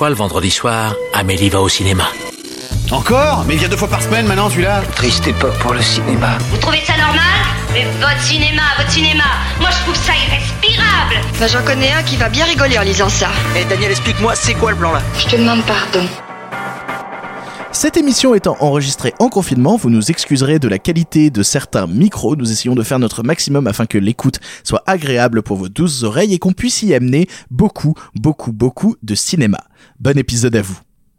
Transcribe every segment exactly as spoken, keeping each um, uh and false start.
fois, le vendredi soir, Amélie va au cinéma. Encore ? Mais il vient deux fois par semaine maintenant, celui-là. Triste époque pour le cinéma. Vous trouvez ça normal ? Mais votre cinéma, votre cinéma, moi je trouve ça irrespirable. Bah j'en connais un qui va bien rigoler en lisant ça. Eh hey, Daniel, explique-moi, c'est quoi le plan là ? Je te demande pardon. Cette émission étant enregistrée en confinement, vous nous excuserez de la qualité de certains micros. Nous essayons de faire notre maximum afin que l'écoute soit agréable pour vos douces oreilles et qu'on puisse y amener beaucoup, beaucoup, beaucoup de cinéma. Bon épisode à vous.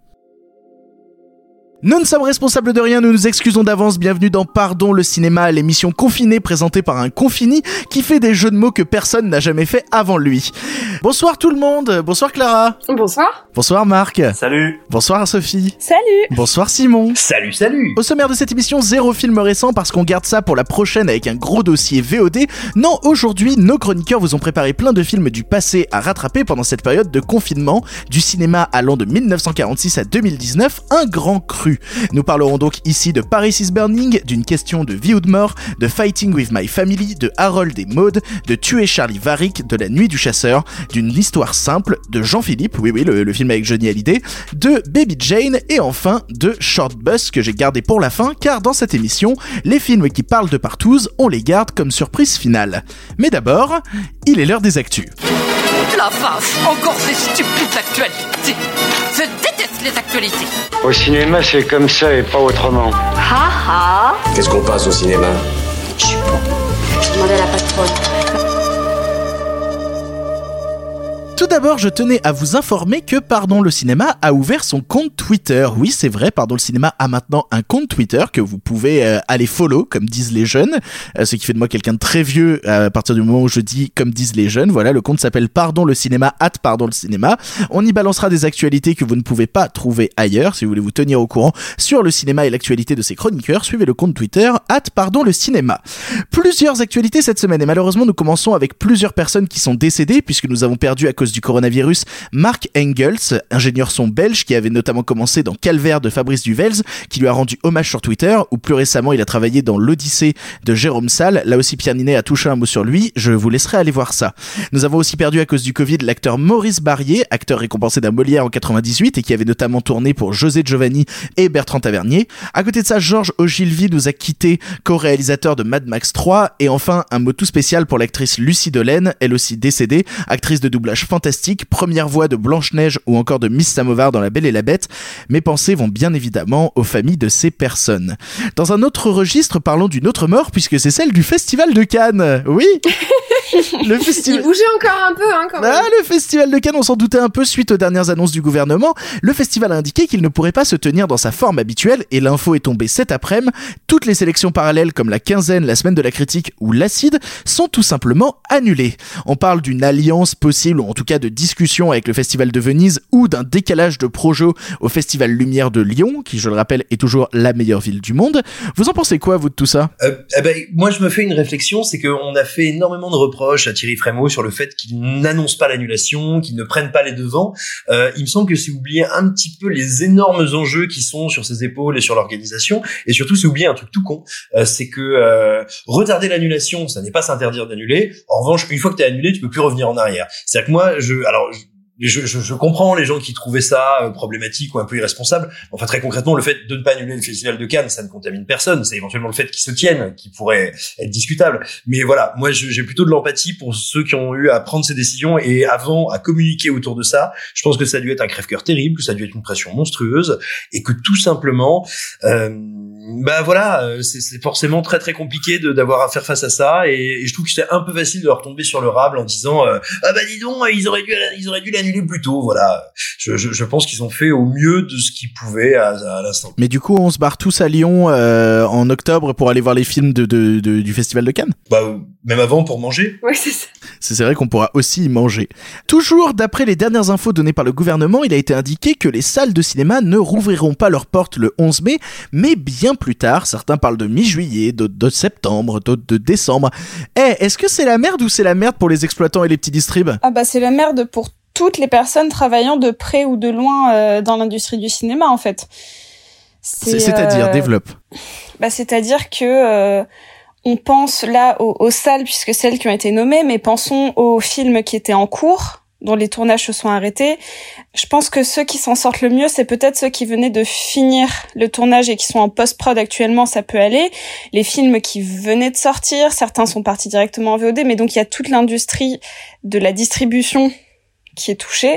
Nous ne sommes responsables de rien, nous nous excusons d'avance. Bienvenue dans Pardon le cinéma, l'émission confinée présentée par un confini qui fait des jeux de mots que personne n'a jamais fait avant lui. Bonsoir tout le monde, bonsoir Clara. Bonsoir. Bonsoir Marc. Salut. Bonsoir Sophie. Salut. Bonsoir Simon. Salut, salut. Au sommaire de cette émission, zéro film récent parce qu'on garde ça pour la prochaine avec un gros dossier V O D. Non, aujourd'hui, nos chroniqueurs vous ont préparé plein de films du passé à rattraper pendant cette période de confinement, du cinéma allant de dix-neuf cent quarante-six à deux mille dix-neuf, un grand cru. Nous parlerons donc ici de Paris is Burning, d'une question de vie ou de mort, de Fighting with My Family, de Harold et Maude, de Tuer Charlie Varick, de La Nuit du Chasseur, d'une histoire simple, de Jean-Philippe, oui oui, le, le film avec Johnny Hallyday, de Baby Jane et enfin de Short Bus que j'ai gardé pour la fin car dans cette émission, les films qui parlent de partouze, on les garde comme surprise finale. Mais d'abord, il est l'heure des actus. La vache, encore ces stupides actualités. Je déteste les actualités. Au cinéma, c'est comme ça et pas autrement. Ha ha. Qu'est-ce qu'on passe au cinéma ? Je suis pas. Je demandais à la patronne. Tout d'abord, je tenais à vous informer que Pardon le cinéma a ouvert son compte Twitter. Oui, c'est vrai, Pardon le cinéma a maintenant un compte Twitter que vous pouvez euh, aller follow, comme disent les jeunes, euh, ce qui fait de moi quelqu'un de très vieux euh, à partir du moment où je dis comme disent les jeunes. Voilà, le compte s'appelle Pardon le cinéma, at Pardon le cinéma. On y balancera des actualités que vous ne pouvez pas trouver ailleurs. Si vous voulez vous tenir au courant sur le cinéma et l'actualité de ses chroniqueurs, suivez le compte Twitter, at Pardon le cinéma. Plusieurs actualités cette semaine et malheureusement nous commençons avec plusieurs personnes qui sont décédées puisque nous avons perdu à cause du coronavirus Mark Engels, ingénieur son belge qui avait notamment commencé dans Calvaire de Fabrice Duvels, qui lui a rendu hommage sur Twitter, ou plus récemment il a travaillé dans l'Odyssée de Jérôme Salle. Là aussi Pierre Ninet a touché un mot sur lui, je vous laisserai aller voir ça. Nous avons aussi perdu à cause du Covid l'acteur Maurice Barrier, acteur récompensé d'un Molière en quatre-vingt-dix-huit et qui avait notamment tourné pour José Giovanni et Bertrand Tavernier. À côté de ça, Georges Ogilvy nous a quitté, co-réalisateur de Mad Max trois, et enfin un mot tout spécial pour l'actrice Lucie Delaine, elle aussi décédée, actrice de doublage fantastique, première voix de Blanche-Neige ou encore de Miss Samovar dans La Belle et la Bête. Mes pensées vont bien évidemment aux familles de ces personnes. Dans un autre registre, parlons d'une autre mort puisque c'est celle du Festival de Cannes. Oui. Le festival... Il bougeait encore un peu, hein, quand même. Ah, le Festival de Cannes, on s'en doutait un peu suite aux dernières annonces du gouvernement. Le festival a indiqué qu'il ne pourrait pas se tenir dans sa forme habituelle et l'info est tombée cet après-midi. Toutes les sélections parallèles comme la quinzaine, la semaine de la critique ou l'Acide sont tout simplement annulées. On parle d'une alliance possible, ou en tout cas de discussion avec le Festival de Venise ou d'un décalage de projet au Festival Lumière de Lyon, qui, je le rappelle, est toujours la meilleure ville du monde. Vous en pensez quoi, vous, de tout ça ? euh, eh ben, Moi, je me fais une réflexion, c'est qu'on a fait énormément de reproches à Thierry Frémaux sur le fait qu'il n'annonce pas l'annulation, qu'il ne prenne pas les devants. Euh, il me semble que c'est oublier un petit peu les énormes enjeux qui sont sur ses épaules et sur l'organisation, et surtout c'est oublier un truc tout con, euh, c'est que euh, retarder l'annulation, ça n'est pas s'interdire d'annuler. En revanche, une fois que t'es annulé, tu peux plus revenir en arrière. C'est-à-dire que moi, je, alors, je, Je, je, je comprends les gens qui trouvaient ça euh, problématique ou un peu irresponsable. Enfin, très concrètement, le fait de ne pas annuler le Festival de Cannes, ça ne contamine personne. C'est éventuellement le fait qu'il se tienne qui pourrait être discutable. Mais voilà, moi, je, j'ai plutôt de l'empathie pour ceux qui ont eu à prendre ces décisions et avant à communiquer autour de ça. Je pense que ça a dû être un crève-cœur terrible, que ça a dû être une pression monstrueuse et que tout simplement, euh, bah voilà, c'est, c'est forcément très très compliqué de, d'avoir à faire face à ça. Et, et je trouve que c'était un peu facile de leur tomber sur le rable en disant euh, ah bah dis donc, ils auraient dû, ils auraient dû l'annuler plus tôt. Voilà, je, je, je pense qu'ils ont fait au mieux de ce qu'ils pouvaient à, à l'instant. Mais du coup, on se barre tous à Lyon euh, en octobre pour aller voir les films de, de, de, du Festival de Cannes. Bah même avant pour manger. Ouais, c'est ça. C'est, c'est vrai qu'on pourra aussi y manger. Toujours d'après les dernières infos données par le gouvernement, il a été indiqué que les salles de cinéma ne rouvriront pas leurs portes le onze mai, mais bien plus tard. Certains parlent de mi-juillet, d'autres de septembre, d'autres de décembre. Eh, hey, est-ce que c'est la merde ou c'est la merde pour les exploitants et les petits distribs ? Ah bah c'est la merde pour toutes les personnes travaillant de près ou de loin euh, dans l'industrie du cinéma, en fait. C'est, c'est-à-dire, euh, développe. Bah, c'est-à-dire que euh, on pense là aux, aux salles, puisque celles qui ont été nommées, mais pensons aux films qui étaient en cours, dont les tournages se sont arrêtés. Je pense que ceux qui s'en sortent le mieux, c'est peut-être ceux qui venaient de finir le tournage et qui sont en post-prod actuellement, ça peut aller. Les films qui venaient de sortir, certains sont partis directement en V O D, mais donc il y a toute l'industrie de la distribution qui est touchée.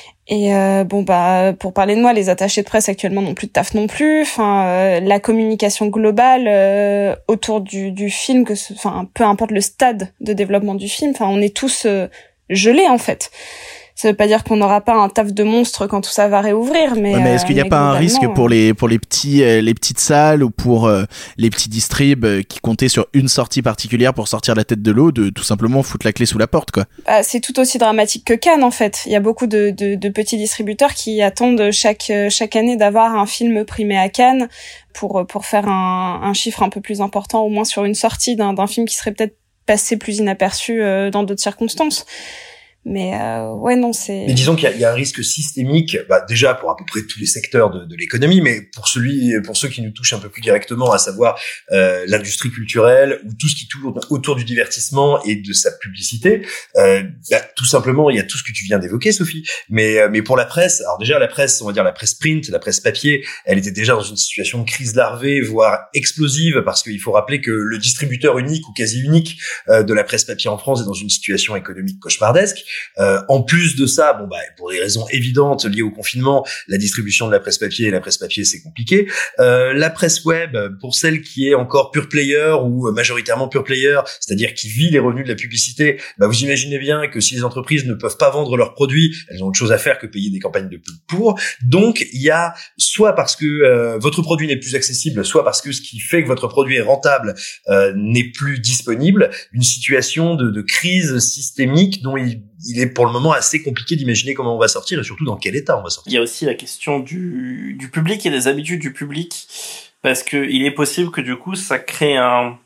Et euh, bon bah pour parler de moi, les attachés de presse actuellement n'ont plus de taf non plus. Enfin euh, la communication globale euh, autour du du film, que enfin peu importe le stade de développement du film, enfin on est tous euh, gelés en fait. Ça veut pas dire qu'on n'aura pas un taf de monstre quand tout ça va réouvrir, mais ouais, mais est-ce qu'il n'y a euh, pas un risque euh... pour les pour les petits euh, les petites salles ou pour euh, les petits distribs euh, qui comptaient sur une sortie particulière pour sortir la tête de l'eau, de tout simplement foutre la clé sous la porte quoi. Bah, c'est tout aussi dramatique que Cannes en fait. Il y a beaucoup de, de, de petits distributeurs qui attendent chaque chaque année d'avoir un film primé à Cannes pour pour faire un, un chiffre un peu plus important, au moins sur une sortie d'un, d'un film qui serait peut-être passé plus inaperçu euh, dans d'autres circonstances. Mais euh, ouais non c'est. Mais disons qu'il y a, il y a un risque systémique, bah déjà pour à peu près tous les secteurs de, de l'économie, mais pour celui, pour ceux qui nous touchent un peu plus directement, à savoir euh, l'industrie culturelle ou tout ce qui tourne autour du divertissement et de sa publicité. Euh, bah, tout simplement, il y a tout ce que tu viens d'évoquer, Sophie. Mais mais pour la presse, alors déjà la presse, on va dire la presse print, la presse papier, elle était déjà dans une situation de crise larvée, voire explosive, parce qu'il faut rappeler que le distributeur unique ou quasi unique euh, de la presse papier en France est dans une situation économique cauchemardesque. Euh, en plus de ça, bon bah pour des raisons évidentes liées au confinement, la distribution de la presse papier et la presse papier c'est compliqué. Euh, la presse web, pour celle qui est encore pure player ou majoritairement pure player, c'est-à-dire qui vit les revenus de la publicité, bah vous imaginez bien que si les entreprises ne peuvent pas vendre leurs produits, elles ont autre chose à faire que payer des campagnes de pub pour. Donc il y a soit parce que euh, votre produit n'est plus accessible, soit parce que ce qui fait que votre produit est rentable euh, n'est plus disponible, une situation de, de crise systémique dont il il est pour le moment assez compliqué d'imaginer comment on va sortir et surtout dans quel état on va sortir. Il y a aussi la question du, du public et des habitudes du public, parce que il est possible que du coup ça crée un,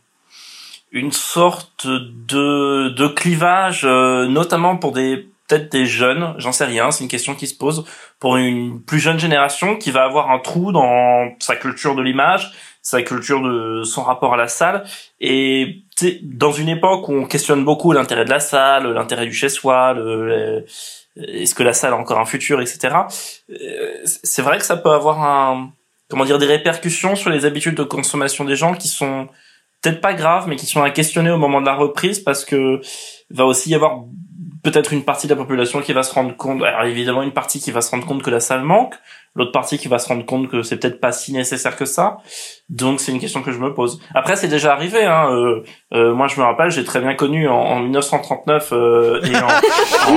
une sorte de, de clivage, euh, notamment pour des, peut-être des jeunes, j'en sais rien, c'est une question qui se pose, pour une plus jeune génération qui va avoir un trou dans sa culture de l'image, sa culture de son rapport à la salle, et dans une époque où on questionne beaucoup l'intérêt de la salle, l'intérêt du chez-soi, le, le, est-ce que la salle a encore un futur, et cetera. C'est vrai que ça peut avoir un, comment dire, des répercussions sur les habitudes de consommation des gens qui sont peut-être pas graves, mais qui sont à questionner au moment de la reprise, parce que va aussi y avoir peut-être une partie de la population qui va se rendre compte, alors évidemment une partie qui va se rendre compte que la salle manque, l'autre partie qui va se rendre compte que c'est peut-être pas si nécessaire que ça. Donc c'est une question que je me pose. Après c'est déjà arrivé, hein. Euh, euh, moi je me rappelle, j'ai très bien connu en, en dix-neuf cent trente-neuf euh, et en, en,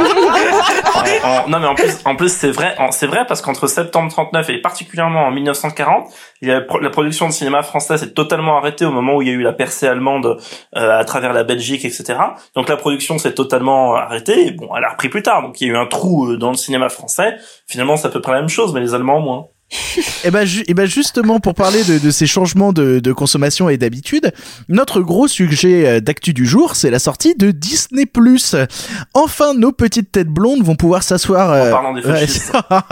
en, en non mais en plus en plus c'est vrai, en, c'est vrai parce qu'entre septembre trente-neuf et particulièrement en dix-neuf cent quarante, il y a, la production de cinéma français s'est totalement arrêtée au moment où il y a eu la percée allemande euh, à travers la Belgique, et cetera. Donc la production s'est totalement arrêtée. Et bon, elle a repris plus tard. Donc il y a eu un trou dans le cinéma français. Finalement, c'est à peu près la même chose, mais les Allemands moins. Et ben, ju- et ben justement pour parler de, de ces changements de, de consommation et d'habitude, notre gros sujet d'actu du jour, c'est la sortie de Disney plus. Enfin, nos petites têtes blondes vont pouvoir s'asseoir. Euh... En parlant des fascistes.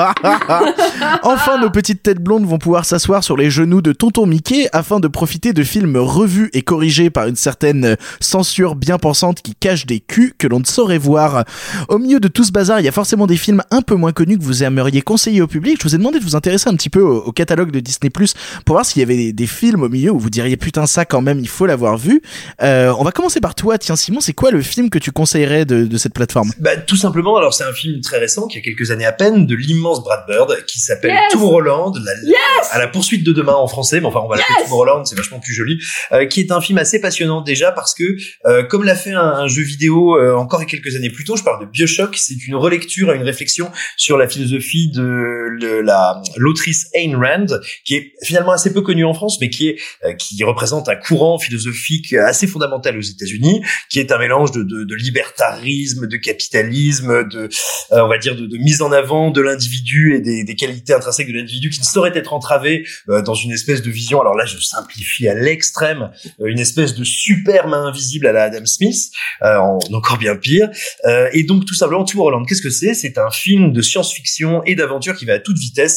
Enfin, nos petites têtes blondes vont pouvoir s'asseoir sur les genoux de Tonton Mickey afin de profiter de films revus et corrigés par une certaine censure bien pensante qui cache des culs que l'on ne saurait voir. Au milieu de tout ce bazar, il y a forcément des films un peu moins connus que vous aimeriez conseiller au public. Je vous ai demandé de vous intéresser un petit peu au, au catalogue de Disney plus, pour voir s'il y avait des, des films au milieu où vous diriez putain ça quand même il faut l'avoir vu. Euh, on va commencer par toi, tiens Simon, c'est quoi le film que tu conseillerais de, de cette plateforme? Bah tout simplement, alors c'est un film très récent qui a quelques années à peine, de l'immense Brad Bird, qui s'appelle Yes Tomorrowland, la, Yes à la poursuite de demain en français, mais enfin on va l'appeler yes Tomorrowland, c'est vachement plus joli, euh, qui est un film assez passionnant déjà parce que euh, comme l'a fait un, un jeu vidéo euh, encore quelques années plus tôt, je parle de BioShock, c'est une relecture et une réflexion sur la philosophie de le, la l'autrice Ayn Rand, qui est finalement assez peu connue en France, mais qui est euh, qui représente un courant philosophique assez fondamental aux États-Unis, qui est un mélange de, de, de libertarisme, de capitalisme, de euh, on va dire de, de mise en avant de l'individu et des, des qualités intrinsèques de l'individu qui ne sauraient être entravées euh, dans une espèce de vision. Alors là, je simplifie à l'extrême, euh, une espèce de super main invisible à la Adam Smith, euh, en encore bien pire. Euh, et donc tout simplement, Tomorrowland, qu'est-ce que c'est? C'est un film de science-fiction et d'aventure qui va à toute vitesse. C'est l'histoire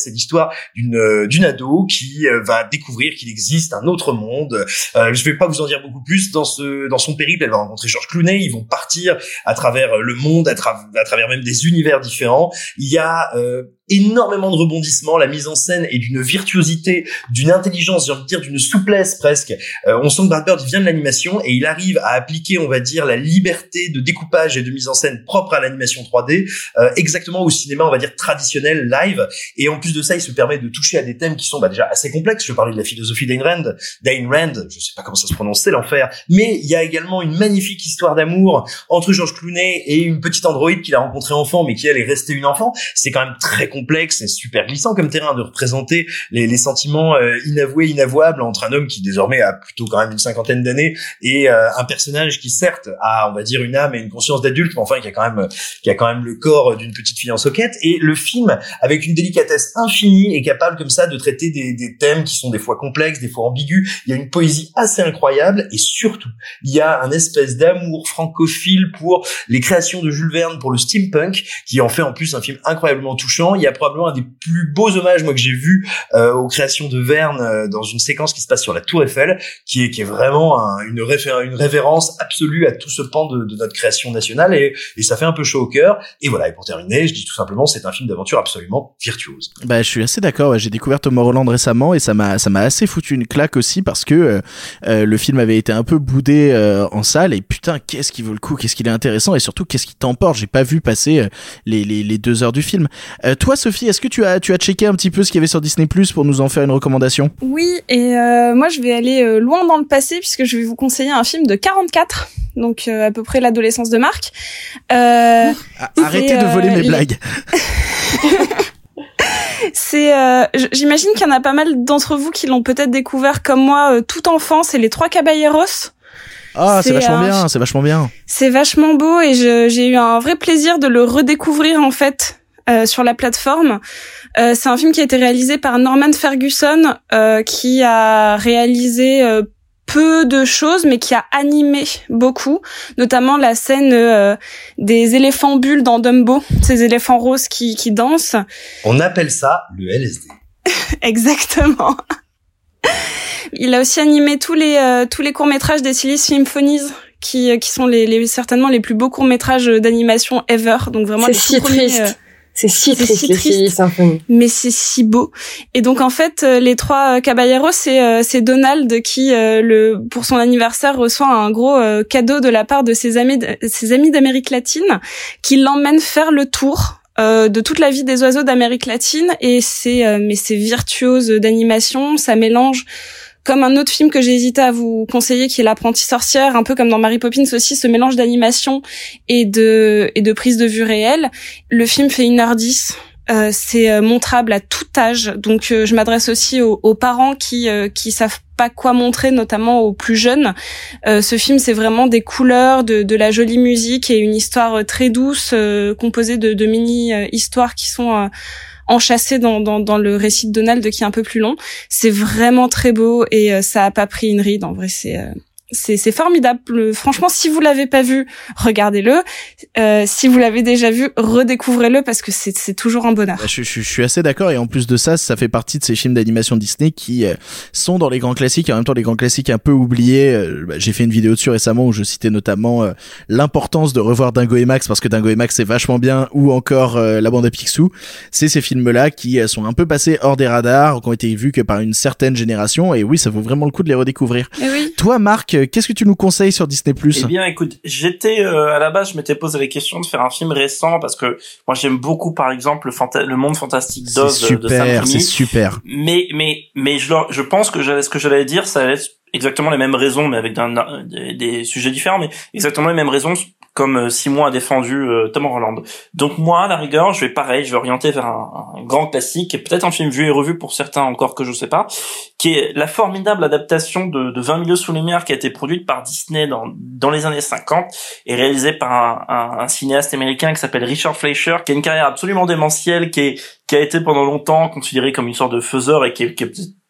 l'histoire d'une euh, d'une ado qui euh, va découvrir qu'il existe un autre monde. Euh, je vais pas vous en dire beaucoup plus. Dans ce dans son périple, elle va rencontrer George Clooney. Ils vont partir à travers le monde, à, tra- à travers même des univers différents. Il y a euh, énormément de rebondissements, la mise en scène est d'une virtuosité, d'une intelligence, j'ai envie de dire d'une souplesse presque. Euh, on sent que Brad Bird vient de l'animation et il arrive à appliquer, on va dire, la liberté de découpage et de mise en scène propre à l'animation trois D, euh, exactement au cinéma, on va dire, traditionnel, live. Et en plus de ça, il se permet de toucher à des thèmes qui sont bah, déjà assez complexes. Je parlais de la philosophie d'Ayn Rand, d'Ayn Rand, je sais pas comment ça se prononce, c'est l'enfer. Mais il y a également une magnifique histoire d'amour entre George Clooney et une petite androïde qu'il a rencontrée enfant, mais qui elle est restée une enfant. C'est quand même très complexe et super glissant comme terrain de représenter les, les sentiments euh, inavoués, inavouables entre un homme qui désormais a plutôt quand même une cinquantaine d'années et euh, un personnage qui certes a, on va dire, une âme et une conscience d'adulte, mais enfin qui a quand même qui a quand même le corps d'une petite fille en soquette. Et le film, avec une délicatesse infinie, est capable comme ça de traiter des, des thèmes qui sont des fois complexes, des fois ambigus. Il y a une poésie assez incroyable et surtout, il y a un espèce d'amour francophile pour les créations de Jules Verne, pour le steampunk, qui en fait en plus un film incroyablement touchant. Il y a probablement un des plus beaux hommages moi que j'ai vu euh, aux créations de Verne euh, dans une séquence qui se passe sur la Tour Eiffel, qui est qui est vraiment un, une réfé- une révérence absolue à tout ce pan de, de notre création nationale et, et ça fait un peu chaud au cœur. Et voilà, et pour terminer, je dis tout simplement, c'est un film d'aventure absolument virtuose. Bah, je suis assez d'accord. Ouais. J'ai découvert Tom Holland récemment et ça m'a ça m'a assez foutu une claque aussi parce que euh, euh, le film avait été un peu boudé euh, en salle et putain, qu'est-ce qui vaut le coup, qu'est-ce qu'il est intéressant et surtout qu'est-ce qui t'emporte. J'ai pas vu passer euh, les les les deux heures du film. Euh, toi, Sophie, est-ce que tu as tu as checké un petit peu ce qu'il y avait sur Disney Plus pour nous en faire une recommandation? Oui, et euh, moi je vais aller euh, loin dans le passé puisque je vais vous conseiller un film de quarante-quatre, donc euh, à peu près l'adolescence de Marc. Euh, Arrêtez de voler euh, mes les... blagues. C'est, euh, j'imagine qu'il y en a pas mal d'entre vous qui l'ont peut-être découvert comme moi euh, tout enfant. C'est Les Trois Caballeros. Ah, c'est, c'est vachement un... bien, c'est vachement bien. C'est vachement beau et je, j'ai eu un vrai plaisir de le redécouvrir en fait euh, sur la plateforme. Euh, c'est un film qui a été réalisé par Norman Ferguson, euh, qui a réalisé euh, peu de choses, mais qui a animé beaucoup, notamment la scène euh, des éléphants bulles dans Dumbo, ces éléphants roses qui, qui dansent. On appelle ça le L S D. Exactement. Il a aussi animé tous les euh, tous les courts-métrages des Silly Symphonies, qui qui sont les, les certainement les plus beaux courts-métrages d'animation ever. Donc vraiment c'est les si premiers, triste. Euh, C'est si c'est triste, si les triste, Silly Symphonies. Mais c'est si beau. Et donc en fait, les trois caballeros, c'est euh, c'est Donald qui, euh, le pour son anniversaire, reçoit un gros euh, cadeau de la part de ses amis, de, ses amis d'Amérique latine, qui l'emmènent faire le tour euh, de toute la vie des oiseaux d'Amérique latine. Et c'est euh, mais c'est virtuose d'animation, ça mélange. Comme un autre film que j'ai hésité à vous conseiller, qui est L'Apprentie sorcière, un peu comme dans Mary Poppins aussi, ce mélange d'animation et de et de prise de vue réelle. Le film fait une heure dix. Euh, c'est euh, montrable à tout âge, donc euh, je m'adresse aussi aux, aux parents qui euh, qui savent pas quoi montrer, notamment aux plus jeunes. Euh, ce film, c'est vraiment des couleurs, de, de la jolie musique et une histoire très douce, euh, composée de, de mini-histoires qui sont euh, enchâssé dans, dans, dans le récit de Donald qui est un peu plus long. C'est vraiment très beau et euh, ça a pas pris une ride. En vrai, c'est... Euh... C'est, c'est formidable. Franchement, si vous l'avez pas vu, regardez-le. Euh, si vous l'avez déjà vu, redécouvrez-le parce que c'est, c'est toujours un bonheur. Je, je, je suis assez d'accord et en plus de ça, ça fait partie de ces films d'animation Disney qui euh, sont dans les grands classiques et en même temps les grands classiques un peu oubliés. Euh, bah, j'ai fait une vidéo dessus récemment où je citais notamment euh, l'importance de revoir Dingo et Max parce que Dingo et Max c'est vachement bien, ou encore euh, La Bande à Picsou. C'est ces films-là qui euh, sont un peu passés hors des radars, qui ont été vus que par une certaine génération et oui, ça vaut vraiment le coup de les redécouvrir. Et oui. Toi, Marc, qu'est-ce que tu nous conseilles sur Disney Plus ? Eh bien, écoute, j'étais euh, à la base, je m'étais posé la question de faire un film récent parce que moi j'aime beaucoup, par exemple, le, fanta- le monde fantastique d'Oz c'est de Sam Raimi. C'est super. Mais mais mais je leur, je pense que j'allais, ce que j'allais dire, ça allait être exactement les mêmes raisons, mais avec un, des, des sujets différents, mais exactement les mêmes raisons comme euh, Simon a défendu euh, Tom Holland. Donc moi, à la rigueur, je vais pareil, je vais orienter vers un, un grand classique, et peut-être un film vu et revu pour certains encore que je sais pas, qui est la formidable adaptation de, de vingt milieux sous les mers qui a été produite par Disney dans, dans les années cinquante et réalisée par un, un, un cinéaste américain qui s'appelle Richard Fleischer, qui a une carrière absolument démentielle, qui est qui a été pendant longtemps considéré comme une sorte de faiseur et qui est, qui est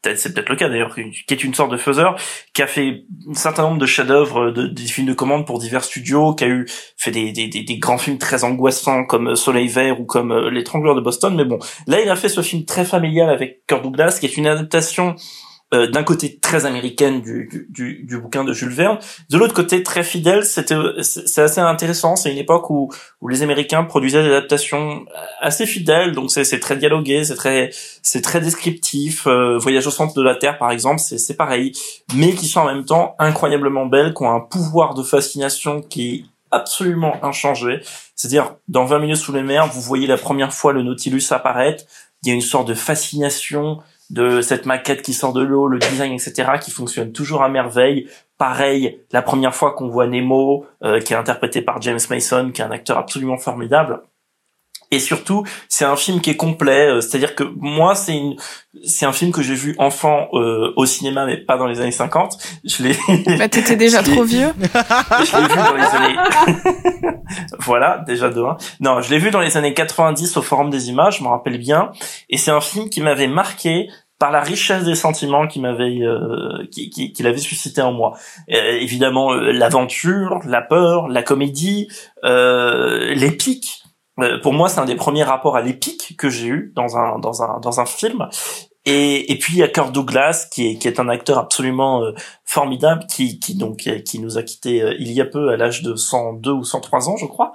peut-être c'est peut-être le cas d'ailleurs, qui est une sorte de faiseur, qui a fait un certain nombre de chefs-d'œuvre, de, des films de commande pour divers studios, qui a eu fait des, des, des, des grands films très angoissants comme Soleil Vert ou comme euh, L'Étrangleur de Boston. Mais bon, là il a fait ce film très familial avec Kirk Douglas, qui est une adaptation Euh, d'un côté très américaine du, du, du, du bouquin de Jules Verne, de l'autre côté très fidèle. C'était, c'est assez intéressant. C'est une époque où, où les Américains produisaient des adaptations assez fidèles, donc c'est, c'est très dialogué, c'est très, c'est très descriptif. Euh, Voyage au centre de la Terre, par exemple, c'est, c'est pareil, mais qui sont en même temps incroyablement belles, qui ont un pouvoir de fascination qui est absolument inchangé. C'est-à-dire, dans vingt minutes sous les mers, vous voyez la première fois le Nautilus apparaître, il y a une sorte de fascination de cette maquette qui sort de l'eau, le design, et cetera, qui fonctionne toujours à merveille. Pareil, la première fois qu'on voit Nemo, euh, qui est interprété par James Mason, qui est un acteur absolument formidable. Et surtout, c'est un film qui est complet, euh, c'est-à-dire que moi, c'est une, c'est un film que j'ai vu enfant euh, au cinéma, mais pas dans les années cinquante. Je l'ai. Bah, t'étais déjà trop vieux. Je l'ai vu dans les années. Voilà, déjà de un. Non, je l'ai vu dans les années quatre-vingt-dix au Forum des Images, je me rappelle bien. Et c'est un film qui m'avait marqué par la richesse des sentiments qui m'avait, euh, qui, qui, qu'il avait suscité en moi. Euh, évidemment, euh, l'aventure, la peur, la comédie, euh, l'épique. Pour moi, c'est un des premiers rapports à l'épique que j'ai eu dans un dans un dans un film. Et et puis il y a Kirk Douglas qui est qui est un acteur absolument euh, formidable, qui qui donc qui nous a quittés euh, il y a peu à l'âge de cent deux ou cent trois ans, je crois,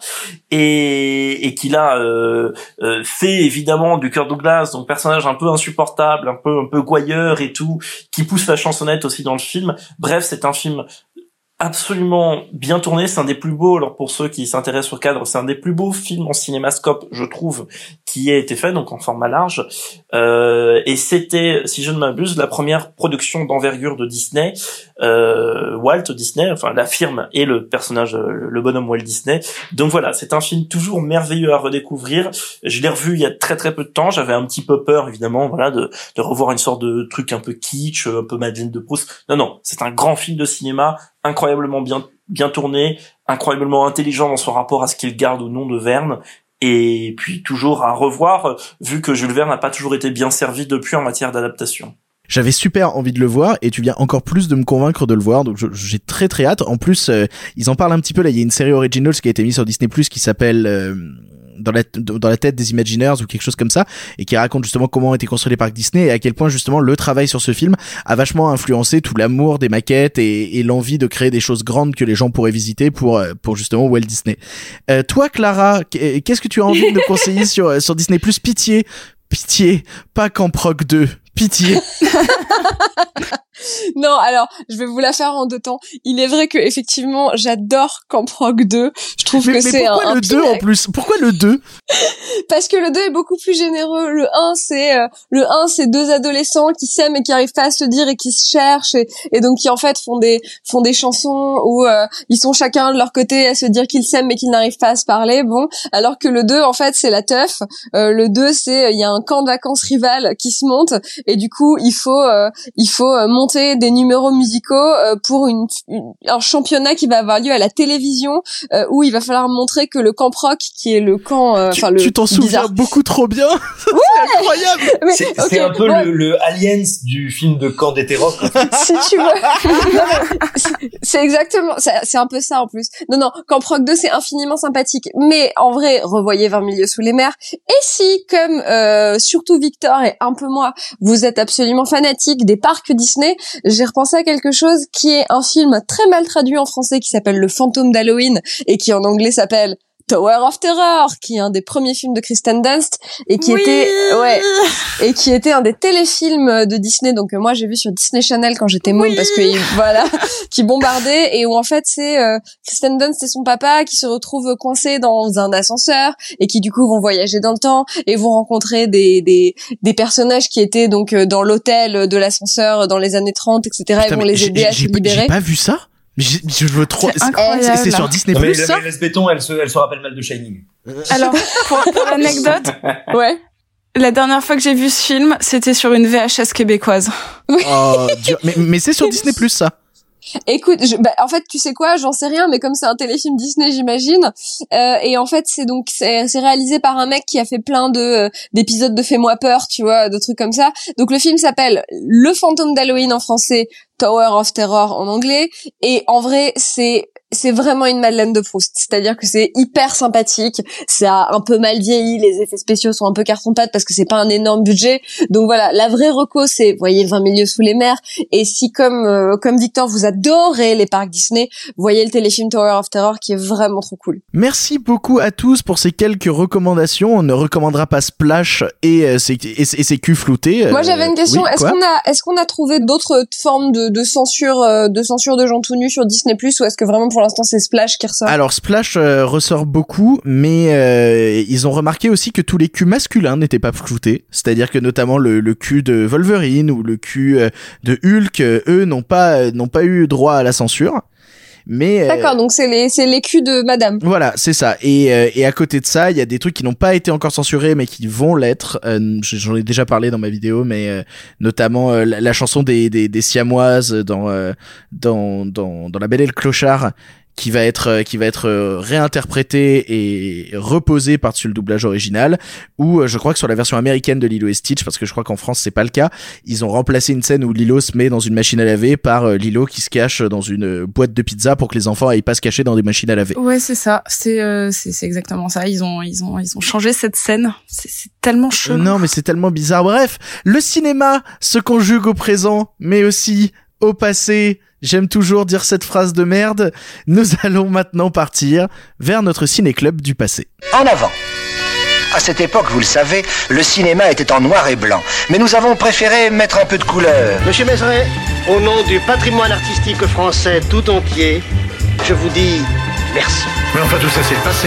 et et qui l'a euh, euh, fait évidemment du Kirk Douglas, donc personnage un peu insupportable, un peu un peu gouailleur et tout, qui pousse la chansonnette aussi dans le film. Bref, c'est un film absolument bien tourné, c'est un des plus beaux, alors pour ceux qui s'intéressent au cadre, c'est un des plus beaux films en cinémascope, je trouve, qui a été fait, donc en format large, euh, et c'était, si je ne m'abuse, la première production d'envergure de Disney, euh, Walt Disney, enfin la firme et le personnage, le bonhomme Walt Disney. Donc voilà, c'est un film toujours merveilleux à redécouvrir. Je l'ai revu il y a très très peu de temps, j'avais un petit peu peur évidemment, voilà, de, de revoir une sorte de truc un peu kitsch, un peu Madeleine de Proust. Non non, c'est un grand film de cinéma, incroyablement bien bien tourné, incroyablement intelligent dans son rapport à ce qu'il garde ou non de Verne, et puis toujours à revoir, vu que Jules Verne n'a pas toujours été bien servi depuis en matière d'adaptation. J'avais super envie de le voir et tu viens encore plus de me convaincre de le voir, donc je, j'ai très très hâte. En plus, euh, ils en parlent un petit peu là, il y a une série Originals qui a été mise sur Disney plus, qui s'appelle euh, dans la dans la tête des Imagineers ou quelque chose comme ça, et qui raconte justement comment ont été construits les parcs Disney et à quel point justement le travail sur ce film a vachement influencé tout l'amour des maquettes et, et l'envie de créer des choses grandes que les gens pourraient visiter pour pour justement Walt Disney. Euh, toi Clara, qu'est-ce que tu as envie de nous conseiller sur sur Disney plus? Pitié, pitié, pas Camp Rock deux. Pitié. Non, alors, je vais vous la faire en deux temps. Il est vrai que, effectivement, j'adore Camp Rock deux. Je trouve mais, que mais c'est un... pourquoi le deux en plus? Pourquoi le deux? Parce que le deux est beaucoup plus généreux. Le un, c'est, euh, le un, c'est deux adolescents qui s'aiment et qui arrivent pas à se dire et qui se cherchent et, et donc qui, en fait, font des, font des chansons où, euh, ils sont chacun de leur côté à se dire qu'ils s'aiment mais qu'ils n'arrivent pas à se parler. Bon. Alors que le deux, en fait, c'est la teuf. Euh, le deux, c'est, il y a un camp de vacances rival qui se monte et du coup, il faut, euh, il faut euh, monter des numéros musicaux euh, pour une, une, un championnat qui va avoir lieu à la télévision euh, où il va falloir montrer que le camp rock, qui est le camp, enfin euh, le tu t'en souviens bizarre. Beaucoup trop bien. Ouais c'est incroyable. Mais, c'est, okay, c'est un peu bon. le, le Aliens du film de Camp d'été rock. Si tu veux. Non, c'est, c'est exactement, c'est, c'est un peu ça en plus. Non non, Camp Rock deux, c'est infiniment sympathique, mais en vrai, revoyez vingt milieux sous les mers. Et si, comme euh, surtout Victor et un peu moi, vous êtes absolument fanatique des parcs Disney, j'ai repensé à quelque chose qui est un film très mal traduit en français qui s'appelle Le Fantôme d'Halloween et qui en anglais s'appelle Tower of Terror, qui est un des premiers films de Kristen Dunst et qui oui était ouais et qui était un des téléfilms de Disney, donc euh, moi j'ai vu sur Disney Channel quand j'étais môme oui parce que voilà qui bombardait, et où en fait c'est euh, Kristen Dunst et son papa qui se retrouvent coincés dans un ascenseur et qui du coup vont voyager dans le temps et vont rencontrer des des des personnages qui étaient donc euh, dans l'hôtel de l'ascenseur dans les années trente, et cetera. Putain, et vont les aider à se libérer. J'ai pas vu ça. Je, je veux trop. C'est, c'est, c'est sur Disney non, plus. Mais ça la béton, elle se, elle se rappelle mal de Shining. Alors, pour, pour l'anecdote, ouais. La dernière fois que j'ai vu ce film, c'était sur une V H S québécoise. Oh, dur. Mais, mais c'est sur Disney plus ça. Écoute, je, bah, en fait, tu sais quoi, j'en sais rien, mais comme c'est un téléfilm Disney, j'imagine, euh, et en fait, c'est donc c'est, c'est réalisé par un mec qui a fait plein de euh, d'épisodes de Fais-moi peur, tu vois, de trucs comme ça. Donc le film s'appelle Le Fantôme d'Halloween en français, Tower of Terror en anglais, et en vrai, c'est c'est vraiment une Madeleine de Proust. C'est-à-dire que c'est hyper sympathique, ça a un peu mal vieilli, les effets spéciaux sont un peu carton-pâte parce que c'est pas un énorme budget. Donc voilà, la vraie reco, c'est, vous voyez, vingt milieux sous les mers. Et si, comme euh, comme Victor, vous adorez les parcs Disney, voyez le téléfilm Tower of Terror qui est vraiment trop cool. Merci beaucoup à tous pour ces quelques recommandations. On ne recommandera pas Splash et euh, ses, et, et ses culs floutés. Moi, j'avais une question. Oui, est-ce qu'on a, est-ce qu'on a trouvé d'autres formes de, de censure, euh, de censure de gens tout nus sur Disney plus, ou est-ce que vraiment pour l'instant c'est Splash qui ressort? Alors Splash euh, ressort beaucoup, mais euh, ils ont remarqué aussi que tous les culs masculins n'étaient pas floutés. C'est-à-dire que notamment le, le cul de Wolverine ou le cul euh, de Hulk, euh, eux n'ont pas euh, n'ont pas eu droit à la censure. Mais d'accord, euh, donc c'est les c'est les culs de madame. Voilà, c'est ça. Et euh, et à côté de ça, il y a des trucs qui n'ont pas été encore censurés mais qui vont l'être. Euh, j'en ai déjà parlé dans ma vidéo, mais euh, notamment euh, la, la chanson des des des siamoises dans euh, dans dans dans La Belle et le Clochard, qui va être qui va être réinterprété et reposé par-dessus le doublage original, ou je crois que sur la version américaine de Lilo et Stitch, parce que je crois qu'en France c'est pas le cas, ils ont remplacé une scène où Lilo se met dans une machine à laver par Lilo qui se cache dans une boîte de pizza pour que les enfants aillent pas se cacher dans des machines à laver. Ouais, c'est ça, c'est euh, c'est c'est exactement ça. Ils ont ils ont ils ont changé cette scène. C'est, c'est tellement chelou. Non, mais c'est tellement bizarre. Bref, le cinéma se conjugue au présent, mais aussi au passé. J'aime toujours dire cette phrase de merde. Nous allons maintenant partir vers notre ciné-club du passé. En avant. À cette époque, vous le savez, le cinéma était en noir et blanc. Mais nous avons préféré mettre un peu de couleur. Monsieur Mézeray, au nom du patrimoine artistique français tout entier, je vous dis merci. Mais enfin, tout ça, c'est le passé.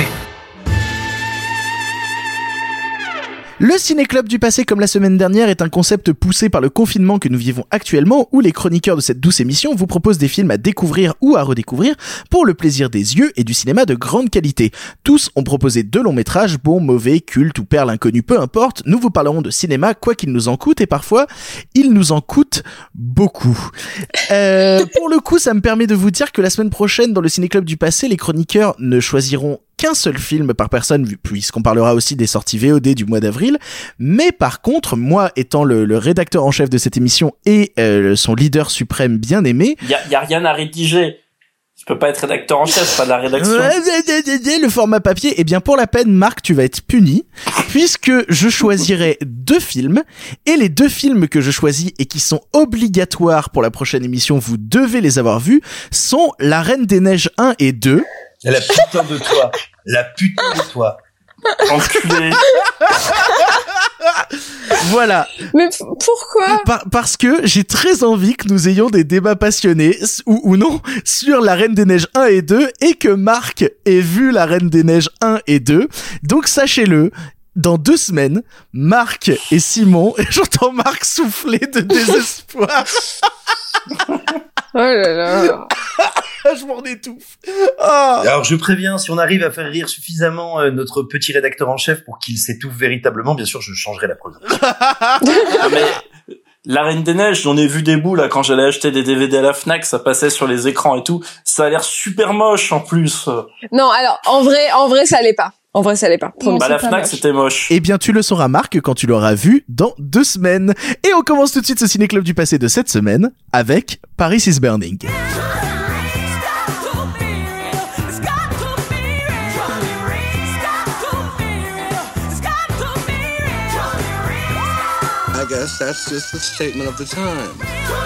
Le ciné-club du passé, comme la semaine dernière, est un concept poussé par le confinement que nous vivons actuellement, où les chroniqueurs de cette douce émission vous proposent des films à découvrir ou à redécouvrir pour le plaisir des yeux et du cinéma de grande qualité. Tous ont proposé deux longs métrages, bons, mauvais, cultes ou perles inconnues, peu importe. Nous vous parlerons de cinéma, quoi qu'il nous en coûte, et parfois, il nous en coûte beaucoup. Euh, pour le coup, ça me permet de vous dire que la semaine prochaine, dans le ciné-club du passé, les chroniqueurs ne choisiront qu'un seul film par personne, puisqu'on parlera aussi des sorties V O D du mois d'avril. Mais par contre, moi étant le, le rédacteur en chef de cette émission et euh, son leader suprême bien aimé, il y a, y a rien à rédiger. Je peux pas être rédacteur en chef, c'est pas de la rédaction. Le format papier, eh bien pour la peine, Marc, tu vas être puni, puisque je choisirai deux films, et les deux films que je choisis et qui sont obligatoires pour la prochaine émission, vous devez les avoir vus, sont La Reine des Neiges un et deux. La putain de toi. La putain de toi. Enculé. Voilà. Mais p- pourquoi Par- Parce que j'ai très envie que nous ayons des débats passionnés, ou, ou non, sur La Reine des Neiges un et deux, et que Marc ait vu La Reine des Neiges un et deux. Donc sachez-le, dans deux semaines, Marc et Simon, et j'entends Marc souffler de désespoir. Oh là là. Je m'en étouffe. Oh. Alors je préviens, si on arrive à faire rire suffisamment euh, notre petit rédacteur en chef pour qu'il s'étouffe véritablement, bien sûr, je changerai la programmation. Mais La Reine des Neiges, j'en ai vu des bouts là quand j'allais acheter des D V D à la Fnac, ça passait sur les écrans et tout. Ça a l'air super moche en plus. Non, alors en vrai, en vrai, ça l'est pas. En vrai, ça l'est pas. Promis. Bah la Fnac, moche. c'était moche. Eh bien, tu le sauras, Marc, quand tu l'auras vu dans deux semaines. Et on commence tout de suite ce ciné-club du passé de cette semaine avec Paris is Burning. I guess that's just a statement of the time.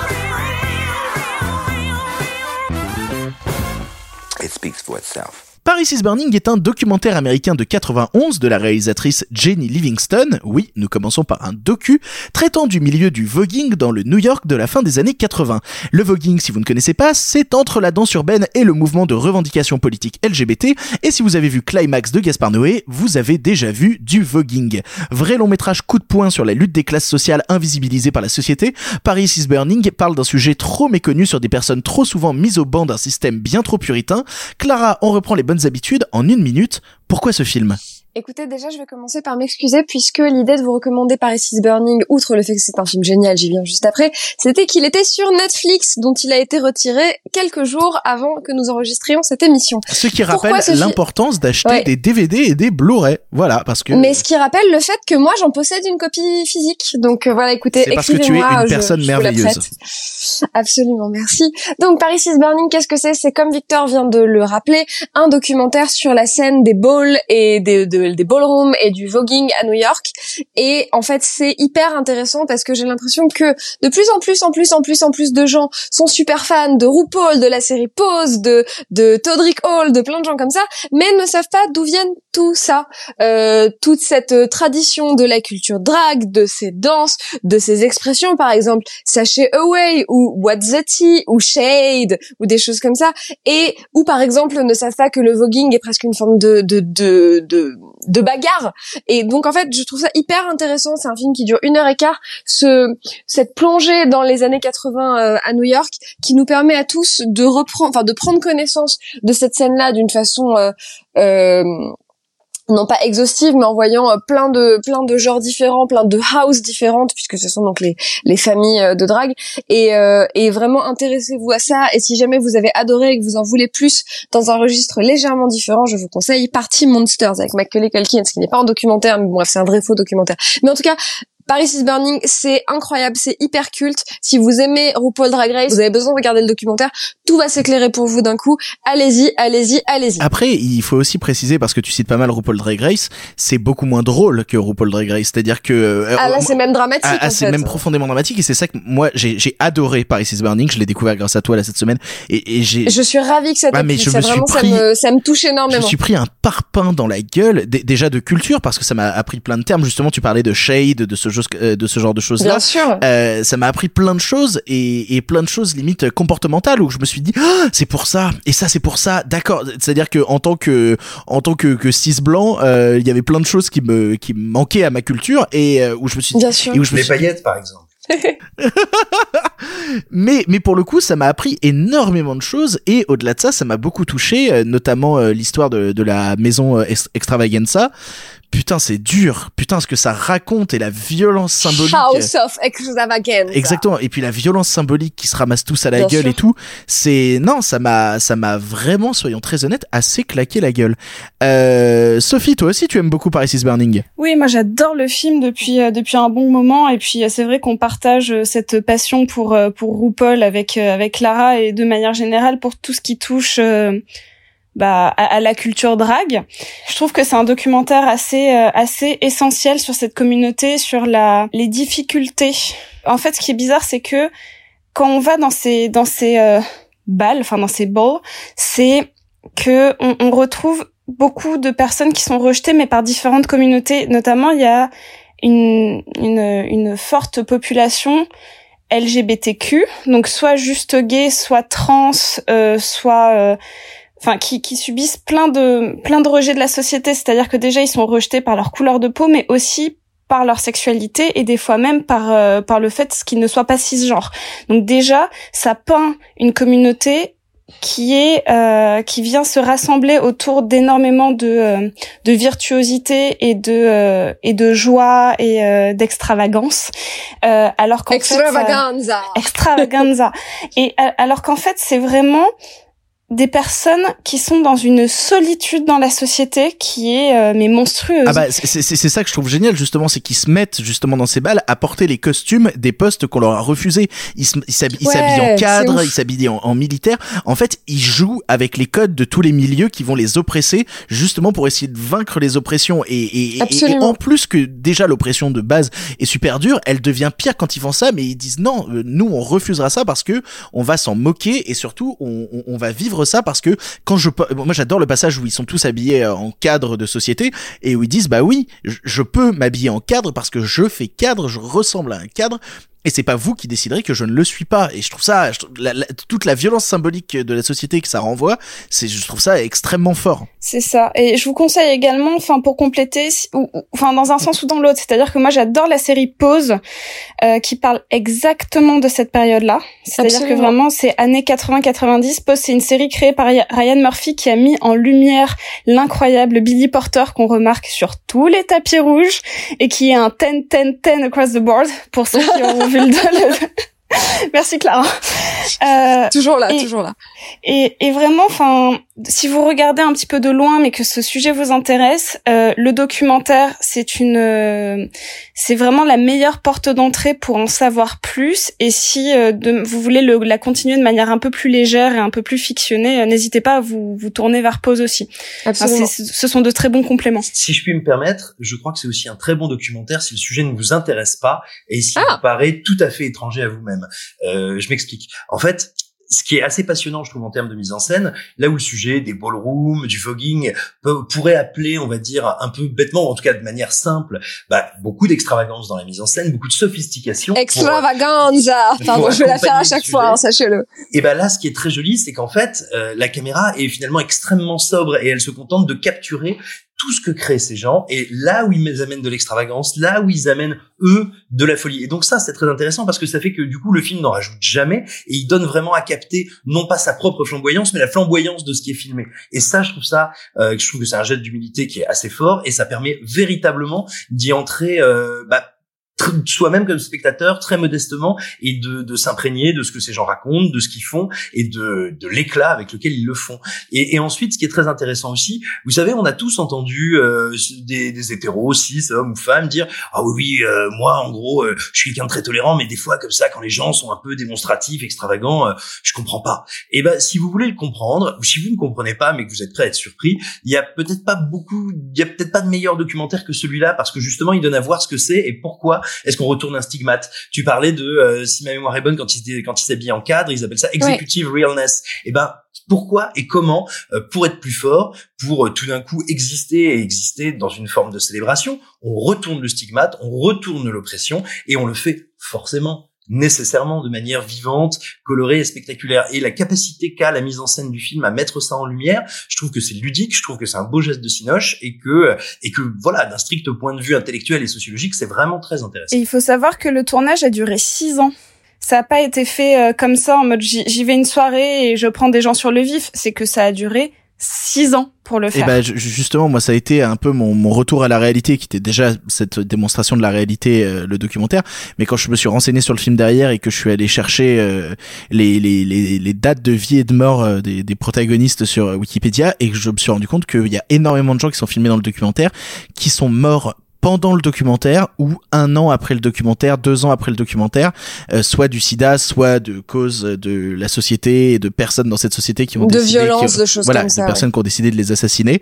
It speaks for itself. Paris is Burning est un documentaire américain de quatre-vingt-onze de la réalisatrice Jenny Livingston, oui, nous commençons par un docu, traitant du milieu du voguing dans le New York de la fin des années quatre-vingts. Le voguing, si vous ne connaissez pas, c'est entre la danse urbaine et le mouvement de revendication politique L G B T, et si vous avez vu Climax de Gaspard Noé, vous avez déjà vu du voguing. Vrai long métrage coup de poing sur la lutte des classes sociales invisibilisées par la société, Paris is Burning parle d'un sujet trop méconnu sur des personnes trop souvent mises au banc d'un système bien trop puritain. Clara, on reprend les bonnes habitudes en une minute. Pourquoi ce film ? Écoutez, déjà, je vais commencer par m'excuser puisque l'idée de vous recommander Paris is Burning, outre le fait que c'est un film génial, j'y viens juste après, c'était qu'il était sur Netflix, dont il a été retiré quelques jours avant que nous enregistrions cette émission. Ce qui rappelle Pourquoi ce l'importance fi- d'acheter ouais. des D V D et des Blu-ray. Voilà, parce que... Mais ce qui rappelle le fait que moi, j'en possède une copie physique. Donc euh, voilà, écoutez, c'est parce que tu es écrivez-moi, une je- personne je vous la merveilleuse. prête. Absolument, merci. Donc Paris is Burning, qu'est-ce que c'est? C'est comme Victor vient de le rappeler, un documentaire sur la scène des balls et des, de, des ballrooms et du voguing à New York. Et en fait, c'est hyper intéressant parce que j'ai l'impression que de plus en plus, en plus, en plus, en plus de gens sont super fans de RuPaul, de la série Pose, de de Todrick Hall, de plein de gens comme ça, mais ne savent pas d'où viennent tout ça, euh, toute cette euh, tradition de la culture drag, de ces danses, de ces expressions, par exemple Sashay Away ou What's the Tea ou Shade ou des choses comme ça, et ou par exemple ne savent pas que le voguing est presque une forme de de de de, de bagarre. Et donc en fait, je trouve ça hyper intéressant. C'est un film qui dure une heure et quart. Ce cette plongée dans les années quatre-vingts euh, à New York, qui nous permet à tous de reprendre, enfin de prendre connaissance de cette scène-là d'une façon euh, euh, non pas exhaustive, mais en voyant euh, plein de plein de genres différents, plein de house différentes, puisque ce sont donc les les familles euh, de drague. Et euh, et vraiment intéressez-vous à ça. Et si jamais vous avez adoré et que vous en voulez plus dans un registre légèrement différent, je vous conseille Party Monsters avec Macaulay Culkin, ce qui n'est pas un documentaire, mais bon, bref, c'est un vrai faux documentaire. Mais en tout cas, Paris is Burning, c'est incroyable, c'est hyper culte. Si vous aimez RuPaul Drag Race, vous avez besoin de regarder le documentaire, tout va s'éclairer pour vous d'un coup. Allez-y, allez-y, allez-y. Après, il faut aussi préciser, parce que tu cites pas mal RuPaul Drag Race, c'est beaucoup moins drôle que RuPaul Drag Race. C'est-à-dire que... Euh, ah là, euh, c'est même dramatique, ah, en ah, c'est fait. même profondément dramatique, et c'est ça que moi, j'ai, j'ai adoré Paris is Burning. Je l'ai découvert grâce à toi, là, cette semaine. Et, et j'ai... Je suis ravie que ça t'ait ah, mais plu. je Ça, me suis vraiment, pris... ça me, ça me touche énormément. Je me suis pris un parpaing dans la gueule, d- déjà de culture, parce que ça m'a appris plein de termes. Justement, tu parlais de shade, de ce, jeu, de ce genre de choses-là. Bien sûr. Euh, ça m'a appris plein de choses, et, et plein de choses limite comportementales, où je me suis dit, ah, c'est pour ça, et ça c'est pour ça, d'accord. C'est-à-dire que en tant que en tant que, que cis blanc, euh, il y avait plein de choses qui me qui me manquaient à ma culture, et euh, où je me suis dit, Bien sûr. et où je me Les suis paillettes, par exemple. mais mais pour le coup, ça m'a appris énormément de choses, et au-delà de ça, ça m'a beaucoup touché, euh, notamment euh, l'histoire de de la maison euh, Extravaganza. Putain, c'est dur. Putain, ce que ça raconte, et la violence symbolique. House of Extravaganza. Exactement. Et puis la violence symbolique qui se ramasse tous à la Bien gueule sûr. et tout. C'est, non, ça m'a, ça m'a vraiment, soyons très honnêtes, assez claqué la gueule. Euh, Sophie, toi aussi, tu aimes beaucoup Paris is Burning. Oui, moi j'adore le film depuis euh, depuis un bon moment, et puis euh, c'est vrai qu'on partage euh, cette passion pour euh, pour RuPaul avec euh, avec Clara, et de manière générale pour tout ce qui touche euh, bah à, à la culture drague. Je trouve que c'est un documentaire assez euh, assez essentiel sur cette communauté, sur la les difficultés. En fait, ce qui est bizarre, c'est que quand on va dans ces dans ces euh, balles, enfin dans ces balls, c'est que on, on retrouve beaucoup de personnes qui sont rejetées, mais par différentes communautés. Notamment, il y a une une une forte population L G B T Q, donc soit juste gay, soit trans, euh, soit euh, enfin qui qui subissent plein de plein de rejets de la société. C'est-à-dire que déjà ils sont rejetés par leur couleur de peau, mais aussi par leur sexualité, et des fois même par euh, par le fait qu'ils ne soient pas cisgenres. Donc déjà, ça peint une communauté qui est euh, qui vient se rassembler autour d'énormément de euh, de virtuosité et de euh, et de joie et euh, d'extravagance, euh, alors qu'en Extravaganza. fait, euh, extravaganza et euh, alors qu'en fait c'est vraiment des personnes qui sont dans une solitude dans la société qui est euh, mais monstrueuse. Ah bah c'est, c'est, c'est ça que je trouve génial, justement, c'est qu'ils se mettent justement dans ces balles à porter les costumes des postes qu'on leur a refusés. Ils, se, ils, s'habillent, ils Ouais, s'habillent en cadre, c'est ils s'habillent en, en militaire. En fait, ils jouent avec les codes de tous les milieux qui vont les oppresser, justement pour essayer de vaincre les oppressions. Et, et, et, et en plus que déjà l'oppression de base est super dure, elle devient pire quand ils font ça, mais ils disent non, euh, nous on refusera ça parce que on va s'en moquer, et surtout on, on, on va vivre ça, parce que quand je moi j'adore le passage où ils sont tous habillés en cadre de société, et où ils disent bah oui, je peux m'habiller en cadre parce que je fais cadre, je ressemble à un cadre. et c'est pas vous qui déciderez que je ne le suis pas. Et je trouve ça, je trouve la, la, toute la violence symbolique de la société que ça renvoie, c'est, je trouve ça extrêmement fort. C'est ça. Et je vous conseille également, enfin pour compléter, ou, ou, enfin dans un sens ou dans l'autre, c'est-à-dire que moi j'adore la série Pause, euh, qui parle exactement de cette période-là. C'est-à-dire Absolument. que vraiment c'est années quatre-vingts quatre-vingt-dix. Pause, c'est une série créée par Ryan Murphy qui a mis en lumière l'incroyable Billy Porter qu'on remarque sur tous les tapis rouges et qui est un ten ten ten across the board pour ceux qui ont vu le, le... Merci Clara. Euh, toujours là, et, toujours là. Et, et vraiment, enfin, si vous regardez un petit peu de loin, mais que ce sujet vous intéresse, euh, le documentaire, c'est une, euh, c'est vraiment la meilleure porte d'entrée pour en savoir plus. Et si euh, de, vous voulez le, la continuer de manière un peu plus légère et un peu plus fictionnée, euh, n'hésitez pas à vous, vous tourner vers Pause aussi. Absolument. Enfin, c'est, ce sont de très bons compléments. Si je puis me permettre, je crois que c'est aussi un très bon documentaire si le sujet ne vous intéresse pas et s'il ah. vous paraît tout à fait étranger à vous-même. Euh, je m'explique. En fait, ce qui est assez passionnant, je trouve, en termes de mise en scène, là où le sujet des ballrooms, du voguing, peut, pourrait appeler, on va dire, un peu bêtement, en tout cas de manière simple, bah, beaucoup d'extravagance dans la mise en scène, beaucoup de sophistication. Extravaganza! Pour, Pardon, pour je vais la faire à chaque fois, hein, sachez-le. Et ben là, ce qui est très joli, c'est qu'en fait, euh, la caméra est finalement extrêmement sobre et elle se contente de capturer tout ce que créent ces gens, et là où ils amènent de l'extravagance, là où ils amènent, eux, de la folie. Et donc ça, c'est très intéressant parce que ça fait que, du coup, le film n'en rajoute jamais, et il donne vraiment à capter, non pas sa propre flamboyance, mais la flamboyance de ce qui est filmé. Et ça, je trouve ça, euh, je trouve que c'est un jet d'humilité qui est assez fort, et ça permet véritablement d'y entrer, euh, bah, soi-même comme spectateur, très modestement, et de, de s'imprégner de ce que ces gens racontent, de ce qu'ils font, et de, de l'éclat avec lequel ils le font. Et, et ensuite, ce qui est très intéressant aussi, vous savez, on a tous entendu euh, des, des hétéros, cis, hommes ou femmes, dire « Ah oui, euh, moi, en gros, euh, je suis quelqu'un de très tolérant, mais des fois, comme ça, quand les gens sont un peu démonstratifs, extravagants, euh, je comprends pas. » Et ben, si vous voulez le comprendre, ou si vous ne comprenez pas, mais que vous êtes prêt à être surpris, il y a peut-être pas beaucoup, il y a peut-être pas de meilleur documentaire que celui-là, parce que justement, il donne à voir ce que c'est et pourquoi est-ce qu'on retourne un stigmate. Tu parlais de, euh, si ma mémoire est bonne, quand ils quand ils s'habillent en cadre, ils appellent ça executive ouais. realness. Et ben, pourquoi et comment, euh, pour être plus fort, pour euh, tout d'un coup exister et exister dans une forme de célébration, on retourne le stigmate, on retourne l'oppression, et on le fait forcément, nécessairement, de manière vivante, colorée et spectaculaire. Et la capacité qu'a la mise en scène du film à mettre ça en lumière, je trouve que c'est ludique, je trouve que c'est un beau geste de cinoche, et que, et que voilà, d'un strict point de vue intellectuel et sociologique, c'est vraiment très intéressant. Et il faut savoir que le tournage a duré six ans. Ça a pas été fait euh, comme ça, en mode j'y, j'y vais une soirée et je prends des gens sur le vif. C'est que ça a duré six ans pour le faire. Et ben bah, justement, moi ça a été un peu mon, mon retour à la réalité, qui était déjà cette démonstration de la réalité, euh, le documentaire. Mais quand je me suis renseigné sur le film derrière et que je suis allé chercher euh, les, les les les dates de vie et de mort euh, des, des protagonistes sur Wikipédia, et que je me suis rendu compte qu'il y a énormément de gens qui sont filmés dans le documentaire qui sont morts pendant le documentaire ou un an après le documentaire, deux ans après le documentaire, euh, soit du sida, soit de cause de la société et de personnes dans cette société qui ont de décidé violence, qui, de choses voilà, comme ça, de personnes ouais. qui ont décidé de les assassiner,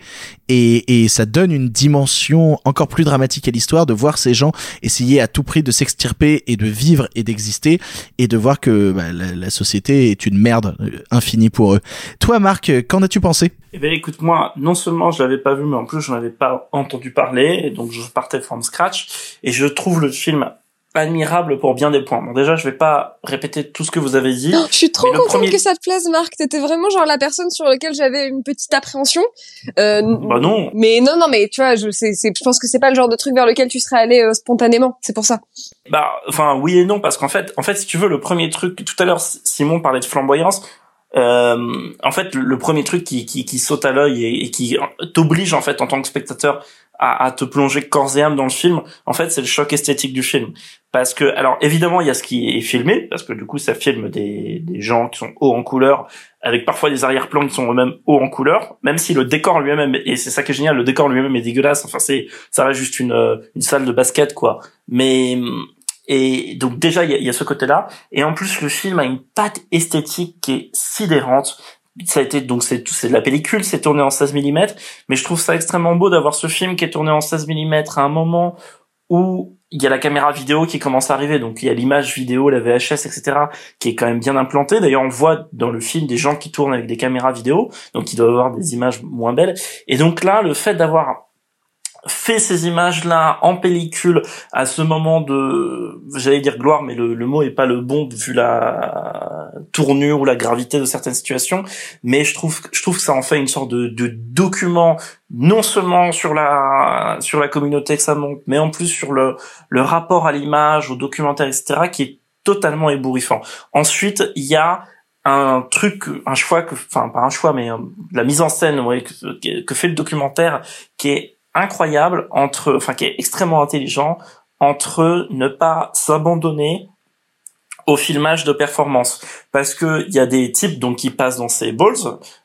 et et ça donne une dimension encore plus dramatique à l'histoire de voir ces gens essayer à tout prix de s'extirper et de vivre et d'exister, et de voir que bah, la, la société est une merde infinie pour eux. Toi, Marc, qu'en as-tu pensé? Eh ben, écoute, moi, non seulement je l'avais pas vu, mais en plus, je n'en avais pas entendu parler, et donc je partais from scratch, et je trouve le film admirable pour bien des points. Bon, déjà, je vais pas répéter tout ce que vous avez dit. Oh, je suis trop contente premier... que ça te plaise, Marc. T'étais vraiment genre la personne sur laquelle j'avais une petite appréhension. Euh, bah non. Mais non, non, mais tu vois, je, c'est, c'est, je pense que c'est pas le genre de truc vers lequel tu serais allé euh, spontanément. C'est pour ça. Bah, enfin, oui et non, parce qu'en fait, en fait, si tu veux, le premier truc, tout à l'heure, Simon parlait de flamboyance. Euh, en fait, le premier truc qui, qui, qui saute à l'œil et, et qui t'oblige, en fait, en tant que spectateur, à, à te plonger corps et âme dans le film, en fait, c'est le choc esthétique du film. Parce que, alors, évidemment, il y a ce qui est filmé, parce que du coup, ça filme des, des gens qui sont hauts en couleur, avec parfois des arrière-plans qui sont eux-mêmes hauts en couleur, même si le décor lui-même, et c'est ça qui est génial, le décor lui-même est dégueulasse, enfin, c'est, ça reste juste une, une salle de basket, quoi. Mais, et donc déjà il y a, y a ce côté-là, et en plus le film a une patte esthétique qui est sidérante. Ça a été donc c'est c'est de la pellicule, c'est tourné en seize millimètres, mais je trouve ça extrêmement beau d'avoir ce film qui est tourné en seize millimètres à un moment où il y a la caméra vidéo qui commence à arriver, donc il y a l'image vidéo, la V H S, et cetera, qui est quand même bien implantée. D'ailleurs, on voit dans le film des gens qui tournent avec des caméras vidéo, donc ils doivent avoir des images moins belles. Et donc là, le fait d'avoir fait ces images-là en pellicule à ce moment de, j'allais dire gloire, mais le, le mot est pas le bon vu la tournure ou la gravité de certaines situations. Mais je trouve, je trouve que ça en fait une sorte de, de document, non seulement sur la sur la communauté que ça montre, mais en plus sur le le rapport à l'image, au documentaire, et cetera, qui est totalement ébouriffant. Ensuite, il y a un truc, un choix que, enfin pas un choix, mais euh, la mise en scène ouais, que, que fait le documentaire, qui est incroyable entre, enfin qui est extrêmement intelligent entre ne pas s'abandonner au filmage de performance, parce que il y a des types donc qui passent dans ces balls,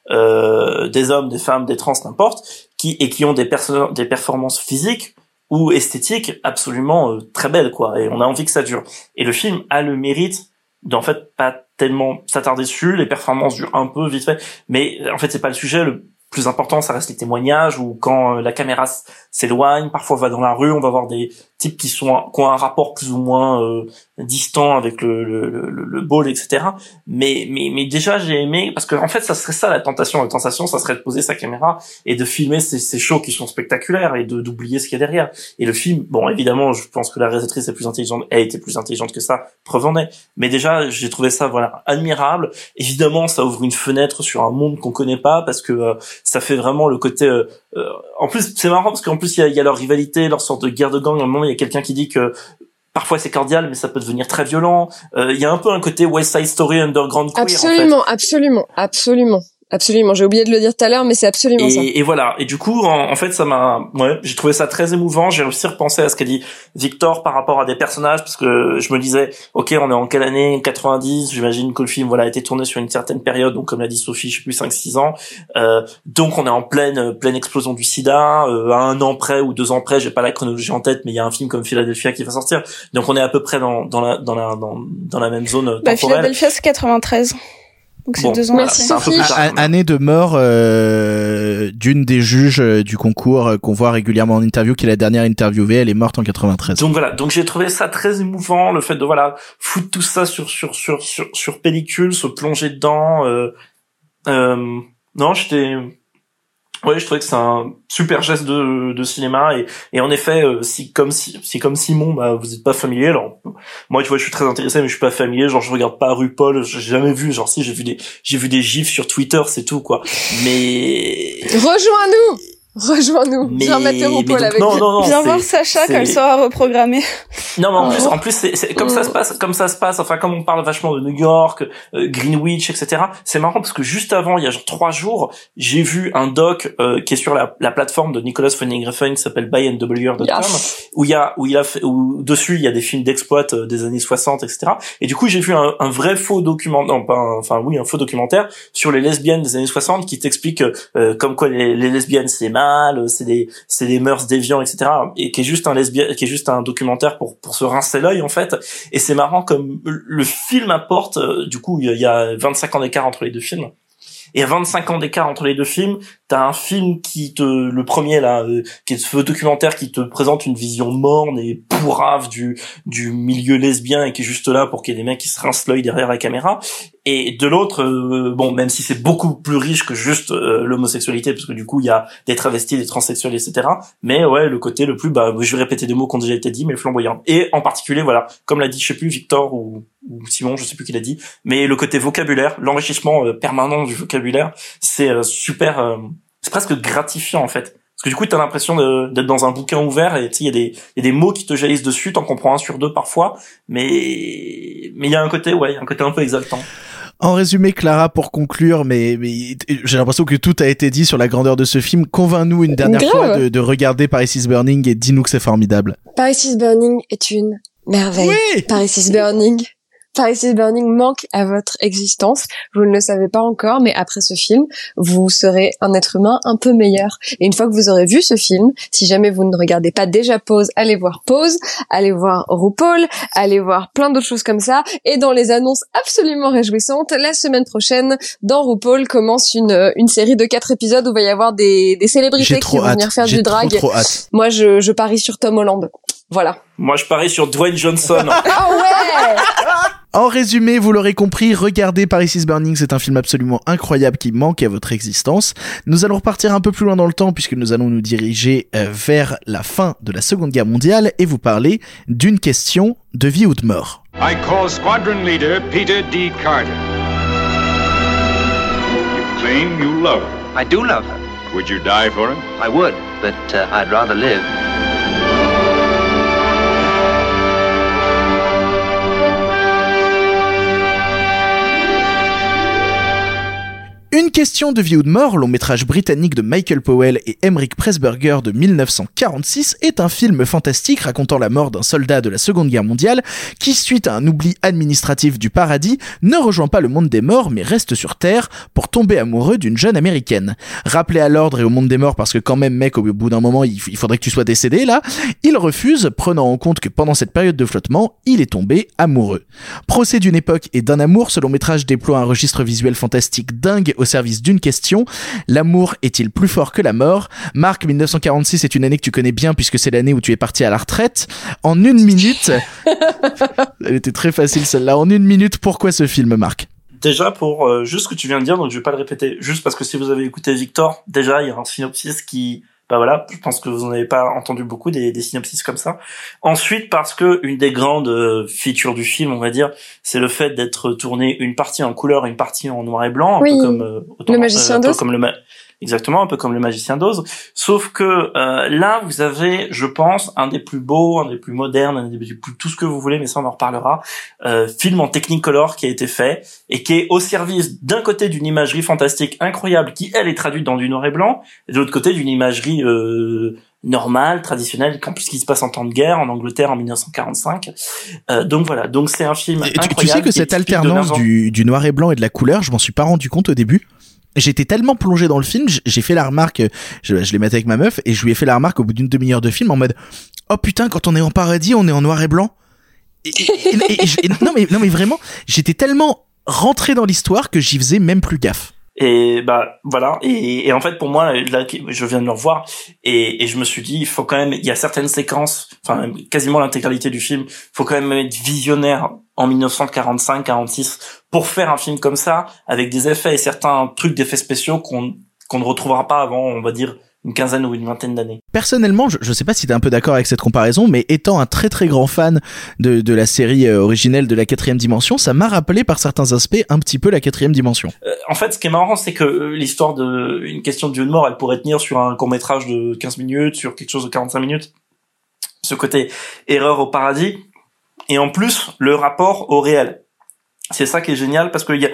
euh, des hommes, des femmes, des trans, n'importe, qui et qui ont des perso- des performances physiques ou esthétiques absolument euh, très belles quoi, et on a envie que ça dure. Et le film a le mérite d'en fait pas tellement s'attarder dessus, les performances durent un peu vite fait, mais en fait c'est pas le sujet. Le plus important, ça reste les témoignages, ou quand euh, la caméra s- s'éloigne, parfois va dans la rue, on va voir des types qui sont qui ont un rapport plus ou moins euh, distant avec le le le, le ball, et cetera. Mais mais mais déjà j'ai aimé, parce que en fait ça serait ça la tentation, la tentation ça serait de poser sa caméra et de filmer ces ces shows qui sont spectaculaires et de d'oublier ce qu'il y a derrière. Et le film, bon évidemment je pense que la réalisatrice est plus intelligente, a été plus intelligente que ça, preuve en est. Mais déjà j'ai trouvé ça voilà admirable. Évidemment ça ouvre une fenêtre sur un monde qu'on connaît pas, parce que euh, ça fait vraiment le côté euh, euh, en plus c'est marrant parce qu'en plus il y a, y a leur rivalité, leur sorte de guerre de gang. À un moment il y a quelqu'un qui dit que parfois c'est cordial mais ça peut devenir très violent. Il euh, y a un peu un côté West Side Story underground queer. Absolument, en fait. absolument, absolument. Absolument, j'ai oublié de le dire tout à l'heure, mais c'est absolument et, ça. Et voilà. Et du coup, en, en fait, ça m'a, ouais, j'ai trouvé ça très émouvant. J'ai aussi repensé à ce qu'a dit Victor par rapport à des personnages, parce que je me disais, ok, on est en quelle année? quatre-vingt-dix. J'imagine que le film, voilà, a été tourné sur une certaine période, donc comme l'a dit Sophie, je sais plus, cinq six ans. Euh, donc on est en pleine, pleine explosion du sida. Euh, à un an près ou deux ans près, j'ai pas la chronologie en tête, mais il y a un film comme Philadelphia qui va sortir. Donc on est à peu près dans, dans la, dans la, dans, dans la même zone temporelle. Bah, Philadelphia, c'est quatre-vingt-treize. Donc c'est bon, deux ans voilà, après. c'est un peu plus tard. Année de mort euh, d'une des juges euh, du concours euh, qu'on voit régulièrement en interview, qui est la dernière interviewée. Elle est morte en quatre-vingt-treize. Donc voilà, donc j'ai trouvé ça très émouvant, le fait de voilà foutre tout ça sur sur sur sur, sur pellicule, se plonger dedans. Euh, euh, non, j'étais Ouais, je trouvais que c'est un super geste de, de cinéma, et, et en effet, euh, si comme si, si comme Simon, bah vous êtes pas familier, alors moi tu vois je suis très intéressé mais je suis pas familier, genre je regarde pas RuPaul, j'ai jamais vu, genre si j'ai vu des j'ai vu des gifs sur Twitter, c'est tout quoi. Mais rejoins-nous. Rejoins-nous. Mais, viens mettre RuPaul avec non, non, non, viens voir Sacha quand elle sera reprogrammée. Non, mais en plus, Oh. en plus, c'est, c'est comme ça se passe, comme ça se passe. Enfin, comme on parle vachement de New York, euh, Greenwich, et cetera. C'est marrant parce que juste avant, il y a genre trois jours, j'ai vu un doc euh, qui est sur la, la plateforme de Nicholas Winding Refn qui s'appelle buy n w r dot com, yes. où il y a, où il a fait, où dessus il y a des films d'exploit euh, des années soixante, et cetera. Et du coup, j'ai vu un, un vrai faux documentaire, non pas, un, enfin oui, un faux documentaire sur les lesbiennes des années soixante qui t'explique euh, comme quoi les, les lesbiennes c'est mal, c'est des, c'est des mœurs déviants, et cetera. Et qui est juste un lesbien, qui est juste un documentaire pour pour se rincer l'œil en fait. Et c'est marrant comme le film apporte, euh, du coup il y a vingt-cinq ans d'écart entre les deux films, et à vingt-cinq ans d'écart entre les deux films, t'as un film qui te, le premier là, euh, qui est ce documentaire qui te présente une vision morne et pourrave du du milieu lesbien et qui est juste là pour qu'il y ait des mecs qui se rincent l'œil derrière la caméra. Et de l'autre, euh, bon, même si c'est beaucoup plus riche que juste euh, l'homosexualité, parce que du coup il y a des travestis, des transsexuels, et cetera. Mais ouais, le côté le plus, bah, je vais répéter des mots qui ont déjà été dit, mais flamboyant. Et en particulier, voilà, comme l'a dit, je sais plus Victor ou, ou Simon, je sais plus qui l'a dit, mais le côté vocabulaire, l'enrichissement euh, permanent du vocabulaire, c'est euh, super, euh, c'est presque gratifiant en fait. Parce que du coup, t'as l'impression de, d'être dans un bouquin ouvert et tu sais, il y a des, il y a des mots qui te jaillissent dessus, t'en comprends un sur deux parfois, mais, mais il y a un côté, ouais, il y a un côté un peu exaltant. En résumé, Clara, pour conclure, mais, mais j'ai l'impression que tout a été dit sur la grandeur de ce film. Convainc-nous une dernière Grave. fois de, de regarder Paris is Burning et dis-nous que c'est formidable. Paris is Burning est une merveille. Oui. Paris is Burning. Paris is Burning manque à votre existence. Vous ne le savez pas encore, mais après ce film, vous serez un être humain un peu meilleur. Et une fois que vous aurez vu ce film, si jamais vous ne regardez pas déjà Pause, allez voir Pause, allez voir RuPaul, allez voir plein d'autres choses comme ça. Et dans les annonces absolument réjouissantes, la semaine prochaine, dans RuPaul, commence une une série de quatre épisodes où il va y avoir des des célébrités qui vont hâte. venir faire J'ai du drag. Trop, trop hâte. Moi, je je parie sur Tom Holland. Voilà. Moi, je parie sur Dwayne Johnson. Ah ouais. En résumé, vous l'aurez compris, regardez Paris is Burning, c'est un film absolument incroyable qui manque à votre existence. Nous allons repartir un peu plus loin dans le temps puisque nous allons nous diriger euh, vers la fin de la Seconde Guerre mondiale et vous parler d'une question de vie ou de mort. I call Squadron Leader Peter D. Carter. You claim you love her. I do love her. Would you die for her? I would, but uh, I'd rather live. Une question de vie ou de mort, long métrage britannique de Michael Powell et Emeric Pressburger de dix-neuf cent quarante-six, est un film fantastique racontant la mort d'un soldat de la Seconde Guerre mondiale qui, suite à un oubli administratif du paradis, ne rejoint pas le monde des morts mais reste sur Terre pour tomber amoureux d'une jeune américaine. Rappelé à l'ordre et au monde des morts parce que quand même mec, au bout d'un moment, il faudrait que tu sois décédé là, il refuse, prenant en compte que pendant cette période de flottement, il est tombé amoureux. Procès d'une époque et d'un amour, ce long métrage déploie un registre visuel fantastique dingue au service d'une question. L'amour est-il plus fort que la mort? Marc, dix-neuf cent quarante-six est une année que tu connais bien puisque c'est l'année où tu es parti à la retraite. En une minute, elle était très facile celle-là. En une minute, pourquoi ce film, Marc? Déjà pour euh, juste ce que tu viens de dire, donc je vais pas le répéter, juste parce que si vous avez écouté Victor, déjà il y a un synopsis qui, bah voilà, je pense que vous en avez pas entendu beaucoup des, des synopsis comme ça. Ensuite, parce que une des grandes euh, features du film, on va dire, c'est le fait d'être tourné une partie en couleur, une partie en noir et blanc, un oui, peu comme euh, autant, le magicien euh, d'Oz. comme le ma- exactement, un peu comme le magicien d'Oz. Sauf que euh, là, vous avez, je pense, un des plus beaux, un des plus modernes, un des plus tout ce que vous voulez, mais ça on en reparlera. Euh, film en Technicolor qui a été fait et qui est au service d'un côté d'une imagerie fantastique incroyable qui elle est traduite dans du noir et blanc, et de l'autre côté d'une imagerie euh, normale, traditionnelle, en plus qui se passe en temps de guerre en Angleterre en dix-neuf cent quarante-cinq. Euh, donc voilà, donc c'est un film tu, incroyable. Tu sais que cette alternance du, du noir et blanc et de la couleur, je m'en suis pas rendu compte au début. J'étais tellement plongé dans le film, j'ai fait la remarque, je, je l'ai maté avec ma meuf, et je lui ai fait la remarque au bout d'une demi-heure de film en mode « Oh putain, quand on est en paradis, on est en noir et blanc !» et, et, et, et, et, non, mais, non mais vraiment, j'étais tellement rentré dans l'histoire que j'y faisais même plus gaffe. Et bah voilà, et, et en fait pour moi là je viens de le revoir et, et je me suis dit il faut quand même, il y a certaines séquences, enfin quasiment l'intégralité du film, il faut quand même être visionnaire en dix-neuf cent quarante-cinq quarante-six pour faire un film comme ça avec des effets et certains trucs d'effets spéciaux qu'on qu'on ne retrouvera pas avant, on va dire, une quinzaine ou une vingtaine d'années. Personnellement, je, je sais pas si t'es un peu d'accord avec cette comparaison, mais étant un très très grand fan de, de la série euh, originelle de la quatrième dimension, ça m'a rappelé par certains aspects un petit peu la quatrième dimension. Euh, en fait, ce qui est marrant, c'est que euh, l'histoire de une question de vie ou de mort, elle pourrait tenir sur un court-métrage de quinze minutes, sur quelque chose de quarante-cinq minutes. Ce côté erreur au paradis. Et en plus, le rapport au réel. C'est ça qui est génial parce qu'il y a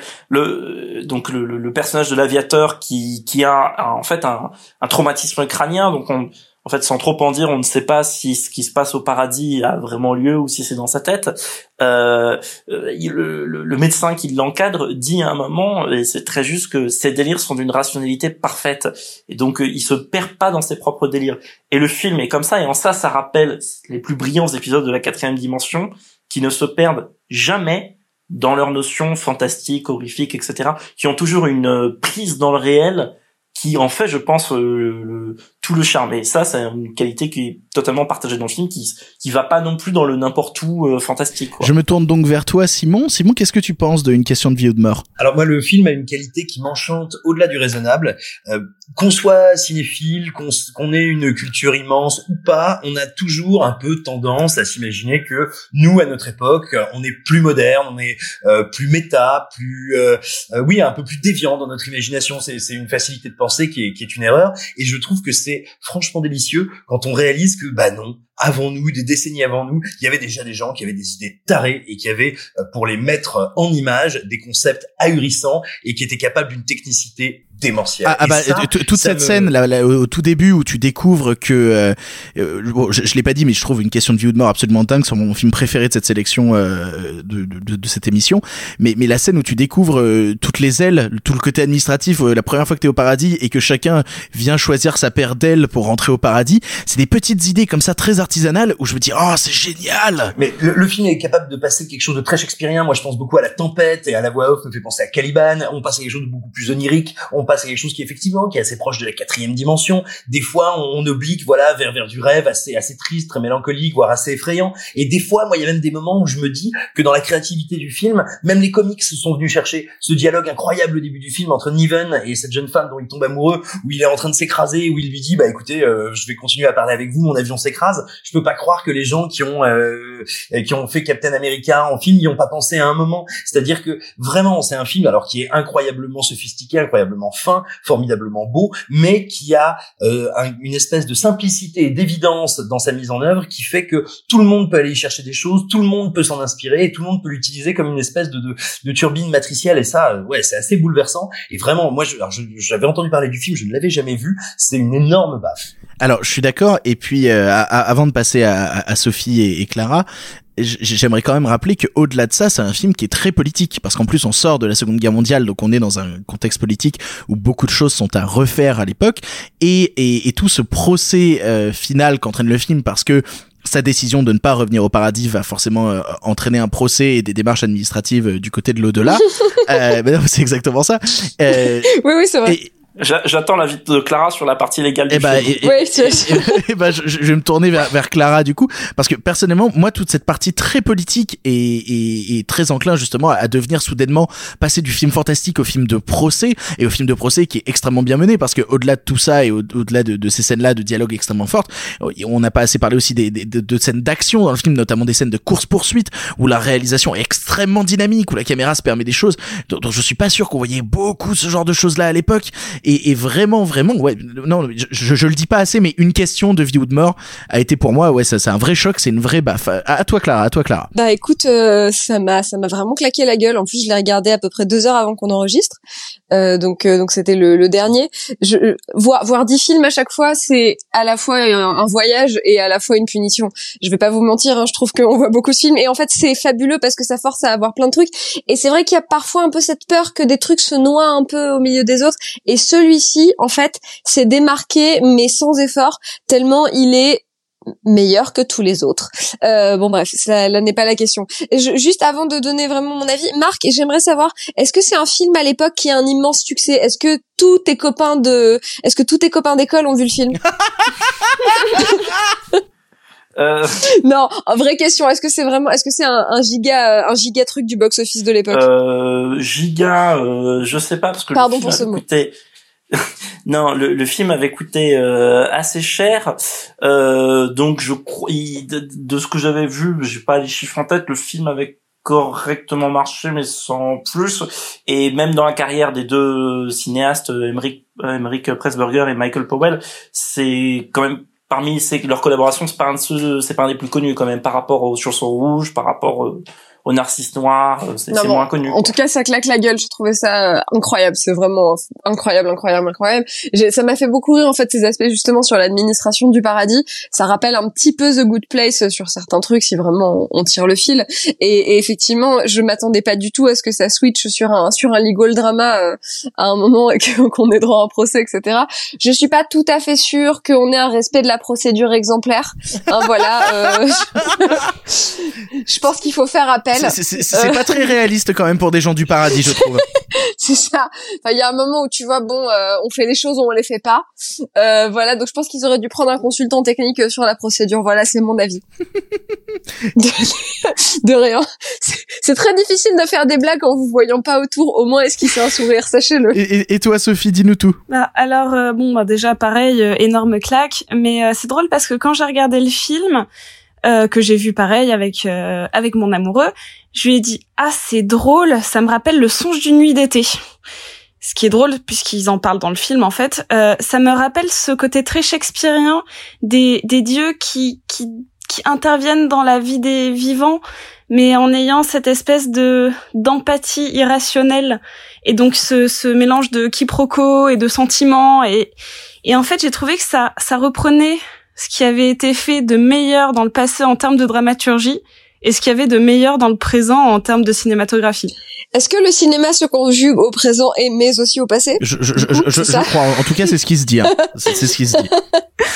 le donc le, le, le personnage de l'aviateur qui qui a un, en fait un, un traumatisme crânien, donc on, en fait sans trop en dire, on ne sait pas si ce qui se passe au paradis a vraiment lieu ou si c'est dans sa tête. Euh, le, le, le médecin qui l'encadre dit à un moment, et c'est très juste, que ses délires sont d'une rationalité parfaite et donc il se perd pas dans ses propres délires. Et le film est comme ça, et en ça ça rappelle les plus brillants épisodes de la quatrième dimension qui ne se perdent jamais dans leurs notions fantastiques, horrifiques, et cetera, qui ont toujours une prise dans le réel qui en fait, je pense, euh, le, tout le charme. Et ça, c'est une qualité qui est totalement partagée dans le film, qui qui va pas non plus dans le n'importe où euh, fantastique, quoi. Je me tourne donc vers toi, Simon. Simon, qu'est-ce que tu penses de Une question de vie ou de mort? Alors moi, le film a une qualité qui m'enchante au-delà du raisonnable. Euh, qu'on soit cinéphile, qu'on, qu'on ait une culture immense ou pas, on a toujours un peu tendance à s'imaginer que nous, à notre époque, on est plus moderne, on est euh, plus méta, plus euh, euh, oui, un peu plus déviant dans notre imagination. C'est, c'est une facilité de pensée qui est, qui est une erreur. Et je trouve que c'est franchement délicieux quand on réalise que bah non, avant nous, des décennies avant nous, il y avait déjà des gens qui avaient des idées tarées et qui avaient, pour les mettre en image, des concepts ahurissants et qui étaient capables d'une technicité démentielle. Ah, ah bah, ça, toute cette me... scène là, là, au tout début où tu découvres que euh, euh, bon, je, je l'ai pas dit, mais je trouve Une question de vie ou de mort absolument dingue, c'est mon film préféré de cette sélection euh, de, de, de cette émission. Mais, mais la scène où tu découvres euh, toutes les ailes, tout le côté administratif, euh, la première fois que t'es au paradis et que chacun vient choisir sa paire d'ailes pour rentrer au paradis, c'est des petites idées comme ça très artisanales où je me dis oh c'est génial. Mais le, le film est capable de passer quelque chose de très shakespearien. Moi je pense beaucoup à La Tempête et à la voix off me fait penser à Caliban. On passe à quelque chose de beaucoup plus onirique. On passe à quelque chose qui effectivement qui est assez proche de la quatrième dimension. Des fois, on, on oblique voilà vers vers du rêve assez assez triste, très mélancolique, voire assez effrayant. Et des fois, moi, il y a même des moments où je me dis que dans la créativité du film, même les comics se sont venus chercher ce dialogue incroyable au début du film entre Niven et cette jeune femme dont il tombe amoureux, où il est en train de s'écraser, où il lui dit bah écoutez, euh, je vais continuer à parler avec vous, mon avion s'écrase. Je peux pas croire que les gens qui ont euh, qui ont fait Captain America en film y ont pas pensé à un moment. C'est-à-dire que vraiment, c'est un film alors qui est incroyablement sophistiqué, incroyablement fin, formidablement beau, mais qui a euh, un, une espèce de simplicité et d'évidence dans sa mise en œuvre qui fait que tout le monde peut aller y chercher des choses, tout le monde peut s'en inspirer et tout le monde peut l'utiliser comme une espèce de, de, de turbine matricielle. Et ça, euh, ouais, c'est assez bouleversant. Et vraiment, moi, je, alors je, j'avais entendu parler du film, je ne l'avais jamais vu. C'est une énorme baffe. Alors, je suis d'accord. Et puis, euh, à, à, avant de passer à, à, à Sophie et, et Clara, j'aimerais quand même rappeler que au-delà de ça, c'est un film qui est très politique parce qu'en plus on sort de la Seconde Guerre mondiale, donc on est dans un contexte politique où beaucoup de choses sont à refaire à l'époque et et, et tout ce procès euh, final qu'entraîne le film parce que sa décision de ne pas revenir au paradis va forcément euh, entraîner un procès et des démarches administratives euh, du côté de l'au-delà. euh, ben non, c'est exactement ça. Euh, oui, oui, c'est vrai. Et, J'attends l'avis de Clara sur la partie légale du et bah, film. Et, oui, c'est et, et bah, je, je vais me tourner vers, vers Clara du coup, parce que personnellement, moi, toute cette partie très politique et, et, et très enclin justement à devenir soudainement passer du film fantastique au film de procès et au film de procès qui est extrêmement bien mené, parce que au-delà de tout ça et au, au-delà de, de ces scènes-là de dialogue extrêmement fortes, on n'a pas assez parlé aussi des, des de, de scènes d'action dans le film, notamment des scènes de course-poursuite où la réalisation est extrêmement dynamique, où la caméra se permet des choses dont, dont je suis pas sûr qu'on voyait beaucoup ce genre de choses-là à l'époque, et, et vraiment vraiment ouais non je, je, je le dis pas assez, mais Une question de vie ou de mort a été pour moi ouais ça c'est un vrai choc, c'est une vraie baffe. À, à toi Clara, à toi Clara. Bah écoute, euh, ça m'a ça m'a vraiment claqué la gueule. En plus je l'ai regardé à peu près deux heures avant qu'on enregistre, euh, donc euh, donc c'était le, le dernier. Je, voir voir dix films à chaque fois, c'est à la fois un, un voyage et à la fois une punition. Je vais pas vous mentir, hein, je trouve qu'on voit beaucoup de films et en fait c'est fabuleux parce que ça force à avoir plein de trucs. Et c'est vrai qu'il y a parfois un peu cette peur que des trucs se noient un peu au milieu des autres. Et celui-ci en fait, c'est démarqué, mais sans effort, tellement il est meilleur que tous les autres. Euh, bon bref, ça là n'est pas la question. Je, juste avant de donner vraiment mon avis, Marc, j'aimerais savoir, est-ce que c'est un film à l'époque qui a un immense succès? Est-ce que tous tes copains de, est-ce que tous tes copains d'école ont vu le film? Euh... Non, vraie question. Est-ce que c'est vraiment, est-ce que c'est un, un giga, un giga truc du box-office de l'époque? Euh, giga, euh, je sais pas parce que pardon le pour ce mot. Coûté... non, le, le film avait coûté euh, assez cher, euh, donc je crois, de, de ce que j'avais vu, j'ai pas les chiffres en tête, le film avait correctement marché, mais sans plus. Et même dans la carrière des deux cinéastes, Emmerich, Emmerich Pressburger et Michael Powell, c'est quand même parmi ces, leurs collaborations, c'est pas un de ceux, c'est pas un des plus connus quand même par rapport au Sursaut Rouge, par rapport au, au Narcisse Noir, c'est, non, c'est bon, moins connu. En tout cas, ça claque la gueule. J'ai trouvé ça euh, incroyable. C'est vraiment incroyable, incroyable, incroyable. J'ai, ça m'a fait beaucoup rire en fait ces aspects justement sur l'administration du paradis. Ça rappelle un petit peu The Good Place sur certains trucs si vraiment on tire le fil. Et, et effectivement, je m'attendais pas du tout à ce que ça switch sur un sur un legal drama euh, à un moment et qu'on ait droit à un procès, et cetera. Je suis pas tout à fait sûre qu'on ait un respect de la procédure exemplaire. Hein, voilà. Euh, je, je pense qu'il faut faire appel. C'est, c'est, c'est, c'est pas très réaliste quand même pour des gens du paradis, je trouve. C'est ça. Enfin, il y a un moment où tu vois, bon, euh, on fait les choses ou on les fait pas. Euh, voilà, donc je pense qu'ils auraient dû prendre un consultant technique sur la procédure. Voilà, c'est mon avis. de, de rien. C'est, c'est très difficile de faire des blagues en vous voyant pas autour. Au moins, esquisser un sourire, sachez-le. Et, et, et toi, Sophie, dis-nous tout. Bah, alors, euh, bon, bah, déjà, pareil, euh, énorme claque. Mais euh, c'est drôle parce que quand j'ai regardé le film, Euh, que j'ai vu pareil avec euh, avec mon amoureux, je lui ai dit ah c'est drôle, ça me rappelle Le Songe d'une nuit d'été. Ce qui est drôle puisqu'ils en parlent dans le film en fait, euh, ça me rappelle ce côté très shakespearien des des dieux qui qui qui interviennent dans la vie des vivants, mais en ayant cette espèce de d'empathie irrationnelle et donc ce ce mélange de quiproquos et de sentiments et et en fait j'ai trouvé que ça ça reprenait ce qui avait été fait de meilleur dans le passé en termes de dramaturgie et ce qu'il y avait de meilleur dans le présent en termes de cinématographie. Est-ce que le cinéma se conjugue au présent et mais aussi au passé? Je, je, je, je, je, je crois. En tout cas, c'est ce qui se dit. Hein. C'est, c'est ce qui se dit.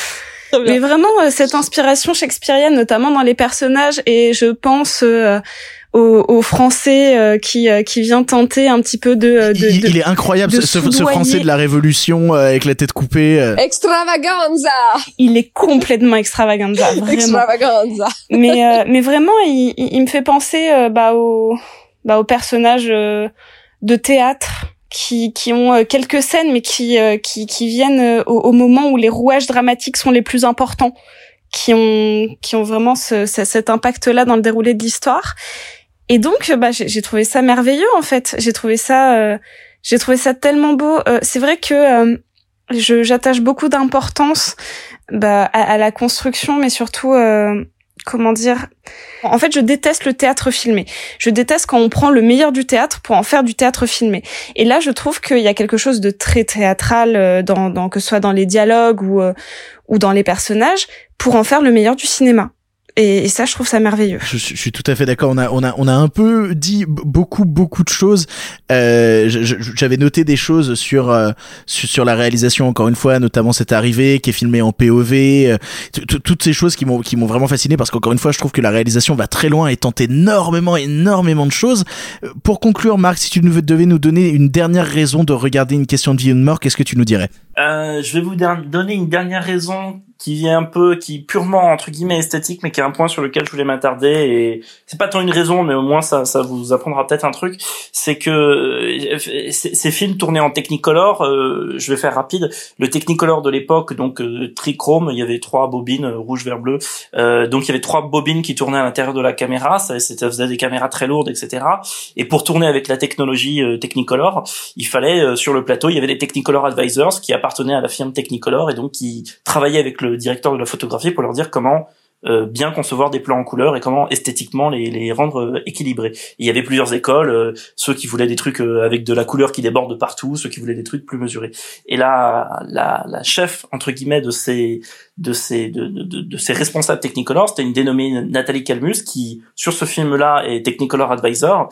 Mais vraiment, euh, cette inspiration shakespearienne, notamment dans les personnages, et je pense euh, au, au français euh, qui euh, qui vient tenter un petit peu de. de il, de, il est incroyable, ce, ce français de la Révolution euh, avec la tête coupée. Euh. Extravaganza. Il est complètement extravaganza, vraiment. Extravaganza. mais euh, mais vraiment, il, il, il me fait penser euh, bah au bah aux personnages euh, de théâtre. qui qui ont euh, quelques scènes mais qui euh, qui qui viennent euh, au, au moment où les rouages dramatiques sont les plus importants, qui ont qui ont vraiment ce, ce, cet impact là dans le déroulé de l'histoire. Et donc bah j'ai, j'ai trouvé ça merveilleux en fait. J'ai trouvé ça euh, j'ai trouvé ça tellement beau. Euh, c'est vrai que euh, je j'attache beaucoup d'importance bah à, à la construction, mais surtout euh, comment dire, en fait je déteste le théâtre filmé. Je déteste quand on prend le meilleur du théâtre pour en faire du théâtre filmé. Et là je trouve qu'il y a quelque chose de très théâtral dans, dans que ce soit dans les dialogues ou euh, ou dans les personnages pour en faire le meilleur du cinéma. Et, et ça, je trouve ça merveilleux. Je, je suis tout à fait d'accord. On a, on a, on a un peu dit beaucoup, beaucoup de choses. Euh, j'avais noté des choses sur, euh, sur, sur la réalisation. Encore une fois, notamment cette arrivée qui est filmée en P O V. Euh, toutes ces choses qui m'ont, qui m'ont vraiment fasciné parce qu'encore une fois, je trouve que la réalisation va très loin et tente énormément, énormément de choses. Pour conclure, Marc, si tu devais nous donner une dernière raison de regarder Une question de vie ou de mort, qu'est-ce que tu nous dirais? Euh, je vais vous donner une dernière raison qui vient un peu, qui est purement entre guillemets esthétique, mais qui est un point sur lequel je voulais m'attarder, et c'est pas tant une raison, mais au moins ça, ça vous apprendra peut-être un truc. C'est que ces, ces films tournés en Technicolor, euh, je vais faire rapide. Le Technicolor de l'époque, donc euh, trichrome, il y avait trois bobines euh, rouge, vert, bleu. Euh, donc il y avait trois bobines qui tournaient à l'intérieur de la caméra. Ça, ça faisait des caméras très lourdes, et cetera. Et pour tourner avec la technologie euh, Technicolor, il fallait euh, sur le plateau, il y avait des Technicolor Advisors qui appartenaient à la firme Technicolor et donc qui travaillaient avec le directeur de la photographie pour leur dire comment euh, bien concevoir des plans en couleur et comment esthétiquement les, les rendre euh, équilibrés. Et il y avait plusieurs écoles, euh, ceux qui voulaient des trucs euh, avec de la couleur qui déborde de partout, ceux qui voulaient des trucs plus mesurés. Et là, la, la chef entre guillemets de ces de ces de, de, de ces responsables Technicolor, c'était une dénommée Nathalie Kalmus qui sur ce film-là est Technicolor Advisor.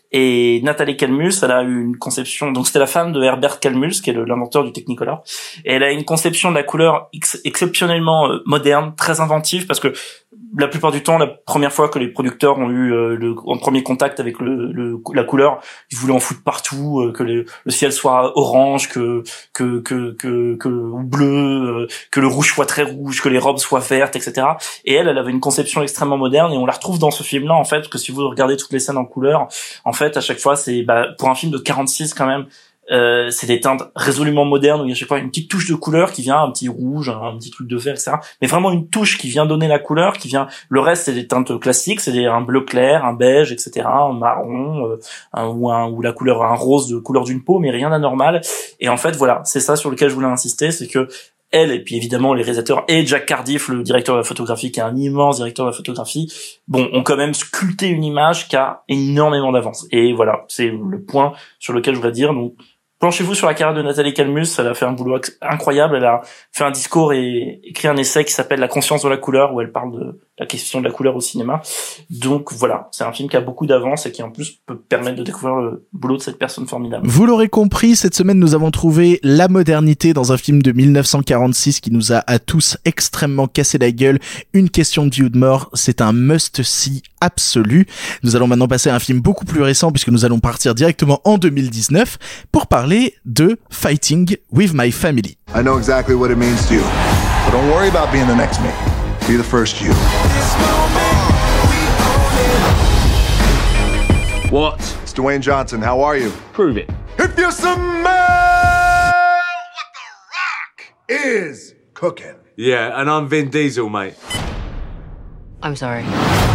Et Nathalie Kalmus, elle a eu une conception, donc c'était la femme de Herbert Kalmus, qui est le, l'inventeur du Technicolor, et elle a une conception de la couleur ex- exceptionnellement euh, moderne, très inventive, parce que la plupart du temps, la première fois que les producteurs ont eu euh, le en premier contact avec le, le la couleur, ils voulaient en foutre partout, euh, que le, le ciel soit orange, que que que que, que ou bleu, euh, que le rouge soit très rouge, que les robes soient vertes, et cetera. Et elle, elle avait une conception extrêmement moderne, et on la retrouve dans ce film-là en fait, parce que si vous regardez toutes les scènes en couleur, en fait à chaque fois c'est bah pour un film de quarante-six quand même, euh, c'est des teintes résolument modernes où il y a à chaque fois une petite touche de couleur qui vient, un petit rouge, un, un petit truc de vert, et cetera. Mais vraiment une touche qui vient donner la couleur, qui vient. Le reste c'est des teintes classiques, c'est des, un bleu clair, un beige, et cetera, un marron, euh, un, ou un ou la couleur un rose de couleur d'une peau, mais rien d'anormal. Et en fait voilà, c'est ça sur lequel je voulais insister, c'est que elle, et puis évidemment les réalisateurs, et Jack Cardiff, le directeur de la photographie, qui est un immense directeur de la photographie, bon, ont quand même sculpté une image qui a énormément d'avance. Et voilà, c'est le point sur lequel je voudrais dire. Donc, planchez-vous sur la carrière de Nathalie Kalmus, elle a fait un boulot incroyable, elle a fait un discours et écrit un essai qui s'appelle La conscience de la couleur, où elle parle de la question de la couleur au cinéma. Donc voilà, c'est un film qui a beaucoup d'avance et qui en plus peut permettre de découvrir le boulot de cette personne formidable. Vous l'aurez compris, cette semaine nous avons trouvé la modernité dans un film de dix-neuf cent quarante-six qui nous a à tous extrêmement cassé la gueule. Une question de vie ou de mort, c'est un must-see absolu. Nous allons maintenant passer à un film beaucoup plus récent puisque nous allons partir directement en deux mille dix-neuf pour parler de Fighting with My Family. I know exactly what it means to you. But don't worry about being the next me. Be the first you. What? It's Dwayne Johnson. How are you? Prove it. If you smell what the Rock is cooking. Yeah, and I'm Vin Diesel, mate. I'm sorry.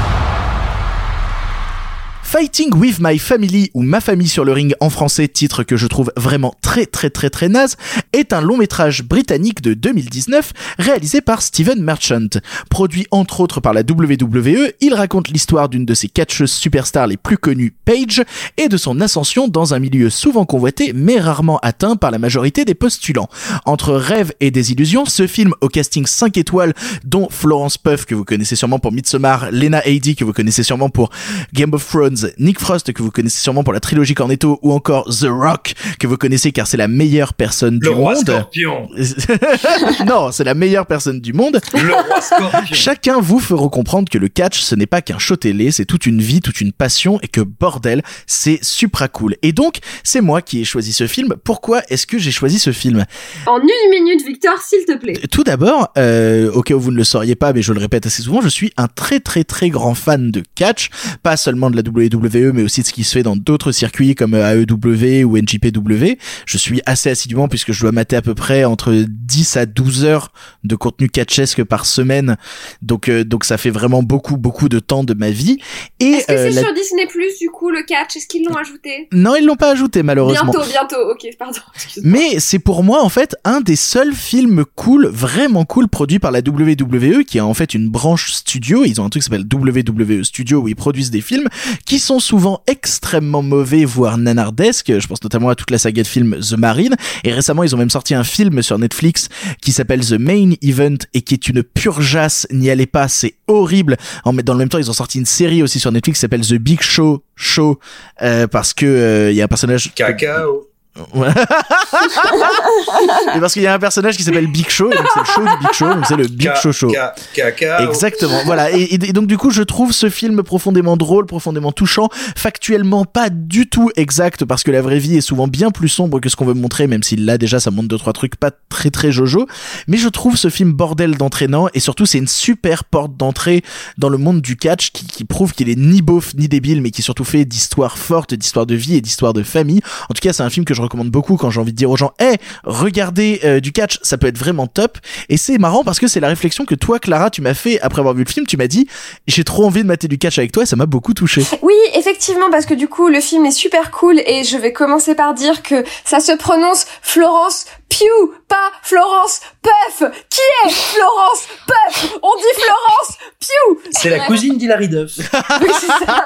Fighting with My Family, ou Ma famille sur le ring en français, titre que je trouve vraiment très très très très naze, est un long métrage britannique de deux mille dix-neuf réalisé par Steven Merchant. Produit entre autres par la W W E, il raconte l'histoire d'une de ses catcheuses superstars les plus connues, Paige, et de son ascension dans un milieu souvent convoité mais rarement atteint par la majorité des postulants. Entre rêves et désillusions, ce film au casting cinq étoiles, dont Florence Pugh que vous connaissez sûrement pour Midsommar, Lena Headey que vous connaissez sûrement pour Game of Thrones Jones, Nick Frost que vous connaissez sûrement pour la trilogie Cornetto, ou encore The Rock que vous connaissez car c'est la meilleure personne le du roi monde. Scorpion. Non, c'est la meilleure personne du monde. Le roi Scorpion. Chacun vous fera comprendre que le catch ce n'est pas qu'un show télé, c'est toute une vie, toute une passion, et que bordel, c'est supra cool. Et donc, c'est moi qui ai choisi ce film. Pourquoi est-ce que j'ai choisi ce film ? En une minute, Victor, s'il te plaît. Tout d'abord, euh, au cas où vous ne le sauriez pas, mais je le répète assez souvent, je suis un très très très grand fan de catch, pas seulement de la W W E, mais aussi de ce qui se fait dans d'autres circuits comme A E W ou N J P W. Je suis assez assidûment puisque je dois mater à peu près entre dix à douze heures de contenu catchesque par semaine, donc euh, donc ça fait vraiment beaucoup beaucoup de temps de ma vie. Et est-ce que euh, c'est la... sur Disney Plus du coup le catch? Est-ce qu'ils l'ont ajouté? Non, ils l'ont pas ajouté malheureusement. Bientôt, bientôt. Ok, pardon. Excuse-moi. Mais c'est pour moi en fait un des seuls films cool, vraiment cool, produits par la W W E, qui est en fait une branche studio. Ils ont un truc qui s'appelle W W E Studio où ils produisent des films qui sont souvent extrêmement mauvais, voire nanardesques. Je pense notamment à toute la saga de films The Marine. Et récemment, ils ont même sorti un film sur Netflix qui s'appelle The Main Event et qui est une purgeasse. N'y allez pas, c'est horrible. En, dans le même temps, ils ont sorti une série aussi sur Netflix qui s'appelle The Big Show Show euh, parce que il euh, y a un personnage cacao. Ouais. Et parce qu'il y a un personnage qui s'appelle Big Show, et donc c'est le show du Big Show, donc c'est le Big Show Show. Cacao. Exactement. Voilà. Et, et donc du coup, je trouve ce film profondément drôle, profondément touchant, factuellement pas du tout exact, parce que la vraie vie est souvent bien plus sombre que ce qu'on veut montrer, même si là déjà ça montre deux trois trucs pas très très jojo. Mais je trouve ce film bordel d'entraînant, et surtout c'est une super porte d'entrée dans le monde du catch qui, qui prouve qu'il est ni beauf ni débile, mais qui est surtout fait d'histoires fortes, d'histoires de vie et d'histoires de famille. En tout cas, c'est un film que je recommande beaucoup quand j'ai envie de dire aux gens hey, regardez euh, du catch, ça peut être vraiment top. Et c'est marrant parce que c'est la réflexion que toi Clara tu m'as fait après avoir vu le film. Tu m'as dit j'ai trop envie de mater du catch avec toi, et ça m'a beaucoup touché. Oui, effectivement, parce que du coup le film est super cool, et je vais commencer par dire que ça se prononce Florence Pugh, pas Florence Puff. Qui est Florence Puff? On dit Florence Pugh. C'est la cousine d'Hilary Duff. Oui, c'est ça.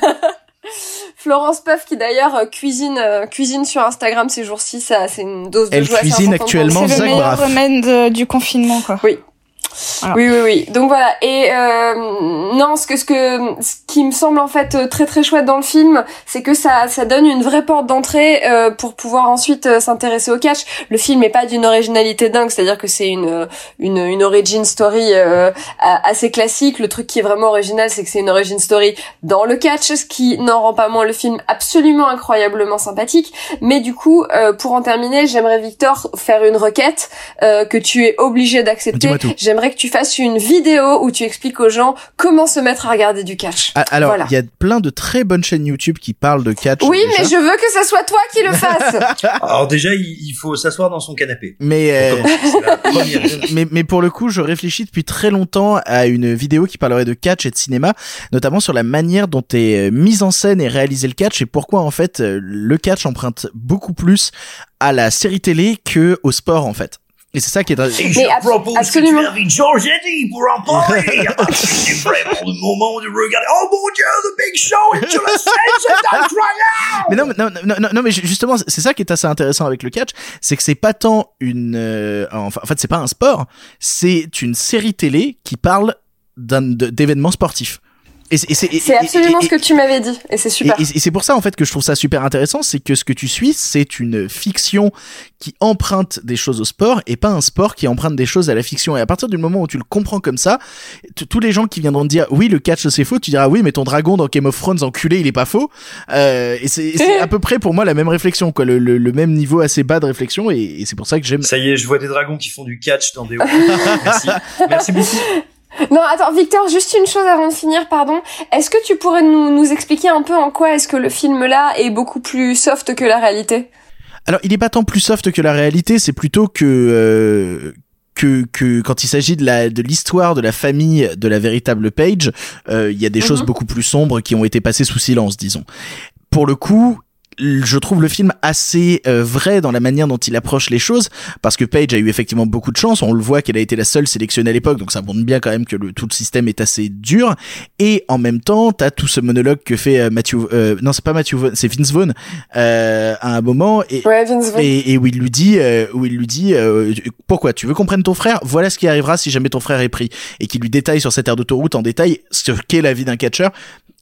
Florence Puff qui d'ailleurs euh, cuisine euh, cuisine sur Instagram ces jours-ci, ça c'est une dose de Elle joie. Elle cuisine actuellement c'est le Zach meilleur Braff. remède de, du confinement quoi. Oui. Voilà. Oui, oui, oui. Donc voilà. Et euh, non, ce que ce que ce qui me semble en fait très très chouette dans le film, c'est que ça ça donne une vraie porte d'entrée euh, pour pouvoir ensuite euh, s'intéresser au catch. Le film est pas d'une originalité dingue, c'est-à-dire que c'est une une une origin story euh, assez classique. Le truc qui est vraiment original, c'est que c'est une origin story dans le catch, ce qui n'en rend pas moins le film absolument incroyablement sympathique. Mais du coup, euh, pour en terminer, j'aimerais Victor faire une requête euh, que tu es obligé d'accepter. J'aimerais que tu fasses une vidéo où tu expliques aux gens comment se mettre à regarder du catch. Alors, il voilà. y a plein de très bonnes chaînes YouTube qui parlent de catch. Oui, déjà. mais je veux que ça soit toi qui le fasses. Alors déjà, il faut s'asseoir dans son canapé. Mais, euh... c'est la première. mais, mais pour le coup, je réfléchis depuis très longtemps à une vidéo qui parlerait de catch et de cinéma, notamment sur la manière dont est mise en scène et réalisé le catch, et pourquoi en fait le catch emprunte beaucoup plus à la série télé que au sport en fait. Et c'est ça qui est... Et je ab- propose absolument. que tu invites Georgetti pour en parler. C'est vraiment le moment de regarder. Oh mon Dieu, The Big Show est sur la scène, c'est incroyable. Mais non, non, non, non, non, mais justement, c'est ça qui est assez intéressant avec le catch, c'est que c'est pas tant une... Euh, enfin, en fait, c'est pas un sport, c'est une série télé qui parle d'un, d'événements sportifs. Et c'est, et c'est, et, c'est absolument et, et, ce que tu m'avais dit, et c'est super. Et, et, et c'est pour ça en fait que je trouve ça super intéressant, c'est que ce que tu suis, c'est une fiction qui emprunte des choses au sport, et pas un sport qui emprunte des choses à la fiction. Et à partir du moment où tu le comprends comme ça, t- tous les gens qui viendront te dire oui le catch c'est faux, tu diras oui mais ton dragon dans Game of Thrones enculé il est pas faux. Euh, et c'est, et c'est à peu près pour moi la même réflexion, quoi, le, le, le même niveau assez bas de réflexion, et, et c'est pour ça que j'aime. Ça y est, je vois des dragons qui font du catch dans des. Merci, merci beaucoup. Non, attends, Victor, juste une chose avant de finir, pardon. Est-ce que tu pourrais nous, nous expliquer un peu en quoi est-ce que le film-là est beaucoup plus soft que la réalité? Alors, il est pas tant plus soft que la réalité, c'est plutôt que... Euh... que que quand il s'agit de la de l'histoire de la famille de la véritable Paige, euh, il y a des mm-hmm. choses beaucoup plus sombres qui ont été passées sous silence, disons. Pour le coup, je trouve le film assez euh, vrai dans la manière dont il approche les choses, parce que Paige a eu effectivement beaucoup de chance, on le voit qu'elle a été la seule sélectionnée à l'époque, donc ça montre bien quand même que le, tout le système est assez dur, et en même temps t'as tout ce monologue que fait euh, Matthew euh, non c'est pas Matthew Vaughn, c'est Vince Vaughn euh, à un moment, et, ouais, Vince Vaughn. et, et où il lui dit euh, où il lui dit euh, pourquoi tu veux qu'on prenne ton frère, voilà ce qui arrivera si jamais ton frère est pris, et qui lui détaille sur cette aire d'autoroute en détail ce qu'est la vie d'un catcheur.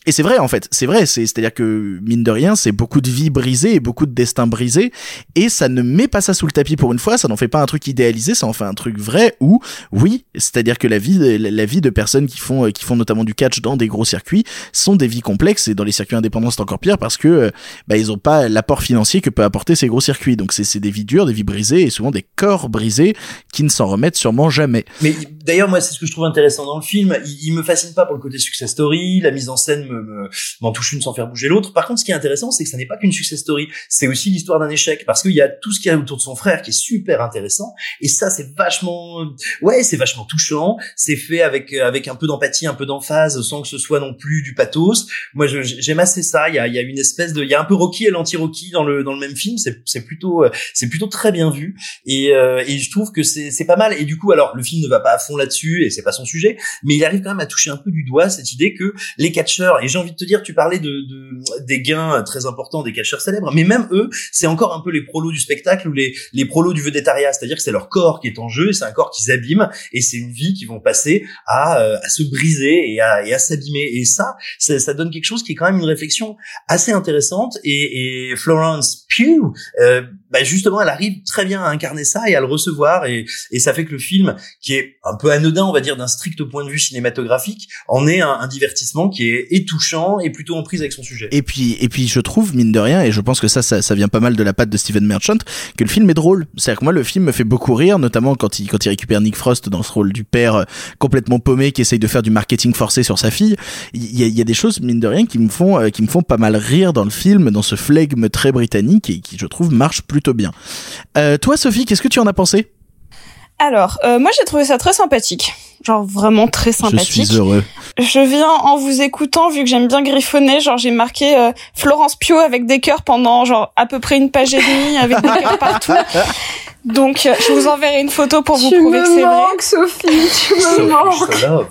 Et c'est vrai, en fait, c'est vrai, c'est, c'est-à-dire que, mine de rien, c'est beaucoup de vies brisées et beaucoup de destins brisés, et ça ne met pas ça sous le tapis pour une fois, ça n'en fait pas un truc idéalisé, ça en fait un truc vrai où, oui, c'est-à-dire que la vie, la, la vie de personnes qui font, qui font notamment du catch dans des gros circuits sont des vies complexes, et dans les circuits indépendants c'est encore pire parce que, bah, ils ont pas l'apport financier que peut apporter ces gros circuits, donc c'est, c'est des vies dures, des vies brisées, et souvent des corps brisés qui ne s'en remettent sûrement jamais. Mais d'ailleurs, moi, c'est ce que je trouve intéressant dans le film, il, il me fascine pas pour le côté success story, la mise en scène me Me, m'en touche une sans faire bouger l'autre. Par contre, ce qui est intéressant, c'est que ça n'est pas qu'une success story, c'est aussi l'histoire d'un échec, parce qu'il y a tout ce qu'il y a autour de son frère qui est super intéressant, et ça, c'est vachement, ouais, c'est vachement touchant, c'est fait avec avec un peu d'empathie, un peu d'emphase, sans que ce soit non plus du pathos. Moi, je, j'aime assez ça. Il y a il y a une espèce de, il y a un peu Rocky et l'anti-Rocky dans le dans le même film. C'est c'est plutôt c'est plutôt très bien vu, et euh, et je trouve que c'est c'est pas mal. Et du coup, alors le film ne va pas à fond là-dessus, et c'est pas son sujet, mais il arrive quand même à toucher un peu du doigt cette idée que les catcheurs, et j'ai envie de te dire, tu parlais de, de des gains très importants des catcheurs célèbres, mais même eux, c'est encore un peu les prolos du spectacle ou les les prolos du vedettariat, c'est-à-dire que c'est leur corps qui est en jeu, et c'est un corps qu'ils abîment, et c'est une vie qu'ils vont passer à euh, à se briser et à et à s'abîmer, et ça, ça ça donne quelque chose qui est quand même une réflexion assez intéressante, et, et Florence Pugh, euh, bah justement, elle arrive très bien à incarner ça et à le recevoir, et et ça fait que le film, qui est un peu anodin, on va dire, d'un strict point de vue cinématographique, en est un, un divertissement qui est, est touchant et plutôt en prise avec son sujet. Et puis, et puis, je trouve, mine de rien, et je pense que ça, ça, ça vient pas mal de la patte de Stephen Merchant, que le film est drôle. C'est-à-dire que moi, le film me fait beaucoup rire, notamment quand il, quand il récupère Nick Frost dans ce rôle du père euh, complètement paumé qui essaye de faire du marketing forcé sur sa fille. Il y a, il y a des choses, mine de rien, qui me font, euh, qui me font pas mal rire dans le film, dans ce flegme très britannique et qui, je trouve, marche plutôt bien. Euh, toi, Sophie, qu'est-ce que tu en as pensé? Alors, euh, moi j'ai trouvé ça très sympathique, genre vraiment très sympathique. Je suis heureux. Je viens en vous écoutant, vu que j'aime bien griffonner, genre j'ai marqué euh, Florence Pugh avec des cœurs pendant genre à peu près une page et demie, avec des cœurs partout. Donc euh, je vous enverrai une photo pour vous tu prouver que c'est vrai. Tu me manques, Sophie, tu me manques.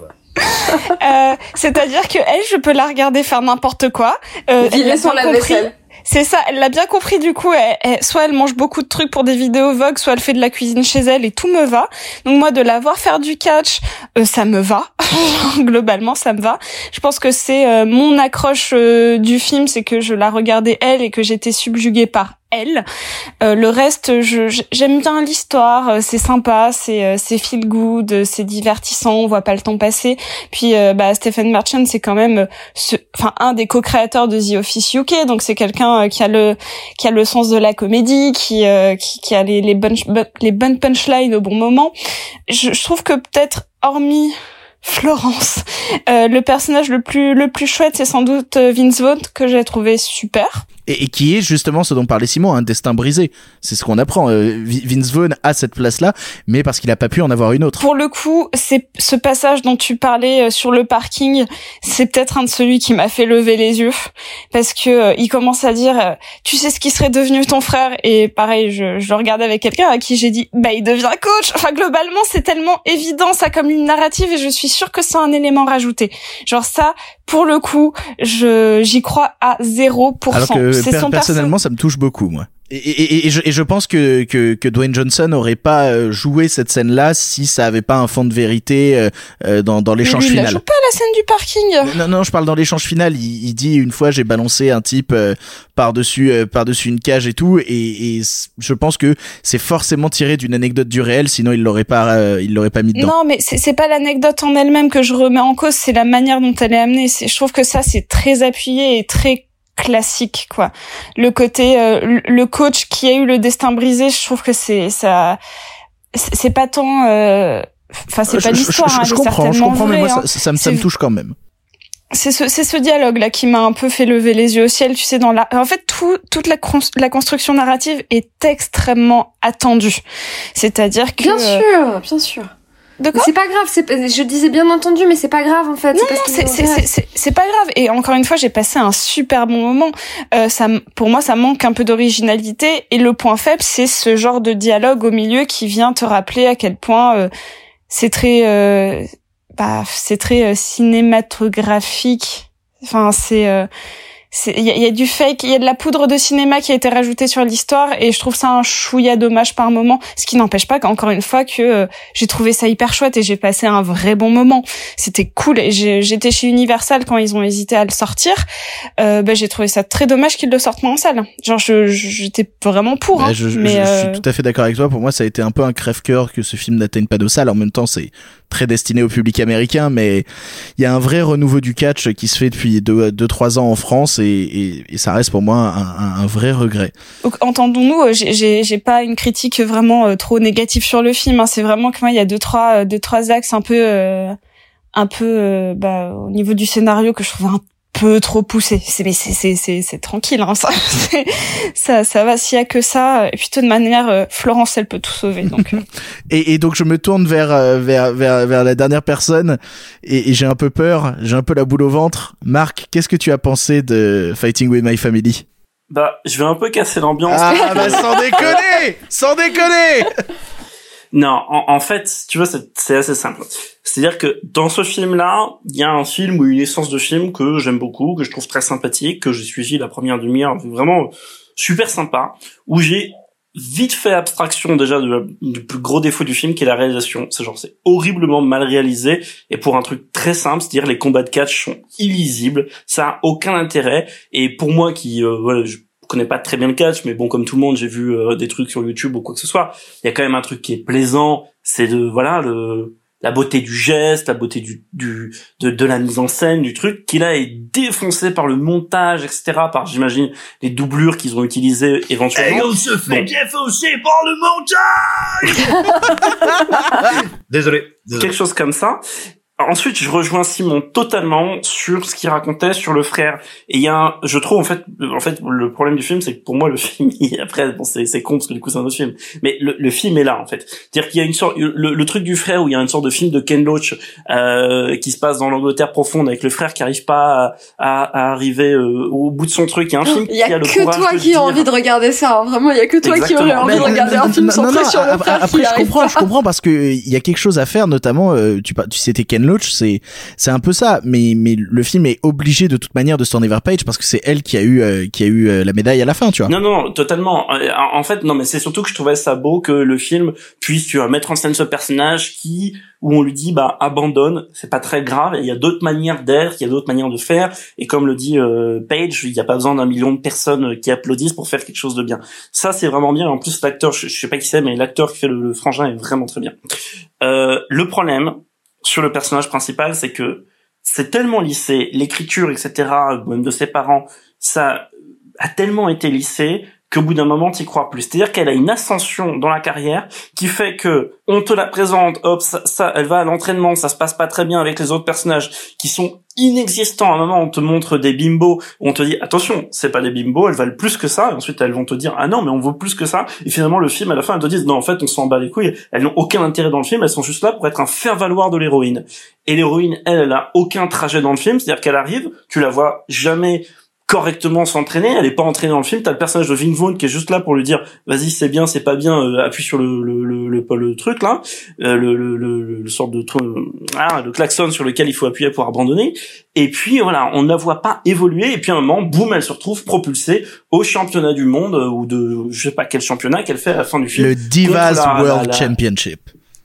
euh, c'est-à-dire que elle, je peux la regarder faire n'importe quoi. Euh, Virer sur la vaisselle. C'est ça, elle l'a bien compris du coup, elle, elle, soit elle mange beaucoup de trucs pour des vidéos Vogue, soit elle fait de la cuisine chez elle et tout me va. Donc moi de la voir faire du catch, euh, ça me va, globalement ça me va. Je pense que c'est euh, mon accroche euh, du film, c'est que je la regardais elle et que j'étais subjuguée par elle. Euh, le reste, je, j'aime bien l'histoire, c'est sympa, c'est c'est feel good, c'est divertissant, on voit pas le temps passer. Puis euh, bah Stephen Merchant, c'est quand même ce, enfin un des co-créateurs de The Office U K, donc c'est quelqu'un qui a le qui a le sens de la comédie, qui euh, qui, qui a les les bonnes les bonnes punchlines au bon moment. Je, je trouve que peut-être hormis Florence, euh, le personnage le plus le plus chouette, c'est sans doute Vince Vaughn, que j'ai trouvé super. Et, et qui est justement ce dont parlait Simon, un destin brisé. C'est ce qu'on apprend. Euh, Vince Vaughn a cette place-là, mais parce qu'il a pas pu en avoir une autre. Pour le coup, c'est ce passage dont tu parlais sur le parking, c'est peut-être un de celui qui m'a fait lever les yeux, parce que euh, il commence à dire, euh, tu sais ce qui serait devenu ton frère, et pareil, je, je le regardais avec quelqu'un à qui j'ai dit, bah il devient coach. Enfin globalement, c'est tellement évident ça comme une narrative, et je suis sûre que c'est un élément rajouté. Genre ça, pour le coup, je j'y crois à zéro pour cent. Alors que per- personnellement, perso- ça me touche beaucoup, moi. Et, et, et, je, et je pense que, que, que Dwayne Johnson aurait pas joué cette scène-là si ça avait pas un fond de vérité euh, dans, dans l'échange lui, final. Il la joue pas la scène du parking. Non, non, je parle dans l'échange final. Il, il dit une fois j'ai balancé un type euh, par-dessus euh, par-dessus une cage et tout, et, et je pense que c'est forcément tiré d'une anecdote du réel, sinon il l'aurait pas euh, il l'aurait pas mis dedans. Non, mais c'est, c'est pas l'anecdote en elle-même que je remets en cause, c'est la manière dont elle est amenée. C'est, je trouve que ça c'est très appuyé et très classique, quoi. Le côté euh, le coach qui a eu le destin brisé, je trouve que c'est ça c'est, c'est pas tant euh... enfin c'est pas je, l'histoire, je, je, hein, je comprends, je comprends vrai, mais moi hein. ça, ça, me, ça me touche quand même. C'est ce c'est ce dialogue là qui m'a un peu fait lever les yeux au ciel, tu sais, dans la en fait tout toute la la construction narrative est extrêmement attendue. C'est-à-dire que Bien sûr, bien sûr. De quoi ? Mais c'est pas grave, c'est, je disais bien entendu, mais c'est pas grave en fait. Non, non, c'est, c'est, c'est, c'est, c'est pas grave. Et encore une fois, j'ai passé un super bon moment. Euh, ça, pour moi, ça manque un peu d'originalité. Et le point faible, c'est ce genre de dialogue au milieu qui vient te rappeler à quel point euh, c'est très, euh, bah, c'est très euh, cinématographique. Enfin, c'est, euh, il y, y a du fake, il y a de la poudre de cinéma qui a été rajoutée sur l'histoire et je trouve ça un chouïa dommage par moment, ce qui n'empêche pas qu'encore une fois que euh, j'ai trouvé ça hyper chouette et j'ai passé un vrai bon moment. C'était cool et j'ai, j'étais chez Universal quand ils ont hésité à le sortir. Euh, bah, j'ai trouvé ça très dommage qu'ils le sortent moins en salle. Genre je, je j'étais vraiment pour. Hein, bah, je, mais je, euh... je suis tout à fait d'accord avec toi. Pour moi, ça a été un peu un crève-cœur que ce film n'atteigne pas de salle. En même temps, c'est très destiné au public américain, mais il y a un vrai renouveau du catch qui se fait depuis deux, deux trois ans en France et, et, et ça reste pour moi un, un, un vrai regret. Donc, entendons-nous, j'ai, j'ai, j'ai pas une critique vraiment euh, trop négative sur le film. Hein. C'est vraiment que moi, il y a deux trois, deux trois axes un peu, euh, un peu, euh, bah, au niveau du scénario que je trouve un peu trop poussé. C'est, mais c'est, c'est, c'est, c'est tranquille, hein, ça, c'est, ça, ça va. S'il y a que ça, et puis de toute manière, euh, Florence, elle peut tout sauver. Donc. Euh. et, et donc je me tourne vers, euh, vers, vers, vers la dernière personne, et, et j'ai un peu peur, j'ai un peu la boule au ventre. Marc, qu'est-ce que tu as pensé de Fighting with My Family? Bah, je vais un peu casser l'ambiance. Ah, bah, sans déconner! Sans déconner! Non, en, en fait, tu vois, c'est, c'est assez simple. C'est-à-dire que dans ce film-là, il y a un film ou une essence de film que j'aime beaucoup, que je trouve très sympathique, que j'ai suivi la première demi-heure, vraiment super sympa, où j'ai vite fait abstraction déjà de, du plus gros défaut du film, qui est la réalisation. C'est genre, c'est horriblement mal réalisé, et pour un truc très simple, c'est-à-dire les combats de catch sont illisibles, ça a aucun intérêt, et pour moi qui, euh, voilà, je Je connais pas très bien le catch, mais bon, comme tout le monde, j'ai vu euh, des trucs sur YouTube ou quoi que ce soit. Il y a quand même un truc qui est plaisant, c'est de voilà le la beauté du geste, la beauté du du de, de la mise en scène du truc, qui là est défoncé par le montage, et cetera. Par j'imagine les doublures qu'ils ont utilisées éventuellement. Et on se fait bon. défoncer par le montage. désolé, désolé. Quelque chose comme ça. Ensuite, je rejoins Simon totalement sur ce qu'il racontait sur le frère. Et il y a un, je trouve, en fait, en fait, le problème du film, c'est que pour moi, le film, après, bon, c'est, c'est con parce que du coup, c'est un autre film. Mais le, le film est là, en fait. C'est-à-dire qu'il y a une sorte, le, le truc du frère où il y a une sorte de film de Ken Loach, euh, qui se passe dans l'Angleterre profonde avec le frère qui arrive pas à, à, à arriver euh, au bout de son truc. Il y a un film il y a qui a le que courage toi de qui as dire... envie de regarder ça. Hein. Vraiment, il y a que toi Exactement. qui aurais envie Mais, de regarder un film non, centré non, sur le après, frère après, qui je arrive comprends, pas. je comprends parce que il y a quelque chose à faire, notamment, euh, tu, tu citais Ken Loach, c'est, c'est un peu ça, mais, mais le film est obligé de toute manière de se tourner vers Paige parce que c'est elle qui a eu, euh, qui a eu euh, la médaille à la fin, tu vois. Non, non, totalement. En fait, non, mais c'est surtout que je trouvais ça beau que le film puisse, tu vois, mettre en scène ce personnage qui, où on lui dit, bah, abandonne, c'est pas très grave, et il y a d'autres manières d'être, il y a d'autres manières de faire, et comme le dit euh, Paige, il y a pas besoin d'un million de personnes qui applaudissent pour faire quelque chose de bien. Ça, c'est vraiment bien. En plus, l'acteur, je, je sais pas qui c'est, mais l'acteur qui fait le, le frangin est vraiment très bien. Euh, le problème sur le personnage principal, c'est que c'est tellement lissé, l'écriture, et cetera, même de ses parents, ça a tellement été lissé qu'au bout d'un moment, t'y crois plus. C'est-à-dire qu'elle a une ascension dans la carrière qui fait que on te la présente, hop, ça, ça, elle va à l'entraînement, ça se passe pas très bien avec les autres personnages qui sont inexistants. À un moment, on te montre des bimbos, on te dit, attention, c'est pas des bimbos, elles valent plus que ça, et ensuite elles vont te dire, ah non, mais on vaut plus que ça, et finalement, le film, à la fin, elles te disent, non, en fait, on s'en bat les couilles, elles n'ont aucun intérêt dans le film, elles sont juste là pour être un faire-valoir de l'héroïne. Et l'héroïne, elle, elle a aucun trajet dans le film, c'est-à-dire qu'elle arrive, tu la vois jamais correctement s'entraîner, elle est pas entraînée dans le film, t'as le personnage de Vin Vaughn qui est juste là pour lui dire vas-y c'est bien, c'est pas bien, euh, appuie sur le le le le, le truc là, euh, le, le le le sorte de truc, ah, le klaxon sur lequel il faut appuyer pour abandonner, et puis voilà, on ne la voit pas évoluer, et puis à un moment, boum, elle se retrouve propulsée au championnat du monde, euh, ou de je sais pas quel championnat qu'elle fait à la fin du film. Le Divas la, World la, la, Championship.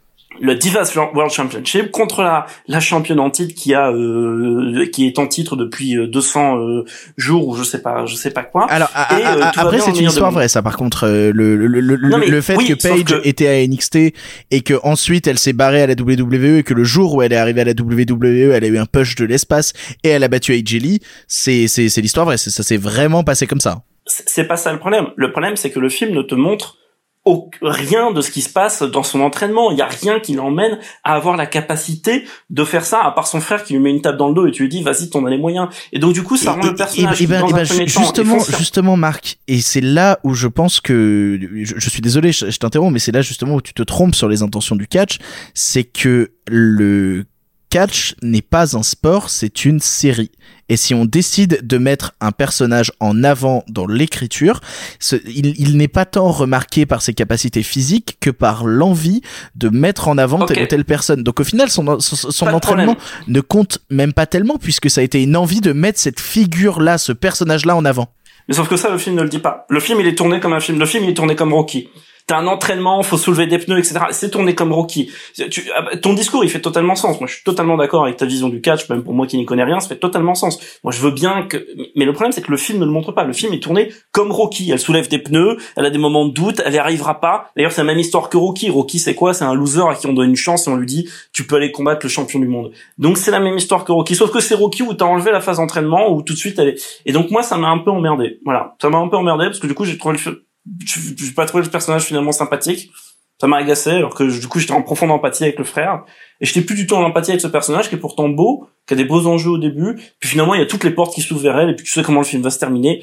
Le Divas World Championship contre la la championne en titre qui a euh, qui est en titre depuis deux cents euh, jours ou je sais pas je sais pas quoi. Alors et, à, à, euh, après c'est une histoire vraie ça par contre euh, le le le, non, le, le fait oui, que Paige que... était à N X T et que ensuite elle s'est barrée à la W W E et que le jour où elle est arrivée à la W W E elle a eu un push de l'espace et elle a battu A J Lee, c'est c'est c'est l'histoire vraie, c'est, ça s'est vraiment passé comme ça. C'est, c'est pas ça le problème. Le problème c'est que le film ne te montre Au, rien de ce qui se passe dans son entraînement. Il y a rien qui l'emmène à avoir la capacité de faire ça, à part son frère qui lui met une tape dans le dos et tu lui dis vas-y, t'en as les moyens. Et donc du coup ça rend et, le personnage et, et ben, dans et ben, un premier justement, temps justement Marc, et c'est là où je pense que je, je suis désolé, je, je t'interromps, mais c'est là justement où tu te trompes sur les intentions du catch, c'est que le catch n'est pas un sport, c'est une série. Et si on décide de mettre un personnage en avant dans l'écriture, ce, il, il n'est pas tant remarqué par ses capacités physiques que par l'envie de mettre en avant okay. telle ou telle personne. Donc au final, son, son, son entraînement ne compte même pas tellement, puisque ça a été une envie de mettre cette figure-là, ce personnage-là en avant. Mais sauf que ça, le film ne le dit pas. Le film, il est tourné comme un film. Le film, il est tourné comme Rocky. T'as un entraînement, faut soulever des pneus, et cetera. C'est tourné comme Rocky. Tu, ton discours, il fait totalement sens. Moi, je suis totalement d'accord avec ta vision du catch, même pour moi qui n'y connais rien, ça fait totalement sens. Moi, je veux bien que... Mais le problème, c'est que le film ne le montre pas. Le film est tourné comme Rocky. Elle soulève des pneus, elle a des moments de doute, elle n'y arrivera pas. D'ailleurs, c'est la même histoire que Rocky. Rocky, c'est quoi? C'est un loser à qui on donne une chance et on lui dit « Tu peux aller combattre le champion du monde ». Donc, c'est la même histoire que Rocky. Sauf que c'est Rocky où t'as enlevé la phase d'entraînement, où tout de suite, elle est... Et donc, moi, ça m'a un peu emmerdé. Voilà. Ça m'a un peu emmerdé parce que du coup, j'ai trouvé le... j'ai pas trouvé le personnage finalement sympathique. Ça m'a agacé, alors que du coup j'étais en profonde empathie avec le frère, et j'étais plus du tout en empathie avec ce personnage qui est pourtant beau, qui a des beaux enjeux au début, puis finalement il y a toutes les portes qui s'ouvrent vers elle, et puis tu sais comment le film va se terminer,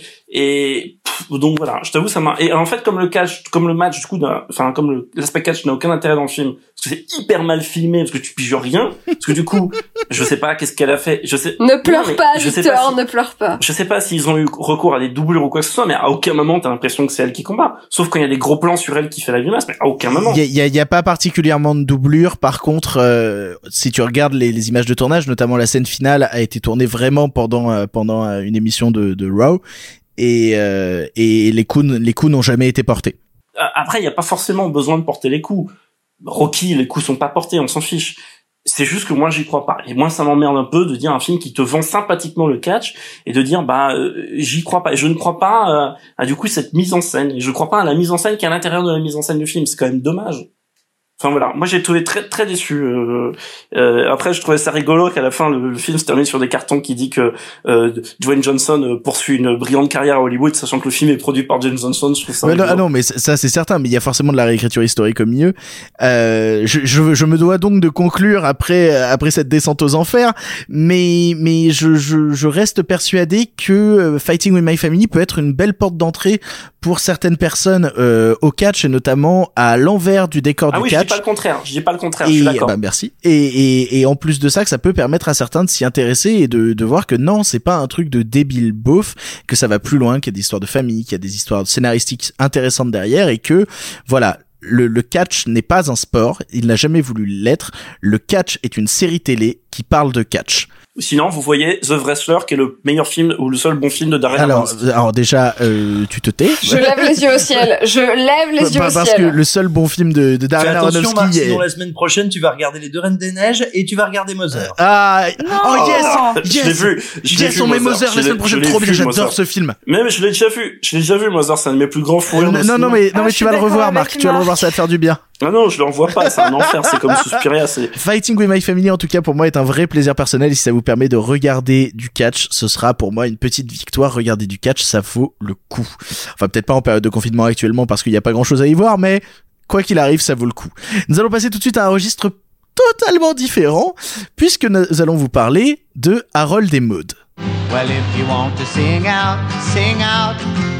et pff, donc voilà, je t'avoue ça m'a... Et en fait comme le catch, comme le match du coup, enfin comme le... l'aspect catch n'a aucun intérêt dans le film, parce que c'est hyper mal filmé, parce que tu piges rien, parce que du coup, je sais pas qu'est-ce qu'elle a fait, je sais... Ne pleure non, pas, je sais Victor, pas si... ne pleure pas. Je sais pas s'ils ont eu recours à des doublures ou quoi que ce soit, mais à aucun moment t'as l'impression que c'est elle qui combat, sauf quand il y a des gros plans sur elle qui fait la grimace, mais à aucun moment. Il y a, y a, y a pas particulièrement de doublure, par contre, euh, si tu regardes les, les images de tournage, notamment la scène finale a été tournée vraiment pendant euh, pendant euh, une émission de, de Raw, et euh, et les coups les coups n'ont jamais été portés. Après, il y a pas forcément besoin de porter les coups. Rocky, les coups sont pas portés, on s'en fiche. C'est juste que moi j'y crois pas. Et moi ça m'emmerde un peu de dire un film qui te vend sympathiquement le catch et de dire bah euh, j'y crois pas. Et je ne crois pas euh, à du coup cette mise en scène. Et je crois pas à la mise en scène qui est à l'intérieur de la mise en scène du film. C'est quand même dommage. Enfin voilà, moi j'ai trouvé très très déçu. Euh, euh, après je trouvais ça rigolo qu'à la fin le, le film se termine sur des cartons qui dit que euh, Dwayne Johnson euh, poursuit une brillante carrière à Hollywood, sachant que le film est produit par Dwayne Johnson. Je trouve ça. Ouais, non, ah non, mais ça c'est certain. Mais il y a forcément de la réécriture historique au milieu. Euh, je, je je me dois donc de conclure après après cette descente aux enfers. Mais mais je je je reste persuadé que Fighting with My Family peut être une belle porte d'entrée pour certaines personnes euh, au catch, et notamment à l'envers du décor ah du oui, catch. Je dis pas le contraire, je dis pas le contraire, et, je suis d'accord. Bah merci. Et, et, et en plus de ça, que ça peut permettre à certains de s'y intéresser et de, de voir que non, c'est pas un truc de débile beauf, que ça va plus loin, qu'il y a des histoires de famille, qu'il y a des histoires scénaristiques intéressantes derrière, et que, voilà, le, le catch n'est pas un sport, il n'a jamais voulu l'être. Le catch est une série télé qui parle de catch. Sinon, vous voyez The Wrestler, qui est le meilleur film ou le seul bon film de Darren Alors, Aronofsky. alors déjà, euh, tu te tais. Je lève les yeux au ciel. Je lève les yeux bah, au parce ciel. Parce que le seul bon film de, de Darren Aronofsky. Attention, Marc, est... sinon la semaine prochaine, tu vas regarder Les Deux Reines des Neiges et tu vas regarder Mother. Ah, non, oh yes, yes. Je l'ai vu. Je l'ai yes, vu, on met Mother la semaine prochaine, trop bien, j'adore Mother. ce film. Mais, mais je l'ai déjà vu. Je l'ai déjà vu, Mother, c'est un de mes plus grands fous rires. Non, non, non, mais, non, ah, mais tu vas le revoir, Marc. Tu vas le revoir, ça va te faire du bien. Ah non, je le revois pas, c'est un enfer, c'est comme Suspiria, c'est... Fighting with My Family, en tout cas, pour moi, est un vrai plaisir personnel, et si ça vous permet de regarder du catch, ce sera pour moi une petite victoire. Regarder du catch, ça vaut le coup. Enfin, peut-être pas en période de confinement actuellement, parce qu'il n'y a pas grand chose à y voir, mais quoi qu'il arrive, ça vaut le coup. Nous allons passer tout de suite à un registre totalement différent, puisque nous allons vous parler de Harold et Maude. Well, if you want to sing out, sing out,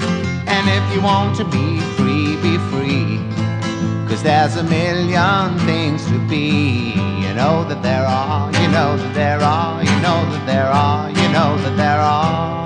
and if you want to be free, be free. Cause there's a million things to be. You know that there are, you know that there are, you know that there are, you know that there are.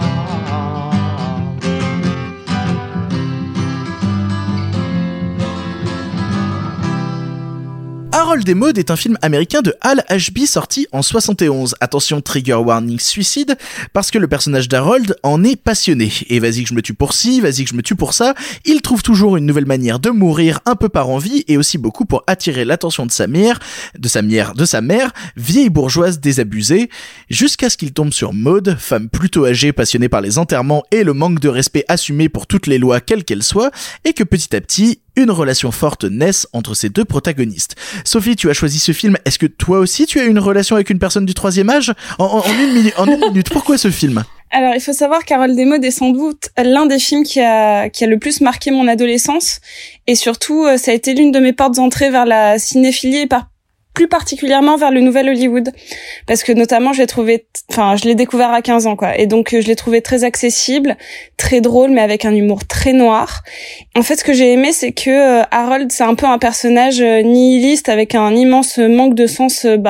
Harold et Maude est un film américain de Hal Ashby sorti en soixante et onze. Attention, trigger warning suicide, parce que le personnage d'Harold en est passionné. Et vas-y que je me tue pour ci, vas-y que je me tue pour ça, il trouve toujours une nouvelle manière de mourir, un peu par envie, et aussi beaucoup pour attirer l'attention de sa mère, de sa mère, de sa mère, vieille bourgeoise désabusée, jusqu'à ce qu'il tombe sur Maude, femme plutôt âgée, passionnée par les enterrements et le manque de respect assumé pour toutes les lois, quelles qu'elles soient, et que petit à petit, une relation forte naisse entre ces deux protagonistes. Sophie, tu as choisi ce film. Est-ce que toi aussi tu as une relation avec une personne du troisième âge ? En, en, en, une, minute, en une minute, pourquoi ce film ? Alors, il faut savoir qu'Harold et Maude est sans doute l'un des films qui a, qui a le plus marqué mon adolescence. Et surtout, ça a été l'une de mes portes d'entrée vers la cinéphilie et par plus particulièrement vers le nouvel Hollywood, parce que notamment je l'ai trouvé, enfin je l'ai découvert à quinze ans quoi, et donc je l'ai trouvé très accessible, très drôle, mais avec un humour très noir. En fait, ce que j'ai aimé, c'est que Harold, c'est un peu un personnage nihiliste avec un immense manque de sens, bah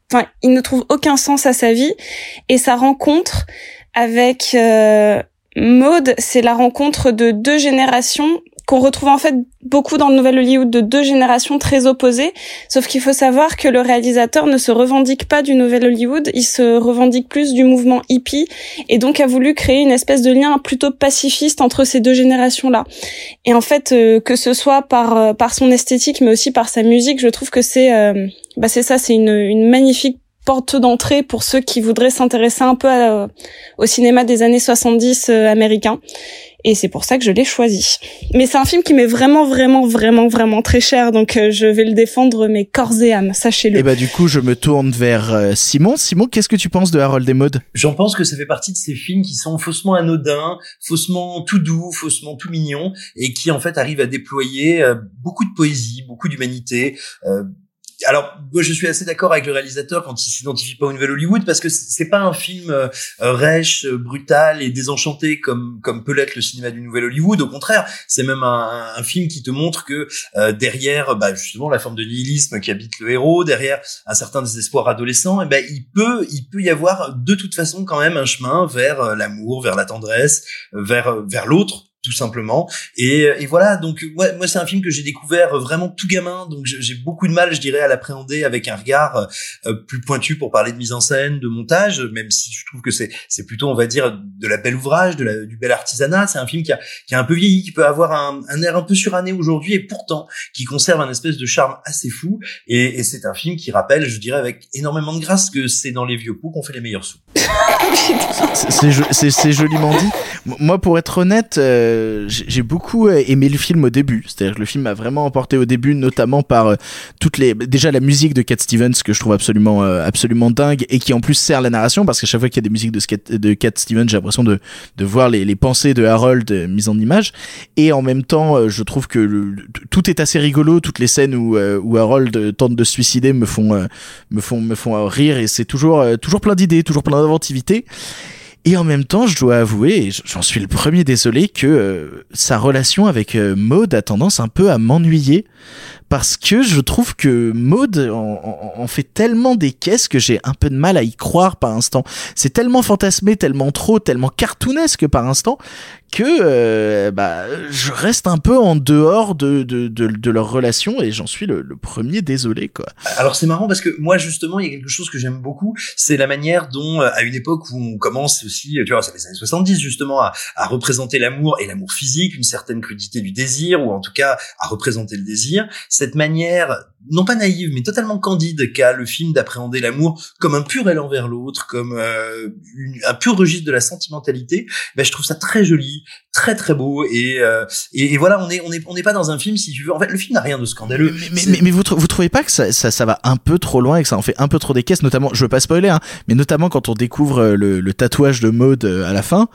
enfin, il ne trouve aucun sens à sa vie. Et sa rencontre avec euh, Maud, c'est la rencontre de deux générations qu'on retrouve en fait beaucoup dans le Nouvel Hollywood, de deux générations très opposées. Sauf qu'il faut savoir que le réalisateur ne se revendique pas du Nouvel Hollywood, il se revendique plus du mouvement hippie, et donc a voulu créer une espèce de lien plutôt pacifiste entre ces deux générations-là. Et en fait, euh, que ce soit par euh, par son esthétique, mais aussi par sa musique, je trouve que c'est euh, bah c'est ça, c'est une une magnifique porte d'entrée pour ceux qui voudraient s'intéresser un peu à, au cinéma des années soixante-dix euh, américain. Et c'est pour ça que je l'ai choisi. Mais c'est un film qui m'est vraiment, vraiment, vraiment, vraiment très cher, donc euh, je vais le défendre mes corps et âme, sachez-le. Et bah du coup, je me tourne vers euh, Simon. Simon, qu'est-ce que tu penses de Harold et Maude ? J'en pense que ça fait partie de ces films qui sont faussement anodins, faussement tout doux, faussement tout mignons, et qui en fait arrivent à déployer euh, beaucoup de poésie, beaucoup d'humanité. Euh, Alors, moi, je suis assez d'accord avec le réalisateur quand il s'identifie pas au Nouvel Hollywood, parce que c'est pas un film euh, rêche, brutal et désenchanté comme comme peut l'être le cinéma du Nouvel Hollywood. Au contraire, c'est même un, un film qui te montre que euh, derrière, bah, justement, la forme de nihilisme qui habite le héros, derrière un certain désespoir adolescent, et ben il peut il peut y avoir de toute façon quand même un chemin vers euh, l'amour, vers la tendresse, vers vers l'autre, tout simplement. Et, et voilà, donc ouais, moi c'est un film que j'ai découvert vraiment tout gamin, donc j'ai beaucoup de mal, je dirais, à l'appréhender avec un regard euh, plus pointu pour parler de mise en scène, de montage, même si je trouve que c'est c'est plutôt, on va dire, de la belle ouvrage, de la, du bel artisanat. C'est un film qui a qui a un peu vieilli, qui peut avoir un, un air un peu suranné aujourd'hui, et pourtant qui conserve un espèce de charme assez fou. Et, et c'est un film qui rappelle, je dirais, avec énormément de grâce, que c'est dans les vieux pots qu'on fait les meilleurs sous. c'est, c'est, c'est joliment dit. Moi, pour être honnête, euh, j'ai beaucoup aimé le film au début. C'est-à-dire que le film m'a vraiment emporté au début, notamment par euh, toutes les, déjà la musique de Cat Stevens, que je trouve absolument, euh, absolument dingue, et qui en plus sert la narration, parce qu'à chaque fois qu'il y a des musiques de, de Cat Stevens, j'ai l'impression de, de voir les, les pensées de Harold euh, mises en image. Et en même temps, euh, je trouve que le, tout est assez rigolo. Toutes les scènes où, euh, où Harold tente de se suicider me font, euh, me font, me font rire, et c'est toujours, euh, toujours plein d'idées, toujours plein d'inventivité. Et en même temps, je dois avouer, et j'en suis le premier désolé, que euh, sa relation avec euh, Maud a tendance un peu à m'ennuyer, parce que je trouve que Maud en, en, en fait tellement des caisses que j'ai un peu de mal à y croire par instant. C'est tellement fantasmé, tellement trop, tellement cartoonesque par instant, que euh, bah je reste un peu en dehors de de de, de leur relation, et j'en suis le, le premier désolé, quoi. Alors c'est marrant parce que moi justement il y a quelque chose que j'aime beaucoup, c'est la manière dont à une époque où on commence aussi, tu vois, c'est les années soixante-dix justement, à, à représenter l'amour, et l'amour physique, une certaine crudité du désir, ou en tout cas à représenter le désir, cette manière non pas naïve mais totalement candide qu'a le film d'appréhender l'amour comme un pur élan vers l'autre, comme euh, une, un pur registre de la sentimentalité. Ben je trouve ça très joli, très très beau, et euh, et, et voilà, on est on est on n'est pas dans un film, si tu veux, en fait le film n'a rien de scandaleux. Mais mais, mais, mais vous vous trouvez pas que ça, ça ça va un peu trop loin et que ça en fait un peu trop des caisses, notamment, je veux pas spoiler hein, mais notamment quand on découvre le, le tatouage de Maud à la fin.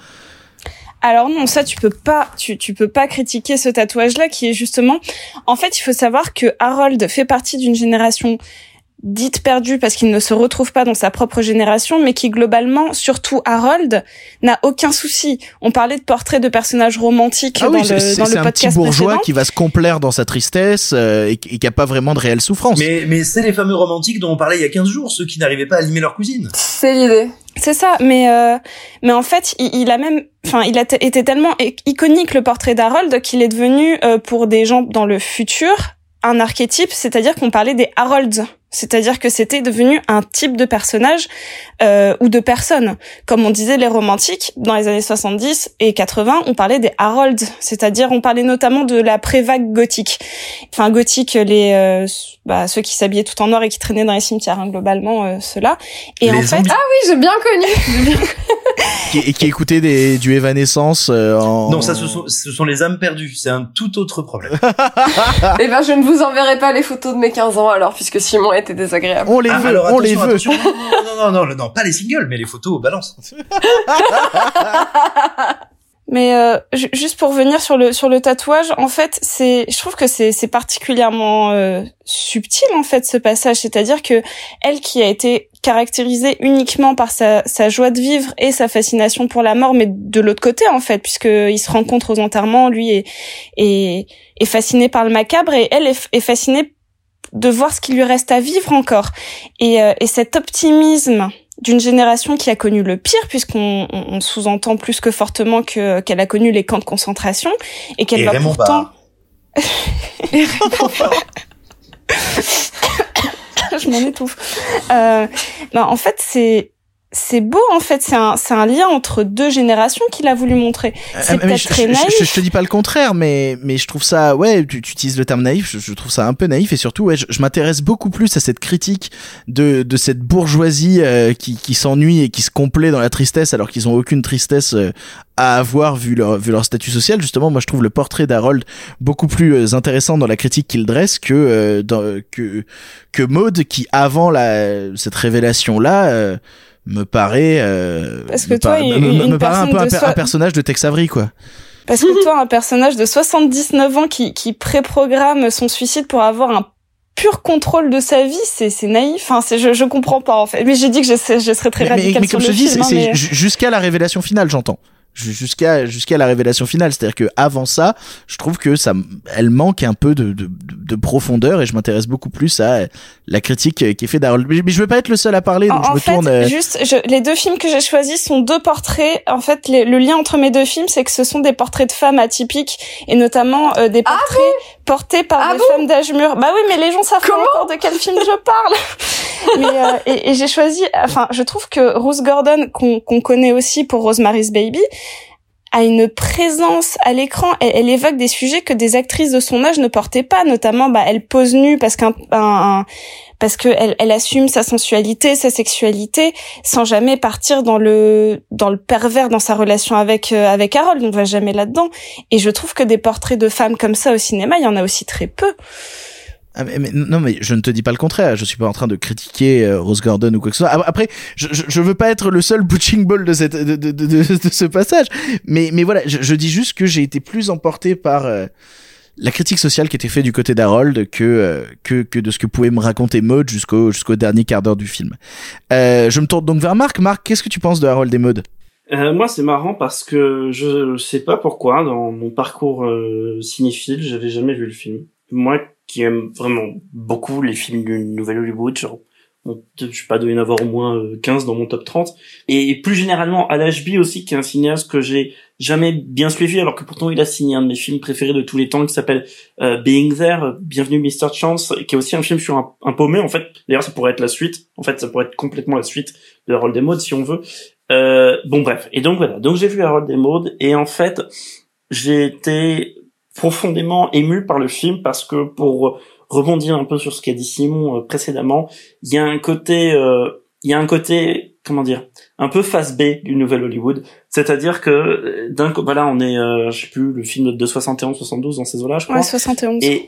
Alors non, ça tu peux pas, tu tu peux pas critiquer ce tatouage-là qui est justement, en fait, il faut savoir que Harold fait partie d'une génération dite perdue parce qu'il ne se retrouve pas dans sa propre génération, mais qui globalement, surtout Harold, n'a aucun souci. On parlait de portraits de personnages romantiques ah dans oui, le c'est, dans c'est le podcast précédent. C'est un petit bourgeois précédent. qui va se complaire dans sa tristesse euh, et, et qui a pas vraiment de réelle souffrance. Mais mais c'est les fameux romantiques dont on parlait il y a quinze jours, ceux qui n'arrivaient pas à limer leur cousine. C'est l'idée. C'est ça, mais euh, mais en fait, il, il a même, enfin, il a t- été tellement iconique le portrait d'Harold qu'il est devenu euh, pour des gens dans le futur un archétype, c'est-à-dire qu'on parlait des Harolds. C'est-à-dire que c'était devenu un type de personnage euh, ou de personne. Comme on disait les romantiques, dans les années soixante-dix et quatre-vingts, on parlait des Harolds. C'est-à-dire, on parlait notamment de la pré-vague gothique. Enfin, gothique, les euh, bah, ceux qui s'habillaient tout en noir et qui traînaient dans les cimetières, hein, globalement, euh, ceux-là. Et les en fait... zombies. Ah oui, j'ai bien connu. qui, et qui écoutaient des, du Evanescence euh, en... Non, ça, ce sont, ce sont les âmes perdues. C'est un tout autre problème. Eh ben, je ne vous enverrai pas les photos de mes quinze ans, alors, puisque Simon était désagréable. On les ah, veut, alors, on attention, les veut. Attention. Non, non, non, non, non, pas les singles, mais les photos, balance. Mais euh, j- juste pour revenir sur le sur le tatouage, en fait, c'est, je trouve que c'est c'est particulièrement euh, subtil en fait ce passage, c'est-à-dire que elle qui a été caractérisée uniquement par sa sa joie de vivre et sa fascination pour la mort, mais de l'autre côté en fait, puisque il se rencontre aux enterrements, lui est est est fasciné par le macabre, et elle est, est fascinée de voir ce qui lui reste à vivre encore. Et, euh, et cet optimisme d'une génération qui a connu le pire, puisqu'on on, on sous-entend plus que fortement que qu'elle a connu les camps de concentration et qu'elle et va Raymond pourtant. et Raymond Je m'en étouffe. Euh, ben, en fait, c'est c'est beau, en fait, c'est un c'est un lien entre deux générations qu'il a voulu montrer. C'est euh, peut-être je, très je, naïf. Je, je te dis pas le contraire, mais mais je trouve ça, ouais, tu, tu utilises le terme naïf, je, je trouve ça un peu naïf et surtout, ouais, je, je m'intéresse beaucoup plus à cette critique de de cette bourgeoisie euh, qui qui s'ennuie et qui se complaît dans la tristesse alors qu'ils ont aucune tristesse euh, à avoir vu leur vu leur statut social. Justement, moi je trouve le portrait d'Harold beaucoup plus euh, intéressant dans la critique qu'il dresse que euh, dans, que que Maud qui avant la cette révélation là euh, me paraît euh, parce que me toi par... une, me, une me paraît un peu un, so... un personnage de Tex Avery quoi. Parce que toi un personnage de soixante-dix-neuf ans qui qui préprogramme son suicide pour avoir un pur contrôle de sa vie, c'est c'est naïf. Enfin, c'est je je comprends pas en fait. Mais j'ai dit que je, je serais très radical mais, mais sur comme le je te dis, film. c'est, hein, mais... c'est jusqu'à la révélation finale, j'entends. Jusqu'à jusqu'à la révélation finale, c'est-à-dire que avant ça, je trouve que ça, elle manque un peu de de, de profondeur et je m'intéresse beaucoup plus à la critique qui est faite d'Harold. Mais je veux pas être le seul à parler, donc en, je me fait, tourne. Euh... Juste, je, les deux films que j'ai choisis sont deux portraits. En fait, les, le lien entre mes deux films, c'est que ce sont des portraits de femmes atypiques et notamment euh, des portraits ah bon portés par ah des bon femmes d'âge mûr. Bah oui, mais les gens savent pas encore de quel film je parle. mais euh, et, et j'ai choisi. Enfin, je trouve que Ruth Gordon, qu'on qu'on connaît aussi pour Rosemary's Baby, a une présence à l'écran. Elle, elle évoque des sujets que des actrices de son âge ne portaient pas, notamment bah elle pose nue parce qu'un un, un, parce que elle, elle assume sa sensualité, sa sexualité sans jamais partir dans le dans le pervers dans sa relation avec euh, avec Harold. On va jamais là-dedans. Et je trouve que des portraits de femmes comme ça au cinéma, il y en a aussi très peu. Ah mais, mais, non mais je ne te dis pas le contraire, je suis pas en train de critiquer euh, Rose Gordon ou quoi que ce soit. Après, je, je, je veux pas être le seul butching ball de cette de, de, de, de, de ce passage, mais mais voilà, je, je dis juste que j'ai été plus emporté par euh, la critique sociale qui était faite du côté d'Harold que euh, que que de ce que pouvait me raconter Maud jusqu'au jusqu'au dernier quart d'heure du film. Euh, je me tourne donc vers Marc. Marc, qu'est-ce que tu penses de Harold et Maud? Euh, moi, c'est marrant parce que je sais pas pourquoi dans mon parcours euh, cinéphile, j'avais jamais vu le film. Moi qui aime vraiment beaucoup les films du Nouvel Hollywood, genre, bon, je sais pas, doit y en avoir au moins quinze dans mon top trente. Et plus généralement, Al Ashby aussi, qui est un cinéaste que j'ai jamais bien suivi, alors que pourtant il a signé un de mes films préférés de tous les temps, qui s'appelle euh, Being There, Bienvenue mister Chance, qui est aussi un film sur un, un paumé, en fait. D'ailleurs, ça pourrait être la suite. En fait, ça pourrait être complètement la suite de Harold et Maude, si on veut. Euh, bon, bref. Et donc, voilà. Donc, j'ai vu Harold et Maude, et en fait, j'ai été profondément ému par le film parce que pour rebondir un peu sur ce qu'a dit Simon euh, précédemment, il y a un côté euh, il y a un côté comment dire, un peu face B du Nouvel Hollywood, c'est-à-dire que d'un coup voilà, on est euh, je sais plus, le film de soixante et onze soixante-douze dans ces eaux-là, je crois. Ouais, soixante et onze. Et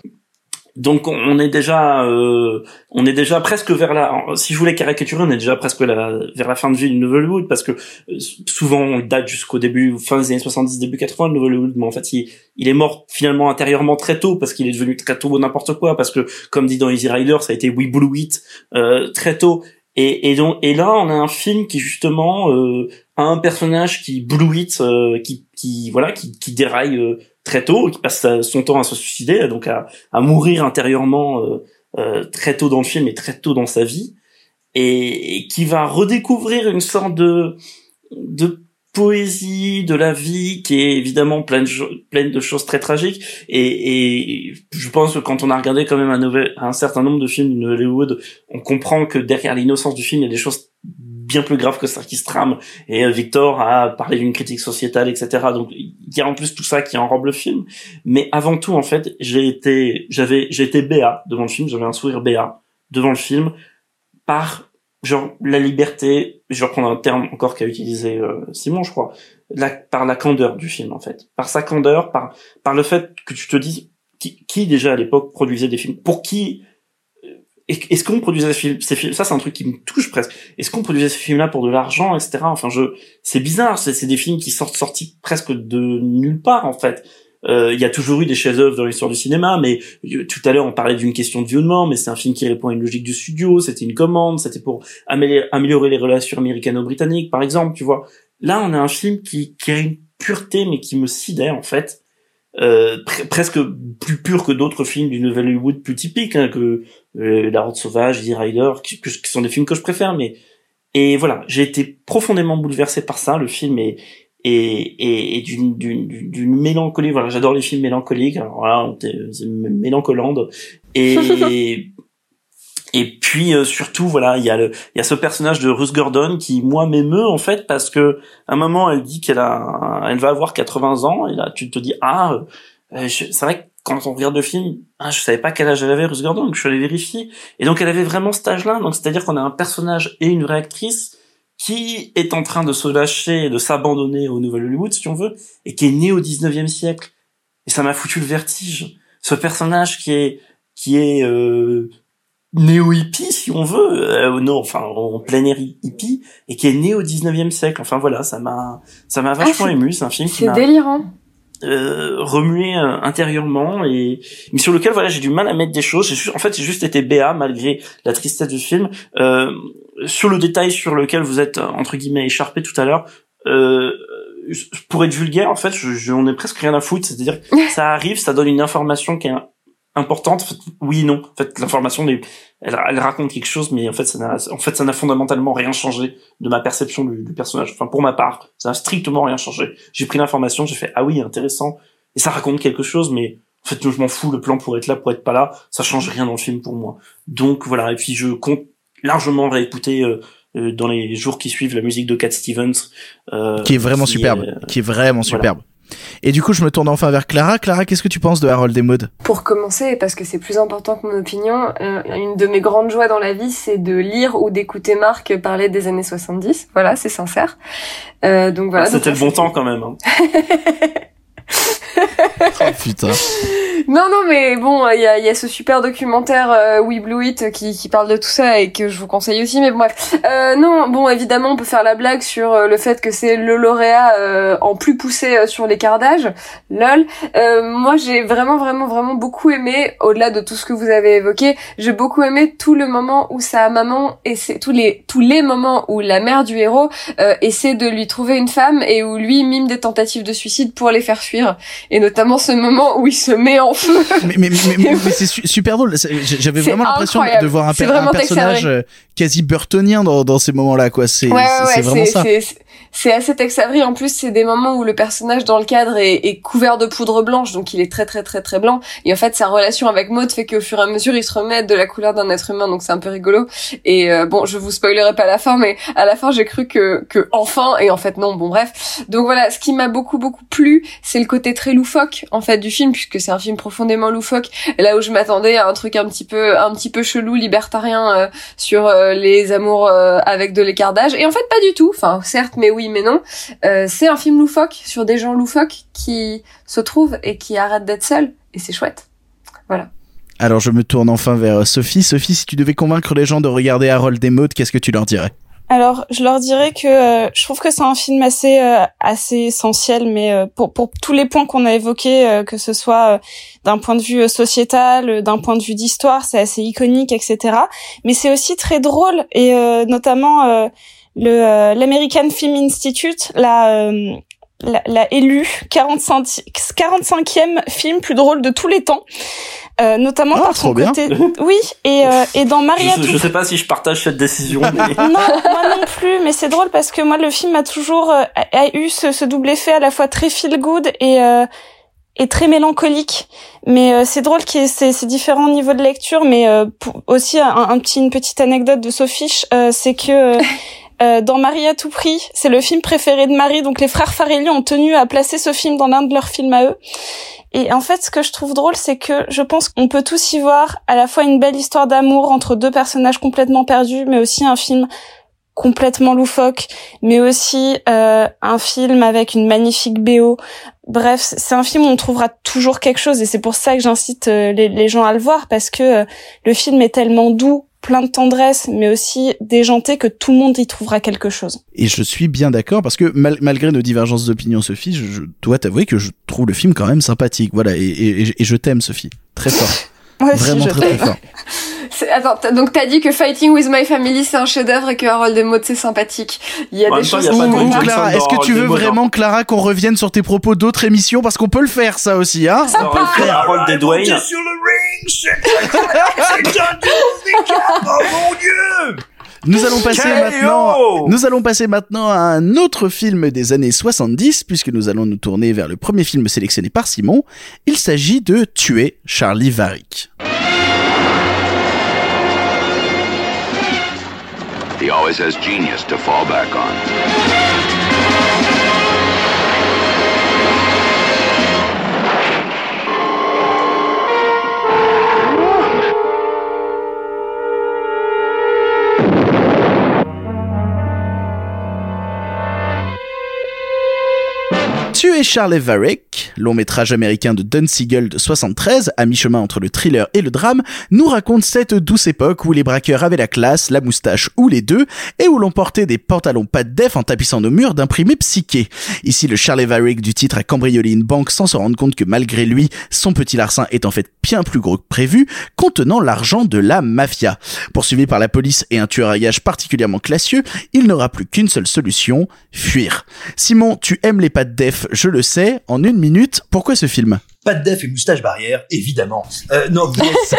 donc on est déjà euh, on est déjà presque vers la, si je voulais caricaturer, on est déjà presque la, vers la fin de vie du Nouvel Hollywood, parce que euh, souvent on date jusqu'au début, fin des années soixante-dix, début quatre-vingts, le Nouvel Hollywood, mais en fait il, il est mort finalement intérieurement très tôt, parce qu'il est devenu très tôt n'importe quoi, parce que comme dit dans Easy Rider, ça a été We Blew It euh, très tôt. Et, et donc et là on a un film qui justement euh, a un personnage qui blew it, euh, qui qui voilà qui qui déraille euh, très tôt, qui passe son temps à se suicider, donc à à mourir intérieurement euh, euh, très tôt dans le film et très tôt dans sa vie, et, et qui va redécouvrir une sorte de de poésie de la vie qui est évidemment pleine de, pleine de choses très tragiques, et, et je pense que quand on a regardé quand même un, nouvel, un certain nombre de films de Hollywood, on comprend que derrière l'innocence du film il y a des choses bien plus graves que ça qui se trament, et euh, Victor a parlé d'une critique sociétale, etc. Donc il y a en plus tout ça qui enrobe le film. Mais avant tout, en fait, j'ai été j'avais j'ai été béat devant le film, j'avais un sourire béat devant le film par genre la liberté, je vais reprendre un terme encore qu'a utilisé euh, Simon, je crois, la, par la candeur du film, en fait, par sa candeur, par par le fait que tu te dises qui, qui déjà à l'époque produisait des films, pour qui est-ce qu'on produisait ces films, ces films, ça c'est un truc qui me touche presque, est-ce qu'on produisait ces films-là pour de l'argent, et cetera. Enfin, je, c'est bizarre, c'est, c'est des films qui sortent sortis presque de nulle part, en fait. Euh, il y a toujours eu des chefs-d'œuvre dans l'histoire du cinéma, mais euh, tout à l'heure on parlait d'une question de viollement, mais c'est un film qui répond à une logique du studio, c'était une commande, c'était pour améliorer, améliorer les relations américano-britanniques, par exemple, tu vois. Là, on a un film qui, qui a une pureté, mais qui me sidère, en fait, euh, pr- presque plus pur que d'autres films du Nouvel Hollywood plus typiques, hein, que euh, La Route Sauvage, Easy Rider, qui, qui sont des films que je préfère. Mais et voilà, j'ai été profondément bouleversé par ça. Le film est et et, et d'une, d'une d'une mélancolie. Voilà, j'adore les films mélancoliques. Alors voilà, c'est mélancolande et et puis euh, surtout voilà, il y a le il y a ce personnage de Ruth Gordon qui moi m'émeut en fait, parce que à un moment elle dit qu'elle a elle va avoir quatre-vingts ans, et là tu te dis ah euh, je, c'est vrai que quand on regarde le film, ah, je savais pas quel âge elle avait, Ruth Gordon, donc je suis allé vérifier, et donc elle avait vraiment cet âge-là. Donc c'est-à-dire qu'on a un personnage et une vraie actrice qui est en train de se lâcher, de s'abandonner au Nouvel Hollywood, si on veut, et qui est né au dix-neuvième siècle. Et ça m'a foutu le vertige. Ce personnage qui est, qui est, euh, néo-hippie, si on veut, euh, non, enfin, en plein air hippie, et qui est né au dix-neuvième siècle. Enfin voilà, ça m'a, ça m'a vachement ah, ému. C'est un film qui c'est m'a délirant. Euh, remué euh, intérieurement, et mais sur lequel voilà j'ai du mal à mettre des choses. J'ai, en fait j'ai juste été béat malgré la tristesse du film. Euh, sur le détail sur lequel vous êtes entre guillemets écharpé tout à l'heure, euh, pour être vulgaire en fait, je, je, on est presque rien à foutre. C'est-à-dire ça arrive, ça donne une information qui est importante. En fait, oui et non. En fait l'information elle, elle raconte quelque chose, mais en fait ça n'a en fait ça n'a fondamentalement rien changé de ma perception du, du personnage. Enfin pour ma part, ça n'a strictement rien changé. J'ai pris l'information, j'ai fait ah oui intéressant, et ça raconte quelque chose, mais en fait je m'en fous, le plan pour être là, pour être pas là, ça change rien dans le film pour moi. Donc voilà, et puis je compte largement réécouter euh, euh, dans les jours qui suivent la musique de Cat Stevens, euh, qui est vraiment qui superbe, est, euh, qui est vraiment voilà. superbe. Et du coup, je me tourne enfin vers Clara. Clara, qu'est-ce que tu penses de Harold et Maude ? Pour commencer, parce que c'est plus important que mon opinion, euh, une de mes grandes joies dans la vie, c'est de lire ou d'écouter Marc parler des années soixante-dix. Voilà, c'est sincère. Euh, donc voilà. Ah, c'était donc, le bon temps quand même. Hein. Oh putain. Non non mais bon, il y a il y a ce super documentaire euh, We Blew It qui qui parle de tout ça et que je vous conseille aussi, mais bon bref. Euh non, bon évidemment, on peut faire la blague sur euh, le fait que c'est le lauréat euh, en plus poussé euh, sur l'écart d'âge. Lol. Euh moi j'ai vraiment vraiment vraiment beaucoup aimé, au-delà de tout ce que vous avez évoqué, j'ai beaucoup aimé tout le moment où sa maman et c'est tous les tous les moments où la mère du héros euh, essaie de lui trouver une femme et où lui mime des tentatives de suicide pour les faire fuir, et notamment ce moment où il se met en feu. mais, mais, mais, mais, mais c'est su- super drôle. J'avais c'est vraiment l'impression incroyable. de voir un, per- un personnage quasi burtonien dans, dans ces moments-là, quoi. C'est, ouais, ouais, c'est, ouais, c'est vraiment c'est, ça. C'est, c'est, c'est assez Tex Avery. En plus, c'est des moments où le personnage dans le cadre est, est couvert de poudre blanche, donc il est très très très très blanc. Et en fait, sa relation avec Maude fait qu'au fur et à mesure, il se remet de la couleur d'un être humain, donc c'est un peu rigolo. Et euh, bon, je vous spoilerai pas la fin, mais à la fin, j'ai cru que que enfin, et en fait non. Bon bref. Donc voilà, ce qui m'a beaucoup beaucoup plu, c'est le côté très loufoque en fait du film, puisque c'est un film profondément loufoque. Là où je m'attendais à un truc un petit peu un petit peu chelou, libertarien euh, sur euh, les amours euh, avec de l'écart d'âge, et en fait pas du tout. Enfin certes, mais oui, mais non. Euh, c'est un film loufoque sur des gens loufoques qui se trouvent et qui arrêtent d'être seuls, et c'est chouette. Voilà. Alors je me tourne enfin vers Sophie. Sophie, si tu devais convaincre les gens de regarder Harold et Maude, qu'est-ce que tu leur dirais ? Alors, je leur dirais que euh, je trouve que c'est un film assez euh, assez essentiel, mais euh, pour pour tous les points qu'on a évoqués, euh, que ce soit euh, d'un point de vue euh, sociétal, euh, d'un point de vue d'histoire, c'est assez iconique, et cetera. Mais c'est aussi très drôle, et euh, notamment euh, le euh, l'American Film Institute l'a euh, l'a, l'a élu quarante-cinquième film plus drôle de tous les temps. Euh, notamment oh, par son côté. Oui, et euh, et dans Maria. Je, je sais pas si je partage cette décision. Mais... non, moi non plus, mais c'est drôle parce que moi le film a toujours euh, a eu ce, ce double effet à la fois très feel good et euh, et très mélancolique. Mais euh, c'est drôle qu'il y ait ces, ces différents niveaux de lecture, mais euh, pour, aussi un, un petit une petite anecdote de Sophie, euh, c'est que euh, Euh, dans Marie à tout prix, c'est le film préféré de Marie, donc les frères Farrelly ont tenu à placer ce film dans l'un de leurs films à eux. Et en fait, ce que je trouve drôle, c'est que je pense qu'on peut tous y voir à la fois une belle histoire d'amour entre deux personnages complètement perdus, mais aussi un film complètement loufoque, mais aussi euh, un film avec une magnifique B O. Bref, c'est un film où on trouvera toujours quelque chose, et c'est pour ça que j'incite euh, les, les gens à le voir, parce que euh, le film est tellement doux, plein de tendresse, mais aussi déjanté, que tout le monde y trouvera quelque chose. Et je suis bien d'accord, parce que mal, malgré nos divergences d'opinion, Sophie, je, je dois t'avouer que je trouve le film quand même sympathique. Voilà, et, et, et je t'aime, Sophie, très fort. Ouais, vraiment si, très très fort. C'est, attends, t'as, donc t'as dit que Fighting with My Family c'est un chef-d'œuvre et que Harold et Maude c'est sympathique. Il y a En des même temps, choses il y a pas de qui Dwayne m'ont- Clara, est-ce que tu veux vraiment, Clara, qu'on revienne sur tes propos d'autres émissions? Parce qu'on peut le faire, ça aussi, hein? Ça aurait fait Harold et Dwayne. Sur le ring, c'est c'est un handicap, oh mon Dieu! Nous allons passer K O maintenant, nous allons passer maintenant à un autre film des années soixante-dix, puisque nous allons nous tourner vers le premier film sélectionné par Simon. Il s'agit de Tuer Charlie Varick. He always has genius to fall back on. Tuer Charlie Varick, long métrage américain de Don Siegel de soixante-treize, à mi-chemin entre le thriller et le drame, nous raconte cette douce époque où les braqueurs avaient la classe, la moustache ou les deux, et où l'on portait des pantalons pas de def en tapissant nos murs d'imprimés psychés. Ici, le Charlie Varick du titre a cambriolé une banque sans se rendre compte que malgré lui, son petit larcin est en fait bien plus gros que prévu, contenant l'argent de la mafia. Poursuivi par la police et un tueur à gages particulièrement classieux, il n'aura plus qu'une seule solution, fuir. Simon, tu aimes les pas de def, je le sais, en une minute, pourquoi ce film ? Pas de def et moustache barrière, évidemment. Euh, non,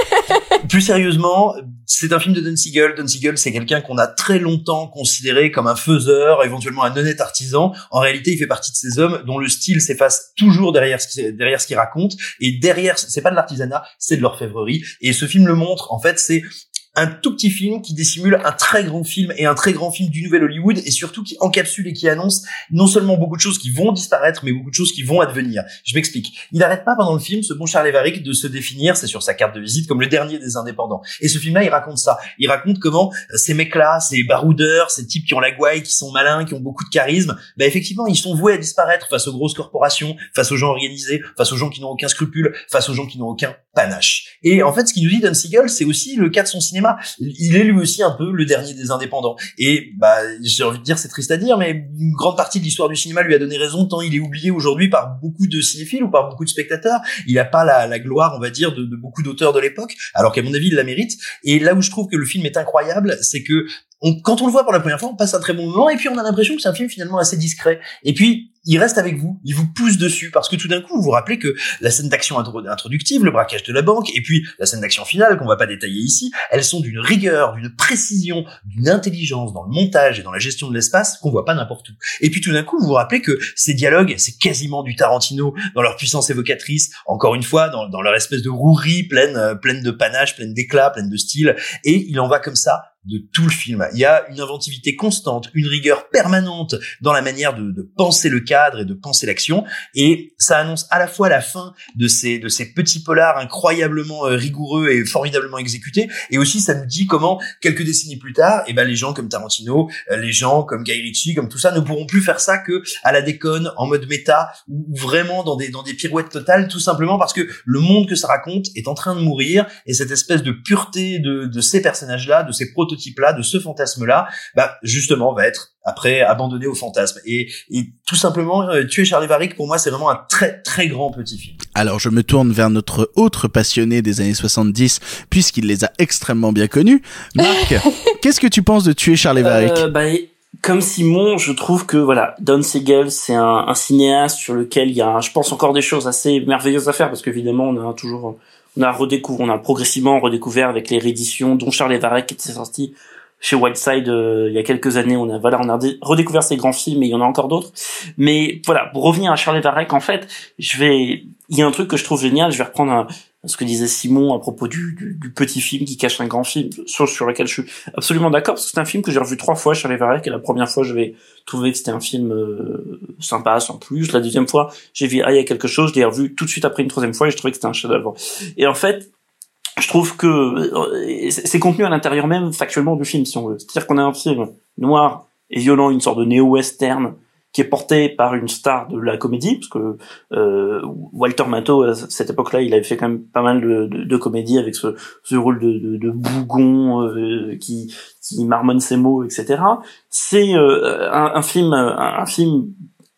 mais plus sérieusement, c'est un film de Don Siegel. Don Siegel, c'est quelqu'un qu'on a très longtemps considéré comme un faiseur, éventuellement un honnête artisan. En réalité, il fait partie de ces hommes dont le style s'efface toujours derrière ce qu'il, derrière ce qu'il raconte. Et derrière, c'est pas de l'artisanat, c'est de l'orfèvrerie. Et ce film le montre. En fait, c'est un tout petit film qui dissimule un très grand film et un très grand film du nouvel Hollywood et surtout qui encapsule et qui annonce non seulement beaucoup de choses qui vont disparaître mais beaucoup de choses qui vont advenir. Je m'explique. Il n'arrête pas pendant le film, ce bon Charlie Varick, de se définir, c'est sur sa carte de visite, comme le dernier des indépendants. Et ce film-là, il raconte ça. Il raconte comment ces mecs-là, ces baroudeurs, ces types qui ont la gouaille, qui sont malins, qui ont beaucoup de charisme, bah effectivement, ils sont voués à disparaître face aux grosses corporations, face aux gens organisés, face aux gens qui n'ont aucun scrupule, face aux gens qui n'ont aucun panache. Et en fait, ce qu'il nous dit Don Siegel, c'est aussi le cas de son cinéma. Il est lui aussi un peu le dernier des indépendants. Et bah, j'ai envie de dire, c'est triste à dire, mais une grande partie de l'histoire du cinéma lui a donné raison, tant il est oublié aujourd'hui par beaucoup de cinéphiles ou par beaucoup de spectateurs. Il a pas la, la gloire, on va dire, de, de beaucoup d'auteurs de l'époque, alors qu'à mon avis, il la mérite. Et là où je trouve que le film est incroyable, c'est que on, quand on le voit pour la première fois, on passe un très bon moment, et puis on a l'impression que c'est un film finalement assez discret. Et puis, il reste avec vous, il vous pousse dessus, parce que tout d'un coup, vous vous rappelez que la scène d'action introductive, le braquage de la banque, et puis la scène d'action finale, qu'on va pas détailler ici, elles sont d'une rigueur, d'une précision, d'une intelligence dans le montage et dans la gestion de l'espace qu'on voit pas n'importe où. Et puis tout d'un coup, vous vous rappelez que ces dialogues, c'est quasiment du Tarantino dans leur puissance évocatrice, encore une fois, dans, dans leur espèce de rouerie pleine, euh, pleine de panache, pleine d'éclat, pleine de style, et il en va comme ça de tout le film. Il y a une inventivité constante, une rigueur permanente dans la manière de, de penser le cadre et de penser l'action, et ça annonce à la fois la fin de ces de ces petits polars incroyablement euh, rigoureux et formidablement exécutés, et aussi ça nous dit comment quelques décennies plus tard, et ben les gens comme Tarantino, euh, les gens comme Guy Ritchie, comme tout ça, ne pourront plus faire ça que à la déconne, en mode méta, ou, ou vraiment dans des dans des pirouettes totales, tout simplement parce que le monde que ça raconte est en train de mourir, et cette espèce de pureté de de ces personnages-là, de ces prototypes type-là, de ce fantasme-là, bah justement va être après abandonné au fantasme. Et, et tout simplement, euh, Tuer Charlie Varick, pour moi, c'est vraiment un très très grand petit film. Alors je me tourne vers notre autre passionné des années soixante-dix, puisqu'il les a extrêmement bien connus. Marc, qu'est-ce que tu penses de Tuer Charlie Varick ? euh, bah, Comme Simon, je trouve que voilà, Don Siegel, c'est un, un cinéaste sur lequel il y a, je pense, encore des choses assez merveilleuses à faire, parce qu'évidemment, on a toujours... On a redécouvert, on a progressivement redécouvert avec les rééditions, dont Charlie Varick qui était sorti chez Wildside euh, il y a quelques années. On a voilà, on a redécouvert ces grands films, et il y en a encore d'autres. Mais voilà, pour revenir à Charlie Varick, en fait, je vais, il y a un truc que je trouve génial. Je vais reprendre un, ce que disait Simon à propos du, du, du petit film qui cache un grand film, sur, sur lequel je suis absolument d'accord, parce que c'est un film que j'ai revu trois fois, Charlie Varick, et la première fois, j'avais trouvé que c'était un film euh, sympa, sans plus. La deuxième fois, j'ai vu, ah, il y a quelque chose, je l'ai revu tout de suite après une troisième fois, et je trouvais que c'était un chef-d'œuvre. Et en fait, je trouve que euh, c'est contenu à l'intérieur même, factuellement, du film, si on veut. C'est-à-dire qu'on a un film noir et violent, une sorte de néo-western, qui est porté par une star de la comédie, parce que euh, Walter Matthau, à cette époque-là, il avait fait quand même pas mal de, de, de comédies avec ce, ce rôle de, de, de bougon euh, qui, qui marmonne ses mots, et cetera. C'est euh, un, un film, un, un film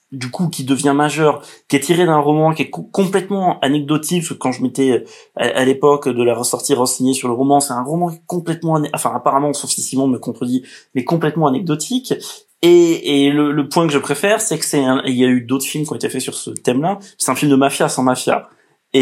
du coup qui devient majeur, qui est tiré d'un roman qui est co- complètement anecdotique, parce que quand je m'étais à, à l'époque de la ressortie renseigné sur le roman, c'est un roman complètement ané- enfin apparemment, sauf si Simon me contredit, mais complètement anecdotique. Et, et le, le point que je préfère, c'est que c'est un, il y a eu d'autres films qui ont été faits sur ce thème-là, c'est un film de mafia sans mafia.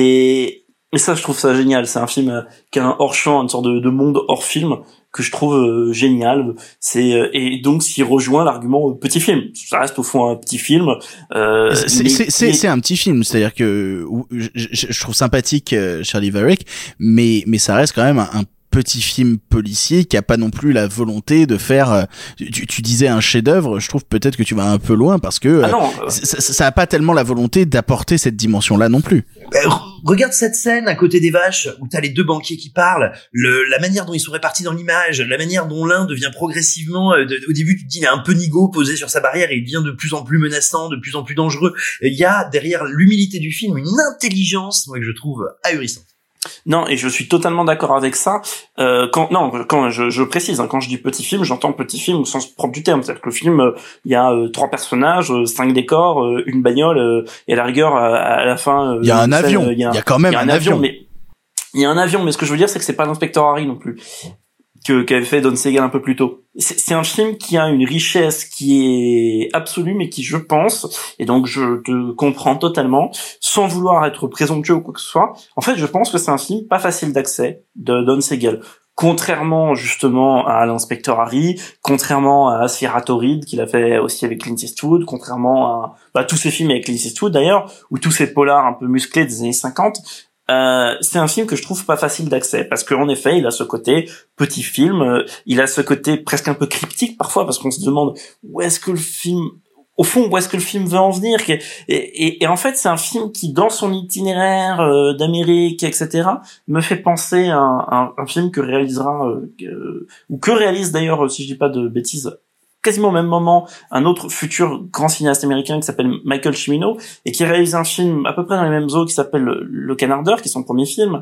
Et, et ça, je trouve ça génial. C'est un film qui a un hors-champ, une sorte de, de monde hors-film que je trouve euh, génial. C'est euh, et donc s'il rejoint l'argument euh, petit film. Ça reste au fond un petit film. Euh, c'est, mais, c'est, c'est, mais... c'est un petit film, c'est-à-dire que je, je, je trouve sympathique euh, Charlie Varrick, mais mais ça reste quand même un, un petit film policier qui a pas non plus la volonté de faire euh, tu, tu disais un chef-d'œuvre. Je trouve peut-être que tu vas un peu loin parce que ah non, euh, ça, ça a pas tellement la volonté d'apporter cette dimension-là non plus. Euh, regarde cette scène à côté des vaches où t'as les deux banquiers qui parlent, le, la manière dont ils sont répartis dans l'image, la manière dont l'un devient progressivement, euh, de, au début tu te dis il est un peu nigo posé sur sa barrière et il devient de plus en plus menaçant, de plus en plus dangereux. Il y a derrière l'humilité du film une intelligence, moi, que je trouve ahurissante. Non, et je suis totalement d'accord avec ça. Euh, quand non, quand je, je précise, hein, quand je dis petit film, j'entends petit film au sens propre du terme. C'est-à-dire que le film, euh, il y a euh, trois personnages, euh, cinq décors, euh, une bagnole, euh, et à la rigueur, à, à la fin, euh, il y a un avion. Il y, y a quand même y a un, un avion, avion. mais il y a un avion. Mais ce que je veux dire, c'est que c'est pas l'inspecteur Harry non plus que qu'avait fait Don Siegel un peu plus tôt. C'est, c'est un film qui a une richesse qui est absolue, mais qui, je pense, et donc je te comprends totalement, sans vouloir être présomptueux ou quoi que ce soit, en fait, je pense que c'est un film pas facile d'accès de Don Siegel. Contrairement justement à l'inspecteur Harry, contrairement à Aspiratoride qu'il a fait aussi avec Clint Eastwood, contrairement à bah, tous ces films avec Clint Eastwood d'ailleurs, ou tous ces polars un peu musclés des années cinquante, Euh, c'est un film que je trouve pas facile d'accès parce qu'en effet il a ce côté petit film, euh, il a ce côté presque un peu cryptique parfois parce qu'on se demande où est-ce que le film, au fond où est-ce que le film veut en venir, et, et, et en fait c'est un film qui dans son itinéraire euh, d'Amérique etc me fait penser à un, un, un film que réalisera euh, euh, ou que réalise d'ailleurs si je dis pas de bêtises quasiment au même moment un autre futur grand cinéaste américain qui s'appelle Michael Cimino et qui réalise un film à peu près dans les mêmes eaux qui s'appelle Le, Le Canardeur, qui est son premier film.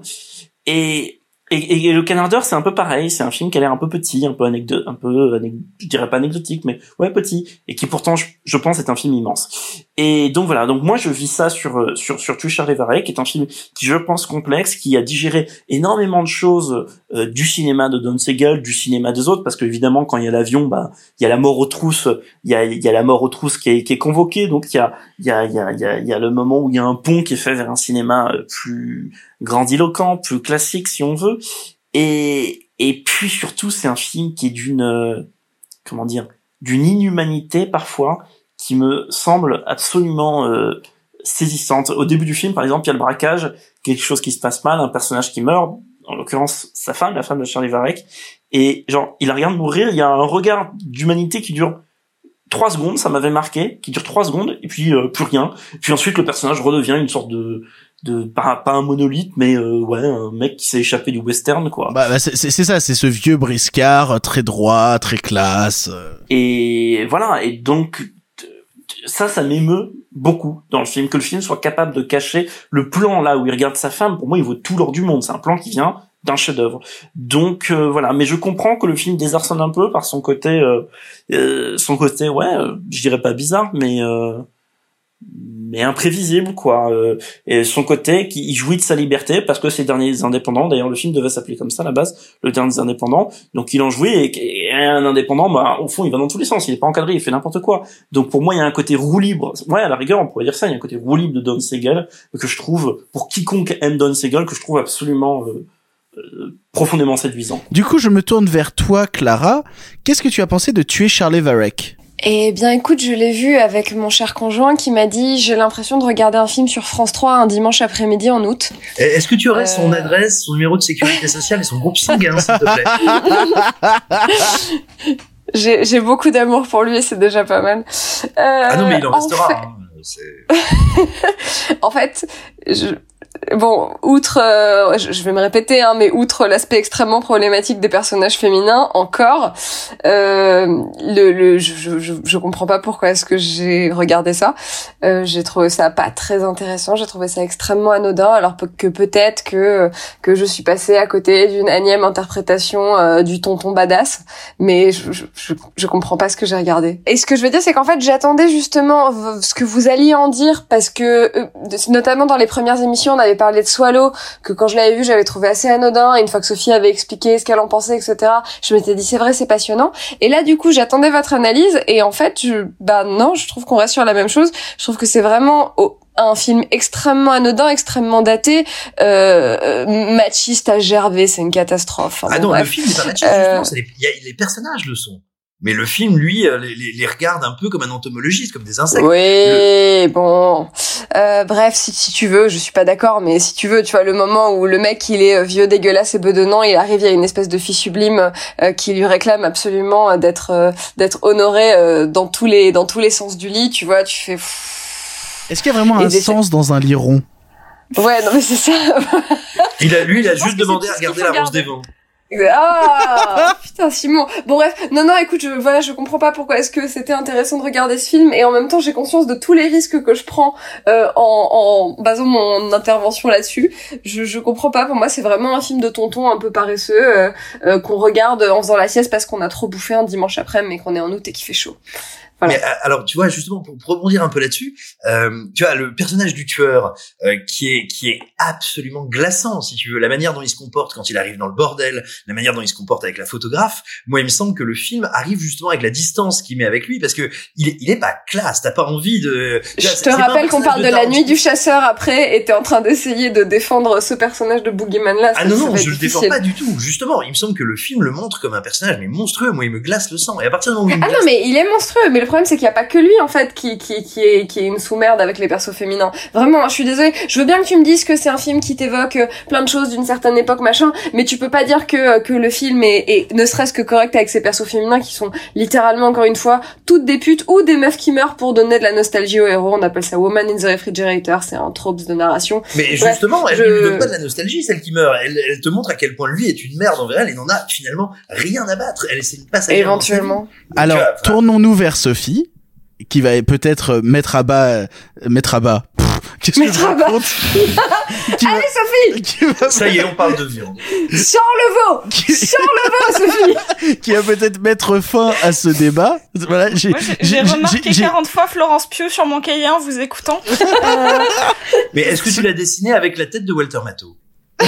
Et Et, et Le Canardeur, c'est un peu pareil, c'est un film qui a l'air un peu petit, un peu anecdote, un peu, je dirais pas anecdotique, mais ouais, petit, et qui pourtant, je, je pense, est un film immense. Et donc voilà, donc moi je vis ça sur sur sur Tu Charlie Varrick, qui est un film qui, je pense, complexe, qui a digéré énormément de choses euh, du cinéma de Don Siegel, du cinéma des autres, parce que évidemment quand il y a l'avion, bah il y a la mort aux trousses, il y a il y a la mort aux trousses qui est qui est convoquée, donc il y a il y a il y a il y a il y a le moment où il y a un pont qui est fait vers un cinéma plus grandiloquent, plus classique si on veut. Et et puis surtout c'est un film qui est d'une euh, comment dire, d'une inhumanité parfois qui me semble absolument euh, saisissante. Au début du film, par exemple, il y a le braquage, quelque chose qui se passe mal, un personnage qui meurt, en l'occurrence sa femme, la femme de Charlie Varrick, et genre il la regarde mourir, il y a un regard d'humanité qui dure trois secondes, ça m'avait marqué, qui dure trois secondes, et puis euh, plus rien. Puis ensuite le personnage redevient une sorte de de pas, pas un monolithe, mais euh, ouais, un mec qui s'est échappé du western, quoi. Bah, bah c'est, c'est, c'est ça, c'est ce vieux briscard très droit, très classe. Et voilà, et donc ça, ça m'émeut beaucoup dans le film, que le film soit capable de cacher le plan là où il regarde sa femme. Pour moi, il vaut tout l'or du monde. C'est un plan qui vient d'un chef-d'œuvre. Donc euh, voilà, mais je comprends que le film désarçonne un peu par son côté, euh, euh, son côté, ouais, euh, je dirais pas bizarre, mais euh, mais imprévisible, quoi. Euh, et son côté qui il jouit de sa liberté parce que c'est Derniers Indépendants. D'ailleurs, le film devait s'appeler comme ça à la base, Le Derniers Indépendants. Donc il en jouit et, et un indépendant, bah au fond, il va dans tous les sens. Il est pas encadré, il fait n'importe quoi. Donc pour moi, il y a un côté roue libre. Ouais, à la rigueur, on pourrait dire ça. Il y a un côté roue libre de Don Siegel que je trouve, pour quiconque aime Don Siegel, que je trouve absolument euh, euh, profondément séduisant. Du coup, je me tourne vers toi, Clara. Qu'est-ce que tu as pensé de Tuer Charlie Varrick ? Eh bien, écoute, je l'ai vu avec mon cher conjoint qui m'a dit « J'ai l'impression de regarder un film sur France trois un dimanche après-midi en août. » Est-ce que tu aurais euh... son adresse, son numéro de sécurité sociale et son groupe sanguin, s'il te plaît? j'ai, j'ai beaucoup d'amour pour lui et c'est déjà pas mal. Euh, ah non, mais il en restera. En fait, hein. C'est... en fait je, bon, outre, euh, je vais me répéter, hein, mais outre l'aspect extrêmement problématique des personnages féminins, encore, euh, le, le, je, je, je comprends pas pourquoi est-ce que j'ai regardé ça. Euh, j'ai trouvé ça pas très intéressant. J'ai trouvé ça extrêmement anodin, alors que peut-être que que je suis passée à côté d'une énième interprétation euh, du tonton badass, mais je, je, je, je comprends pas ce que j'ai regardé. Et ce que je veux dire, c'est qu'en fait, j'attendais justement ce que vous alliez en dire, parce que euh, notamment dans les premières émissions, on avait parlé de Swallow, que quand je l'avais vu, j'avais trouvé assez anodin, et une fois que Sophie avait expliqué ce qu'elle en pensait, et cetera, je m'étais dit, c'est vrai, c'est passionnant. Et là, du coup, j'attendais votre analyse, et en fait, je, bah non, je trouve qu'on reste sur la même chose. Je trouve que c'est vraiment oh, un film extrêmement anodin, extrêmement daté, euh, machiste à gerber, c'est une catastrophe. Enfin, ah bon, non, bref. le film n'est pas machiste, Euh, justement, c'est les, y a, les personnages le sont. Mais le film, lui, euh, les, les, les regarde un peu comme un entomologiste, comme des insectes. Oui, le... bon. Euh, bref, si, si tu veux, je suis pas d'accord, mais si tu veux, tu vois, le moment où le mec, il est vieux, dégueulasse et bedonnant, il arrive, il y a une espèce de fille sublime euh, qui lui réclame absolument euh, d'être euh, d'être honorée euh, dans tous les dans tous les sens du lit, tu vois, tu fais... Est-ce qu'il y a vraiment un des... sens dans un lit rond? Ouais, non mais c'est ça. il a, lui, il a juste demandé à regarder la Rose des Vents. Ah putain Simon. Bon bref, non non écoute, je, voilà, je comprends pas pourquoi est-ce que c'était intéressant de regarder ce film, et en même temps j'ai conscience de tous les risques que je prends euh, en, en basant mon intervention là-dessus. Je, je comprends pas, pour moi c'est vraiment un film de tonton un peu paresseux euh, euh, qu'on regarde en faisant la sieste parce qu'on a trop bouffé un dimanche après-midi mais qu'on est en août et qu'il fait chaud. Voilà. Mais alors tu vois, justement, pour, pour rebondir un peu là-dessus, euh, tu vois, le personnage du tueur euh, qui est qui est absolument glaçant, si tu veux, la manière dont il se comporte quand il arrive dans le bordel, la manière dont il se comporte avec la photographe. Moi, il me semble que le film arrive justement avec la distance qu'il met avec lui, parce que il est, il est pas classe. T'as pas envie de. Je te rappelle qu'on parle de, de la nuit du chasseur après, et t'es en train d'essayer de défendre ce personnage de Boogeyman là. Ah non non, je le défends pas du tout. Justement, il me semble que le film le montre comme un personnage mais monstrueux. Moi, il me glace le sang. Et à partir du moment où il me ah glace... non mais il est monstrueux, mais le problème c'est qu'il y a pas que lui en fait qui qui qui est qui est une sous-merde avec les persos féminins. Vraiment, je suis désolée. Je veux bien que tu me dises que c'est un film qui t'évoque plein de choses d'une certaine époque machin, mais tu peux pas dire que que le film est, est ne serait-ce que correct avec ses persos féminins qui sont littéralement encore une fois toutes des putes ou des meufs qui meurent pour donner de la nostalgie aux héros. On appelle ça Woman in the Refrigerator, c'est un trope de narration. Mais bref, justement, elle je... ne lui donne pas de la nostalgie, celle qui meurt. Elle, elle te montre à quel point lui est une merde envers elle et n'en a finalement rien à battre. Elle c'est une passagère. Éventuellement. Alors, vois, tournons-nous vers Sophie, qui va peut-être mettre à bas, euh, mettre à bas. Pff, qu'est-ce mettre que je raconte Allez va... Sophie va... Ça y est, on parle de viande. Sors le veau Sors le veau, Sophie Qui va peut-être mettre fin à ce débat. Voilà, j'ai, Moi, j'ai, j'ai, j'ai remarqué j'ai... quarante fois Florence Pugh sur mon cahier en vous écoutant. euh... Mais est-ce que tu l'as dessiné avec la tête de Walter Matthau?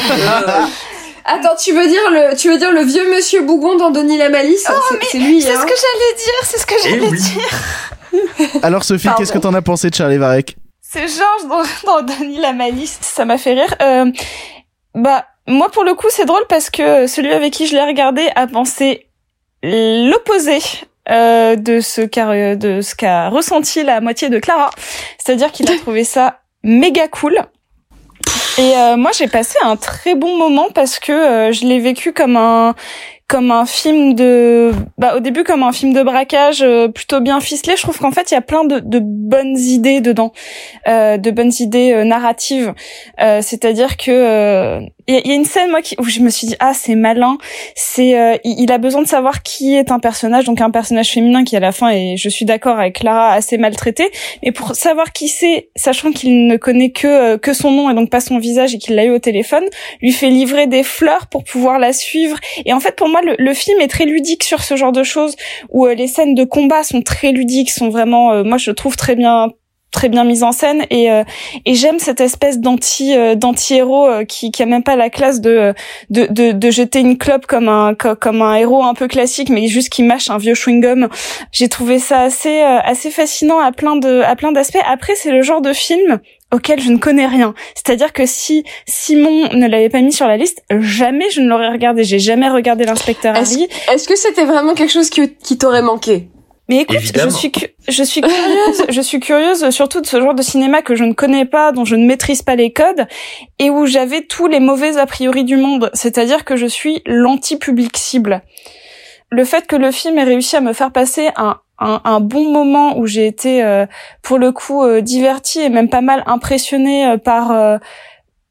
Attends, tu veux dire le, tu veux dire le vieux monsieur Bougon dans Denis la Malice? Oh, c'est, mais c'est lui, c'est hein. ce que j'allais dire, c'est ce que j'allais eh oui. dire. Alors Sophie, Pardon. Qu'est-ce que t'en as pensé de Charlie Varek? C'est Georges dans, dans Denis la Malice, ça m'a fait rire. Euh, bah, moi pour le coup c'est drôle parce que celui avec qui je l'ai regardé a pensé l'opposé. Euh, de ce qu'a de ce qu'a ressenti la moitié de Clara, c'est-à-dire qu'il a trouvé ça méga cool. Et euh, moi j'ai passé un très bon moment parce que euh, je l'ai vécu comme un comme un film de bah au début comme un film de braquage euh, plutôt bien ficelé. Je trouve qu'en fait il y a plein de de bonnes idées dedans, euh, de bonnes idées euh, narratives. Euh, c'est-à-dire que euh, il y, y a une scène moi qui, où je me suis dit ah c'est malin. C'est euh, il, il a besoin de savoir qui est un personnage, donc un personnage féminin qui à la fin, et je suis d'accord avec Clara, assez maltraité. Mais pour savoir qui c'est, sachant qu'il ne connaît que euh, que son nom et donc pas son visage et qu'il l'a eu au téléphone, lui fait livrer des fleurs pour pouvoir la suivre. Et en fait pour moi Le, le film est très ludique sur ce genre de choses où euh, les scènes de combat sont très ludiques, sont vraiment, euh, moi je trouve très bien, très bien mise en scène et euh, et j'aime cette espèce d'anti euh, d'anti-héros euh, qui qui a même pas la classe de de de, de jeter une clope comme un comme un héros un peu classique, mais juste qui mâche un vieux chewing-gum. J'ai trouvé ça assez euh, assez fascinant à plein de à plein d'aspects. Après c'est le genre de film auquel je ne connais rien. C'est-à-dire que si Simon ne l'avait pas mis sur la liste, jamais je ne l'aurais regardé. J'ai jamais regardé l'inspecteur Harry. Est-ce, est-ce que c'était vraiment quelque chose qui, qui t'aurait manqué? Mais écoute, Évidemment. je suis je suis curieuse, je suis curieuse surtout de ce genre de cinéma que je ne connais pas, dont je ne maîtrise pas les codes et où j'avais tous les mauvais a priori du monde. C'est-à-dire que je suis l'anti-public cible. Le fait que le film ait réussi à me faire passer un Un, un bon moment où j'ai été euh, pour le coup euh, divertie et même pas mal impressionnée euh, par euh,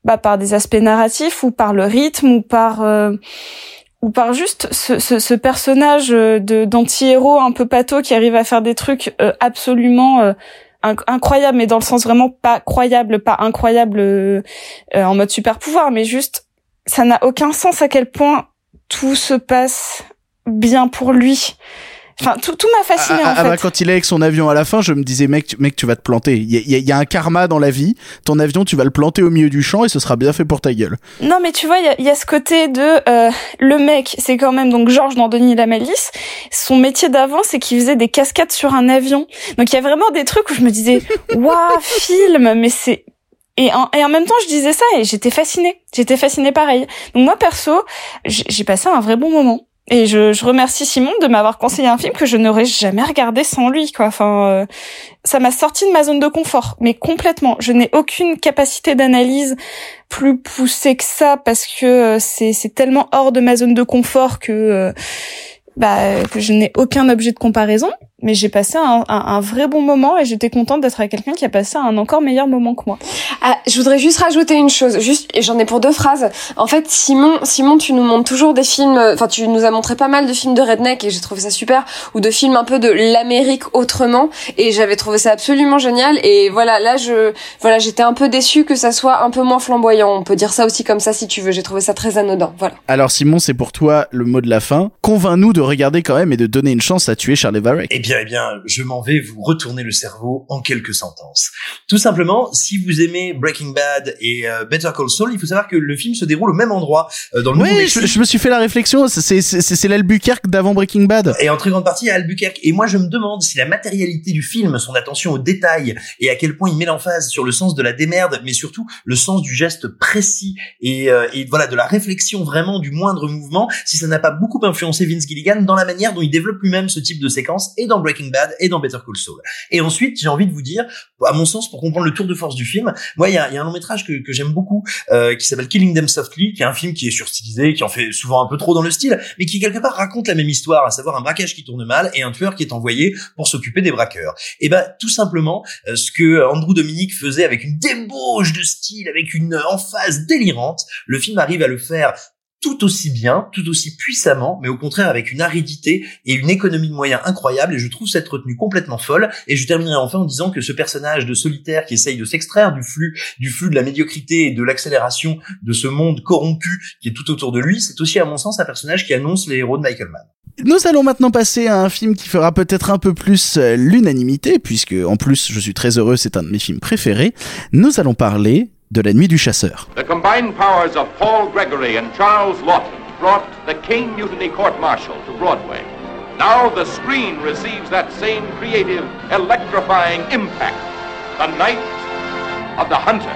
bah par des aspects narratifs ou par le rythme ou par euh, ou par juste ce, ce, ce personnage de d'anti-héros un peu pâteau qui arrive à faire des trucs euh, absolument euh, incroyables, mais dans le sens vraiment pas croyable, pas incroyable euh, en mode super pouvoir, mais juste ça n'a aucun sens à quel point tout se passe bien pour lui. Enfin, tout, tout m'a fasciné ah, en ah, fait. Bah, quand il est avec son avion à la fin, je me disais, mec, tu, mec, tu vas te planter. Il y a, il y, a, il y a un karma dans la vie. Ton avion, tu vas le planter au milieu du champ et ce sera bien fait pour ta gueule. Non, mais tu vois, il y a, il y a ce côté de euh, le mec, c'est quand même donc Georges dans Denis la Malice. Son métier d'avant, c'est qu'il faisait des cascades sur un avion. Donc il y a vraiment des trucs où je me disais, waouh, film, mais c'est Et en, et en même temps, je disais ça et j'étais fascinée. J'étais fascinée pareil. Donc moi, perso, j'ai, j'ai passé un vrai bon moment. Et je, je remercie Simon de m'avoir conseillé un film que je n'aurais jamais regardé sans lui, quoi. Enfin, euh, ça m'a sorti de ma zone de confort, mais complètement. Je n'ai aucune capacité d'analyse plus poussée que ça parce que euh, c'est, c'est tellement hors de ma zone de confort que, euh, bah, que je n'ai aucun objet de comparaison. Mais j'ai passé un, un, un vrai bon moment et j'étais contente d'être avec quelqu'un qui a passé un encore meilleur moment que moi. Ah, je voudrais juste rajouter une chose, juste, et j'en ai pour deux phrases. En fait, Simon, Simon, tu nous montres toujours des films, enfin, tu nous as montré pas mal de films de redneck et j'ai trouvé ça super, ou de films un peu de l'Amérique autrement, et j'avais trouvé ça absolument génial. Et voilà, là, je, voilà, j'étais un peu déçue que ça soit un peu moins flamboyant. On peut dire ça aussi comme ça si tu veux. J'ai trouvé ça très anodin. Voilà. Alors Simon, c'est pour toi le mot de la fin. Convainc-nous de regarder quand même et de donner une chance à tuer Charlie Varrick. Eh bien, eh bien, je m'en vais vous retourner le cerveau en quelques sentences. Tout simplement, si vous aimez Breaking Bad et euh, Better Call Saul, il faut savoir que le film se déroule au même endroit, euh, dans le Oui, Nouveau-Mexique. je, je me suis fait la réflexion, c'est, c'est, c'est, c'est l'Albuquerque d'avant Breaking Bad. Et en très grande partie à Albuquerque. Et moi, je me demande si la matérialité du film, son attention aux détails et à quel point il met l'emphase sur le sens de la démerde, mais surtout le sens du geste précis et, euh, et voilà, de la réflexion vraiment du moindre mouvement, si ça n'a pas beaucoup influencé Vince Gilligan dans la manière dont il développe lui-même ce type de séquence et dans Breaking Bad et dans Better Call Saul. Et ensuite, j'ai envie de vous dire, à mon sens, pour comprendre le tour de force du film, moi, il y a, y a un long métrage que, que j'aime beaucoup, euh, qui s'appelle Killing Them Softly, qui est un film qui est surstylisé, qui en fait souvent un peu trop dans le style, mais qui quelque part raconte la même histoire, à savoir un braquage qui tourne mal et un tueur qui est envoyé pour s'occuper des braqueurs. Et ben, tout simplement, euh, ce que Andrew Dominic faisait avec une débauche de style, avec une emphase délirante, le film arrive à le faire tout aussi bien, tout aussi puissamment, mais au contraire avec une aridité et une économie de moyens incroyable, et je trouve cette retenue complètement folle. Et je terminerai enfin en disant que ce personnage de solitaire qui essaye de s'extraire du flux, du flux de la médiocrité et de l'accélération de ce monde corrompu qui est tout autour de lui, c'est aussi à mon sens un personnage qui annonce les héros de Michael Mann. Nous allons maintenant passer à un film qui fera peut-être un peu plus euh, l'unanimité, puisque en plus je suis très heureux, c'est un de mes films préférés. Nous allons parler de La Nuit du Chasseur. The combined powers of Paul Gregory and Charles Lawton brought The King Mutiny Court Martial to Broadway. Now the screen receives that same creative, electrifying impact. The Night of the Hunter.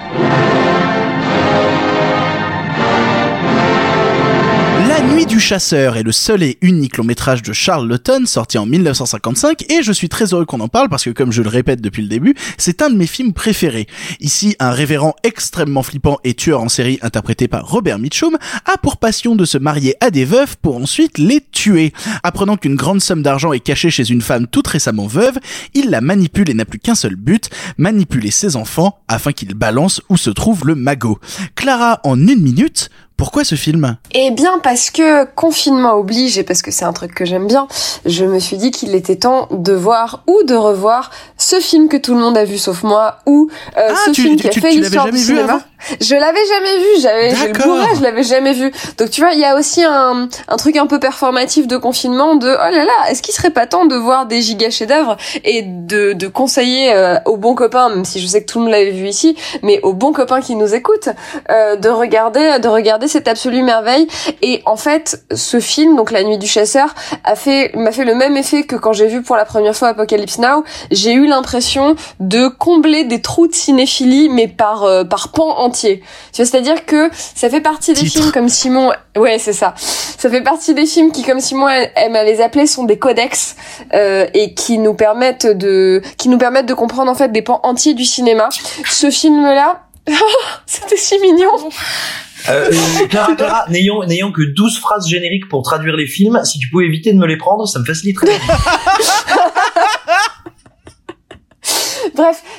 La Nuit du Chasseur est le seul et unique long métrage de Charles Lawton sorti en dix-neuf cent cinquante-cinq, et je suis très heureux qu'on en parle parce que, comme je le répète depuis le début, c'est un de mes films préférés. Ici, un révérend extrêmement flippant et tueur en série interprété par Robert Mitchum a pour passion de se marier à des veuves pour ensuite les tuer. Apprenant qu'une grande somme d'argent est cachée chez une femme toute récemment veuve, il la manipule et n'a plus qu'un seul but, manipuler ses enfants afin qu'ils balancent où se trouve le magot. Clara, en une minute, pourquoi ce film ? Eh bien parce que confinement oblige et parce que c'est un truc que j'aime bien, je me suis dit qu'il était temps de voir ou de revoir ce film que tout le monde a vu sauf moi, ou euh, ah, ce tu, film tu, qui a tu, fait tu l'histoire du cinéma. Je l'avais jamais vu, j'avais j'ai le Blu-ray, je l'avais jamais vu. Donc tu vois, il y a aussi un un truc un peu performatif de confinement de oh là là, est-ce qu'il serait pas temps de voir des giga chefs-d'œuvre et de de conseiller euh, aux bons copains, même si je sais que tout le monde l'avait vu ici, mais aux bons copains qui nous écoutent, euh, de regarder de regarder cette absolue merveille. Et en fait, ce film, donc La Nuit du Chasseur, a fait m'a fait le même effet que quand j'ai vu pour la première fois Apocalypse Now. J'ai eu l'impression de combler des trous de cinéphilie, mais par euh, par pan entier. Tu vois, c'est-à-dire que ça fait partie des Titre. films comme Simon, ouais, c'est ça. Ça fait partie des films qui, comme Simon aime à les appeler, sont des codex euh, et qui nous permettent de, qui nous permettent de comprendre en fait des pans entiers du cinéma. Ce film-là, c'était si mignon. Euh, Clara, Clara, n'ayant, n'ayant que douze phrases génériques pour traduire les films, si tu pouvais éviter de me les prendre, ça me faciliterait. Bref,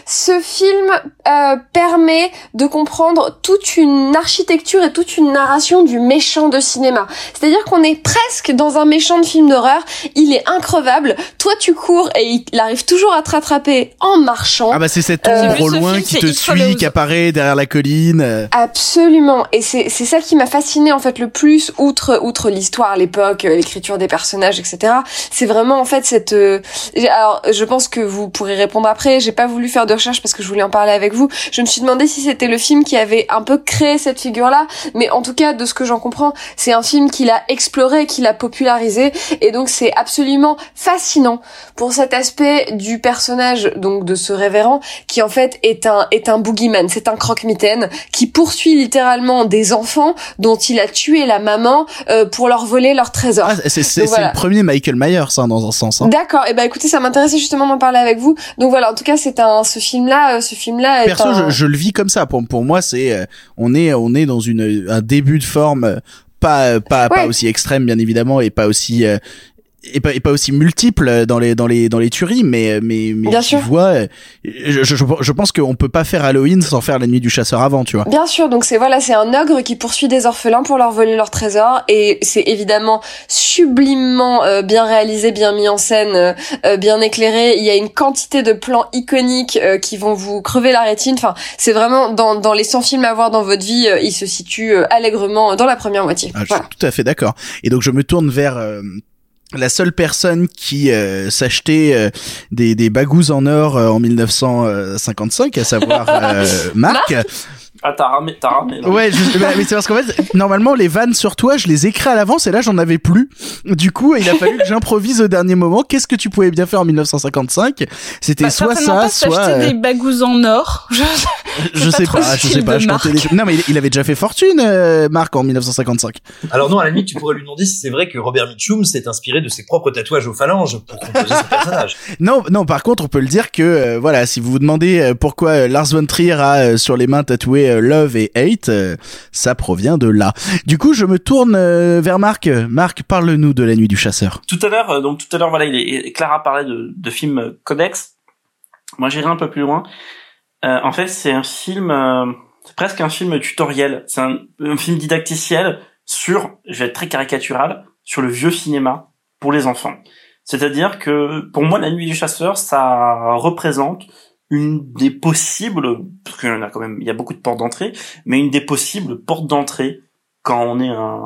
ce film euh, permet de comprendre toute une architecture et toute une narration du méchant de cinéma. C'est-à-dire qu'on est presque dans un méchant de film d'horreur. Il est increvable. Toi, tu cours et il arrive toujours à te rattraper en marchant. Ah bah c'est cette ombre Euh, au loin film, qui c'est te It suit, Follows. qui apparaît derrière la colline. Absolument, et c'est c'est ça qui m'a fasciné en fait le plus, outre outre l'histoire, l'époque, euh, l'écriture des personnages, et cetera. C'est vraiment en fait cette. Euh... Alors, je pense que vous pourrez répondre après. J'ai pas voulu faire de recherche parce que je voulais en parler avec vous. Je me suis demandé si c'était le film qui avait un peu créé cette figure-là, mais en tout cas, de ce que j'en comprends, c'est un film qu'il a exploré, qu'il a popularisé, et donc c'est absolument fascinant pour cet aspect du personnage, donc de ce révérend, qui en fait est un est un boogeyman, c'est un croque-mitaine qui poursuit littéralement des enfants dont il a tué la maman euh, pour leur voler leur trésor. Ah, c'est c'est, Donc, c'est voilà. le premier Michael Myers, hein, dans un sens. Hein. D'accord. Et ben écoutez, ça m'intéressait justement d'en parler avec vous. Donc voilà, en tout cas, c'est un ce film-là, euh, ce film-là. Est Perso, un... je, je le vis comme ça. Pour pour moi, c'est euh, on est on est dans une un début de forme euh, pas pas Ouais. pas aussi extrême bien évidemment et pas aussi euh, et pas et pas aussi multiple dans les dans les dans les tueries, mais mais mais Bien tu sûr. vois, euh, je, je je pense qu'on peut pas faire Halloween sans faire la nuit du chasseur avant, tu vois. Bien sûr, donc c'est voilà, c'est un ogre qui poursuit des orphelins pour leur voler leur trésor, et c'est évidemment sublimement euh, bien réalisé, bien mis en scène, euh, euh, bien éclairé. Il y a une quantité de plans iconiques euh, qui vont vous crever la rétine. Enfin, c'est vraiment dans dans les cent films à voir dans votre vie, euh, il se situe euh, allègrement dans la première moitié. Ah, je Voilà. suis tout à fait d'accord. Et donc je me tourne vers euh, la seule personne qui euh, s'achetait euh, des, des bagous en or euh, en mille neuf cent cinquante-cinq, à savoir euh, Marc. Ah, t'as ramé, t'as ramé. non Ouais, je, bah, mais c'est parce qu'en fait, normalement, les vannes sur toi, je les écris à l'avance et là, j'en avais plus. Du coup, il a fallu que j'improvise au dernier moment. Qu'est-ce que tu pouvais bien faire en mille neuf cent cinquante-cinq? C'était Bah, soit certainement ça, pas soit... s'acheter euh, des bagous en or. Je, je sais trop pas, le je style sais pas, de je tentais Marc. des... Non, mais il, il avait déjà fait fortune, euh, Marc, en mille neuf cent cinquante-cinq. Alors non, à la limite, tu pourrais lui demander si c'est vrai que Robert Mitchum s'est inspiré de ses propres tatouages aux phalanges pour composer son personnage. Non, non, par contre, on peut le dire que, euh, voilà, si vous vous demandez euh, pourquoi euh, Lars von Trier a euh, sur les mains tatoué euh, Love et Hate, euh, ça provient de là. Du coup, je me tourne euh, vers Marc. Marc, parle-nous de La Nuit du Chasseur. Tout à l'heure, euh, donc tout à l'heure, voilà, il est, Clara parlait de, de films euh, codex. Moi, j'irai un peu plus loin. Euh, en fait, c'est un film, euh, c'est presque un film tutoriel. C'est un, un film didacticiel sur, je vais être très caricatural, sur le vieux cinéma pour les enfants. C'est-à-dire que, pour moi, La Nuit du Chasseur, ça représente une des possibles, parce qu'il y en a quand même, il y a beaucoup de portes d'entrée, mais une des possibles portes d'entrée quand on est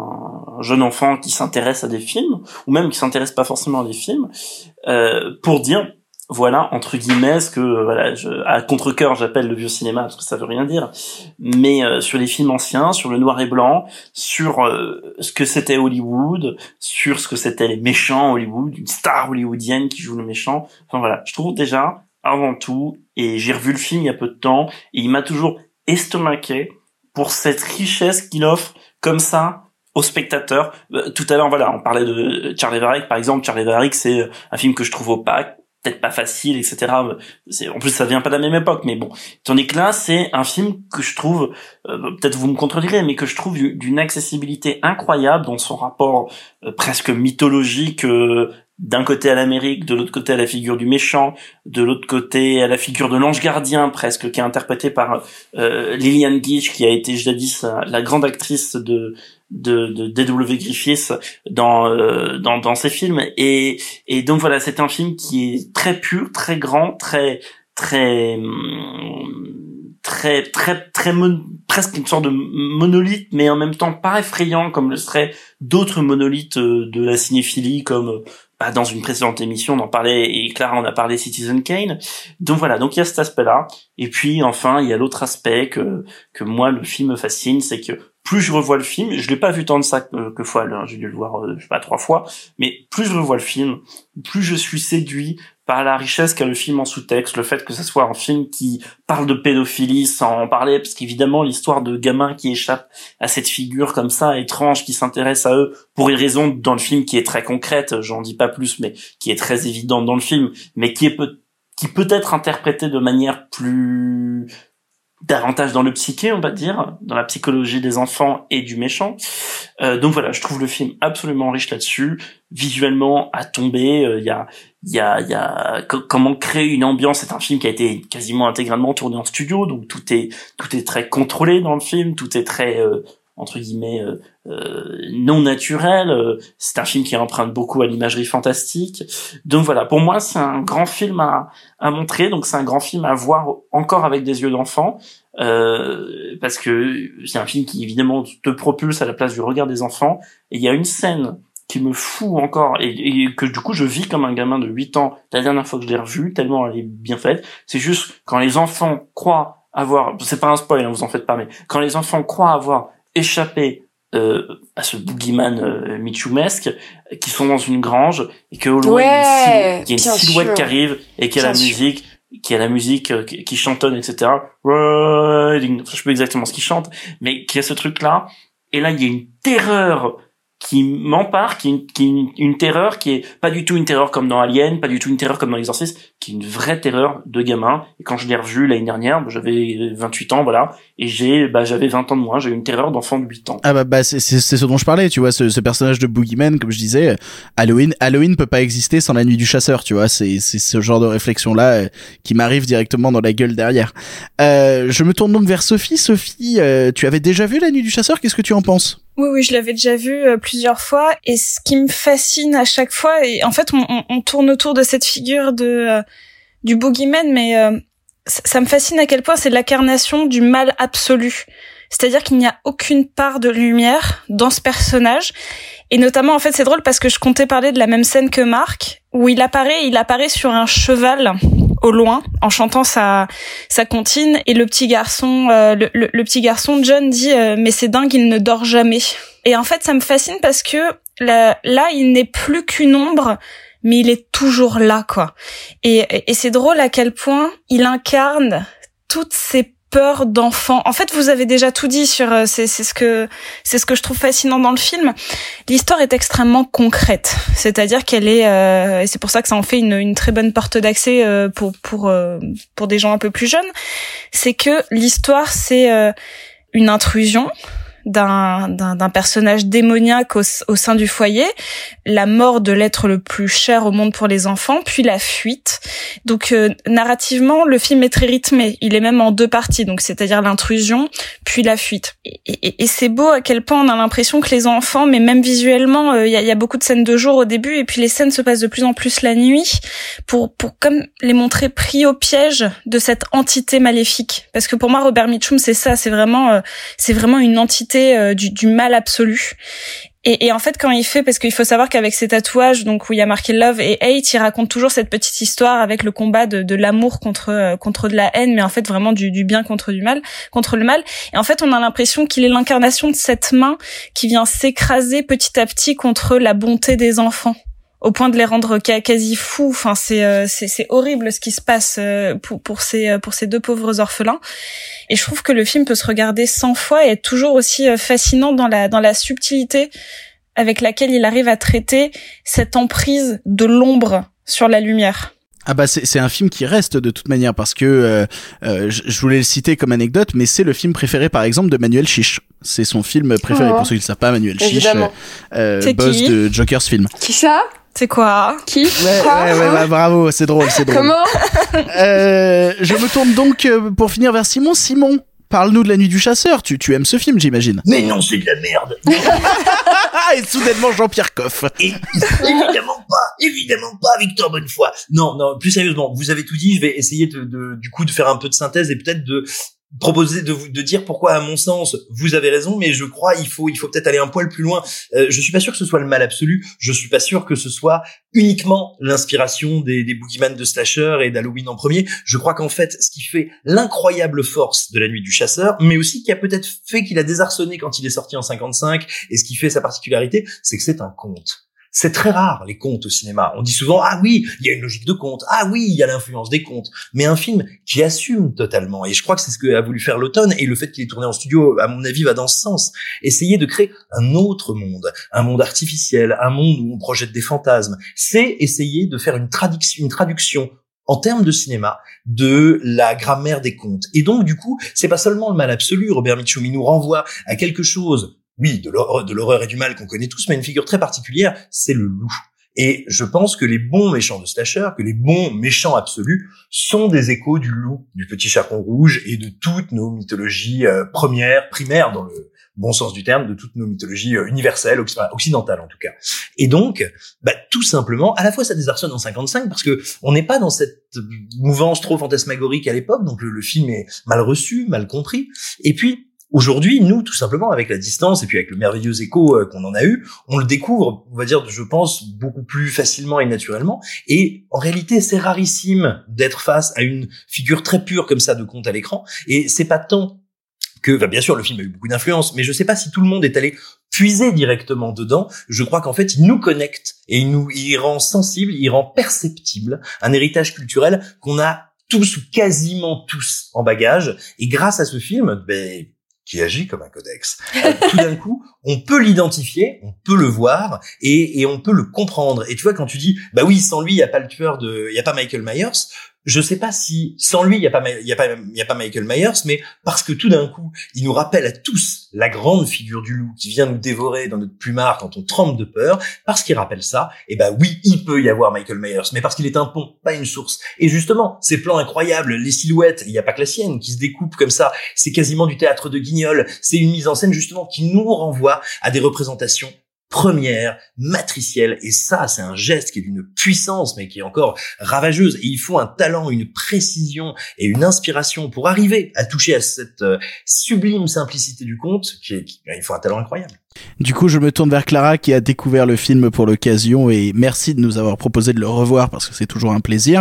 un jeune enfant qui s'intéresse à des films, ou même qui s'intéresse pas forcément à des films, euh, pour dire, voilà, entre guillemets, ce que, voilà, je, à contre-cœur, j'appelle le vieux cinéma, parce que ça veut rien dire, mais euh, sur les films anciens, sur le noir et blanc, sur euh, ce que c'était Hollywood, sur ce que c'était les méchants Hollywood, une star hollywoodienne qui joue le méchant, enfin voilà, je trouve déjà, avant tout, et j'ai revu le film il y a peu de temps, et il m'a toujours estomaqué pour cette richesse qu'il offre comme ça aux spectateurs. Euh, tout à l'heure, voilà, on parlait de Charlie Varick, par exemple. Charlie Varick, c'est un film que je trouve opaque, peut-être pas facile, et cetera. C'est, en plus, ça vient pas de la même époque, mais bon. Tandis que là, c'est un film que je trouve, euh, peut-être vous me contredirez, mais que je trouve d'une accessibilité incroyable dans son rapport euh, presque mythologique, euh, d'un côté à l'Amérique, de l'autre côté à la figure du méchant, de l'autre côté à la figure de l'ange gardien presque, qui est interprété par euh, Lillian Gish, qui a été jadis la grande actrice de de, de D W Griffiths dans euh, dans dans ses films, et et donc voilà, c'est un film qui est très pur, très grand, très très très très très mon, presque une sorte de monolithe, mais en même temps pas effrayant comme le seraient d'autres monolithes de la cinéphilie, comme bah, dans une précédente émission on en parlait, et Clara en a parlé, Citizen Kane. Donc voilà, donc il y a cet aspect-là, et puis enfin il y a l'autre aspect que que moi le film me fascine, c'est que plus je revois le film, je l'ai pas vu tant de ça que, que fois, hein, j'ai dû le voir, euh, je sais pas, trois fois, mais plus je revois le film, plus je suis séduit par la richesse qu'a le film en sous-texte, le fait que ce soit un film qui parle de pédophilie sans en parler, parce qu'évidemment l'histoire de gamins qui échappent à cette figure comme ça, étrange, qui s'intéresse à eux pour une raison dans le film qui est très concrète, j'en dis pas plus, mais qui est très évidente dans le film, mais qui est peut, qui peut être interprétée de manière plus... davantage dans le psyché, on va dire, dans la psychologie des enfants et du méchant. Euh, donc voilà, je trouve le film absolument riche là-dessus, visuellement à tomber. Il euh, y a, il y a, il y a c- comment créer une ambiance. C'est un film qui a été quasiment intégralement tourné en studio, donc tout est, tout est très contrôlé dans le film, tout est très euh, entre guillemets euh, euh, non naturel. Euh, c'est un film qui emprunte beaucoup à l'imagerie fantastique. Donc voilà, pour moi, c'est un grand film à, à montrer. Donc c'est un grand film à voir encore avec des yeux d'enfant. Euh, parce que c'est un film qui évidemment te propulse à la place du regard des enfants, et il y a une scène qui me fout encore et, et que du coup je vis comme un gamin de huit ans la dernière fois que je l'ai revu, tellement elle est bien faite. C'est juste quand les enfants croient avoir, c'est pas un spoil, hein, vous en faites pas, mais quand les enfants croient avoir échappé euh, à ce boogeyman euh, mitchoumesque, qui sont dans une grange et que au loin ouais, il y a une, si- il y a une silhouette sûr. qui arrive et qui a Bien la sûr. musique qui a la musique euh, qui, qui chantonne, et cetera. Riding, je sais plus exactement ce qu'il chante, mais qui a ce truc-là. Et là, il y a une terreur qui m'empare, qui est une, qui est une, une terreur qui est pas du tout une terreur comme dans Alien, pas du tout une terreur comme dans L'Exorciste, qui est une vraie terreur de gamin. Et quand je l'ai revu l'année dernière, bah, j'avais vingt-huit ans, voilà, et j'ai, bah, j'avais vingt ans de moins, j'ai eu une terreur d'enfant de huit ans. Ah bah, bah c'est, c'est, c'est ce dont je parlais, tu vois, ce, ce personnage de Boogeyman, comme je disais, euh, Halloween, Halloween peut pas exister sans la nuit du chasseur, tu vois, c'est, c'est ce genre de réflexion-là euh, qui m'arrive directement dans la gueule derrière. Euh, je me tourne donc vers Sophie. Sophie, euh, tu avais déjà vu la nuit du chasseur, qu'est-ce que tu en penses? Oui, oui, je l'avais déjà vu euh, plusieurs fois, et ce qui me fascine à chaque fois, et en fait, on, on, on tourne autour de cette figure de euh, du boogeyman, mais euh, ça, ça me fascine à quel point c'est l'incarnation du mal absolu. C'est-à-dire qu'il n'y a aucune part de lumière dans ce personnage, et notamment, en fait, c'est drôle parce que je comptais parler de la même scène que Marc, où il apparaît, il apparaît sur un cheval au loin, en chantant sa sa comptine, et le petit garçon, euh, le, le, le petit garçon John dit euh, mais c'est dingue, il ne dort jamais. Et en fait, ça me fascine parce que là, là il n'est plus qu'une ombre, mais il est toujours là, quoi. Et, et, et c'est drôle à quel point il incarne toutes ces peur d'enfant. En fait, vous avez déjà tout dit sur, euh, c'est, c'est ce que, c'est ce que je trouve fascinant dans le film. L'histoire est extrêmement concrète. C'est-à-dire qu'elle est, euh, et c'est pour ça que ça en fait une, une très bonne porte d'accès euh, pour, pour, euh, pour des gens un peu plus jeunes. C'est que l'histoire, c'est euh, une intrusion d'un, d'un, d'un personnage démoniaque au, au sein du foyer, la mort de l'être le plus cher au monde pour les enfants, puis la fuite. Donc euh, narrativement, le film est très rythmé. Il est même en deux parties, donc c'est-à-dire l'intrusion, puis la fuite. Et, et, et c'est beau à quel point on a l'impression que les enfants, mais même visuellement, il euh, y, a, y a beaucoup de scènes de jour au début, et puis les scènes se passent de plus en plus la nuit, pour pour comme les montrer pris au piège de cette entité maléfique. Parce que pour moi, Robert Mitchum, c'est ça, c'est vraiment, euh, c'est vraiment une entité euh, du, du mal absolu. Et, et en fait, quand il fait, parce qu'il faut savoir qu'avec ses tatouages, donc où il y a marqué Love et Hate, il raconte toujours cette petite histoire avec le combat de, de l'amour contre euh, contre de la haine, mais en fait vraiment du, du bien contre du mal, contre le mal. Et en fait, on a l'impression qu'il est l'incarnation de cette main qui vient s'écraser petit à petit contre la bonté des enfants, au point de les rendre quasi fous. Enfin, c'est euh, c'est c'est horrible ce qui se passe euh, pour pour ces pour ces deux pauvres orphelins. Et je trouve que le film peut se regarder cent fois et être toujours aussi euh, fascinant dans la dans la subtilité avec laquelle il arrive à traiter cette emprise de l'ombre sur la lumière. Ah bah c'est c'est un film qui reste de toute manière parce que euh, euh, je voulais le citer comme anecdote, mais c'est le film préféré par exemple de Manuel Chiche. C'est son film préféré. Oh. Pour ceux qui ne le savent pas, Manuel Chiche, euh, euh, boss qui de Joker's film. Qui ça? C'est quoi? Qui? Ouais, quoi ouais, ouais, bah, bravo, c'est drôle, c'est drôle. Comment? euh, Je me tourne donc euh, pour finir vers Simon. Simon, parle-nous de La Nuit du Chasseur. Tu tu aimes ce film, j'imagine? Mais non, c'est de la merde. Et soudainement Jean-Pierre Coff. Et, évidemment pas, évidemment pas Victor Bonnefoy. Non, non, plus sérieusement, vous avez tout dit. Je vais essayer de, de du coup de faire un peu de synthèse et peut-être de proposer de vous de dire pourquoi à mon sens vous avez raison, mais je crois il faut il faut peut-être aller un poil plus loin. Euh, je suis pas sûr que ce soit le mal absolu, je suis pas sûr que ce soit uniquement l'inspiration des des boogeyman de slasher et d'Halloween en premier. Je crois qu'en fait ce qui fait l'incroyable force de La Nuit du Chasseur, mais aussi qui a peut-être fait qu'il a désarçonné quand il est sorti en cinquante-cinq, et ce qui fait sa particularité, c'est que c'est un conte. C'est très rare, les contes au cinéma. On dit souvent, ah oui, il y a une logique de conte. Ah oui, il y a l'influence des contes. Mais un film qui assume totalement. Et je crois que c'est ce qu'a voulu faire l'automne. Et le fait qu'il est tourné en studio, à mon avis, va dans ce sens. Essayer de créer un autre monde. Un monde artificiel. Un monde où on projette des fantasmes. C'est essayer de faire une traduction, une traduction en termes de cinéma, de la grammaire des contes. Et donc, du coup, c'est pas seulement le mal absolu. Robert Mitchum, il nous renvoie à quelque chose oui, de l'horreur, de l'horreur et du mal qu'on connaît tous, mais une figure très particulière, c'est le loup. Et je pense que les bons méchants de slasher, que les bons méchants absolus, sont des échos du loup, du petit chaperon rouge et de toutes nos mythologies euh, premières, primaires dans le bon sens du terme, de toutes nos mythologies euh, universelles, occidentales en tout cas. Et donc, bah, tout simplement, à la fois ça désarçonne en cinquante-cinq parce que on n'est pas dans cette mouvance trop fantasmagorique à l'époque, donc le, le film est mal reçu, mal compris. Et puis aujourd'hui, nous, tout simplement, avec la distance et puis avec le merveilleux écho euh, qu'on en a eu, on le découvre, on va dire, je pense, beaucoup plus facilement et naturellement. Et en réalité, c'est rarissime d'être face à une figure très pure comme ça de conte à l'écran. Et c'est pas tant que, bah, bien sûr, le film a eu beaucoup d'influence, mais je sais pas si tout le monde est allé puiser directement dedans. Je crois qu'en fait, il nous connecte et il nous, il rend sensible, il rend perceptible un héritage culturel qu'on a tous ou quasiment tous en bagage. Et grâce à ce film, ben, qui agit comme un codex. Euh, tout d'un coup, on peut l'identifier, on peut le voir et, et on peut le comprendre. Et tu vois, quand tu dis, bah oui, sans lui, il y a pas le tueur de, il y a pas Michael Myers. Je sais pas si sans lui il y a pas il y a pas il y a pas Michael Myers, mais parce que tout d'un coup il nous rappelle à tous la grande figure du loup qui vient nous dévorer dans notre plumard quand on tremble de peur, parce qu'il rappelle ça, et ben oui il peut y avoir Michael Myers, mais parce qu'il est un pont, pas une source. Et justement ces plans incroyables, les silhouettes, il y a pas que la sienne qui se découpe comme ça, c'est quasiment du théâtre de Guignol, c'est une mise en scène justement qui nous renvoie à des représentations première, matricielle, et ça, c'est un geste qui est d'une puissance, mais qui est encore ravageuse, et il faut un talent, une précision et une inspiration pour arriver à toucher à cette euh, sublime simplicité du conte, qui est, qui, il faut un talent incroyable. Du coup, je me tourne vers Clara qui a découvert le film pour l'occasion, et merci de nous avoir proposé de le revoir parce que c'est toujours un plaisir.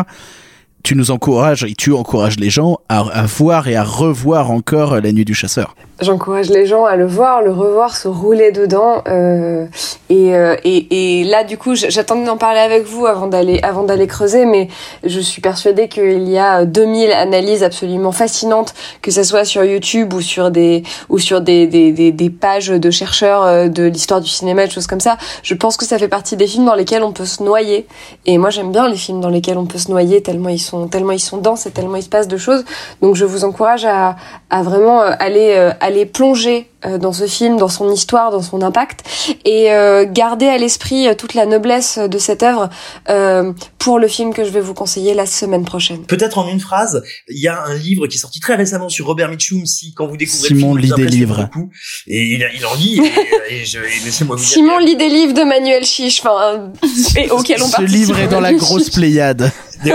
Tu nous encourages et tu encourages les gens à, à voir et à revoir encore La Nuit du Chasseur. J'encourage les gens à le voir, le revoir, se rouler dedans. Euh, et, euh, et, et là, du coup, j'attendais d'en parler avec vous avant d'aller, avant d'aller creuser, mais je suis persuadée qu'il y a deux mille analyses absolument fascinantes, que ça soit sur YouTube ou sur des, ou sur des, des, des, des pages de chercheurs de l'histoire du cinéma, des choses comme ça. Je pense que ça fait partie des films dans lesquels on peut se noyer. Et moi, j'aime bien les films dans lesquels on peut se noyer tellement ils sont, tellement ils sont denses et tellement il se passe de choses. Donc, je vous encourage à, à vraiment aller, aller plonger dans ce film, dans son histoire, dans son impact, et euh, garder à l'esprit toute la noblesse de cette œuvre euh, pour le film que je vais vous conseiller la semaine prochaine. Peut-être en une phrase, il y a un livre qui est sorti très récemment sur Robert Mitchum, si quand vous découvrez Simon le film, lit des livres. Beaucoup, et il, il en lit, et, et, je, et laissez-moi vous dire. Simon lit des livres de Manuel Chiche, enfin, et auquel on participe. Ce livre est dans la grosse Pléiade.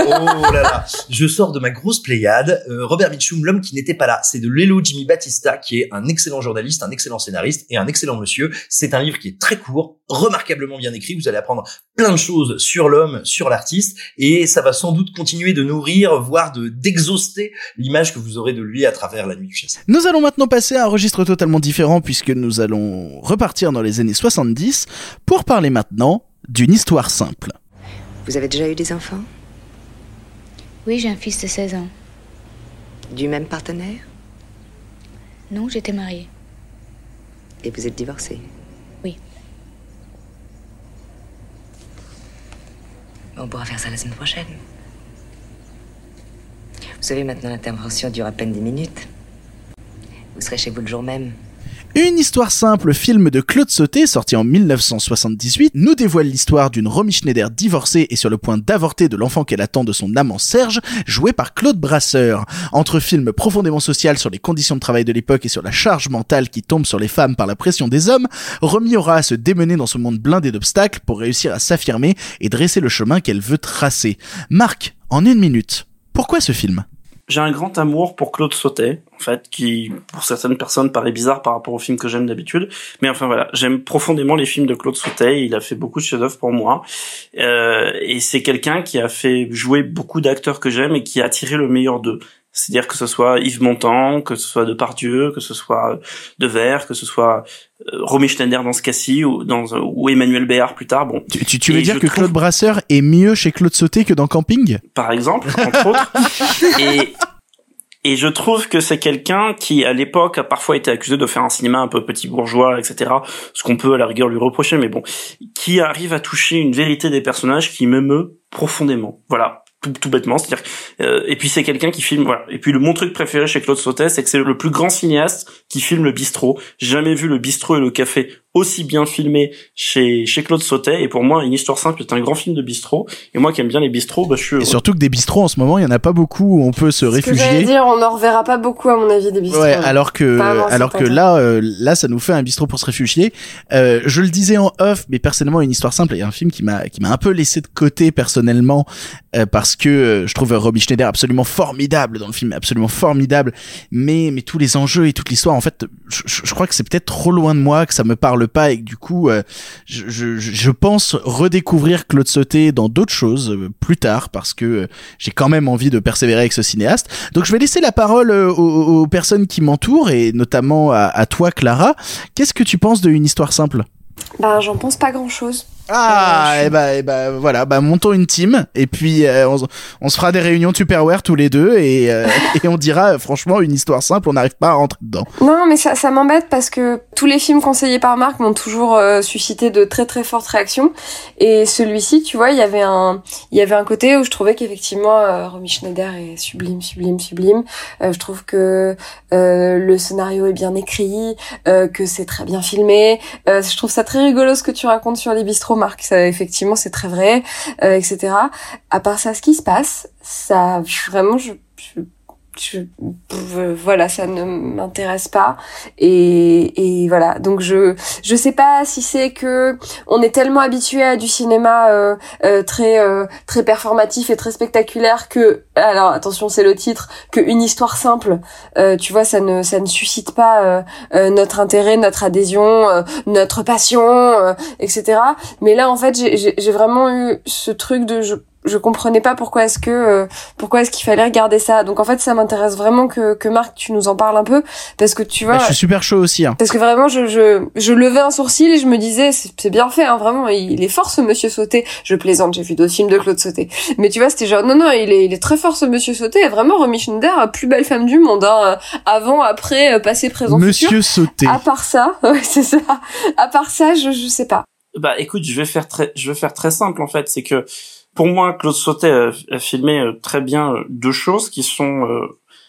Oh là là, je sors de ma grosse Pléiade. Euh, Robert Mitchum, l'homme qui n'était pas là, c'est de Lello Jimmy Battista, qui est un excellent journaliste, un excellent scénariste et un excellent monsieur. C'est un livre qui est très court, remarquablement bien écrit. Vous allez apprendre plein de choses sur l'homme, sur l'artiste, et ça va sans doute continuer de nourrir, voire de d'exhauster l'image que vous aurez de lui à travers La Nuit du Chasseur. Nous allons maintenant passer à un registre totalement différent puisque nous allons repartir dans les années soixante-dix pour parler maintenant d'une histoire simple. Vous avez déjà eu des enfants ? Oui, j'ai un fils de seize ans. Du même partenaire ? Non, j'étais mariée. Et vous êtes divorcée ? Oui. On pourra faire ça la semaine prochaine. Vous savez, maintenant, l'intervention dure à peine dix minutes. Vous serez chez vous le jour même. Une histoire simple, film de Claude Sautet, sorti en mille neuf cent soixante-dix-huit, nous dévoile l'histoire d'une Romy Schneider divorcée et sur le point d'avorter de l'enfant qu'elle attend de son amant Serge, joué par Claude Brasseur. Entre film profondément social sur les conditions de travail de l'époque et sur la charge mentale qui tombe sur les femmes par la pression des hommes, Romy aura à se démener dans ce monde blindé d'obstacles pour réussir à s'affirmer et dresser le chemin qu'elle veut tracer. Marc, en une minute, pourquoi ce film ? J'ai un grand amour pour Claude Sautet, en fait, qui, pour certaines personnes, paraît bizarre par rapport aux films que j'aime d'habitude. Mais enfin voilà, j'aime profondément les films de Claude Sautet. Il a fait beaucoup de chefs-d'œuvre pour moi. Euh, et c'est quelqu'un qui a fait jouer beaucoup d'acteurs que j'aime et qui a tiré le meilleur d'eux. C'est-à-dire que ce soit Yves Montand, que ce soit Depardieu, que ce soit Devers, que ce soit euh, Romy Schneider dans ce cas-ci, ou, dans, ou Emmanuel Béard plus tard. Bon. Tu, tu, tu veux et dire que trouve... Claude Brasseur est mieux chez Claude Sautet que dans Camping ? Par exemple, entre autres. Et... Et je trouve que c'est quelqu'un qui, à l'époque, a parfois été accusé de faire un cinéma un peu petit bourgeois, et cetera. Ce qu'on peut, à la rigueur, lui reprocher, mais bon. Qui arrive à toucher une vérité des personnages qui m'émeut profondément. Voilà. tout, tout bêtement, c'est-à-dire euh, et puis c'est quelqu'un qui filme, voilà. Et puis le mon truc préféré chez Claude Sautet, c'est que c'est le plus grand cinéaste qui filme le bistrot. J'ai jamais vu le bistrot et le café aussi bien filmé chez chez Claude Sautet. Et pour moi, Une histoire simple est un grand film de bistrot. Et moi qui aime bien les bistrots, bah je suis heureux. Et surtout que des bistrots en ce moment, il y en a pas beaucoup où on peut se Ce réfugier. que j'allais dire, on n'en reverra pas beaucoup à mon avis des bistrots. Ouais, alors que Pas alors que temps. là euh, là ça nous fait un bistrot pour se réfugier. Euh, je le disais en off, mais personnellement Une histoire simple est un film qui m'a qui m'a un peu laissé de côté personnellement euh, parce que euh, je trouve Romy Schneider absolument formidable dans le film, absolument formidable, mais mais tous les enjeux et toute l'histoire en fait, je, je crois que c'est peut-être trop loin de moi, que ça me parle pas et que du coup euh, je, je je pense redécouvrir Claude Sautet dans d'autres choses euh, plus tard parce que euh, j'ai quand même envie de persévérer avec ce cinéaste. Donc je vais laisser la parole euh, aux, aux personnes qui m'entourent et notamment à, à toi Clara. Qu'est-ce que tu penses de Une histoire simple? Bah, j'en pense pas grand-chose. Ah, euh, et bah, et bah, voilà, bah, montons une team, et puis, euh, on, on se fera des réunions Tupperware tous les deux, et, euh, et on dira, euh, franchement, Une histoire simple, on n'arrive pas à rentrer dedans. Non, mais ça, ça m'embête parce que tous les films conseillés par Marc m'ont toujours euh, suscité de très très fortes réactions, et celui-ci, tu vois, il y avait un, il y avait un côté où je trouvais qu'effectivement, euh, Romy Schneider est sublime, sublime, sublime. Euh, je trouve que euh, le scénario est bien écrit, euh, que c'est très bien filmé. Euh, je trouve ça très rigolo ce que tu racontes sur les bistrots, Marc. Ça, effectivement, c'est très vrai, euh, et cetera. À part ça, ce qui se passe, ça, vraiment, je, je, je, je voilà, ça ne m'intéresse pas. Et, et voilà. Donc, je, je sais pas si c'est que on est tellement habitué à du cinéma euh, euh, très, euh, très performatif et très spectaculaire que, alors attention, c'est le titre, que Une histoire simple, euh, tu vois, ça ne, ça ne suscite pas euh, euh, notre intérêt, notre adhésion, euh, notre passion, euh, et cetera. Mais là, en fait, j'ai, j'ai, j'ai vraiment eu ce truc de je je comprenais pas pourquoi est-ce que euh, pourquoi est-ce qu'il fallait regarder ça. Donc en fait ça m'intéresse vraiment que que Marc tu nous en parles un peu parce que tu vois, bah, je suis super chaud aussi hein. Parce que vraiment je je je levais un sourcil et je me disais c'est, c'est bien fait hein, vraiment il est fort ce monsieur Sautet. Je plaisante, j'ai vu d'autres films de Claude Sautet. Mais tu vois c'était genre non non, il est il est très fort ce monsieur Sautet et vraiment Romy Schneider, plus belle femme du monde hein, avant, après, passé, présent, Monsieur futur. Sautet. À part ça, ouais, c'est ça. À part ça, je je sais pas. Bah écoute, je vais faire très je vais faire très simple en fait, c'est que pour moi, Claude Sautet a, a filmé euh, très bien euh, deux choses qui sont, euh,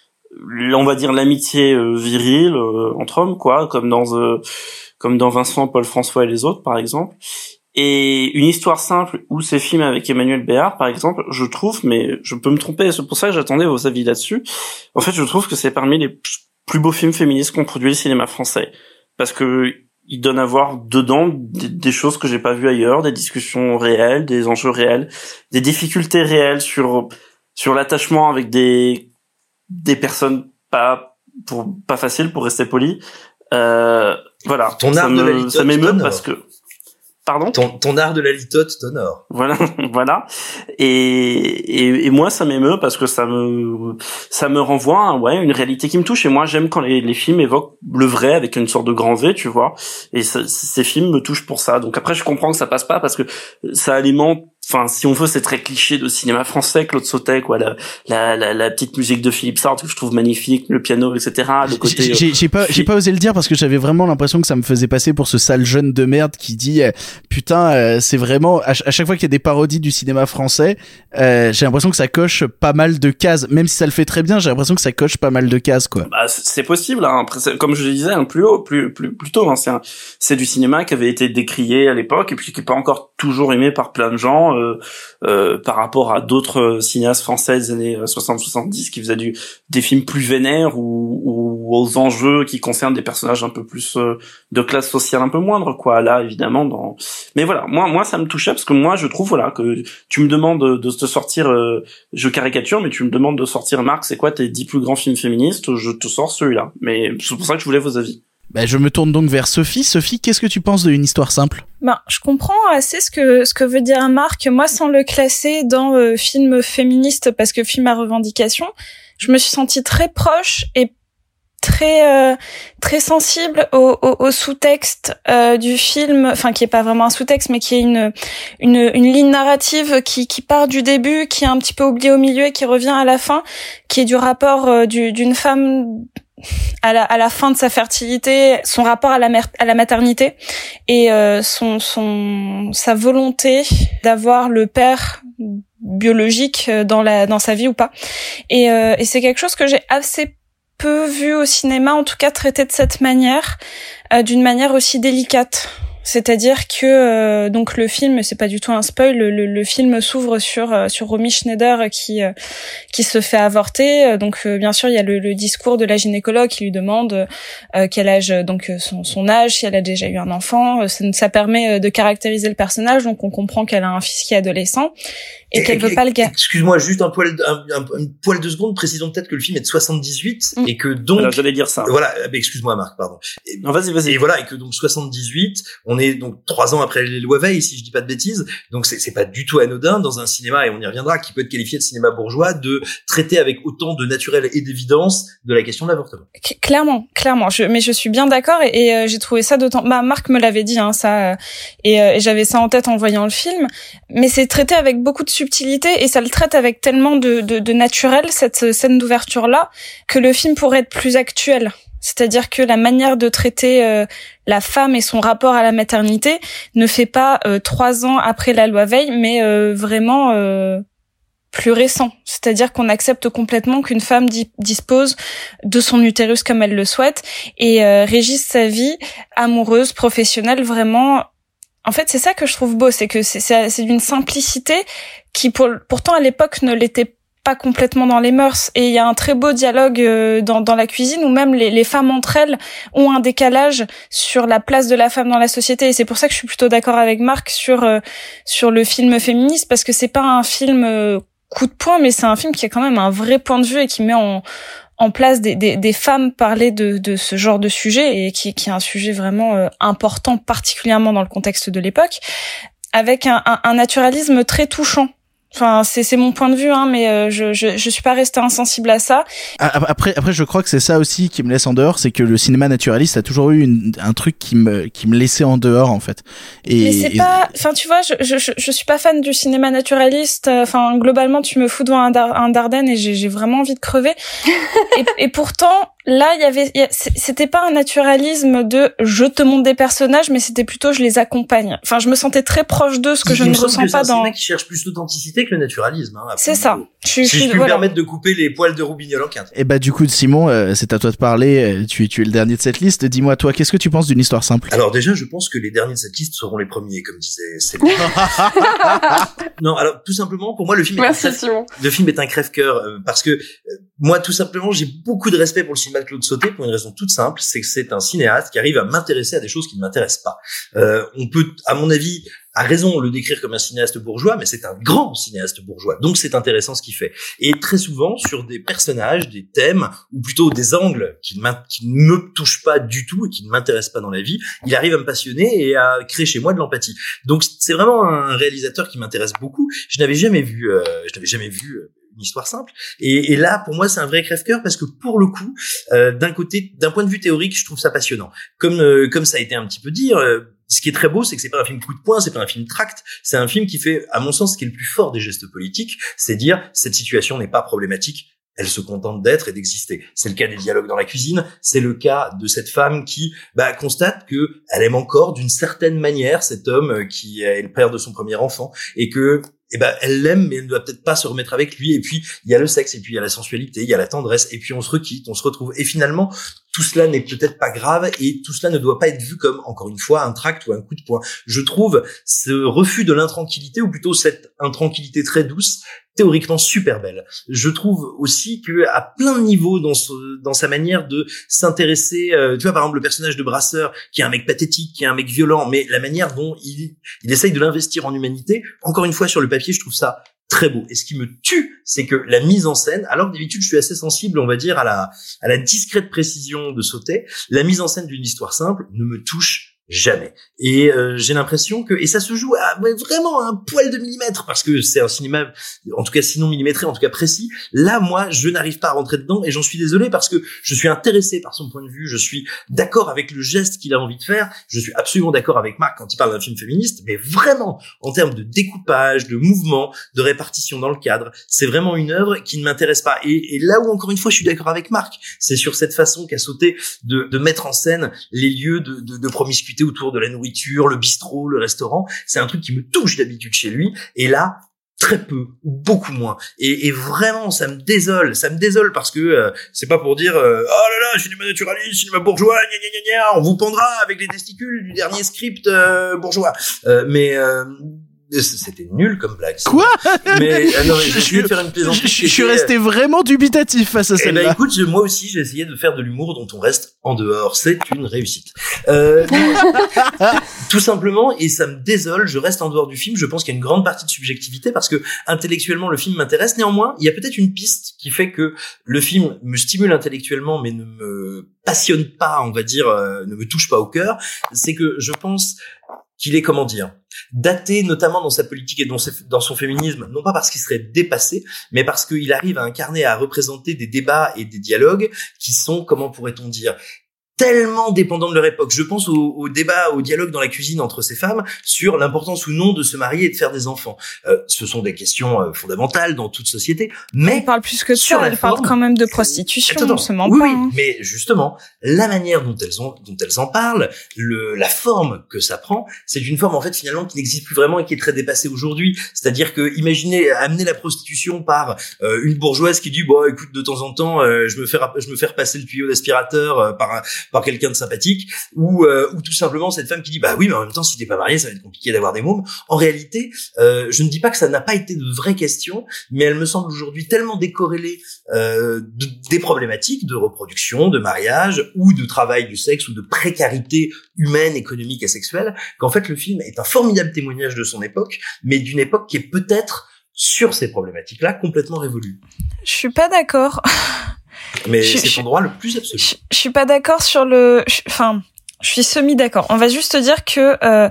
on va dire, l'amitié euh, virile euh, entre hommes, quoi, comme dans euh, comme dans Vincent, Paul François et les autres, par exemple. Et Une histoire simple ou ses films avec Emmanuel Béard, par exemple, je trouve, mais je peux me tromper, c'est pour ça que j'attendais vos avis là-dessus. En fait, je trouve que c'est parmi les plus beaux films féministes qu'ont produit le cinéma français, parce que il donne à voir dedans des, des choses que j'ai pas vues ailleurs, des discussions réelles, des enjeux réels, des difficultés réelles sur sur l'attachement avec des des personnes pas pour pas faciles pour rester poli. Euh, voilà. Ton ça art me, de la litote ça m'émeut t'honore. parce que pardon. Ton ton art de la litote t'honore. Voilà, voilà. Et, et et moi ça m'émeut parce que ça me ça me renvoie à ouais une réalité qui me touche. Et moi j'aime quand les les films évoquent le vrai avec une sorte de grand V, tu vois. Et ça, ces films me touchent pour ça. Donc après je comprends que ça passe pas parce que ça alimente. Enfin, si on veut, c'est très cliché de cinéma français, Claude Sautet, quoi, la, la, la, la petite musique de Philippe Sartre que je trouve magnifique, le piano, et cetera. Le côté, j'ai, j'ai, j'ai pas, j'ai pas osé le dire parce que j'avais vraiment l'impression que ça me faisait passer pour ce sale jeune de merde qui dit, euh, putain, euh, c'est vraiment, à, ch- à chaque fois qu'il y a des parodies du cinéma français, euh, j'ai l'impression que ça coche pas mal de cases. Même si ça le fait très bien, j'ai l'impression que ça coche pas mal de cases, quoi. Bah, c'est possible, hein. Après, c'est, comme je le disais, hein, plus haut, plus, plus, plus tôt, hein. C'est un, c'est du cinéma qui avait été décrié à l'époque et puis qui est pas encore toujours aimé par plein de gens, euh, Euh, par rapport à d'autres cinéastes français des années soixante soixante-dix qui faisaient du, des films plus vénères ou, ou aux enjeux qui concernent des personnages un peu plus euh, de classe sociale un peu moindre, quoi. Là, évidemment, dans... Mais voilà, moi, moi, ça me touchait parce que moi, je trouve, voilà, que tu me demandes de, de te sortir, euh, je caricature, mais tu me demandes de sortir, Marc, c'est quoi tes dix plus grands films féministes? Je te sors celui-là. Mais c'est pour ça que je voulais vos avis. Bah, je me tourne donc vers Sophie. Sophie, qu'est-ce que tu penses de Une histoire simple? Ben, je comprends assez ce que ce que veut dire Marc. Moi, sans le classer dans euh, film féministe parce que film à revendication, je me suis sentie très proche et très euh, très sensible au, au, au sous-texte euh, du film, enfin qui est pas vraiment un sous-texte, mais qui est une une une ligne narrative qui qui part du début, qui est un petit peu oubliée au milieu et qui revient à la fin, qui est du rapport euh, du, d'une femme à la, à la fin de sa fertilité, son rapport à la mère, à la maternité et euh, son, son, sa volonté d'avoir le père biologique dans la dans sa vie ou pas. Et, euh, et c'est quelque chose que j'ai assez peu vu au cinéma, en tout cas traité de cette manière, euh, d'une manière aussi délicate. C'est-à-dire que euh, donc le film, c'est pas du tout un spoil, le, le, le film s'ouvre sur euh, sur Romy Schneider qui euh, qui se fait avorter. Donc euh, bien sûr il y a le, le discours de la gynécologue qui lui demande euh, quel âge, donc son, son âge, si elle a déjà eu un enfant. Ça, ça permet de caractériser le personnage, donc on comprend qu'elle a un fils qui est adolescent et, et qu'elle et, veut pas le gars. Excuse-moi, juste un poil, un, un, un poil de seconde, précisons peut-être que le film est de soixante-dix-huit mmh. et que donc. Alors, j'allais dire ça. Voilà, mais excuse-moi Marc, pardon. Et, non, vas-y, vas-y. Et voilà, et que donc soixante-dix-huit, on est donc trois ans après les lois Veil, si je dis pas de bêtises. Donc c'est, c'est pas du tout anodin dans un cinéma, et on y reviendra, qui peut être qualifié de cinéma bourgeois, de traiter avec autant de naturel et d'évidence de la question de l'avortement. Clairement, clairement. Je, mais je suis bien d'accord, et, et euh, j'ai trouvé ça d'autant. Bah, Marc me l'avait dit, hein, ça, euh, et, euh, et j'avais ça en tête en voyant le film. Mais c'est traité avec beaucoup de subtilité, et ça le traite avec tellement de, de, de naturel, cette scène d'ouverture là, que le film pourrait être plus actuel. C'est-à-dire que la manière de traiter euh, la femme et son rapport à la maternité ne fait pas euh, trois ans après la loi Veil, mais euh, vraiment euh, plus récent. C'est-à-dire qu'on accepte complètement qu'une femme di- dispose de son utérus comme elle le souhaite et euh, régisse sa vie amoureuse, professionnelle, vraiment. En fait, c'est ça que je trouve beau, c'est que c'est, c'est, c'est d'une simplicité qui, pour, pourtant, à l'époque, ne l'était pas complètement dans les mœurs. Et il y a un très beau dialogue euh, dans, dans la cuisine où même les, les femmes entre elles ont un décalage sur la place de la femme dans la société. Et c'est pour ça que je suis plutôt d'accord avec Marc sur euh, sur le film féministe, parce que c'est pas un film euh, coup de poing, mais c'est un film qui a quand même un vrai point de vue et qui met en en place des, des, des femmes parler de, de ce genre de sujet, et qui, qui est un sujet vraiment euh, important, particulièrement dans le contexte de l'époque, avec un, un, un naturalisme très touchant. Enfin, c'est c'est mon point de vue, hein, mais euh, je je je suis pas restée insensible à ça. Après après, je crois que c'est ça aussi qui me laisse en dehors, c'est que le cinéma naturaliste a toujours eu une, un truc qui me qui me laissait en dehors en fait. Et mais c'est et... pas, enfin tu vois, je je je suis pas fan du cinéma naturaliste. Enfin globalement, tu me fous devant un, Dar- un Dardenne et j'ai j'ai vraiment envie de crever. et, et pourtant. Là, il y avait, y a, c'était pas un naturalisme de je te montre des personnages, mais c'était plutôt je les accompagne. Enfin, je me sentais très proche d'eux, ce que il je ne ressens pas dans. C'est un cinéma qui cherche plus l'authenticité que le naturalisme. Hein, c'est ça. Je, si je, je puis voilà. me permettre de couper les poils de Roubignol en quinte. Et bah du coup, Simon, euh, c'est à toi de parler. Tu, tu es le dernier de cette liste. Dis-moi, toi, qu'est-ce que tu penses d'une histoire simple ? Alors déjà, je pense que les derniers de cette liste seront les premiers, comme disait Céline. Non, alors tout simplement, pour moi, le film est Merci, un crève... Simon. le film est un crève-cœur euh, parce que euh, moi, tout simplement, j'ai beaucoup de respect pour le cinéma de Claude Sauté pour une raison toute simple, c'est que c'est un cinéaste qui arrive à m'intéresser à des choses qui ne m'intéressent pas. Euh, on peut, à mon avis, à raison le décrire comme un cinéaste bourgeois, mais c'est un grand cinéaste bourgeois, donc c'est intéressant ce qu'il fait. Et très souvent, sur des personnages, des thèmes, ou plutôt des angles qui ne, qui ne me touchent pas du tout et qui ne m'intéressent pas dans la vie, il arrive à me passionner et à créer chez moi de l'empathie. Donc c'est vraiment un réalisateur qui m'intéresse beaucoup. Je n'avais jamais vu, euh, je n'avais jamais vu euh, une histoire simple. Et, et là, pour moi, c'est un vrai crève-cœur parce que pour le coup, euh, d'un côté, d'un point de vue théorique, je trouve ça passionnant. Comme euh, comme ça a été un petit peu dit, euh, ce qui est très beau, c'est que c'est pas un film coup de poing, c'est pas un film tract, c'est un film qui fait, à mon sens, ce qui est le plus fort des gestes politiques, c'est dire cette situation n'est pas problématique. Elle se contente d'être et d'exister. C'est le cas des dialogues dans la cuisine. C'est le cas de cette femme qui bah, constate que elle aime encore d'une certaine manière cet homme qui est le père de son premier enfant et que eh ben elle l'aime, mais elle ne doit peut-être pas se remettre avec lui. Et puis il y a le sexe, et puis il y a la sensualité, il y a la tendresse, et puis on se requitte, on se retrouve. Et finalement, tout cela n'est peut-être pas grave, et tout cela ne doit pas être vu comme, encore une fois, un tract ou un coup de poing. Je trouve ce refus de l'intranquillité, ou plutôt cette intranquillité très douce, théoriquement super belle. Je trouve aussi que à plein de niveaux dans ce, dans sa manière de s'intéresser, euh, tu vois par exemple le personnage de Brasseur qui est un mec pathétique, qui est un mec violent, mais la manière dont il il essaye de l'investir en humanité, encore une fois sur le papier, je trouve ça très beau. Et ce qui me tue, c'est que la mise en scène, alors que d'habitude je suis assez sensible, on va dire, à la à la discrète précision de Sauté, la mise en scène d'une histoire simple ne me touche jamais. Et euh, j'ai l'impression que, et ça se joue à ouais, vraiment à un poil de millimètre, parce que c'est un cinéma, en tout cas sinon millimétré, en tout cas précis. Là, moi, je n'arrive pas à rentrer dedans, et j'en suis désolé, parce que je suis intéressé par son point de vue, je suis d'accord avec le geste qu'il a envie de faire, je suis absolument d'accord avec Marc quand il parle d'un film féministe, mais vraiment, en termes de découpage, de mouvement, de répartition dans le cadre, c'est vraiment une œuvre qui ne m'intéresse pas. Et, et là où, encore une fois, je suis d'accord avec Marc, c'est sur cette façon qu'a Sauté de, de mettre en scène les lieux de, de, de promiscuité autour de la nourriture, le bistrot, le restaurant. C'est un truc qui me touche d'habitude chez lui. Et là, très peu, ou beaucoup moins. Et, et vraiment, ça me désole, ça me désole parce que euh, c'est pas pour dire euh, oh là là, cinéma naturaliste, cinéma bourgeois, gna gna gna gna, on vous pendra avec les testicules du dernier script euh, bourgeois. Euh, mais euh, c'était nul comme blague. Quoi? Mais euh, non, j'ai essayé de faire une plaisanterie. Je, je suis resté vraiment dubitatif face à celle-là. Eh ben écoute, je, moi aussi j'ai essayé de faire de l'humour dont on reste en dehors. C'est une réussite. Euh, tout simplement, et ça me désole, je reste en dehors du film. Je pense qu'il y a une grande partie de subjectivité parce que intellectuellement le film m'intéresse. Néanmoins, il y a peut-être une piste qui fait que le film me stimule intellectuellement mais ne me passionne pas, on va dire, euh, ne me touche pas au cœur. C'est que je pense qu'il est, comment dire, daté notamment dans sa politique et dans, ses, dans son féminisme, non pas parce qu'il serait dépassé, mais parce qu'il arrive à incarner, à représenter des débats et des dialogues qui sont, comment pourrait-on dire, tellement dépendants de leur époque. Je pense au, au débat, au dialogue dans la cuisine entre ces femmes sur l'importance ou non de se marier et de faire des enfants. Euh, ce sont des questions euh, fondamentales dans toute société, mais elle parle plus que ça, elle parle quand même de prostitution, on se ment oui, pas. Oui, hein. Mais justement, la manière dont elles ont, dont elles en parlent, le, la forme que ça prend, c'est une forme en fait finalement qui n'existe plus vraiment et qui est très dépassée aujourd'hui. C'est-à-dire que imaginez amener la prostitution par euh, une bourgeoise qui dit bon, écoute, de temps en temps, euh, je me fais je me fais repasser le tuyau d'aspirateur euh, par un par quelqu'un de sympathique, ou euh, ou tout simplement cette femme qui dit bah oui mais en même temps si t'es pas marié ça va être compliqué d'avoir des mômes. En réalité euh, je ne dis pas que ça n'a pas été de vraies questions, mais elle me semble aujourd'hui tellement décorrélée euh, de, des problématiques de reproduction, de mariage ou de travail du sexe ou de précarité humaine, économique et sexuelle, qu'en fait le film est un formidable témoignage de son époque, mais d'une époque qui est peut-être sur ces problématiques là complètement révolue. Je suis pas d'accord. Mais je, c'est je, ton droit le plus absolu. Je, je suis pas d'accord sur le... Enfin, je, je suis semi-d'accord. On va juste dire que euh,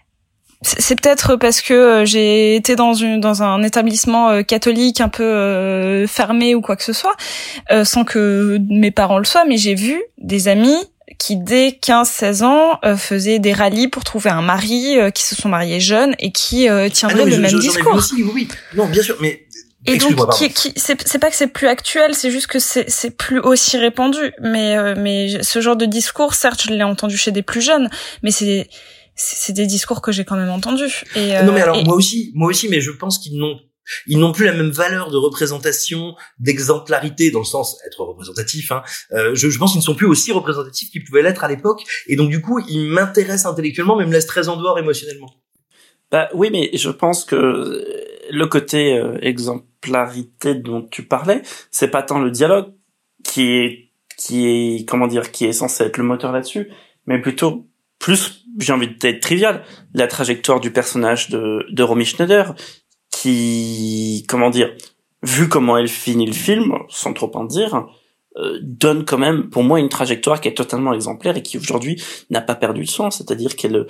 c'est, c'est peut-être parce que euh, j'ai été dans, une, dans un établissement euh, catholique un peu euh, fermé ou quoi que ce soit, euh, sans que mes parents le soient, mais j'ai vu des amis qui, dès quinze seize ans, euh, faisaient des rallyes pour trouver un mari, euh, qui se sont mariés jeunes et qui euh, tiendraient ah non, le je, même je, discours. Aussi, oui, oui. Non, bien sûr, mais... Et donc, qui, qui, c'est, c'est pas que c'est plus actuel, c'est juste que c'est, c'est plus aussi répandu. Mais, euh, mais ce genre de discours, certes, je l'ai entendu chez des plus jeunes, mais c'est, c'est, c'est des discours que j'ai quand même entendus. Et, euh, non, mais alors, et... moi aussi, moi aussi, mais je pense qu'ils n'ont, ils n'ont plus la même valeur de représentation, d'exemplarité, dans le sens être représentatif, hein. Euh, je, je pense qu'ils ne sont plus aussi représentatifs qu'ils pouvaient l'être à l'époque. Et donc, du coup, ils m'intéressent intellectuellement, mais me laissent très en dehors émotionnellement. Bah oui, mais je pense que le côté euh, exemplarité dont tu parlais, c'est pas tant le dialogue qui est qui est comment dire qui est censé être le moteur là-dessus, mais plutôt plus, j'ai envie d'être trivial, la trajectoire du personnage de de Romy Schneider qui, comment dire, vu comment elle finit le film, sans trop en dire, euh, donne quand même pour moi une trajectoire qui est totalement exemplaire et qui aujourd'hui n'a pas perdu de sens, c'est-à-dire qu'elle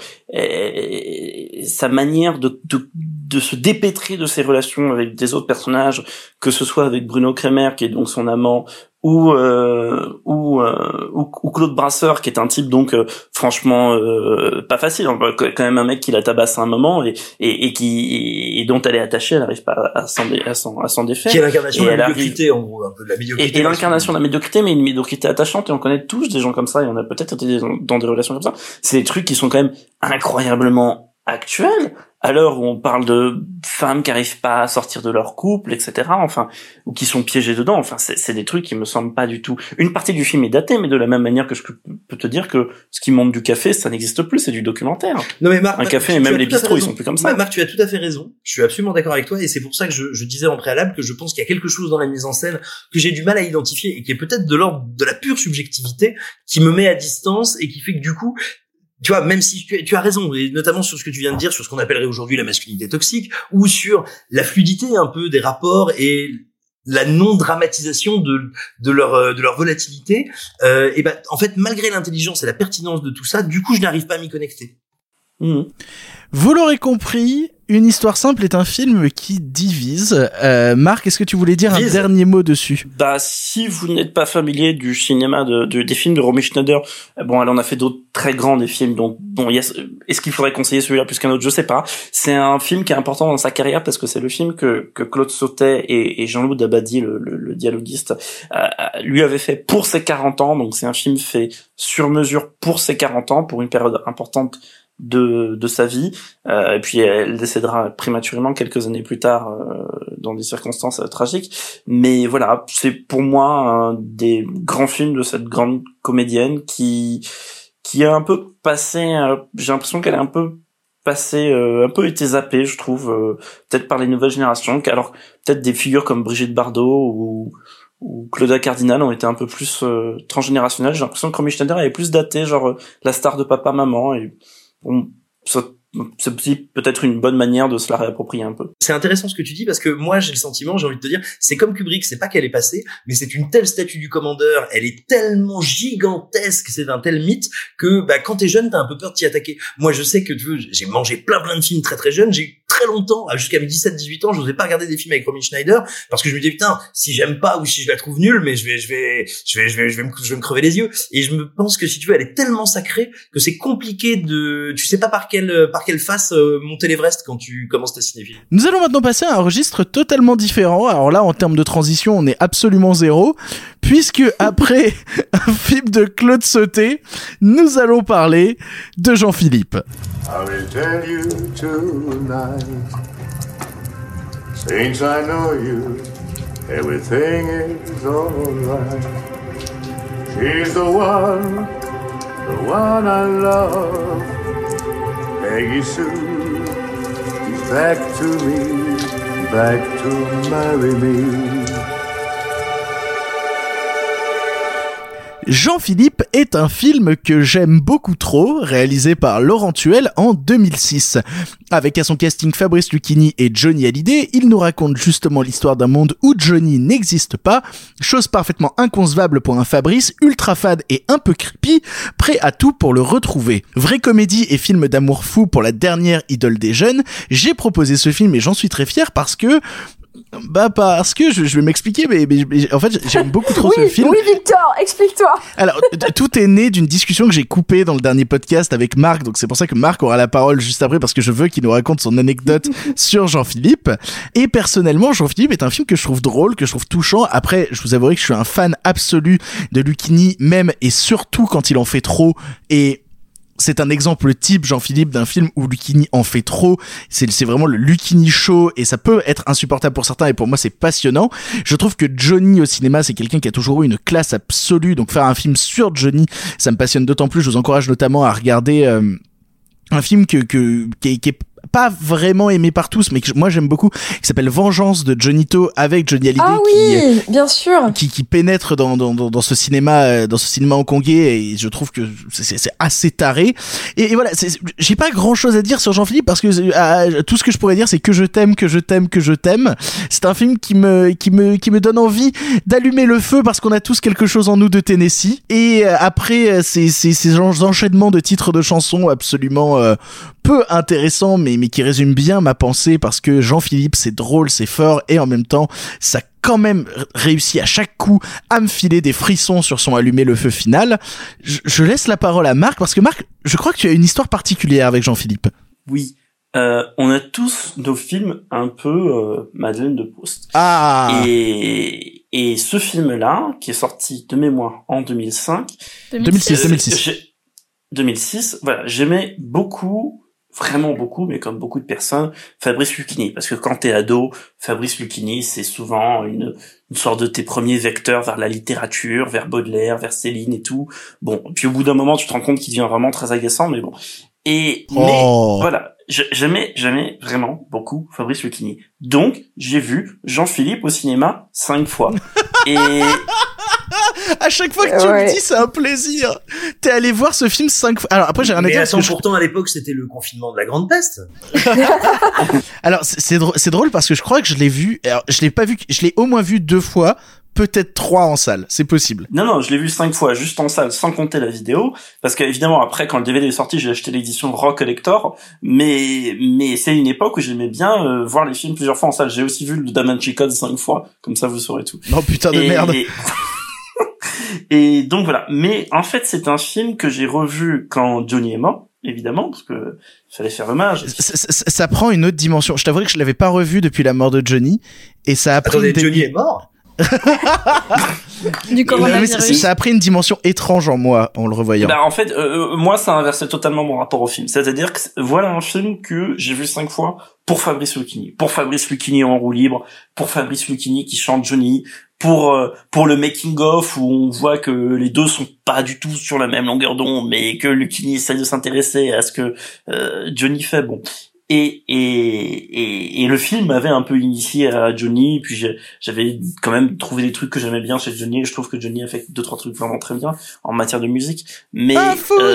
euh, sa manière de, de de se dépêtrer de ses relations avec des autres personnages, que ce soit avec Bruno Kremer qui est donc son amant, ou euh, ou, euh, ou ou Claude Brasseur qui est un type donc euh, franchement euh, pas facile, hein, quand même un mec qui la tabasse à un moment et et, et qui et dont elle est attachée, elle n'arrive pas à s'en à s'en à s'en défaire. Qui est l'incarnation de la médiocrité, en gros, un peu de la médiocrité. Et, et l'incarnation de la médiocrité, mais une médiocrité attachante, et on connaît tous des gens comme ça, et on a peut-être été dans, dans des relations comme ça. C'est des trucs qui sont quand même incroyablement actuels, à l'heure où on parle de femmes qui arrivent pas à sortir de leur couple, et cetera. Enfin, ou qui sont piégées dedans. Enfin, c'est, c'est des trucs qui me semblent pas du tout. Une partie du film est datée, mais de la même manière que je peux te dire que ce qui monte du café, ça n'existe plus, c'est du documentaire. Non mais Marc, un café et même les bistrots, ils sont plus comme ça. Ouais, Marc, tu as tout à fait raison. Je suis absolument d'accord avec toi, et c'est pour ça que je, je disais en préalable que je pense qu'il y a quelque chose dans la mise en scène que j'ai du mal à identifier et qui est peut-être de l'ordre de la pure subjectivité, qui me met à distance et qui fait que du coup, tu vois, même si tu, tu as raison, et notamment sur ce que tu viens de dire, sur ce qu'on appellerait aujourd'hui la masculinité toxique, ou sur la fluidité un peu des rapports et la non-dramatisation de, de leur, de leur volatilité, euh, et ben, en fait, malgré l'intelligence et la pertinence de tout ça, du coup, je n'arrive pas à m'y connecter. Mmh. Vous l'aurez compris, Une histoire simple est un film qui divise. Euh, Marc, est-ce que tu voulais dire Vise. un dernier mot dessus? Bah, si vous n'êtes pas familier du cinéma, de, de des films de Romy Schneider, bon, elle en a fait d'autres très grands, des films dont, bon, y a, est-ce qu'il faudrait conseiller celui-là plus qu'un autre? Je sais pas. C'est un film qui est important dans sa carrière parce que c'est le film que, que Claude Sautet et, et Jean-Loup Dabadi, le, le, le dialoguiste, euh, lui avait fait pour ses quarante ans. Donc c'est un film fait sur mesure pour ses quarante ans, pour une période importante de de sa vie. Euh, et puis elle décédera prématurément quelques années plus tard euh, dans des circonstances euh, tragiques. Mais voilà, c'est pour moi un des grands films de cette grande comédienne qui qui a un peu passé. Euh, j'ai l'impression qu'elle est un peu passé, euh, un peu été zappée, je trouve, euh, peut-être par les nouvelles générations. Alors peut-être des figures comme Brigitte Bardot ou ou Claudia Cardinal ont été un peu plus euh, transgénérationnelles. J'ai l'impression que Romy Schneider est plus datée, genre euh, la star de papa maman, et bon, ça, c'est aussi peut-être une bonne manière de se la réapproprier un peu. C'est intéressant ce que tu dis, parce que moi j'ai le sentiment, j'ai envie de te dire, c'est comme Kubrick, c'est pas qu'elle est passée, mais c'est une telle statue du commandeur, elle est tellement gigantesque, c'est un tel mythe que bah quand t'es jeune, t'as un peu peur de t'y attaquer. Moi je sais que tu veux, j'ai mangé plein plein de films très très jeunes, j'ai très longtemps, jusqu'à mes dix-sept dix-huit ans, je n'osais pas regarder des films avec Romy Schneider parce que je me disais putain, si j'aime pas ou si je la trouve nulle, mais je vais je vais je vais je vais je vais me, je vais me crever les yeux. Et je me pense que si tu veux, elle est tellement sacrée que c'est compliqué de, tu sais pas par quelle par quelle face euh, monter l'Everest quand tu commences ta cinéphile. Nous allons maintenant passer à un registre totalement différent. Alors là, en termes de transition, on est absolument zéro, puisque après un film de Claude Sauté, nous allons parler de Jean-Philippe. I will tell you tonight, since I know you, everything is alright. She's the one, the one I love. Peggy Sue is back to me, back to marry me. Jean-Philippe est un film que j'aime beaucoup trop, réalisé par Laurent Tuel en deux mille six. Avec à son casting Fabrice Lucchini et Johnny Hallyday, il nous raconte justement l'histoire d'un monde où Johnny n'existe pas, chose parfaitement inconcevable pour un Fabrice ultra fade et un peu creepy, prêt à tout pour le retrouver. Vraie comédie et film d'amour fou pour la dernière idole des jeunes, j'ai proposé ce film et j'en suis très fier parce que Bah parce que je, je vais m'expliquer, mais, mais, mais en fait j'aime beaucoup trop oui, ce film. Oui Victor, explique-toi. Alors t- tout est né d'une discussion que j'ai coupée dans le dernier podcast avec Marc, donc c'est pour ça que Marc aura la parole juste après parce que je veux qu'il nous raconte son anecdote sur Jean-Philippe. Et personnellement, Jean-Philippe est un film que je trouve drôle, que je trouve touchant. Après, je vous avouerai que je suis un fan absolu de Lucchini, même et surtout quand il en fait trop. Et c'est un exemple type, Jean-Philippe, d'un film où Lucchini en fait trop. C'est, c'est vraiment le Lucchini show et ça peut être insupportable pour certains et pour moi c'est passionnant. Je trouve que Johnny au cinéma, c'est quelqu'un qui a toujours eu une classe absolue. Donc faire un film sur Johnny, ça me passionne d'autant plus. Je vous encourage notamment à regarder euh, un film que, que, qui est, qui est pas vraiment aimé par tous, mais que moi j'aime beaucoup, qui s'appelle Vengeance de Johnny To avec Johnny Hallyday. Ah oui, qui, bien sûr. Qui, qui pénètre dans, dans, dans, dans ce cinéma, dans ce cinéma hongkongais, et je trouve que c'est, c'est assez taré. Et, et voilà, c'est, j'ai pas grand chose à dire sur Jean-Philippe parce que euh, tout ce que je pourrais dire, c'est que je t'aime, que je t'aime, que je t'aime. C'est un film qui me, qui me, qui me donne envie d'allumer le feu parce qu'on a tous quelque chose en nous de Tennessee. Et euh, après, ces, ces, ces enchaînements de titres de chansons absolument euh, peu intéressants, mais mais qui résume bien ma pensée parce que Jean-Philippe c'est drôle, c'est fort et en même temps ça quand même réussit à chaque coup à me filer des frissons sur son allumer le feu final. Je, je laisse la parole à Marc parce que Marc, je crois que tu as une histoire particulière avec Jean-Philippe. Oui. Euh, on a tous nos films un peu euh, Madeleine de Proust. Ah. Et et ce film-là qui est sorti de mémoire en deux mille cinq, deux mille six, deux mille six. Euh, deux mille six, voilà, j'aimais beaucoup, vraiment beaucoup, mais comme beaucoup de personnes, Fabrice Lucchini, parce que quand t'es ado, Fabrice Lucchini, c'est souvent une, une sorte de tes premiers vecteurs vers la littérature, vers Baudelaire, vers Céline et tout. Bon, puis au bout d'un moment, tu te rends compte qu'il devient vraiment très agaçant, mais bon. Et oh. mais voilà, j'aimais j'aimais vraiment beaucoup Fabrice Lucchini. Donc j'ai vu Jean-Philippe au cinéma cinq fois. Et à chaque fois que tu ouais. me dis, c'est un plaisir. T'es allé voir ce film cinq fois. Alors après, j'ai rien à dire. Mais attends, je... pourtant à l'époque, c'était le confinement de la Grande Peste. Alors c'est, c'est, drôle, c'est drôle parce que je crois que je l'ai vu. Alors je l'ai pas vu, je l'ai au moins vu deux fois. Peut-être trois en salle, c'est possible. Non, non, je l'ai vu cinq fois, juste en salle, sans compter la vidéo. Parce qu'évidemment, après, quand le D V D est sorti, j'ai acheté l'édition Rock Collector. Mais, mais c'est une époque où j'aimais bien euh, voir les films plusieurs fois en salle. J'ai aussi vu le Da Vinci Code cinq fois. Comme ça, vous saurez tout. Oh putain de et, merde. Et... et donc voilà. Mais en fait, c'est un film que j'ai revu quand Johnny est mort. Évidemment, parce que fallait faire hommage. Ça, ça, ça prend une autre dimension. Je t'avoue que je l'avais pas revu depuis la mort de Johnny. Et ça a pris Attendez, une... Johnny est mort? Du coronavirus. Ça a pris une dimension étrange en moi en le revoyant. Bah en fait, euh, moi ça a inversé totalement mon rapport au film. C'est-à-dire que voilà un film que j'ai vu cinq fois pour Fabrice Lucchini, pour Fabrice Lucchini en roue libre, pour Fabrice Lucchini qui chante Johnny, pour euh, pour le making of où on voit que les deux sont pas du tout sur la même longueur d'onde, mais que Lucchini essaie de s'intéresser à ce que euh, Johnny fait. Bon. Et, et, et, et le film m'avait un peu initié à Johnny, puis j'avais quand même trouvé des trucs que j'aimais bien chez Johnny, et je trouve que Johnny a fait deux, trois trucs vraiment très bien en matière de musique. Mais, un fou euh,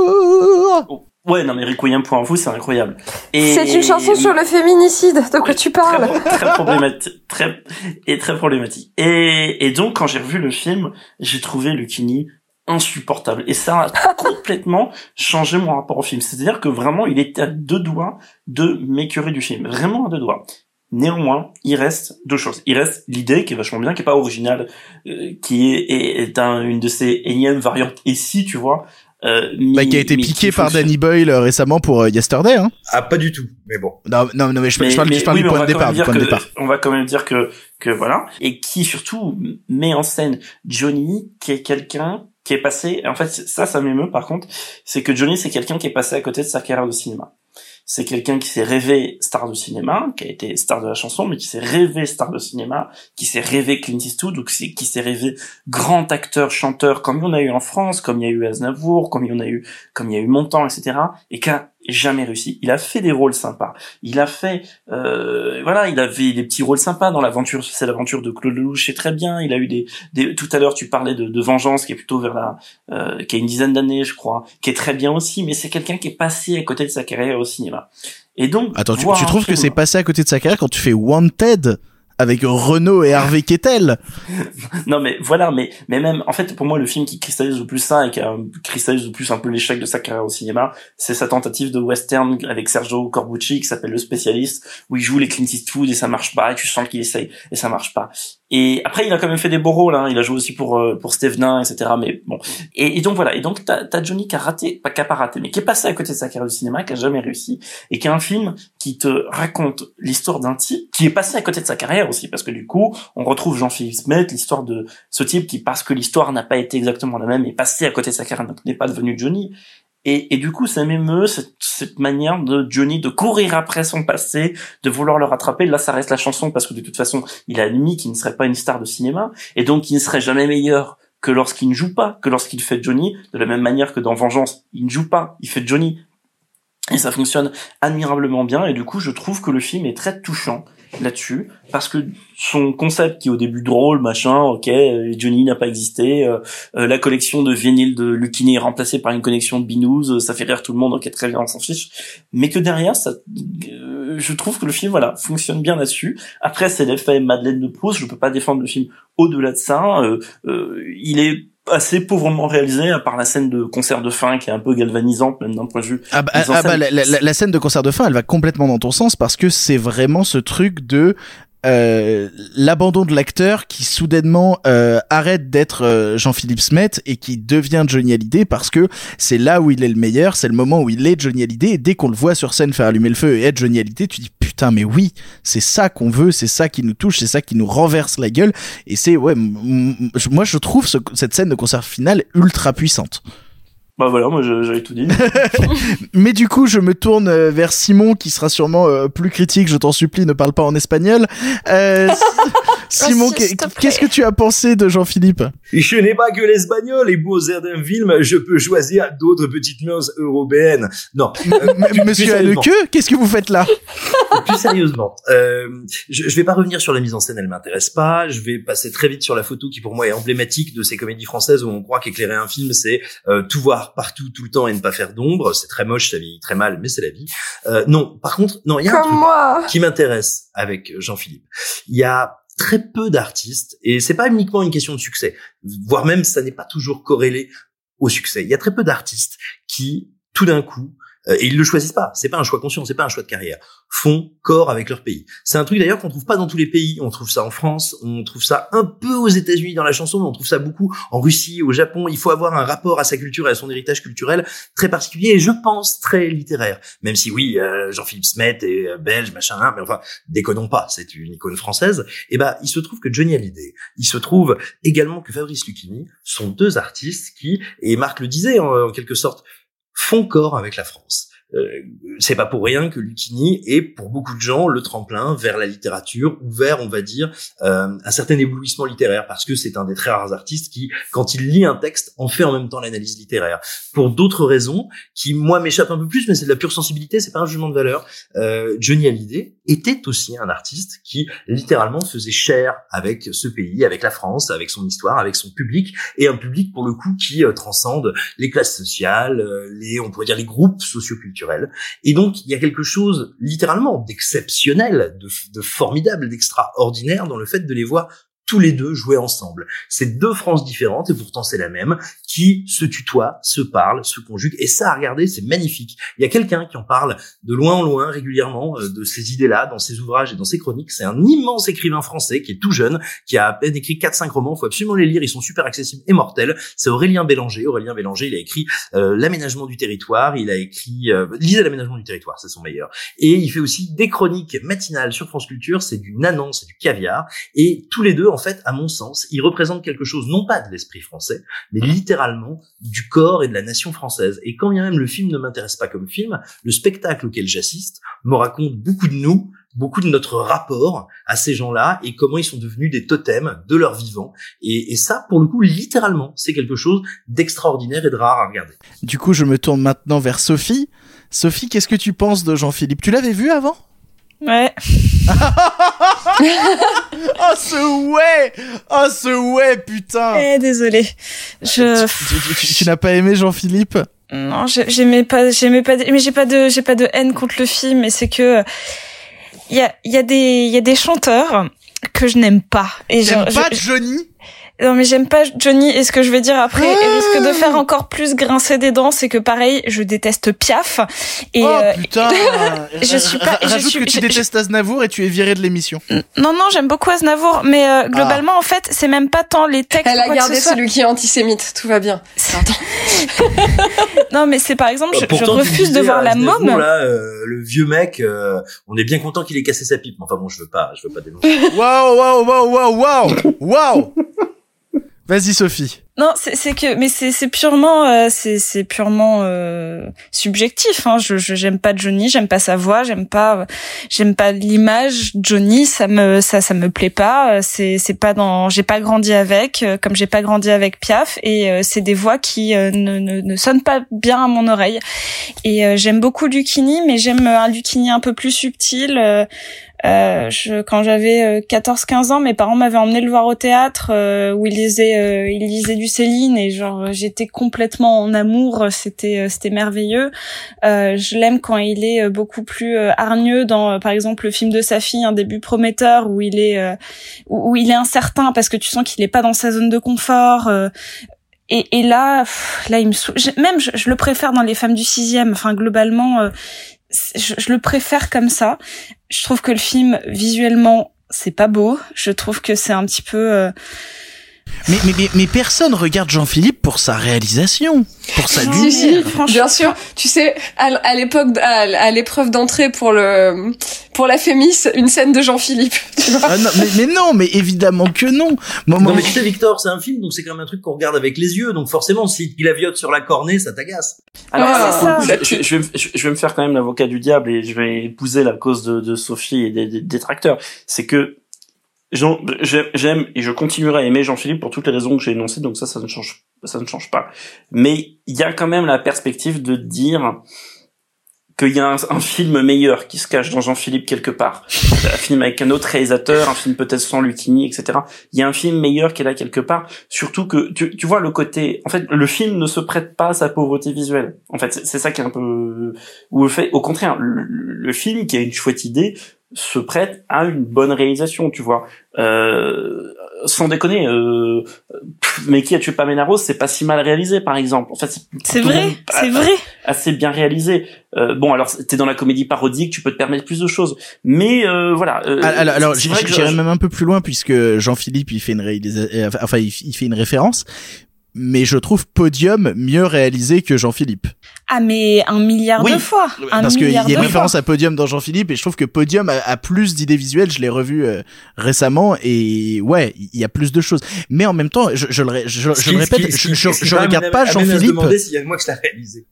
d'amour! Ouais, non, mais Requiem pour un fou, c'est incroyable. Et, c'est une chanson et, sur le féminicide, de quoi tu parles? Très, très problématique, très, et très problématique. Et, et donc, quand j'ai revu le film, j'ai trouvé Lucchini insupportable. Et ça a complètement changé mon rapport au film. C'est-à-dire que vraiment, il était à deux doigts de m'écœurer du film. Vraiment à deux doigts. Néanmoins, il reste deux choses. Il reste l'idée qui est vachement bien, qui est pas originale, euh, qui est, est, est un, une de ces énièmes variantes. Et si, tu vois, euh, mi, bah, qui a été piqué par Danny Boyle euh, récemment pour euh, Yesterday, hein. Ah, pas du tout. Mais bon. Non, non, non, mais je, mais, je parle, mais, je parle oui, du point de départ, du point que, de départ. On va quand même dire que, que voilà. Et qui surtout met en scène Johnny, qui est quelqu'un qui est passé, en fait, ça, ça m'émeut, par contre, c'est que Johnny, c'est quelqu'un qui est passé à côté de sa carrière de cinéma. C'est quelqu'un qui s'est rêvé star de cinéma, qui a été star de la chanson, mais qui s'est rêvé star de cinéma, qui s'est rêvé Clint Eastwood, ou qui s'est rêvé grand acteur, chanteur, comme il y en a eu en France, comme il y a eu Aznavour, comme il y en a eu, comme il y a eu Montand, et cetera, et qui a jamais réussi. Il a fait des rôles sympas. Il a fait, euh, voilà, il avait des petits rôles sympas dans l'aventure, c'est l'aventure de Claude Lelouch, c'est très bien. Il a eu des, des, tout à l'heure, tu parlais de, de Vengeance, qui est plutôt vers la, euh, qui a une dizaine d'années, je crois, qui est très bien aussi, mais c'est quelqu'un qui est passé à côté de sa carrière au cinéma. Et donc, attends, tu, tu trouves que c'est passé à côté de sa carrière quand tu fais Wanted avec Renaud et Harvey Keitel? Non, mais voilà, mais mais même en fait pour moi le film qui cristallise le plus ça et qui a cristallise le plus un peu l'échec de sa carrière au cinéma, c'est sa tentative de western avec Sergio Corbucci qui s'appelle Le Spécialiste, où il joue les Clint Eastwood et ça marche pas, et tu sens qu'il essaye et ça marche pas. Et après il a quand même fait des beaux rôles, hein. Il a joué aussi pour euh, pour Steve Nain, et cetera. Mais bon, et, et donc voilà, et donc t'as t'as Johnny qui a raté, pas qui a pas raté, mais qui est passé à côté de sa carrière de cinéma, qui a jamais réussi, et qui a un film qui te raconte l'histoire d'un type qui est passé à côté de sa carrière aussi, parce que du coup on retrouve Jean-Philippe Smet, l'histoire de ce type qui, parce que l'histoire n'a pas été exactement la même, est passé à côté de sa carrière, n'est pas devenu Johnny. Et, et du coup, ça m'émeut, cette, cette manière de Johnny de courir après son passé, de vouloir le rattraper. Là, ça reste la chanson, parce que de toute façon, il a admis qu'il ne serait pas une star de cinéma, et donc il ne serait jamais meilleur que lorsqu'il ne joue pas, que lorsqu'il fait Johnny, de la même manière que dans Vengeance, il ne joue pas, il fait Johnny. Et ça fonctionne admirablement bien, et du coup, je trouve que le film est très touchant là-dessus, parce que son concept qui est au début drôle, machin, ok, Johnny n'a pas existé, euh, euh, la collection de vinyles de Lucchini est remplacée par une collection de Binous, euh, ça fait rire tout le monde, ok, très bien, on s'en fiche, mais que derrière, ça, euh, je trouve que le film, voilà, fonctionne bien là-dessus. Après, c'est l'effet Madeleine de Proust, je peux pas défendre le film au-delà de ça, euh, euh, il est assez pauvrement réalisé, à part la scène de concert de fin qui est un peu galvanisante, même d'un point de vue. Ah bah, ah bah la, la, la scène de concert de fin, elle va complètement dans ton sens, parce que c'est vraiment ce truc de euh, l'abandon de l'acteur qui soudainement euh, arrête d'être euh, Jean-Philippe Smet et qui devient Johnny Hallyday, parce que c'est là où il est le meilleur, c'est le moment où il est Johnny Hallyday, et dès qu'on le voit sur scène faire allumer le feu et être Johnny Hallyday, tu dis putain mais oui, c'est ça qu'on veut, c'est ça qui nous touche, c'est ça qui nous renverse la gueule, et c'est ouais, m- m- moi je trouve ce, cette scène de concert finale ultra puissante. Bah voilà, moi j'avais tout dit. Mais du coup, je me tourne vers Simon, qui sera sûrement euh, plus critique. Je t'en supplie, ne parle pas en espagnol. Euh, Simon, qu'est-ce que tu as pensé de Jean-Philippe? Je n'ai pas que l'espagnol, et pour certains films, je peux choisir d'autres petites nuances européennes. Non. Euh, Monsieur Haneke, qu'est-ce que vous faites là? Plus sérieusement, euh, je, je vais pas revenir sur la mise en scène, elle m'intéresse pas. Je vais passer très vite sur la photo qui, pour moi, est emblématique de ces comédies françaises où on croit qu'éclairer un film, c'est euh, tout voir partout, tout le temps, et ne pas faire d'ombre. C'est très moche, ça vieillit très mal, mais c'est la vie. Euh, non, par contre, non, il y a un truc moi. qui m'intéresse avec Jean-Philippe. Il y a très peu d'artistes, et c'est pas uniquement une question de succès, voire même ça n'est pas toujours corrélé au succès. Il y a très peu d'artistes qui, tout d'un coup, euh, et ils le choisissent pas. C'est pas un choix conscient, c'est pas un choix de carrière. Font corps avec leur pays. C'est un truc d'ailleurs qu'on trouve pas dans tous les pays. On trouve ça en France, on trouve ça un peu aux États-Unis dans la chanson, mais on trouve ça beaucoup en Russie, au Japon. Il faut avoir un rapport à sa culture et à son héritage culturel très particulier et je pense très littéraire. Même si oui, euh, Jean-Philippe Smet est euh, belge, machin, hein, mais enfin, déconnons pas, c'est une icône française. Et ben, il se trouve que Johnny Hallyday, il se trouve également que Fabrice Lucchini sont deux artistes qui, et Marc le disait en, en quelque sorte, font corps avec la France. Euh, c'est pas pour rien que Lucchini est pour beaucoup de gens le tremplin vers la littérature ou vers, on va dire, euh, un certain éblouissement littéraire parce que c'est un des très rares artistes qui, quand il lit un texte, en fait en même temps l'analyse littéraire. Pour d'autres raisons qui moi m'échappent un peu plus, mais c'est de la pure sensibilité, c'est pas un jugement de valeur. Euh, Johnny Hallyday était aussi un artiste qui littéralement faisait chair avec ce pays, avec la France, avec son histoire, avec son public et un public pour le coup qui euh, transcende les classes sociales, euh, les, on pourrait dire les groupes socioculturels. Et donc, il y a quelque chose, littéralement, d'exceptionnel, de, de formidable, d'extraordinaire dans le fait de les voir tous les deux jouer ensemble. C'est deux Frances différentes, et pourtant c'est la même, qui se tutoient, se parlent, se conjuguent, et ça, à regarder, c'est magnifique. Il y a quelqu'un qui en parle de loin en loin, régulièrement, euh, de ces idées-là, dans ses ouvrages et dans ses chroniques. C'est un immense écrivain français, qui est tout jeune, qui a à peine écrit quatre cinq romans, il faut absolument les lire, ils sont super accessibles et mortels. C'est Aurélien Bélanger. Aurélien Bélanger, il a écrit euh, L'aménagement du territoire, il a écrit... Euh, lisez L'aménagement du territoire, c'est son meilleur. Et il fait aussi des chroniques matinales sur France Culture, c'est du nanan, c'est du caviar, et tous les deux, en fait, à mon sens, ils représentent quelque chose, non pas de l'esprit français, mais littéralement du corps et de la nation française. Et quand bien même le film ne m'intéresse pas comme film, le spectacle auquel j'assiste me raconte beaucoup de nous, beaucoup de notre rapport à ces gens-là et comment ils sont devenus des totems de leur vivant. Et, et ça, pour le coup, littéralement, c'est quelque chose d'extraordinaire et de rare à regarder. Du coup, je me tourne maintenant vers Sophie. Sophie, qu'est-ce que tu penses de Jean-Philippe ? Tu l'avais vu avant ? Ouais. Oh ce ouais, oh ce ouais, putain. Eh désolé. Je. Tu, tu, tu, tu n'as pas aimé Jean-Philippe ? Non, j'aimais pas, j'aimais pas, mais j'ai pas de, j'ai pas de haine contre le film. Mais c'est que il y a, il y a des, il y a des chanteurs que je n'aime pas. Et j'aime pas je, Johnny. Non mais j'aime pas Johnny et ce que je vais dire après ah risque de faire encore plus grincer des dents, c'est que pareil je déteste Piaf et oh euh, putain je suis pas rajoute je suis, que tu je, détestes je... Aznavour et tu es viré de l'émission. Non non j'aime beaucoup Aznavour mais euh, globalement ah. en fait c'est même pas tant les textes. Elle a gardé celui qui est antisémite, tout va bien. Non mais c'est par exemple je, Pourtant, je refuse de voir la môme. Là, euh, le vieux mec, euh, on est bien content qu'il ait cassé sa pipe. Enfin bon je veux pas, je veux pas dénoncer. Waouh waouh waouh waouh waouh waouh. Vas-y Sophie. Non, c'est c'est que mais c'est c'est purement euh, c'est c'est purement euh, subjectif hein. Je, je j'aime pas Johnny, j'aime pas sa voix, j'aime pas euh, j'aime pas l'image Johnny, ça me ça ça me plaît pas, c'est c'est pas dans j'ai pas grandi avec euh, comme j'ai pas grandi avec Piaf et euh, c'est des voix qui euh, ne ne ne sonnent pas bien à mon oreille. Et euh, j'aime beaucoup Lucchini mais j'aime un Lucchini un peu plus subtil. Euh, Euh, je, quand j'avais quatorze quinze ans, mes parents m'avaient emmené le voir au théâtre euh, où il lisait, euh, il lisait du Céline et genre j'étais complètement en amour. C'était, c'était merveilleux. Euh, je l'aime quand il est beaucoup plus euh, hargneux dans, euh, par exemple, le film de sa fille, Un début prometteur, où il est, euh, où, où il est incertain parce que tu sens qu'il est pas dans sa zone de confort. Euh, Et, et là, pff, là, il me sou... même je, je le préfère dans Les Femmes du sixième. Enfin, globalement, euh, je, je le préfère comme ça. Je trouve que le film visuellement, c'est pas beau. Je trouve que c'est un petit peu. Euh... Mais, mais, mais, mais personne regarde Jean-Philippe pour sa réalisation, pour sa lumière. Si, si, bien sûr. Tu sais, à, à l'époque, à, à l'épreuve d'entrée pour le, pour la Fémis, une scène de Jean-Philippe. Tu vois ah non, mais, mais non, mais évidemment que non. Moi, non, mais tu sais, Victor, c'est un film, donc c'est quand même un truc qu'on regarde avec les yeux, donc forcément, si il glaviote sur la cornée, ça t'agace. Alors, ah, ça. Je, je, vais, je vais me faire quand même l'avocat du diable et je vais épouser la cause de, de Sophie et des, des détracteurs. C'est que Jean, j'aime et je continuerai à aimer Jean-Philippe pour toutes les raisons que j'ai énoncées, donc ça, ça ne change, ça ne change pas. Mais il y a quand même la perspective de dire qu'il y a un, un film meilleur qui se cache dans Jean-Philippe quelque part. Un film avec un autre réalisateur, un film peut-être sans Lucchini, et cetera. Il y a un film meilleur qui est là quelque part. Surtout que, tu, tu vois le côté, en fait, le film ne se prête pas à sa pauvreté visuelle. En fait, c'est, c'est ça qui est un peu, ou le fait, au contraire, le, le film qui a une chouette idée, se prête à une bonne réalisation, tu vois. Euh, sans déconner, euh, mais qui a tué Pamela Rose, c'est pas si mal réalisé, par exemple. En fait, c'est, c'est vrai, c'est vrai, assez bien réalisé. Euh, bon, alors t'es dans la comédie parodique, tu peux te permettre plus de choses, mais euh, voilà. Euh, alors, alors j'irais je... même un peu plus loin puisque Jean-Philippe il fait une réalisa... enfin il fait une référence. Mais je trouve Podium mieux réalisé que Jean-Philippe. Ah mais un milliard oui, de fois. Un parce qu'il y a une référence fois. à Podium dans Jean-Philippe et je trouve que Podium a, a plus d'idées visuelles. Je l'ai revu euh, récemment et ouais, il y a plus de choses. Mais en même temps, je, je, le, je, je le répète, je, je, je regarde pas Jean-Philippe. Je me demandais s'il y a moi que je l'ai réalisé.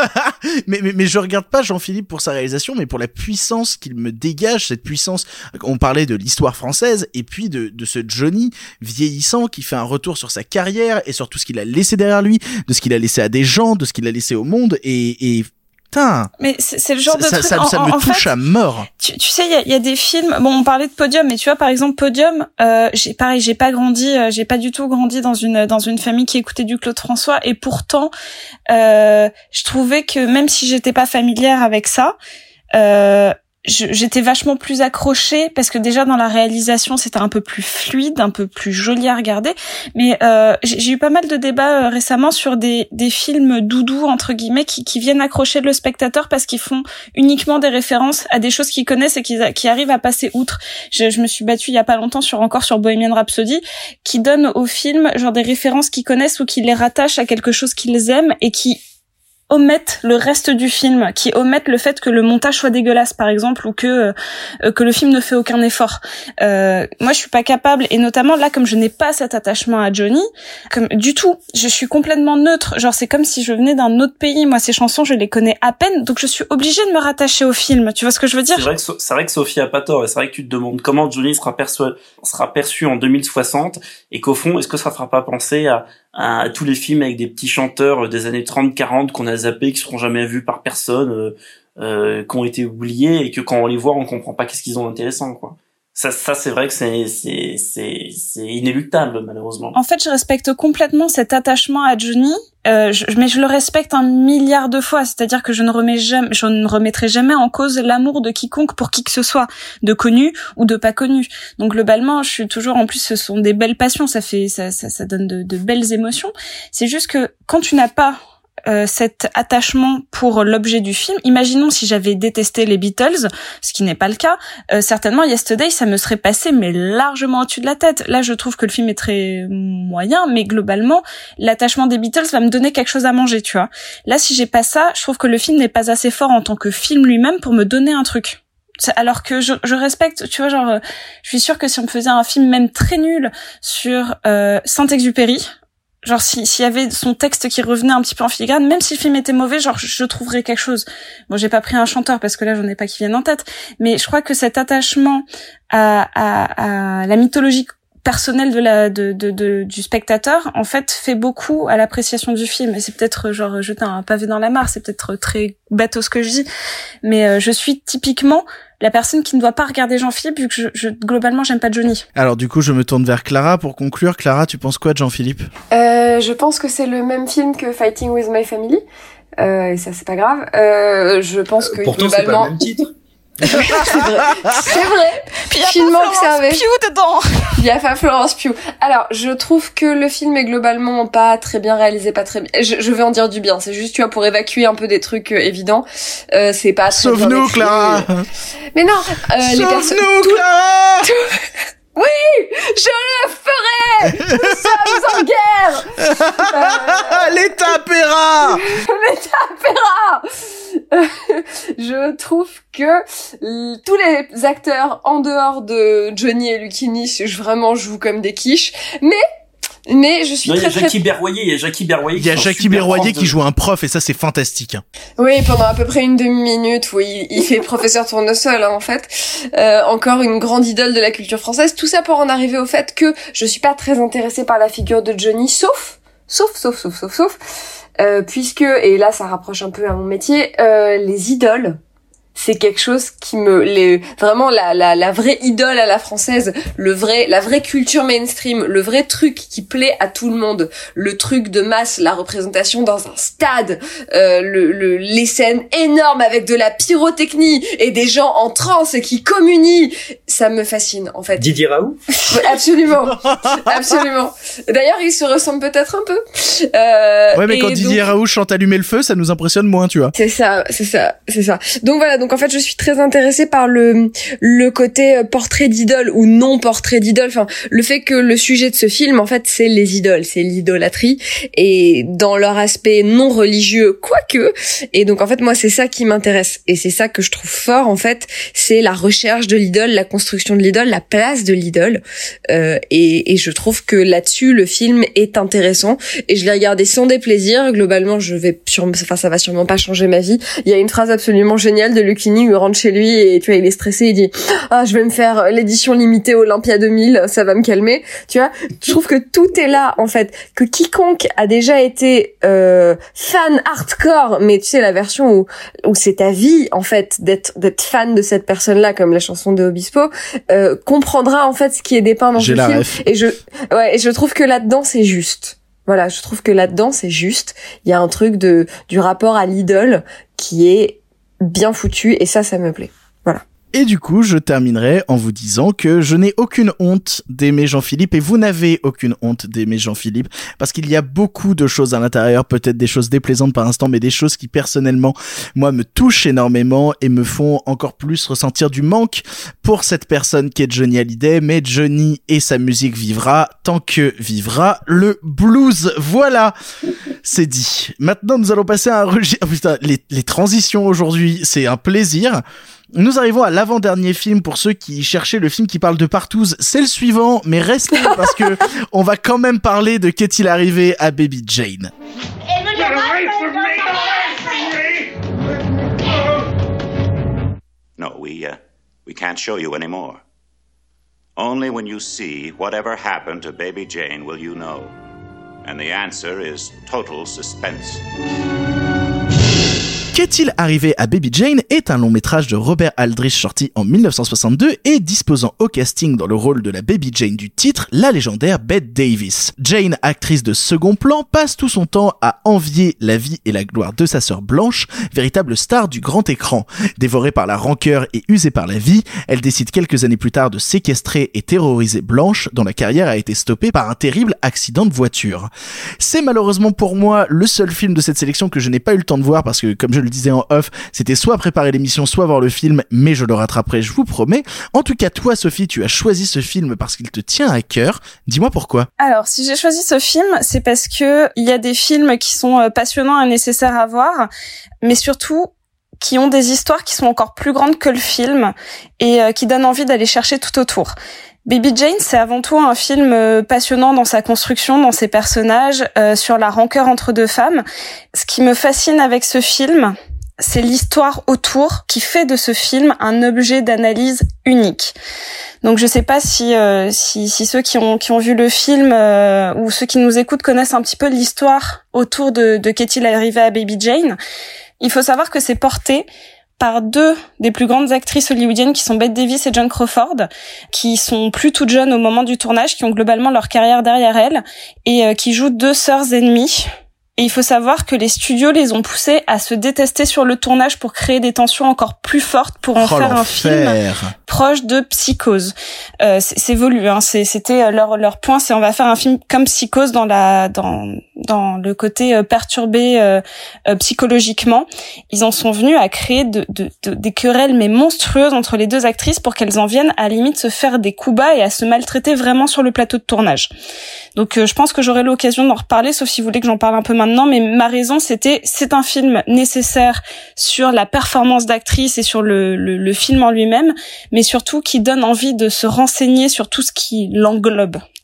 mais, mais mais je regarde pas Jean-Philippe pour sa réalisation, mais pour la puissance qu'il me dégage, cette puissance. On parlait de l'histoire française et puis de de ce Johnny vieillissant qui fait un retour sur sa carrière et sur tout ce qu'il a laissé derrière lui, de ce qu'il a laissé à des gens, de ce qu'il a laissé au monde et, et putain. Mais c'est, c'est le genre ça, de ça, truc. Ça, ça en, me en touche fait, à mort. Tu, tu sais, il y a, y a des films. Bon, on parlait de Podium, mais tu vois, par exemple, Podium. Euh, j'ai pareil, j'ai pas grandi, euh, j'ai pas du tout grandi dans une dans une famille qui écoutait du Claude François, et pourtant, euh, je trouvais que même si j'étais pas familière avec ça. Euh, Je, j'étais vachement plus accrochée parce que déjà dans la réalisation c'était un peu plus fluide, un peu plus joli à regarder. Mais euh, j'ai, j'ai eu pas mal de débats euh, récemment sur des des films doudous entre guillemets qui qui viennent accrocher le spectateur parce qu'ils font uniquement des références à des choses qu'ils connaissent et qui qui arrivent à passer outre. Je, je me suis battue il y a pas longtemps sur encore sur Bohemian Rhapsody qui donne au film genre des références qu'ils connaissent ou qui les rattachent à quelque chose qu'ils aiment et qui omettent le reste du film, qui omettent le fait que le montage soit dégueulasse par exemple ou que euh, que le film ne fait aucun effort. Euh, moi je suis pas capable et notamment là comme je n'ai pas cet attachement à Johnny, comme du tout, je suis complètement neutre, genre c'est comme si je venais d'un autre pays, moi ces chansons je les connais à peine donc je suis obligée de me rattacher au film, tu vois ce que je veux dire? C'est vrai que c'est vrai que Sophie a pas tort et c'est vrai que tu te demandes comment Johnny sera perçu sera perçu en deux mille soixante et qu'au fond est-ce que ça fera pas penser à à tous les films avec des petits chanteurs des années trente quarante qu'on a zappés, qui seront jamais vus par personne, euh, euh, qui ont été oubliés et que quand on les voit on comprend pas qu'est-ce qu'ils ont d'intéressant quoi. Ça, ça c'est vrai que c'est c'est c'est c'est inéluctable malheureusement. En fait, je respecte complètement cet attachement à Johnny, euh, je, mais je le respecte un milliard de fois. C'est-à-dire que je ne remets jamais, je ne remettrai jamais en cause l'amour de quiconque pour qui que ce soit, de connu ou de pas connu. Donc globalement, je suis toujours, en plus, ce sont des belles passions. Ça fait, ça, ça, ça donne de, de belles émotions. C'est juste que quand tu n'as pas Euh, cet attachement pour l'objet du film. Imaginons si j'avais détesté les Beatles, ce qui n'est pas le cas, euh, certainement Yesterday ça me serait passé mais largement au-dessus de la tête. Là je trouve que le film est très moyen, mais globalement l'attachement des Beatles va me donner quelque chose à manger, tu vois. Là si j'ai pas ça, je trouve que le film n'est pas assez fort en tant que film lui-même pour me donner un truc. Alors que je, je respecte, tu vois, genre, euh, je suis sûre que si on me faisait un film même très nul sur euh, Saint-Exupéry, genre si s'il y avait son texte qui revenait un petit peu en filigrane, même si le film était mauvais, genre je trouverais quelque chose. Bon, j'ai pas pris un chanteur parce que là j'en ai pas qui viennent en tête, mais je crois que cet attachement à à, à la mythologie personnelle de la de, de de du spectateur en fait fait beaucoup à l'appréciation du film. Et c'est peut-être genre jeter un pavé dans la mare, c'est peut-être très bateau ce que je dis, mais euh, je suis typiquement la personne qui ne doit pas regarder Jean-Philippe vu que je, je globalement j'aime pas Johnny. Alors du coup je me tourne vers Clara pour conclure. Clara, tu penses quoi de Jean-Philippe? euh, Je pense que c'est le même film que Fighting with My Family, euh, et ça c'est pas grave. Euh, je pense que pourtant globalement... c'est pas le même titre. c'est vrai, c'est vrai. Puis il y a pas Florence Pugh dedans. Il y a pas Florence Pugh. Alors, je trouve que le film est globalement pas très bien réalisé, pas très bien. Je, je vais en dire du bien. C'est juste, tu vois, pour évacuer un peu des trucs euh, évidents. Euh, c'est pas très bien. Sauve-nous, Clara. Mais non, euh, les personnes. Sauve-nous, Clara. Oui, je le ferai. Nous sommes en guerre. Euh... L'État paiera. L'État paiera. Je trouve que euh, tous les acteurs en dehors de Johnny et Lucchini vraiment jouent comme des quiches, mais mais je suis non, très il y a Jackie Berroyer, il y a Jackie Berroyer. Il y a Jackie Berroyer qui joue un prof et ça c'est fantastique. Hein. Oui, pendant à peu près une demi-minute où il, il fait professeur tournesol hein, en fait. Euh, encore une grande idole de la culture française. Tout ça pour en arriver au fait que je suis pas très intéressée par la figure de Johnny, sauf, sauf, sauf, sauf, sauf, sauf, euh, puisque et là ça rapproche un peu à mon métier, euh, les idoles c'est quelque chose qui me, les, vraiment la, la, la vraie idole à la française, le vrai, la vraie culture mainstream, le vrai truc qui plaît à tout le monde, le truc de masse, la représentation dans un stade, euh, le, le, les scènes énormes avec de la pyrotechnie et des gens en transe et qui communient, ça me fascine en fait. Didier Raoult. Absolument, absolument. D'ailleurs, il se ressemble peut-être un peu. Euh, ouais, mais quand donc... Didier Raoult chante Allumer le feu, ça nous impressionne moins, tu vois. C'est ça, c'est ça, c'est ça. Donc voilà, donc en fait, je suis très intéressée par le le côté portrait d'idole ou non portrait d'idole. Enfin, le fait que le sujet de ce film, en fait, c'est les idoles, c'est l'idolâtrie et dans leur aspect non religieux, quoique. Et donc en fait, moi, c'est ça qui m'intéresse et c'est ça que je trouve fort. En fait, c'est la recherche de l'idole, la construction de l'idole, la place de l'idole. Euh, et, et je trouve que là-dessus, le film est intéressant et je l'ai regardé sans déplaisir. Globalement, je vais sûrement, enfin, ça va sûrement pas changer ma vie. Il y a une phrase absolument géniale de Lucchini où il rentre chez lui et tu vois, il est stressé, il dit ah, je vais me faire l'édition limitée Olympia deux mille, ça va me calmer. Tu vois, je trouve que tout est là en fait, que quiconque a déjà été euh, fan hardcore, mais tu sais la version où où c'est ta vie en fait d'être d'être fan de cette personne-là, comme la chanson de Obispo, euh, comprendra en fait ce qui est dépeint dans J'ai ce la film. ref. Et je ouais, et je trouve que là-dedans c'est juste. Voilà, je trouve que là-dedans c'est juste. Il y a un truc de du rapport à l'idole qui est bien foutu et ça, ça me plaît. Voilà. Et du coup, je terminerai en vous disant que je n'ai aucune honte d'aimer Jean-Philippe et vous n'avez aucune honte d'aimer Jean-Philippe parce qu'il y a beaucoup de choses à l'intérieur, peut-être des choses déplaisantes par instant, mais des choses qui personnellement, moi, me touchent énormément et me font encore plus ressentir du manque pour cette personne qui est Johnny Hallyday. Mais Johnny et sa musique vivra tant que vivra le blues. Voilà, c'est dit. Maintenant, nous allons passer à un registre. Oh, putain, les, les transitions aujourd'hui, c'est un plaisir. Nous arrivons à l'avant-dernier film pour ceux qui cherchaient le film qui parle de partouze. C'est le suivant, mais restez parce que on va quand même parler de qu'est-il arrivé à Baby Jane. No, we, uh, we can't show you anymore. Only when you see whatever happened to Baby Jane will you know. And the answer is total suspense. Qu'est-il arrivé à Baby Jane est un long métrage de Robert Aldrich sorti en dix-neuf cent soixante-deux et disposant au casting dans le rôle de la Baby Jane du titre, la légendaire Bette Davis. Jane, actrice de second plan, passe tout son temps à envier la vie et la gloire de sa sœur Blanche, véritable star du grand écran. Dévorée par la rancœur et usée par la vie, elle décide quelques années plus tard de séquestrer et terroriser Blanche, dont la carrière a été stoppée par un terrible accident de voiture. C'est malheureusement pour moi le seul film de cette sélection que je n'ai pas eu le temps de voir parce que, comme je le disais en off, c'était soit préparer l'émission, soit voir le film, mais je le rattraperai, je vous promets. En tout cas, toi, Sophie, tu as choisi ce film parce qu'il te tient à cœur. Dis-moi pourquoi. Alors, si j'ai choisi ce film, c'est parce que il y a des films qui sont passionnants et nécessaires à voir, mais surtout qui ont des histoires qui sont encore plus grandes que le film et qui donnent envie d'aller chercher tout autour. Baby Jane, c'est avant tout un film euh, passionnant dans sa construction, dans ses personnages, euh, sur la rancœur entre deux femmes. Ce qui me fascine avec ce film, c'est l'histoire autour qui fait de ce film un objet d'analyse unique. Donc je sais pas si euh, si, si ceux qui ont qui ont vu le film euh, ou ceux qui nous écoutent connaissent un petit peu l'histoire autour de de qu'est-il arrivé à Baby Jane. Il faut savoir que c'est porté par deux des plus grandes actrices hollywoodiennes qui sont Bette Davis et Joan Crawford, qui sont plus toutes jeunes au moment du tournage, qui ont globalement leur carrière derrière elles, et euh, qui jouent deux sœurs ennemies. Et il faut savoir que les studios les ont poussées à se détester sur le tournage pour créer des tensions encore plus fortes pour en oh, faire l'enfer. un film proche de Psychose. Euh, c'est, c'est voulu, hein. C'est, c'était leur leur point, c'est on va faire un film comme Psychose dans la dans dans le côté euh, perturbé euh, euh, psychologiquement. Ils en sont venus à créer de, de, de des querelles mais monstrueuses entre les deux actrices pour qu'elles en viennent à la limite se faire des coups bas et à se maltraiter vraiment sur le plateau de tournage. Donc euh, je pense que j'aurai l'occasion d'en reparler, sauf si vous voulez que j'en parle un peu maintenant, mais ma raison c'était c'est un film nécessaire sur la performance d'actrice et sur le, le, le film en lui-même, mais surtout qui donne envie de se renseigner sur tout ce qui l'englobe.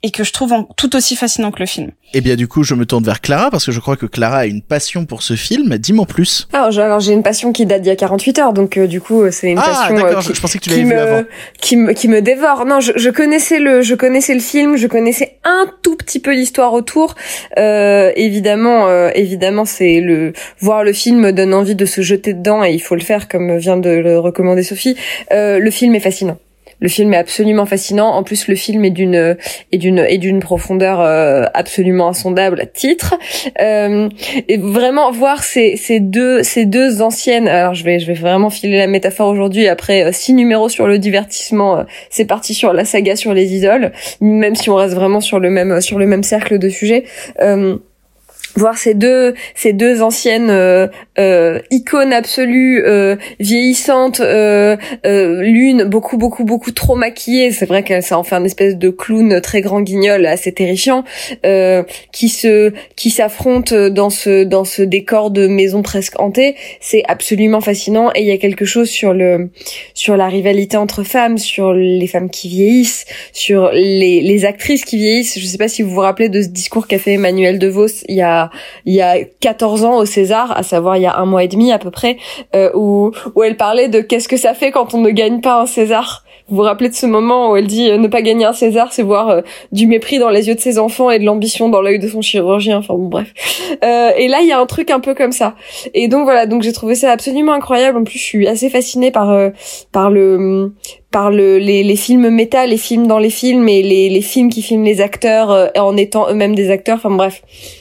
et que je trouve en, tout aussi fascinant que le film. Et bien du coup, je me tourne vers Clara parce que je crois que Clara a une passion pour ce film. Dis-moi en plus. Alors, j'ai, alors j'ai une passion qui date d'il y a quarante-huit heures, donc euh, du coup c'est une ah, passion d'accord, euh, qui, je pensais que tu qui l'avais vu me avant. qui me qui me dévore. Non, je, je connaissais le je connaissais le film, je connaissais un tout petit peu l'histoire autour. Euh, évidemment, euh, évidemment, c'est le voir le film donne envie de se jeter dedans et il faut le faire comme vient de le recommander Sophie. Euh, le film est fascinant. Le film est absolument fascinant. En plus, le film est d'une est d'une est d'une profondeur euh, absolument insondable. Titre. Euh, et vraiment voir ces ces deux ces deux anciennes. Alors, je vais je vais vraiment filer la métaphore aujourd'hui. Après euh, six numéros sur le divertissement, euh, c'est parti sur la saga sur les idoles. Même si on reste vraiment sur le même sur le même cercle de sujets. Euh, voir ces deux ces deux anciennes euh, euh, icônes absolues euh, vieillissantes, euh, euh, l'une beaucoup beaucoup beaucoup trop maquillée, c'est vrai qu'elle ça en fait un espèce de clown très grand guignol assez terrifiant, euh, qui se qui s'affrontent dans ce dans ce décor de maison presque hantée. C'est absolument fascinant et il y a quelque chose sur le sur la rivalité entre femmes, sur les femmes qui vieillissent, sur les les actrices qui vieillissent. Je sais pas si vous vous rappelez de ce discours qu'a fait Emmanuelle DeVos il y a il y a quatorze ans au César, à savoir il y a un mois et demi à peu près, euh, où où elle parlait de qu'est-ce que ça fait quand on ne gagne pas un César. Vous vous rappelez de ce moment où elle dit euh, ne pas gagner un César, c'est voir euh, du mépris dans les yeux de ses enfants et de l'ambition dans l'œil de son chirurgien. Enfin bon, bref. Euh, et là, il y a un truc un peu comme ça. Et donc voilà, donc j'ai trouvé ça absolument incroyable. En plus, je suis assez fascinée par euh, par le par le les les films méta, les films dans les films et les les films qui filment les acteurs euh, en étant eux-mêmes des acteurs. Enfin bref.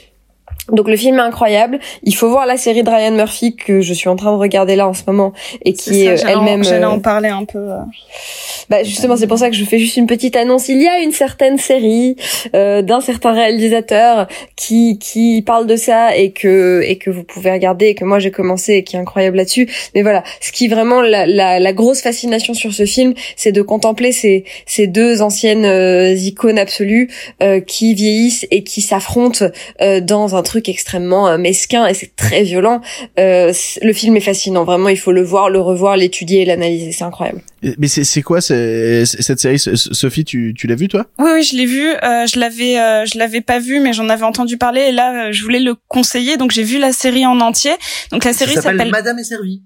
Donc le film est incroyable. Il faut voir la série de Ryan Murphy que je suis en train de regarder là en ce moment et qui est, ça, est elle-même. En, j'allais en parler un peu. Euh... Bah justement, c'est pour ça que je fais juste une petite annonce. Il y a une certaine série euh, d'un certain réalisateur qui qui parle de ça et que et que vous pouvez regarder et que moi j'ai commencé et qui est incroyable là-dessus. Mais voilà, ce qui est vraiment la la, la grosse fascination sur ce film, c'est de contempler ces ces deux anciennes euh, icônes absolues euh, qui vieillissent et qui s'affrontent euh, dans un truc extrêmement euh, mesquin et c'est très violent. Euh, le film est fascinant, vraiment. Il faut le voir, le revoir, l'étudier et l'analyser. C'est incroyable. Mais c'est c'est quoi c'est, cette série, Sophie? Tu tu l'as vue toi? Oui oui, je l'ai vue. Euh, je l'avais euh, je l'avais pas vue, mais j'en avais entendu parler. Et là, euh, je voulais le conseiller, donc j'ai vu la série en entier. Donc la série ça s'appelle, s'appelle Madame est servie.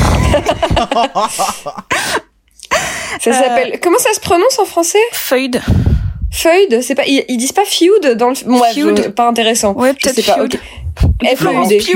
Ça s'appelle. Euh... Comment ça se prononce en français? Feud. Feud, c'est pas ils, ils disent pas feud dans le bon, bref, je, pas intéressant. Ouais, peut-être feud. Pas, okay. F E U D.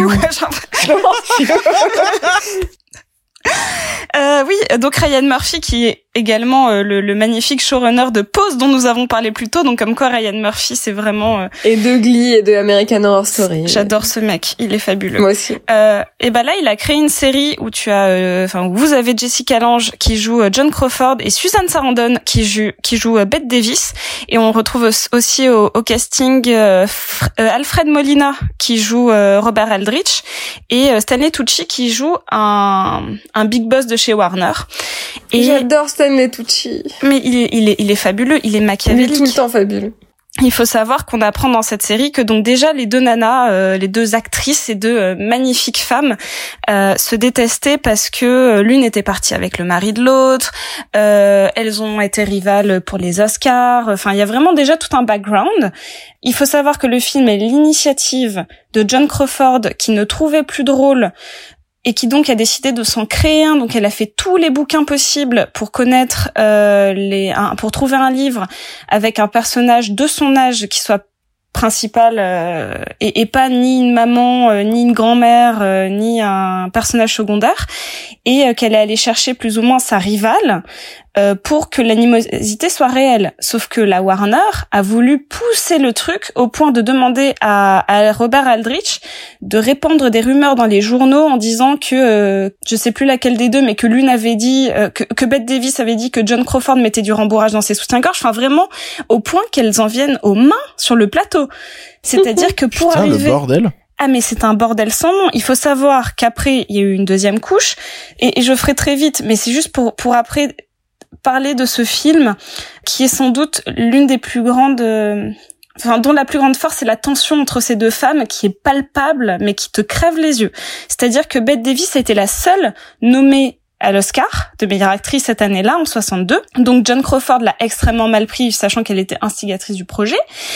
Euh, oui, donc Ryan Murphy qui est également euh, le, le magnifique showrunner de Pose dont nous avons parlé plus tôt, donc comme quoi Ryan Murphy c'est vraiment... Euh... Et de Glee et de American Horror Story. J'adore ce mec, il est fabuleux. Moi aussi. Euh, et ben là il a créé une série où tu as, enfin euh, où vous avez Jessica Lange qui joue euh, John Crawford et Susan Sarandon qui joue qui joue euh, Bette Davis, et on retrouve aussi au, au casting euh, F- euh, Alfred Molina qui joue euh, Robert Aldrich et euh, Stanley Tucci qui joue un un big boss de chez Warner. Et j'adore Stanley Tucci. Mais il est, il est, il est fabuleux, il est machiavélique. Il est tout le temps fabuleux. Il faut savoir qu'on apprend dans cette série que donc déjà les deux nanas, euh, les deux actrices, ces deux euh, magnifiques femmes, euh, se détestaient parce que euh, l'une était partie avec le mari de l'autre. Euh, elles ont été rivales pour les Oscars. Enfin, il y a vraiment déjà tout un background. Il faut savoir que le film est l'initiative de John Crawford qui ne trouvait plus drôle et qui donc a décidé de s'en créer un. Donc elle a fait tous les bouquins possibles pour connaître euh, les un, pour trouver un livre avec un personnage de son âge qui soit principal euh, et, et pas ni une maman, euh, ni une grand-mère, euh, ni un personnage secondaire, et euh, qu'elle est allée chercher plus ou moins sa rivale euh, pour que l'animosité soit réelle. Sauf que la Warner a voulu pousser le truc au point de demander à, à Robert Aldrich de répandre des rumeurs dans les journaux en disant que, euh, je sais plus laquelle des deux, mais que l'une avait dit, euh, que, que Bette Davis avait dit que John Crawford mettait du rembourrage dans ses soutiens-gorge, enfin vraiment au point qu'elles en viennent aux mains sur le plateau. C'est-à-dire que pour Putain, arriver... le bordel. Ah mais c'est un bordel sans nom. Il faut savoir qu'après il y a eu une deuxième couche et, et je ferai très vite, mais c'est juste pour pour après parler de ce film qui est sans doute l'une des plus grandes, euh, enfin dont la plus grande force est la tension entre ces deux femmes qui est palpable mais qui te crève les yeux. C'est-à-dire que Bette Davis a été la seule nommée à l'Oscar de meilleure actrice cette année-là, en soixante-deux. Donc Joan Crawford l'a extrêmement mal pris, sachant qu'elle était instigatrice du projet.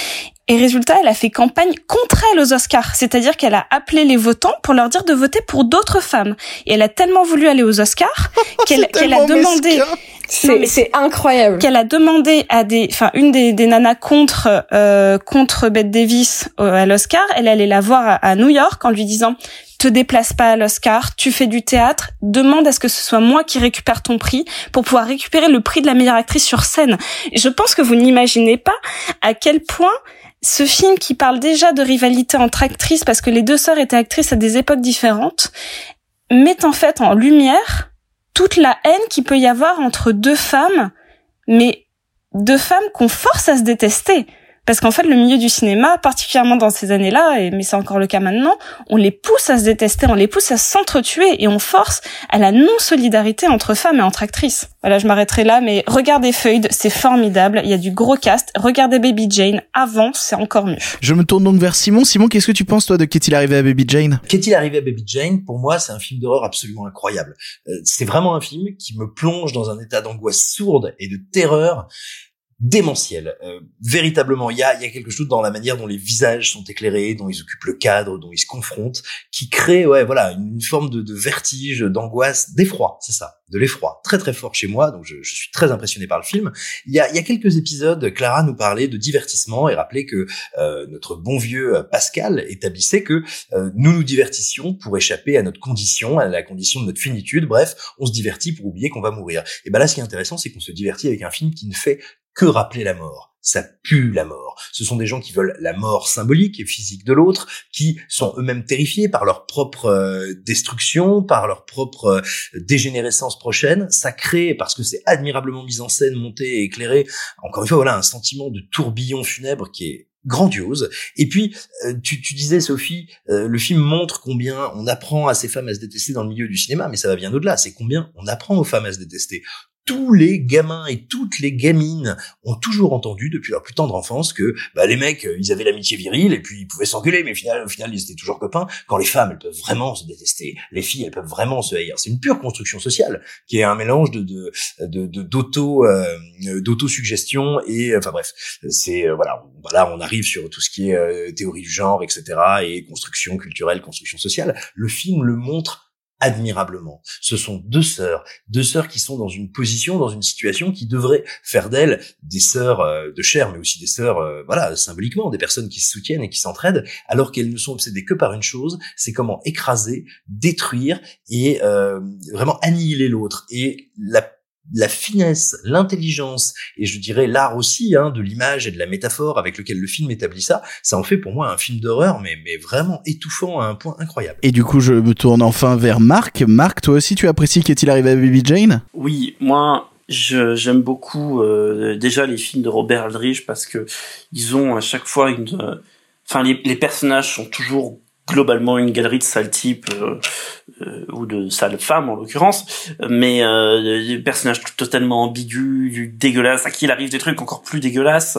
Et résultat, elle a fait campagne contre elle aux Oscars. C'est-à-dire qu'elle a appelé les votants pour leur dire de voter pour d'autres femmes. Et elle a tellement voulu aller aux Oscars qu'elle, qu'elle a demandé... C'est, mais c'est incroyable. Qu'elle a demandé à des, enfin, une des, des nanas contre, euh, contre Bette Davis euh, à l'Oscar, elle allait la voir à, à New York en lui disant, te déplace pas à l'Oscar, tu fais du théâtre, demande à ce que ce soit moi qui récupère ton prix pour pouvoir récupérer le prix de la meilleure actrice sur scène. Et je pense que vous n'imaginez pas à quel point ce film qui parle déjà de rivalité entre actrices parce que les deux sœurs étaient actrices à des époques différentes, met en fait en lumière toute la haine qu'il peut y avoir entre deux femmes, mais deux femmes qu'on force à se détester. Parce qu'en fait, le milieu du cinéma, particulièrement dans ces années-là, et mais c'est encore le cas maintenant, on les pousse à se détester, on les pousse à s'entretuer et on force à la non-solidarité entre femmes et entre actrices. Voilà, je m'arrêterai là, mais regardez Feud, c'est formidable, il y a du gros cast. Regardez Baby Jane, avant, c'est encore mieux. Je me tourne donc vers Simon. Simon, qu'est-ce que tu penses, toi, de Qu'est-il arrivé à Baby Jane? Qu'est-il arrivé à Baby Jane? Pour moi, c'est un film d'horreur absolument incroyable. Euh, c'est vraiment un film qui me plonge dans un état d'angoisse sourde et de terreur démentiel. Euh, véritablement, il y a, il y a quelque chose dans la manière dont les visages sont éclairés, dont ils occupent le cadre, dont ils se confrontent, qui crée, ouais, voilà, une forme de, de vertige, d'angoisse, d'effroi, c'est ça, de l'effroi, très très fort chez moi. Donc je, je suis très impressionné par le film. Il y a, il y a quelques épisodes, Clara nous parlait de divertissement et rappelait que euh, notre bon vieux Pascal établissait que euh, nous nous divertissions pour échapper à notre condition, à la condition de notre finitude. Bref, on se divertit pour oublier qu'on va mourir. Et ben là, ce qui est intéressant, c'est qu'on se divertit avec un film qui ne fait que rappeler la mort. Ça pue la mort. Ce sont des gens qui veulent la mort symbolique et physique de l'autre, qui sont eux-mêmes terrifiés par leur propre euh, destruction, par leur propre euh, dégénérescence prochaine. Ça crée, parce que c'est admirablement mis en scène, monté et éclairé, encore une fois, voilà, un sentiment de tourbillon funèbre qui est grandiose. Et puis, euh, tu, tu disais, Sophie, euh, le film montre combien on apprend à ces femmes à se détester dans le milieu du cinéma, mais ça va bien au-delà. C'est combien on apprend aux femmes à se détester. Tous les gamins et toutes les gamines ont toujours entendu depuis leur plus tendre enfance que bah, les mecs, ils avaient l'amitié virile et puis ils pouvaient s'engueuler, mais au final, au final, ils étaient toujours copains. Quand les femmes, elles peuvent vraiment se détester, les filles, elles peuvent vraiment se haïr. C'est une pure construction sociale qui est un mélange de de de, de d'auto euh, d'auto-suggestion et enfin bref, c'est euh, voilà, voilà, on arrive sur tout ce qui est euh, théorie du genre, et cetera et construction culturelle, construction sociale. Le film le montre admirablement. Ce sont deux sœurs, deux sœurs qui sont dans une position, dans une situation qui devrait faire d'elles des sœurs euh, de chair, mais aussi des sœurs, euh, voilà, symboliquement, des personnes qui se soutiennent et qui s'entraident, alors qu'elles ne sont obsédées que par une chose, c'est comment écraser, détruire et euh, vraiment annihiler l'autre. Et la la finesse, l'intelligence et je dirais l'art aussi hein, de l'image et de la métaphore avec lequel le film établit ça, ça en fait pour moi un film d'horreur mais mais vraiment étouffant à un point incroyable. Et du coup, je me tourne enfin vers Marc. Marc, toi aussi, tu apprécies Qu'est-il arrivé à Baby Jane? Oui, moi, je, j'aime beaucoup euh, déjà les films de Robert Aldrich parce que ils ont à chaque fois une, enfin euh, les, les personnages sont toujours globalement une galerie de sales types euh, euh, ou de sales femmes en l'occurrence, mais euh, des personnages totalement ambigus, dégueulasses, à qui il arrive des trucs encore plus dégueulasses,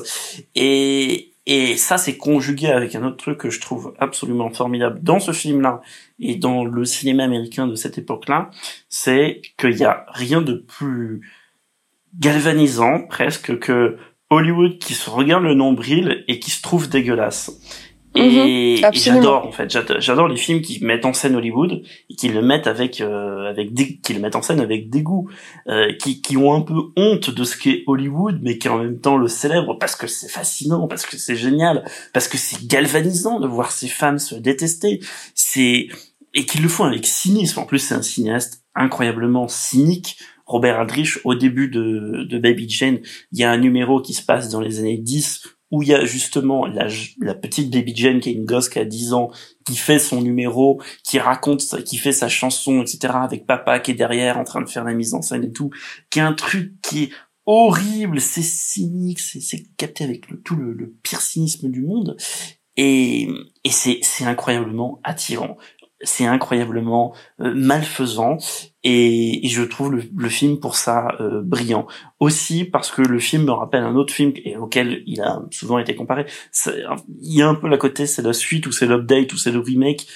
et et ça c'est conjugué avec un autre truc que je trouve absolument formidable dans ce film-là et dans le cinéma américain de cette époque-là, c'est qu'il y a rien de plus galvanisant presque que Hollywood qui se regarde le nombril et qui se trouve dégueulasse. Et, mmh, et j'adore en fait, j'adore, j'adore les films qui mettent en scène Hollywood et qui le mettent avec euh, avec des, qui le mettent en scène avec dégoût, euh, qui qui ont un peu honte de ce qu'est Hollywood, mais qui en même temps le célèbrent parce que c'est fascinant, parce que c'est génial, parce que c'est galvanisant de voir ces femmes se détester. C'est et qu'ils le font avec cynisme. En plus, c'est un cinéaste incroyablement cynique. Robert Aldrich, au début de de Baby Jane, il y a un numéro qui se passe dans les années dix. Où il y a justement la, la petite Baby Jane qui est une gosse qui a dix ans, qui fait son numéro, qui raconte, qui fait sa chanson, et cetera avec papa qui est derrière en train de faire la mise en scène et tout, qui est un truc qui est horrible, c'est cynique, c'est, c'est capté avec le, tout le, le pire cynisme du monde, et, et c'est, c'est incroyablement attirant. C'est incroyablement euh, malfaisant Et, et je trouve le, le film pour ça euh, brillant. Aussi parce que le film me rappelle un autre film et auquel il a souvent été comparé. C'est, il y a un peu la côté, c'est la suite ou c'est l'update ou c'est le remake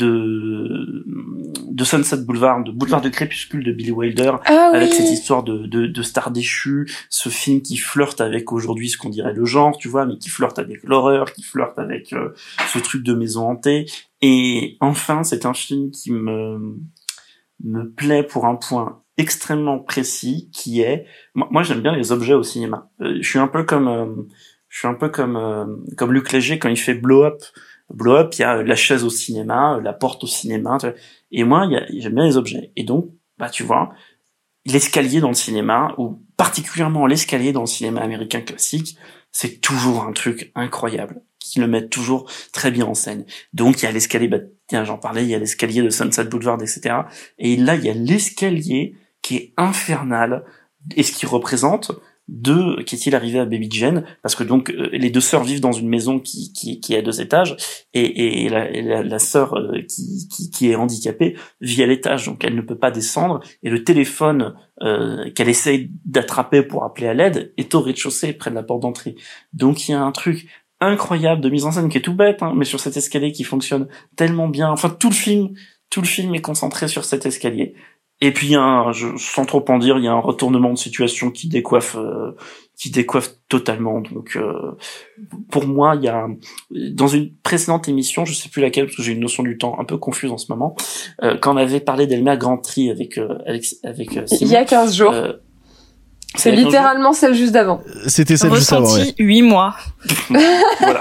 de de Sunset Boulevard, de Boulevard de Crépuscule de Billy Wilder, ah, avec oui. cette histoire de, de de star déchue, ce film qui flirte avec aujourd'hui ce qu'on dirait le genre, tu vois, mais qui flirte avec l'horreur, qui flirte avec euh, ce truc de maison hantée. Et enfin, c'est un film qui me me plaît pour un point extrêmement précis qui est moi, moi j'aime bien les objets au cinéma. Euh, je suis un peu comme euh, je suis un peu comme euh, comme Luc Léger quand il fait Blow Up. Blow Up, il y a la chaise au cinéma, la porte au cinéma, tu vois. Et moi il y a, j'aime bien les objets. Et donc bah tu vois, l'escalier dans le cinéma ou particulièrement l'escalier dans le cinéma américain classique, c'est toujours un truc incroyable qui le mettent toujours très bien en scène. Donc il y a l'escalier, bah tiens j'en parlais, il y a l'escalier de Sunset Boulevard, et cetera. Et là il y a l'escalier qui est infernal et ce qui représente de qu'est-il arrivé à Baby Jane, parce que donc euh, les deux sœurs vivent dans une maison qui qui qui a deux étages et et la et la, la sœur euh, qui, qui qui est handicapée vit à l'étage, donc elle ne peut pas descendre et le téléphone euh, qu'elle essaye d'attraper pour appeler à l'aide est au rez-de-chaussée près de la porte d'entrée. Donc il y a un truc incroyable de mise en scène qui est tout bête, hein, mais sur cet escalier qui fonctionne tellement bien. Enfin tout le film tout le film est concentré sur cet escalier. Et puis il y a un, je, sans trop en dire, il y a un retournement de situation qui décoiffe, euh, qui décoiffe totalement. Donc euh, pour moi, il y a dans une précédente émission, je sais plus laquelle parce que j'ai une notion du temps un peu confuse en ce moment, euh, quand on avait parlé d'Elmer Gantry avec euh, avec avec euh, Simon, il y a quinze jours. Euh, c'est littéralement celle juste d'avant. C'était celle juste avant. Ressenti huit mois. Voilà.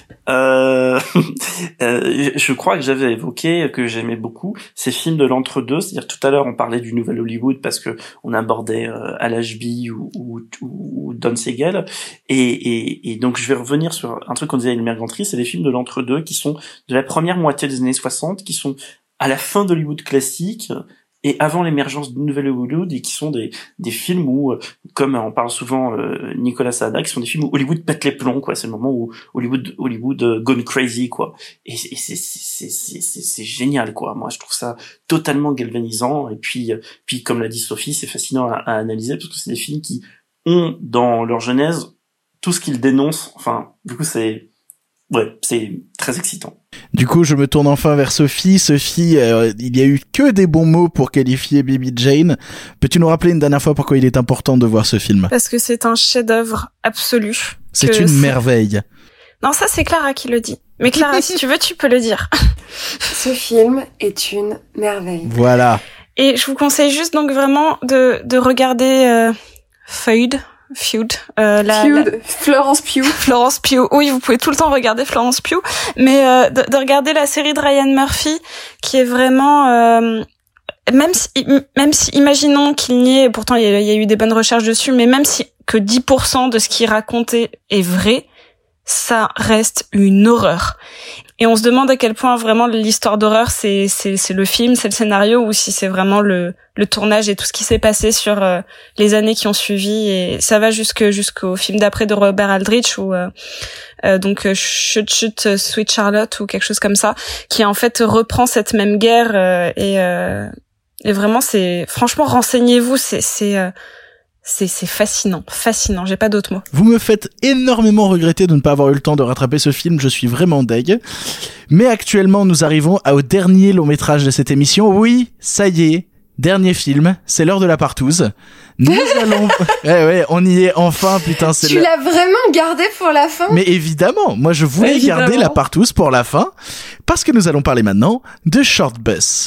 Euh, euh, je crois que j'avais évoqué que j'aimais beaucoup ces films de l'entre-deux, c'est-à-dire tout à l'heure on parlait du nouvel Hollywood parce que on abordait euh, Al Ashby ou, ou, ou Don Siegel et, et, et donc je vais revenir sur un truc qu'on disait à Elmer Gantry, c'est des films de l'entre-deux qui sont de la première moitié des années soixante, qui sont à la fin d'Hollywood classique et avant l'émergence du nouvel Hollywood et qui sont des des films où, comme on parle souvent euh, Nicolas Sada, qui sont des films où Hollywood pète les plombs, quoi. C'est le moment où Hollywood Hollywood euh, gone crazy, quoi. Et, et c'est c'est c'est c'est c'est génial, quoi. Moi, je trouve ça totalement galvanisant. Et puis puis comme l'a dit Sophie, c'est fascinant à, à analyser parce que c'est des films qui ont dans leur genèse tout ce qu'ils dénoncent. Enfin, du coup, c'est ouais, c'est très excitant. Du coup, je me tourne enfin vers Sophie. Sophie, euh, il y a eu que des bons mots pour qualifier Baby Jane. Peux-tu nous rappeler une dernière fois pourquoi il est important de voir ce film ? Parce que c'est un chef-d'œuvre absolu. C'est une c'est... merveille. Non, ça c'est Clara qui le dit. Mais Clara, si tu veux, tu peux le dire. Ce film est une merveille. Voilà. Et je vous conseille juste donc vraiment de de regarder euh, Feud. Feud, euh, la, Feud. la... Florence Pugh. Florence Pugh. Oui, vous pouvez tout le temps regarder Florence Pugh, mais euh, de, de regarder la série de Ryan Murphy, qui est vraiment, euh, même si, même si, imaginons qu'il n'y ait, pourtant il y, a, il y a eu des bonnes recherches dessus, mais même si que dix pour cent de ce qu'il racontait est vrai, ça reste une horreur. Et on se demande à quel point vraiment l'histoire d'horreur c'est c'est c'est le film, c'est le scénario, ou si c'est vraiment le le tournage et tout ce qui s'est passé sur euh, les années qui ont suivi. Et ça va jusque jusqu'au film d'après de Robert Aldrich ou euh, euh, donc euh, Chut Chut Sweet Charlotte ou quelque chose comme ça, qui en fait reprend cette même guerre euh, et euh, et vraiment c'est franchement renseignez-vous, c'est c'est euh, C'est, c'est fascinant, fascinant, j'ai pas d'autres mots. Vous me faites énormément regretter de ne pas avoir eu le temps de rattraper ce film, je suis vraiment deg. Mais actuellement, nous arrivons au dernier long métrage de cette émission. Oui, ça y est, dernier film, c'est l'heure de la partouze. Nous allons... ouais, ouais, on y est enfin, putain, c'est Tu le... l'as vraiment gardé pour la fin ? Mais évidemment, moi je voulais évidemment. garder la partouze pour la fin, parce que nous allons parler maintenant de Short Bus.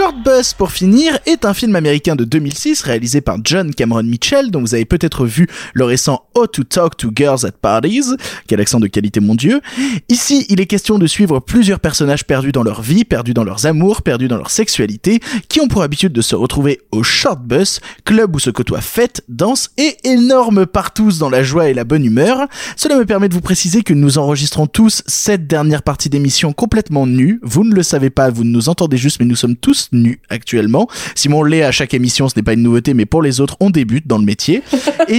Short Bus, pour finir, est un film américain de deux mille six réalisé par John Cameron Mitchell, dont vous avez peut-être vu le récent How to Talk to Girls at Parties. Quel accent de qualité, mon Dieu. Ici, il est question de suivre plusieurs personnages perdus dans leur vie, perdus dans leurs amours, perdus dans leur sexualité, qui ont pour habitude de se retrouver au Short Bus, club où se côtoient fêtes, danses et énormes partous dans la joie et la bonne humeur. Cela me permet de vous préciser que nous enregistrons tous cette dernière partie d'émission complètement nus. Vous ne le savez pas, vous nous entendez juste, mais nous sommes tous nus actuellement. Simon l'est à chaque émission, ce n'est pas une nouveauté, mais pour les autres, on débute dans le métier. Et...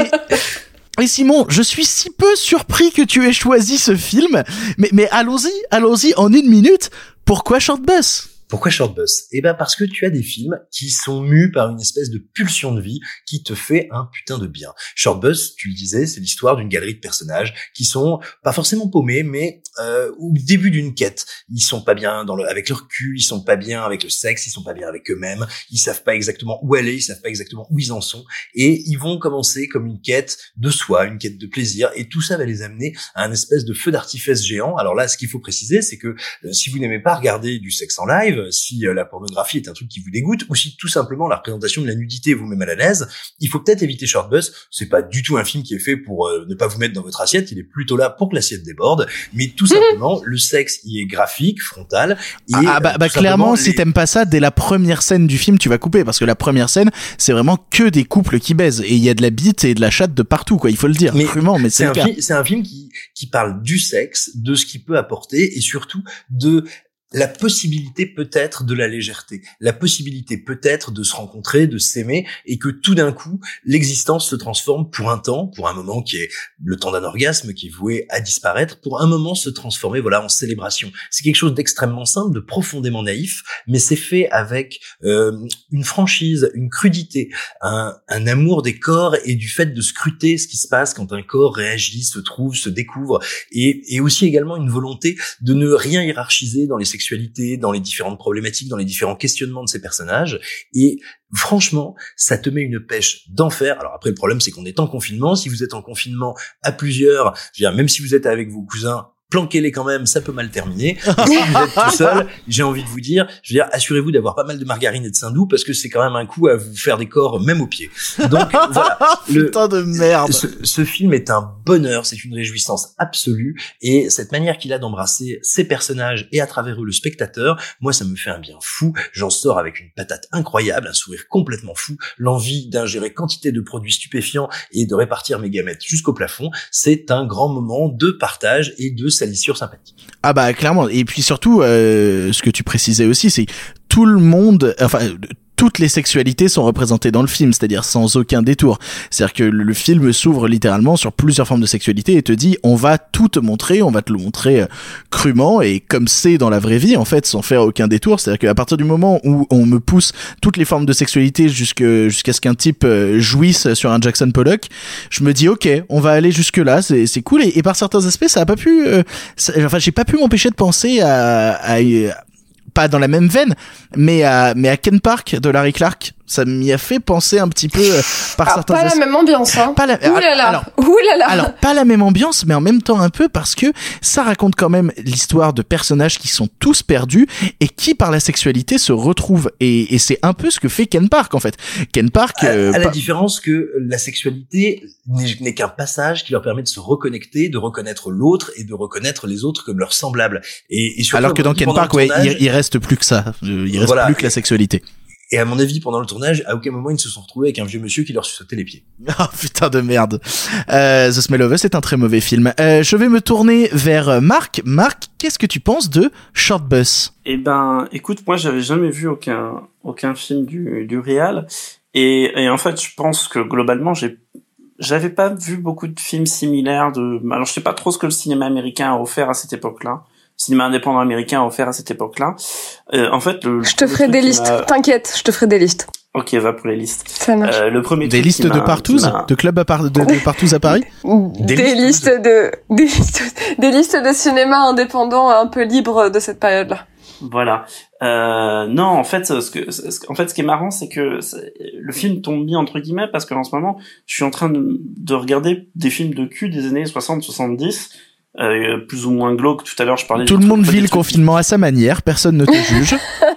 Et Simon, je suis si peu surpris que tu aies choisi ce film, mais, mais allons-y, allons-y en une minute. Pourquoi Short Bus ? Pourquoi Short Bus ? Eh ben parce que tu as des films qui sont mus par une espèce de pulsion de vie qui te fait un putain de bien. Short Bus, tu le disais, c'est l'histoire d'une galerie de personnages qui sont pas forcément paumés, mais euh, au début d'une quête. Ils sont pas bien dans le, avec leur cul, ils sont pas bien avec le sexe, ils sont pas bien avec eux-mêmes, ils savent pas exactement où aller, ils savent pas exactement où ils en sont, et ils vont commencer comme une quête de soi, une quête de plaisir, et tout ça va les amener à un espèce de feu d'artifice géant. Alors là, ce qu'il faut préciser, c'est que euh, si vous n'aimez pas regarder du sexe en live, si euh, la pornographie est un truc qui vous dégoûte, ou si tout simplement la représentation de la nudité vous met mal à l'aise, il faut peut-être éviter Short Bus. C'est pas du tout un film qui est fait pour euh, ne pas vous mettre dans votre assiette, il est plutôt là pour que l'assiette déborde, mais tout simplement, le sexe y est graphique, frontal, et ah bah, bah clairement, si les... t'aimes pas ça, dès la première scène du film, tu vas couper, parce que la première scène, c'est vraiment que des couples qui baisent, et il y a de la bite et de la chatte de partout, quoi, il faut le dire, mais crûment, mais c'est, c'est le cas. Fi- c'est un film qui, qui parle du sexe, de ce qu'il peut apporter, et surtout de la possibilité peut-être de la légèreté, la possibilité peut-être de se rencontrer, de s'aimer, et que tout d'un coup, l'existence se transforme pour un temps, pour un moment qui est le temps d'un orgasme, qui est voué à disparaître, pour un moment se transformer, voilà, en célébration. C'est quelque chose d'extrêmement simple, de profondément naïf, mais c'est fait avec euh, une franchise, une crudité, un, un amour des corps et du fait de scruter ce qui se passe quand un corps réagit, se trouve, se découvre, et, et aussi également une volonté de ne rien hiérarchiser dans les sexualités, dans les différentes problématiques, dans les différents questionnements de ces personnages. Et franchement, ça te met une pêche d'enfer. Alors après, le problème, c'est qu'on est en confinement. Si vous êtes en confinement à plusieurs, je veux dire, même si vous êtes avec vos cousins, planquez-les quand même, ça peut mal terminer. Si vous êtes tout seul, j'ai envie de vous dire, je veux dire, assurez-vous d'avoir pas mal de margarine et de Saint-Doux, parce que c'est quand même un coup à vous faire des corps, même aux pieds. Donc, voilà. Le, Putain de merde. Ce, ce film est un bonheur, c'est une réjouissance absolue, et cette manière qu'il a d'embrasser ses personnages et à travers eux le spectateur, moi, ça me fait un bien fou. J'en sors avec une patate incroyable, un sourire complètement fou, l'envie d'ingérer quantité de produits stupéfiants et de répartir mes gamètes jusqu'au plafond. C'est un grand moment de partage et de salissure sympathique. Ah bah clairement, et puis surtout euh, ce que tu précisais aussi, c'est tout le monde, enfin toutes les sexualités sont représentées dans le film, c'est-à-dire sans aucun détour. C'est-à-dire que le film s'ouvre littéralement sur plusieurs formes de sexualité et te dit on va tout te montrer, on va te le montrer euh, crûment et comme c'est dans la vraie vie en fait, sans faire aucun détour. C'est-à-dire qu'à partir du moment où on me pousse toutes les formes de sexualité jusque, jusqu'à ce qu'un type euh, jouisse sur un Jackson Pollock, je me dis ok, on va aller jusque là, c'est, c'est cool. Et, et par certains aspects, ça a pas pu, euh, ça, enfin j'ai pas pu m'empêcher de penser à, à, à pas dans la même veine, mais à, mais à Ken Park de Larry Clark. Ça m'y a fait penser un petit peu euh, par ah, certains pas as... la même ambiance, hein. Pas la... Ouh là là. Alors, Ouh là là. alors, pas la même ambiance, mais en même temps un peu parce que ça raconte quand même l'histoire de personnages qui sont tous perdus et qui, par la sexualité, se retrouvent. Et, et c'est un peu ce que fait Ken Park, en fait. Ken Park... Euh, à, à la pas... différence que la sexualité n'est, n'est qu'un passage qui leur permet de se reconnecter, de reconnaître l'autre et de reconnaître les autres comme leurs semblables. Et, et surtout, alors que dans Ken Park, ouais, il, il reste plus que ça. Il reste voilà. plus que la sexualité. Et à mon avis, pendant le tournage, à aucun moment ils se sont retrouvés avec un vieux monsieur qui leur suçotait les pieds. Oh putain de merde. Euh, The Smell of Us est un très mauvais film. Euh, je vais me tourner vers Marc. Marc, qu'est-ce que tu penses de Short Bus ? Eh ben, écoute, moi j'avais jamais vu aucun aucun film du du réal, et et en fait, je pense que globalement, j'ai j'avais pas vu beaucoup de films similaires de. Alors, je sais pas trop ce que le cinéma américain a offert à cette époque-là. Cinéma indépendant américain a offert à cette époque-là. Euh, en fait, le, je te ferai des listes. M'a... T'inquiète, je te ferai des listes. Ok, va pour les listes. Ça marche. Euh, le premier des listes de partous, de clubs à part, de, de partous à Paris. Des, des listes de, des listes, des listes de cinéma indépendant un peu libres de cette période-là. Voilà. Euh, non, en fait, ce que, ce, en fait, ce qui est marrant, c'est que c'est, le film tombe bien entre guillemets parce qu'en ce moment, je suis en train de, de regarder des films de cul des années soixante soixante-dix. Euh, plus ou moins glauque. Tout à l'heure, je parlais. Tout le monde vit le confinement à sa manière. Personne ne te juge.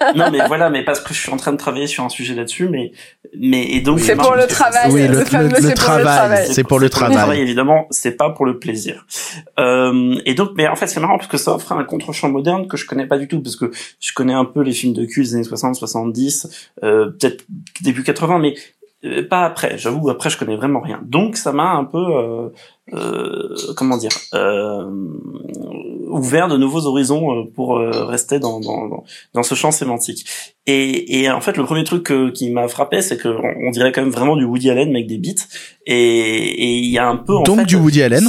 non, mais voilà, mais parce que je suis en train de travailler sur un sujet là-dessus, mais, mais, et donc. C'est pour le travail. Oui, le, le, fameux, le, c'est le travail. Pour le travail. C'est pour le travail. Le travail, évidemment, c'est pas pour le plaisir. Euh, et donc, mais en fait, c'est marrant parce que ça offre un contre-champ moderne que je connais pas du tout, parce que je connais un peu les films de cul des années soixante, soixante-dix, euh, peut-être début quatre-vingts, mais euh, pas après. J'avoue, après, je connais vraiment rien. Donc, ça m'a un peu, euh, euh, comment dire, euh, ouvert de nouveaux horizons pour euh, rester dans, dans, dans ce champ sémantique. Et, et en fait, le premier truc euh, qui m'a frappé, c'est que on, on dirait quand même vraiment du Woody Allen, mais avec des beats. Et il y a un peu, en donc fait, du Woody Allen.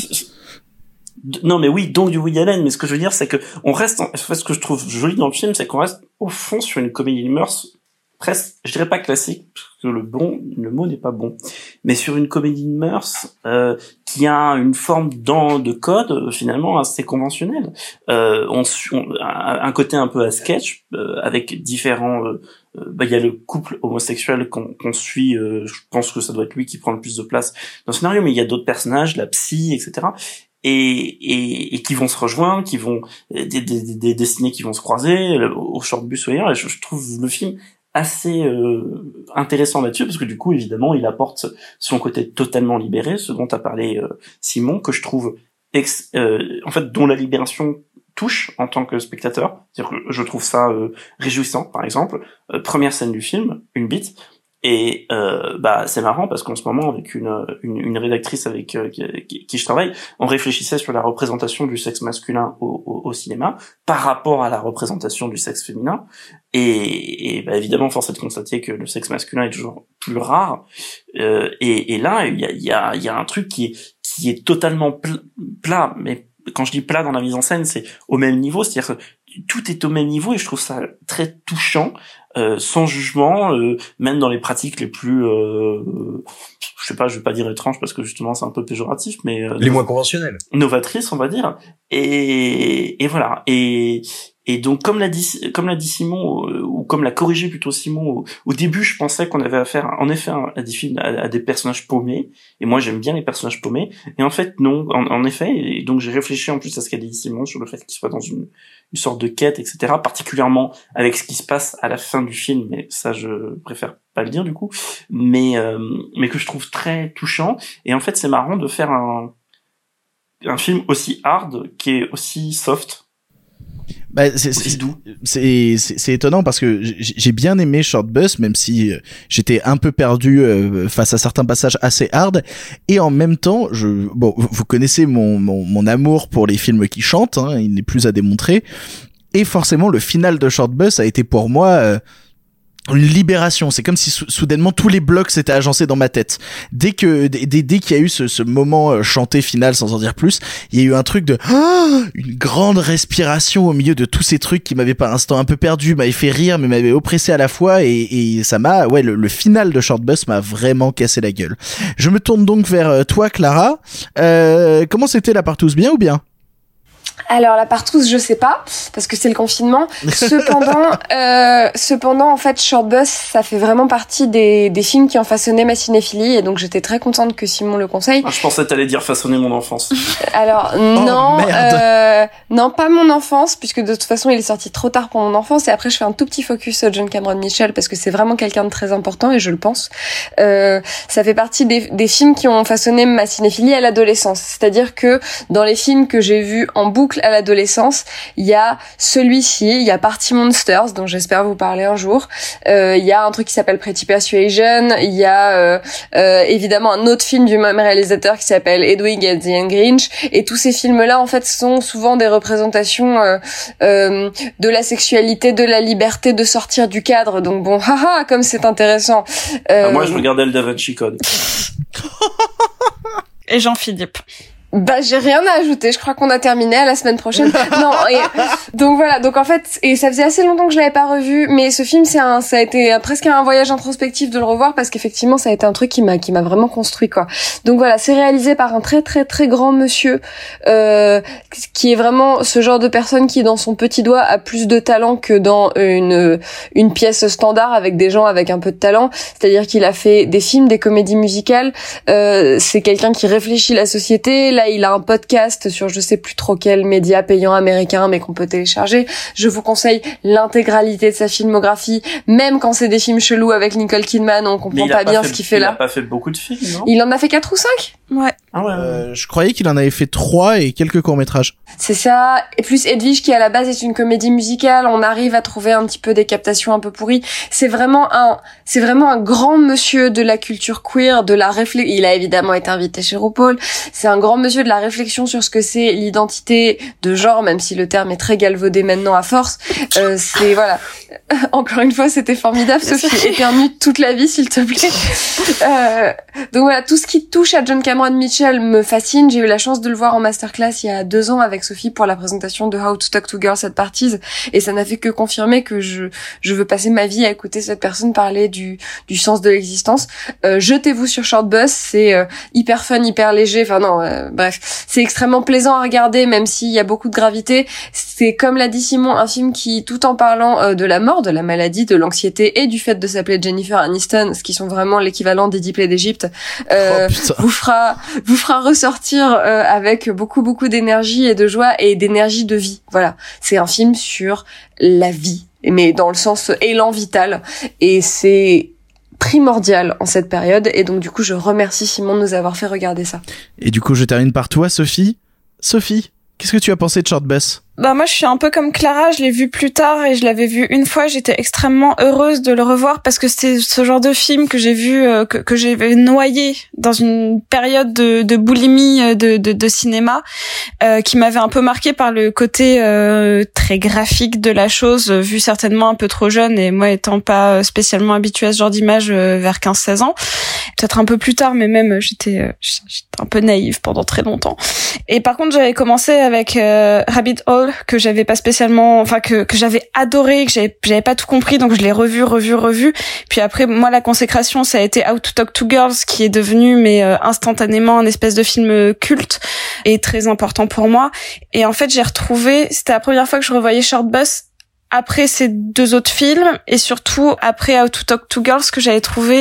Non, mais oui, donc du Woody Allen. Mais ce que je veux dire, c'est que on reste. En fait, ce que je trouve joli dans le film, c'est qu'on reste au fond sur une comédie de mœurs presque, je dirais pas classique, parce que le bon, le mot n'est pas bon, mais sur une comédie de mœurs euh, qui a une forme dans, de code finalement assez conventionnel. Euh, on, on, un côté un peu à sketch euh, avec différents. Euh, bah, il y a le couple homosexuel qu'on, qu'on suit. Euh, je pense que ça doit être lui qui prend le plus de place dans le scénario, mais il y a d'autres personnages, la psy, et cetera. Et, et, et qui vont se rejoindre, qui vont des, des, des destinées qui vont se croiser au short bus ou ailleurs. Et je, je trouve le film assez euh, intéressant là-dessus, parce que du coup, évidemment, il apporte son côté totalement libéré, ce dont a parlé euh, Simon, que je trouve ex, euh, en fait, dont la libération touche en tant que spectateur. C'est-à-dire que je trouve ça euh, réjouissant, par exemple. Euh, première scène du film, une bite. Et euh, bah c'est marrant parce qu'en ce moment avec une une, une rédactrice avec euh, qui, qui je travaille, on réfléchissait sur la représentation du sexe masculin au, au, au cinéma par rapport à la représentation du sexe féminin. Et, et bah, évidemment, force est de constater que le sexe masculin est toujours plus rare. Euh, et, et là, il y a il y a il y a un truc qui est qui est totalement pl- plat, mais quand je dis plat dans la mise en scène, c'est au même niveau, c'est-à-dire que tout est au même niveau et je trouve ça très touchant, euh, sans jugement, euh, même dans les pratiques les plus, euh, je sais pas, je vais pas dire étranges parce que justement c'est un peu péjoratif, mais euh, les moins conventionnels, novatrices, on va dire. Et, et voilà. Et Et donc, comme l'a dit, comme l'a dit Simon, euh, ou comme l'a corrigé plutôt Simon, au, au début, je pensais qu'on avait affaire, en effet, à des films, à, à des personnages paumés. Et moi, j'aime bien les personnages paumés. Et en fait, non, en, en effet. Et donc, j'ai réfléchi en plus à ce qu'a dit Simon sur le fait qu'il soit dans une, une sorte de quête, et cetera. Particulièrement avec ce qui se passe à la fin du film. Mais ça, je préfère pas le dire du coup. Mais, euh, mais que je trouve très touchant. Et en fait, c'est marrant de faire un, un film aussi hard, qui est aussi soft. Bah, c'est, c'est, c'est, c'est, c'est étonnant parce que j'ai bien aimé Short Bus, même si j'étais un peu perdu face à certains passages assez hard. Et en même temps, je, bon, vous connaissez mon, mon, mon amour pour les films qui chantent, hein, il n'est plus à démontrer. Et forcément, le final de Short Bus a été pour moi euh, une libération. C'est comme si sou- soudainement tous les blocs s'étaient agencés dans ma tête. Dès que dès, dès qu'il y a eu ce, ce moment euh, chanté final, sans en dire plus, il y a eu un truc de oh, une grande respiration au milieu de tous ces trucs qui m'avaient par instant un peu perdu, m'avaient fait rire, mais m'avaient oppressé à la fois. Et, et ça m'a, ouais, le, le final de Short Bus m'a vraiment cassé la gueule. Je me tourne donc vers toi, Clara. Euh, comment c'était la partouze, bien ou bien? Alors la partouze, je sais pas parce que c'est le confinement. Cependant, euh, cependant en fait, Short Bus, ça fait vraiment partie des des films qui ont façonné ma cinéphilie et donc j'étais très contente que Simon le conseille. Ah, je pensais que t'allais dire façonner mon enfance. Alors non, oh, euh, non pas mon enfance puisque de toute façon il est sorti trop tard pour mon enfance et après je fais un tout petit focus sur John Cameron Mitchell parce que c'est vraiment quelqu'un de très important et je le pense. Euh, ça fait partie des des films qui ont façonné ma cinéphilie à l'adolescence. C'est-à-dire que dans les films que j'ai vus en boucle à l'adolescence, il y a celui-ci, il y a Party Monsters dont j'espère vous parler un jour, euh, il y a un truc qui s'appelle Pretty Persuasion, il y a euh, euh, évidemment un autre film du même réalisateur qui s'appelle Hedwig and the Young Grinch et tous ces films-là en fait sont souvent des représentations euh, euh, de la sexualité, de la liberté de sortir du cadre, donc bon, haha, comme c'est intéressant. Euh... Ah, moi je regardais le Da Vinci Code. Et Jean-Philippe. Bah j'ai rien à ajouter, je crois qu'on a terminé, à la semaine prochaine. Non, et donc voilà, donc en fait, et ça faisait assez longtemps que je l'avais pas revu, mais ce film c'est un, ça a été presque un voyage introspectif de le revoir parce qu'effectivement ça a été un truc qui m'a, qui m'a vraiment construit quoi. Donc voilà, c'est réalisé par un très très très grand monsieur euh, qui est vraiment ce genre de personne qui dans son petit doigt a plus de talent que dans une une pièce standard avec des gens avec un peu de talent. C'est-à-dire qu'il a fait des films, des comédies musicales. Euh, c'est quelqu'un qui réfléchit la société. Là, il a un podcast sur je sais plus trop quel média payant américain, mais qu'on peut télécharger. Je vous conseille l'intégralité de sa filmographie, même quand c'est des films chelous avec Nicole Kidman, on comprend pas, pas bien fait, ce qu'il fait il là. Il a pas fait beaucoup de films, non? Il en a fait quatre ou cinq? Ouais. Ah ouais, ouais. Euh, je croyais qu'il en avait fait trois et quelques courts-métrages. C'est ça. Et plus Edwige qui à la base est une comédie musicale, on arrive à trouver un petit peu des captations un peu pourries. C'est vraiment un, c'est vraiment un grand monsieur de la culture queer, de la réflexion. Il a évidemment été invité chez RuPaul. C'est un grand monsieur de la réflexion sur ce que c'est l'identité de genre, même si le terme est très galvaudé maintenant à force. Euh, c'est, voilà. Encore une fois, c'était formidable, Sophie. Éternue toute la vie, s'il te plaît. Euh, donc voilà, tout ce qui touche à John Cameron Mitchell me fascine. J'ai eu la chance de le voir en masterclass il y a deux ans avec Sophie pour la présentation de How to Talk to Girls at Parties, et ça n'a fait que confirmer que je je veux passer ma vie à écouter cette personne parler du du sens de l'existence. Euh, jetez-vous sur Short Bus, c'est euh, hyper fun, hyper léger. Enfin non, euh, bref, c'est extrêmement plaisant à regarder, même s'il y a beaucoup de gravité. C'est, comme l'a dit Simon, un film qui, tout en parlant euh, de la mort, de la maladie, de l'anxiété et du fait de s'appeler Jennifer Aniston, ce qui sont vraiment l'équivalent des dix plaies d'Égypte, euh, oh, vous fera vous fera ressortir euh, avec beaucoup beaucoup d'énergie et de joie et d'énergie de vie. Voilà, c'est un film sur la vie, mais dans le sens élan vital, et c'est primordial en cette période. Et donc du coup, je remercie Simon de nous avoir fait regarder ça. Et du coup, je termine par toi, Sophie. Sophie, qu'est-ce que tu as pensé de Short Bus? Bah moi je suis un peu comme Clara, je l'ai vu plus tard et je l'avais vu une fois, j'étais extrêmement heureuse de le revoir parce que c'était ce genre de film que j'ai vu, euh, que, que j'ai noyé dans une période de, de boulimie de, de, de cinéma, euh, qui m'avait un peu marqué par le côté euh, très graphique de la chose, vu certainement un peu trop jeune et moi étant pas spécialement habituée à ce genre d'image euh, vers quinze seize ans. Peut-être un peu plus tard, mais même j'étais, euh, j'étais un peu naïve pendant très longtemps. Et par contre j'avais commencé avec euh, Rabbit Hole, que j'avais pas spécialement, enfin que que j'avais adoré, que j'avais j'avais pas tout compris, donc je l'ai revu revu revu. Puis après moi la consécration ça a été How to Talk to Girls, qui est devenu mais euh, instantanément un espèce de film culte et très important pour moi. Et en fait j'ai retrouvé, c'était la première fois que je revoyais Short Bus après ces deux autres films et surtout après How to Talk to Girls, que j'avais trouvé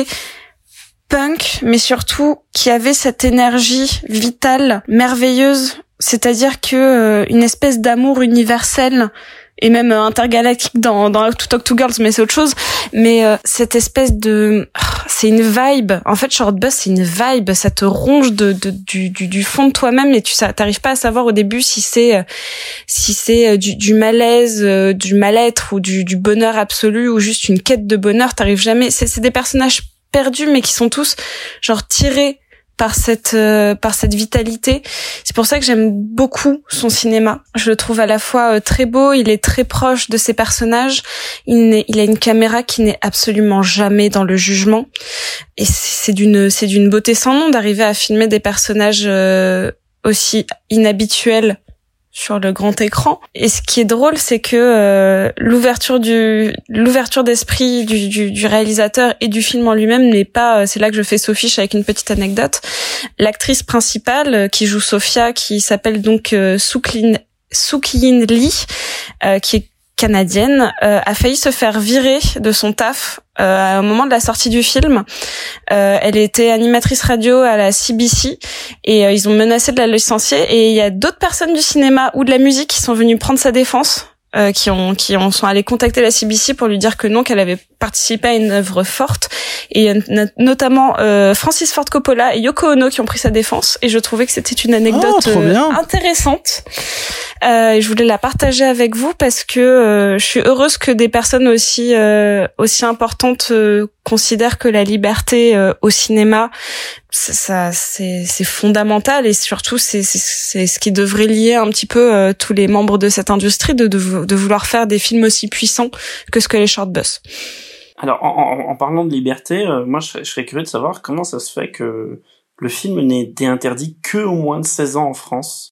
punk, mais surtout qui avait cette énergie vitale merveilleuse. C'est-à-dire que euh, une espèce d'amour universel et même euh, intergalactique dans dans How to Talk to Girls, mais c'est autre chose. Mais euh, cette espèce de, c'est une vibe. En fait, Short Bus, c'est une vibe. Ça te ronge de, de du, du du fond de toi-même et tu t'arrives pas à savoir au début si c'est euh, si c'est euh, du, du malaise, euh, du mal-être ou du, du bonheur absolu ou juste une quête de bonheur. T'arrives jamais. C'est, c'est des personnages perdus, mais qui sont tous genre tirés par cette euh, par cette vitalité. C'est pour ça que j'aime beaucoup son cinéma. Je le trouve à la fois euh, très beau, il est très proche de ses personnages, il, n'est, il a une caméra qui n'est absolument jamais dans le jugement, et c'est, c'est d'une c'est d'une beauté sans nom d'arriver à filmer des personnages euh, aussi inhabituels sur le grand écran. Et ce qui est drôle, c'est que euh, l'ouverture du l'ouverture d'esprit du, du du réalisateur et du film en lui-même n'est pas, c'est là que je fais Sophie avec une petite anecdote. L'actrice principale euh, qui joue Sophia, qui s'appelle donc euh, Soo-Yin Soo-Yin Lee, euh, qui est canadienne, euh, a failli se faire virer de son taf euh, au moment de la sortie du film. Euh, elle était animatrice radio à la C B C et euh, ils ont menacé de la licencier, et il y a d'autres personnes du cinéma ou de la musique qui sont venues prendre sa défense, euh, qui ont qui ont sont allés contacter la C B C pour lui dire que non, qu'elle avait participé à une œuvre forte, et euh, notamment euh, Francis Ford Coppola et Yoko Ono qui ont pris sa défense, et je trouvais que c'était une anecdote oh, trop bien. euh, intéressante. Euh, et je voulais la partager avec vous parce que euh, je suis heureuse que des personnes aussi euh, aussi importantes euh, considèrent que la liberté euh, au cinéma, ça, ça c'est c'est fondamental, et surtout c'est c'est c'est ce qui devrait lier un petit peu euh, tous les membres de cette industrie, de, de de vouloir faire des films aussi puissants que ce que les Short Bus. Alors en, en, en parlant de liberté, euh, moi je, je serais curieux de savoir comment ça se fait que le film n'est été interdit que au moins de seize ans en France.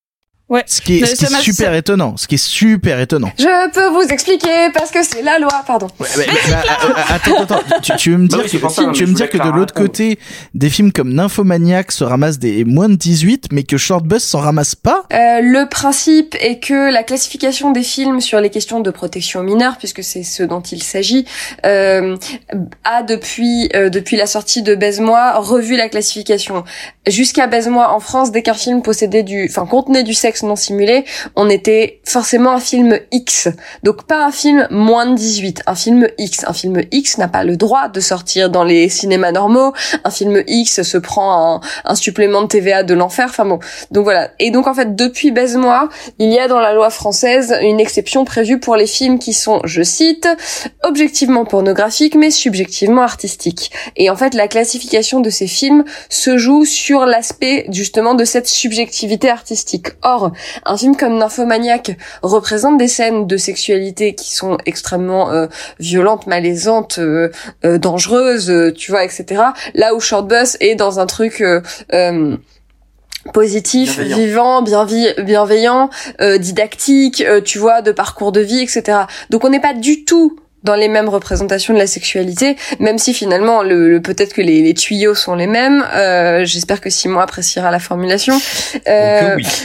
Ouais. Ce qui est, ce qui est super étonnant. Ce qui est super étonnant. Je peux vous expliquer parce que c'est la loi, pardon. Ouais, bah, bah, bah, attends, attends. Tu, tu veux me dire bah oui, que, ça, tu veux me dire que de l'autre côté, des films comme Nymphomaniac se ramassent des moins de dix-huit, mais que Short Bus s'en ramasse pas? Euh, le principe est que la classification des films sur les questions de protection mineure, puisque c'est ce dont il s'agit, euh, a depuis euh, depuis la sortie de Baise-moi revu la classification. Jusqu'à Baise-moi en France, dès qu'un film possédait du, enfin contenait du sexe non simulé, on était forcément un film X. Donc pas un film moins de dix-huit, un film X. Un film X n'a pas le droit de sortir dans les cinémas normaux. Un film X se prend un, un supplément de T V A de l'enfer. Enfin bon, donc voilà. Et donc en fait, depuis Baise-moi, il y a dans la loi française une exception prévue pour les films qui sont, je cite, objectivement pornographiques mais subjectivement artistiques. Et en fait, la classification de ces films se joue sur l'aspect justement de cette subjectivité artistique. Or, un film comme Nymphomaniac représente des scènes de sexualité qui sont extrêmement euh, violentes, malaisantes, euh, euh, dangereuses, euh, tu vois, et cetera. Là où Short Bus est dans un truc euh, euh, positif, bienveillant. vivant, bienvi- bienveillant, euh, didactique, euh, tu vois, de parcours de vie, et cetera. Donc on n'est pas du tout dans les mêmes représentations de la sexualité, même si finalement le, le peut-être que les, les tuyaux sont les mêmes. Euh, j'espère que Simon appréciera la formulation. Euh, oui.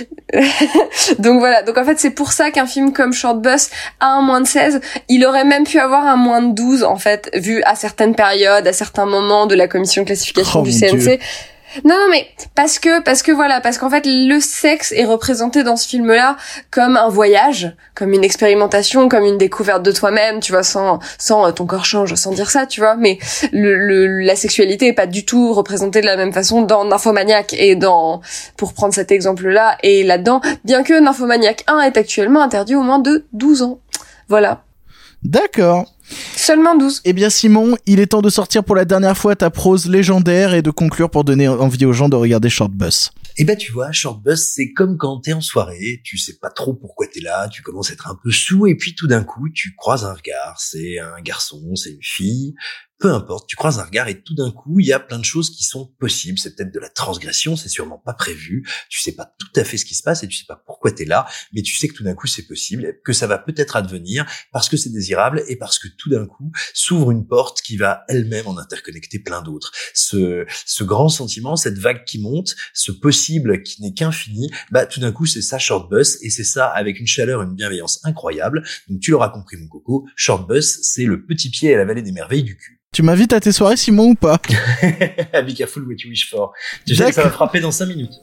Donc voilà. Donc en fait c'est pour ça qu'un film comme Short Bus a un moins de seize. Il aurait même pu avoir un moins de douze en fait, vu à certaines périodes, à certains moments de la commission de classification oh, du C N C. Dieu. Non, non, mais parce que, parce que voilà, parce qu'en fait, le sexe est représenté dans ce film-là comme un voyage, comme une expérimentation, comme une découverte de toi-même, tu vois, sans, sans euh, ton corps change, sans dire ça, tu vois, mais le, le, la sexualité est pas du tout représentée de la même façon dans Nymphomaniac et dans, pour prendre cet exemple-là, et là-dedans, bien que Nymphomaniac un est actuellement interdit au moins de douze ans. Voilà. D'accord. Seulement douze. Eh bien Simon, il est temps de sortir pour la dernière fois ta prose légendaire et de conclure pour donner envie aux gens de regarder Short Bus. Eh ben tu vois, Short Bus, c'est comme quand t'es en soirée, tu sais pas trop pourquoi t'es là, tu commences à être un peu saoul et puis tout d'un coup tu croises un regard, c'est un garçon, c'est une fille, peu importe, tu croises un regard et tout d'un coup il y a plein de choses qui sont possibles, c'est peut-être de la transgression, c'est sûrement pas prévu, tu sais pas tout à fait ce qui se passe et tu sais pas pourquoi t'es là, mais tu sais que tout d'un coup c'est possible, que ça va peut-être advenir parce que c'est désirable et parce que tout d'un coup s'ouvre une porte qui va elle-même en interconnecter plein d'autres. Ce, ce grand sentiment, cette vague qui monte, ce possible qui n'est qu'infini, bah tout d'un coup c'est ça Short Bus et c'est ça avec une chaleur, une bienveillance incroyable. Donc tu l'auras compris mon coco, Short Bus c'est le petit pied à la vallée des merveilles du cul. Tu m'invites à tes soirées Simon ou pas? Be careful what you wish for. Tu sais que ça va frapper dans cinq minutes.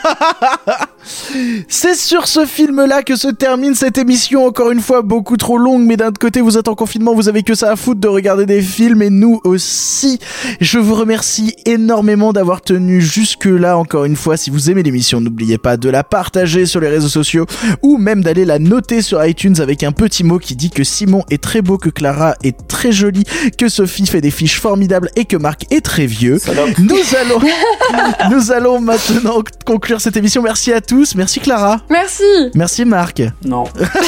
C'est sur ce film-là que se termine cette émission, encore une fois beaucoup trop longue, mais d'un autre côté vous êtes en confinement, vous avez que ça à foutre de regarder des films et nous aussi. Je vous remercie énormément d'avoir tenu jusque-là. Encore une fois, si vous aimez l'émission, n'oubliez pas de la partager sur les réseaux sociaux ou même d'aller la noter sur iTunes avec un petit mot qui dit que Simon est très beau, que Clara est très jolie, que Sophie fait des fiches formidables et que Marc est très vieux. Nous allons, nous allons maintenant conclure cette émission. Merci à tous. Merci Clara. Merci. Merci Marc. Non.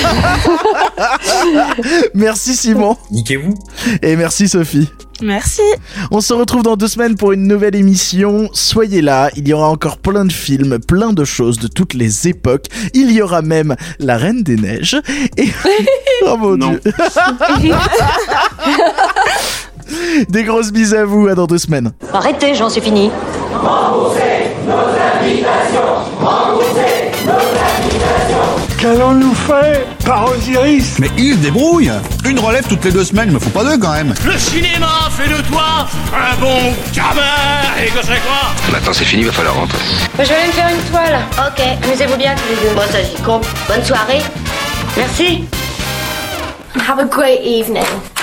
Merci Simon. Niquez-vous. Et merci Sophie. Merci. On se retrouve dans deux semaines pour une nouvelle émission. Soyez là, il y aura encore plein de films, plein de choses de toutes les époques. Il y aura même La Reine des Neiges. Et... oh mon non. Dieu. Des grosses bises à vous, à dans deux semaines. Arrêtez, Jean, c'est fini. Remboursez nos invitations. Remboursez nos invitations. Qu'allons-nous faire par Osiris? Mais il se débrouille. Une relève toutes les deux semaines, il me faut pas deux quand même. Le cinéma fait de toi un bon gamin. Et que c'est quoi? Maintenant c'est fini, il va falloir rentrer. Moi, je vais aller me faire une toile. Ok, amusez-vous bien tous les deux. Bon, ça j'y compte. Bonne soirée. Merci. Have a great evening.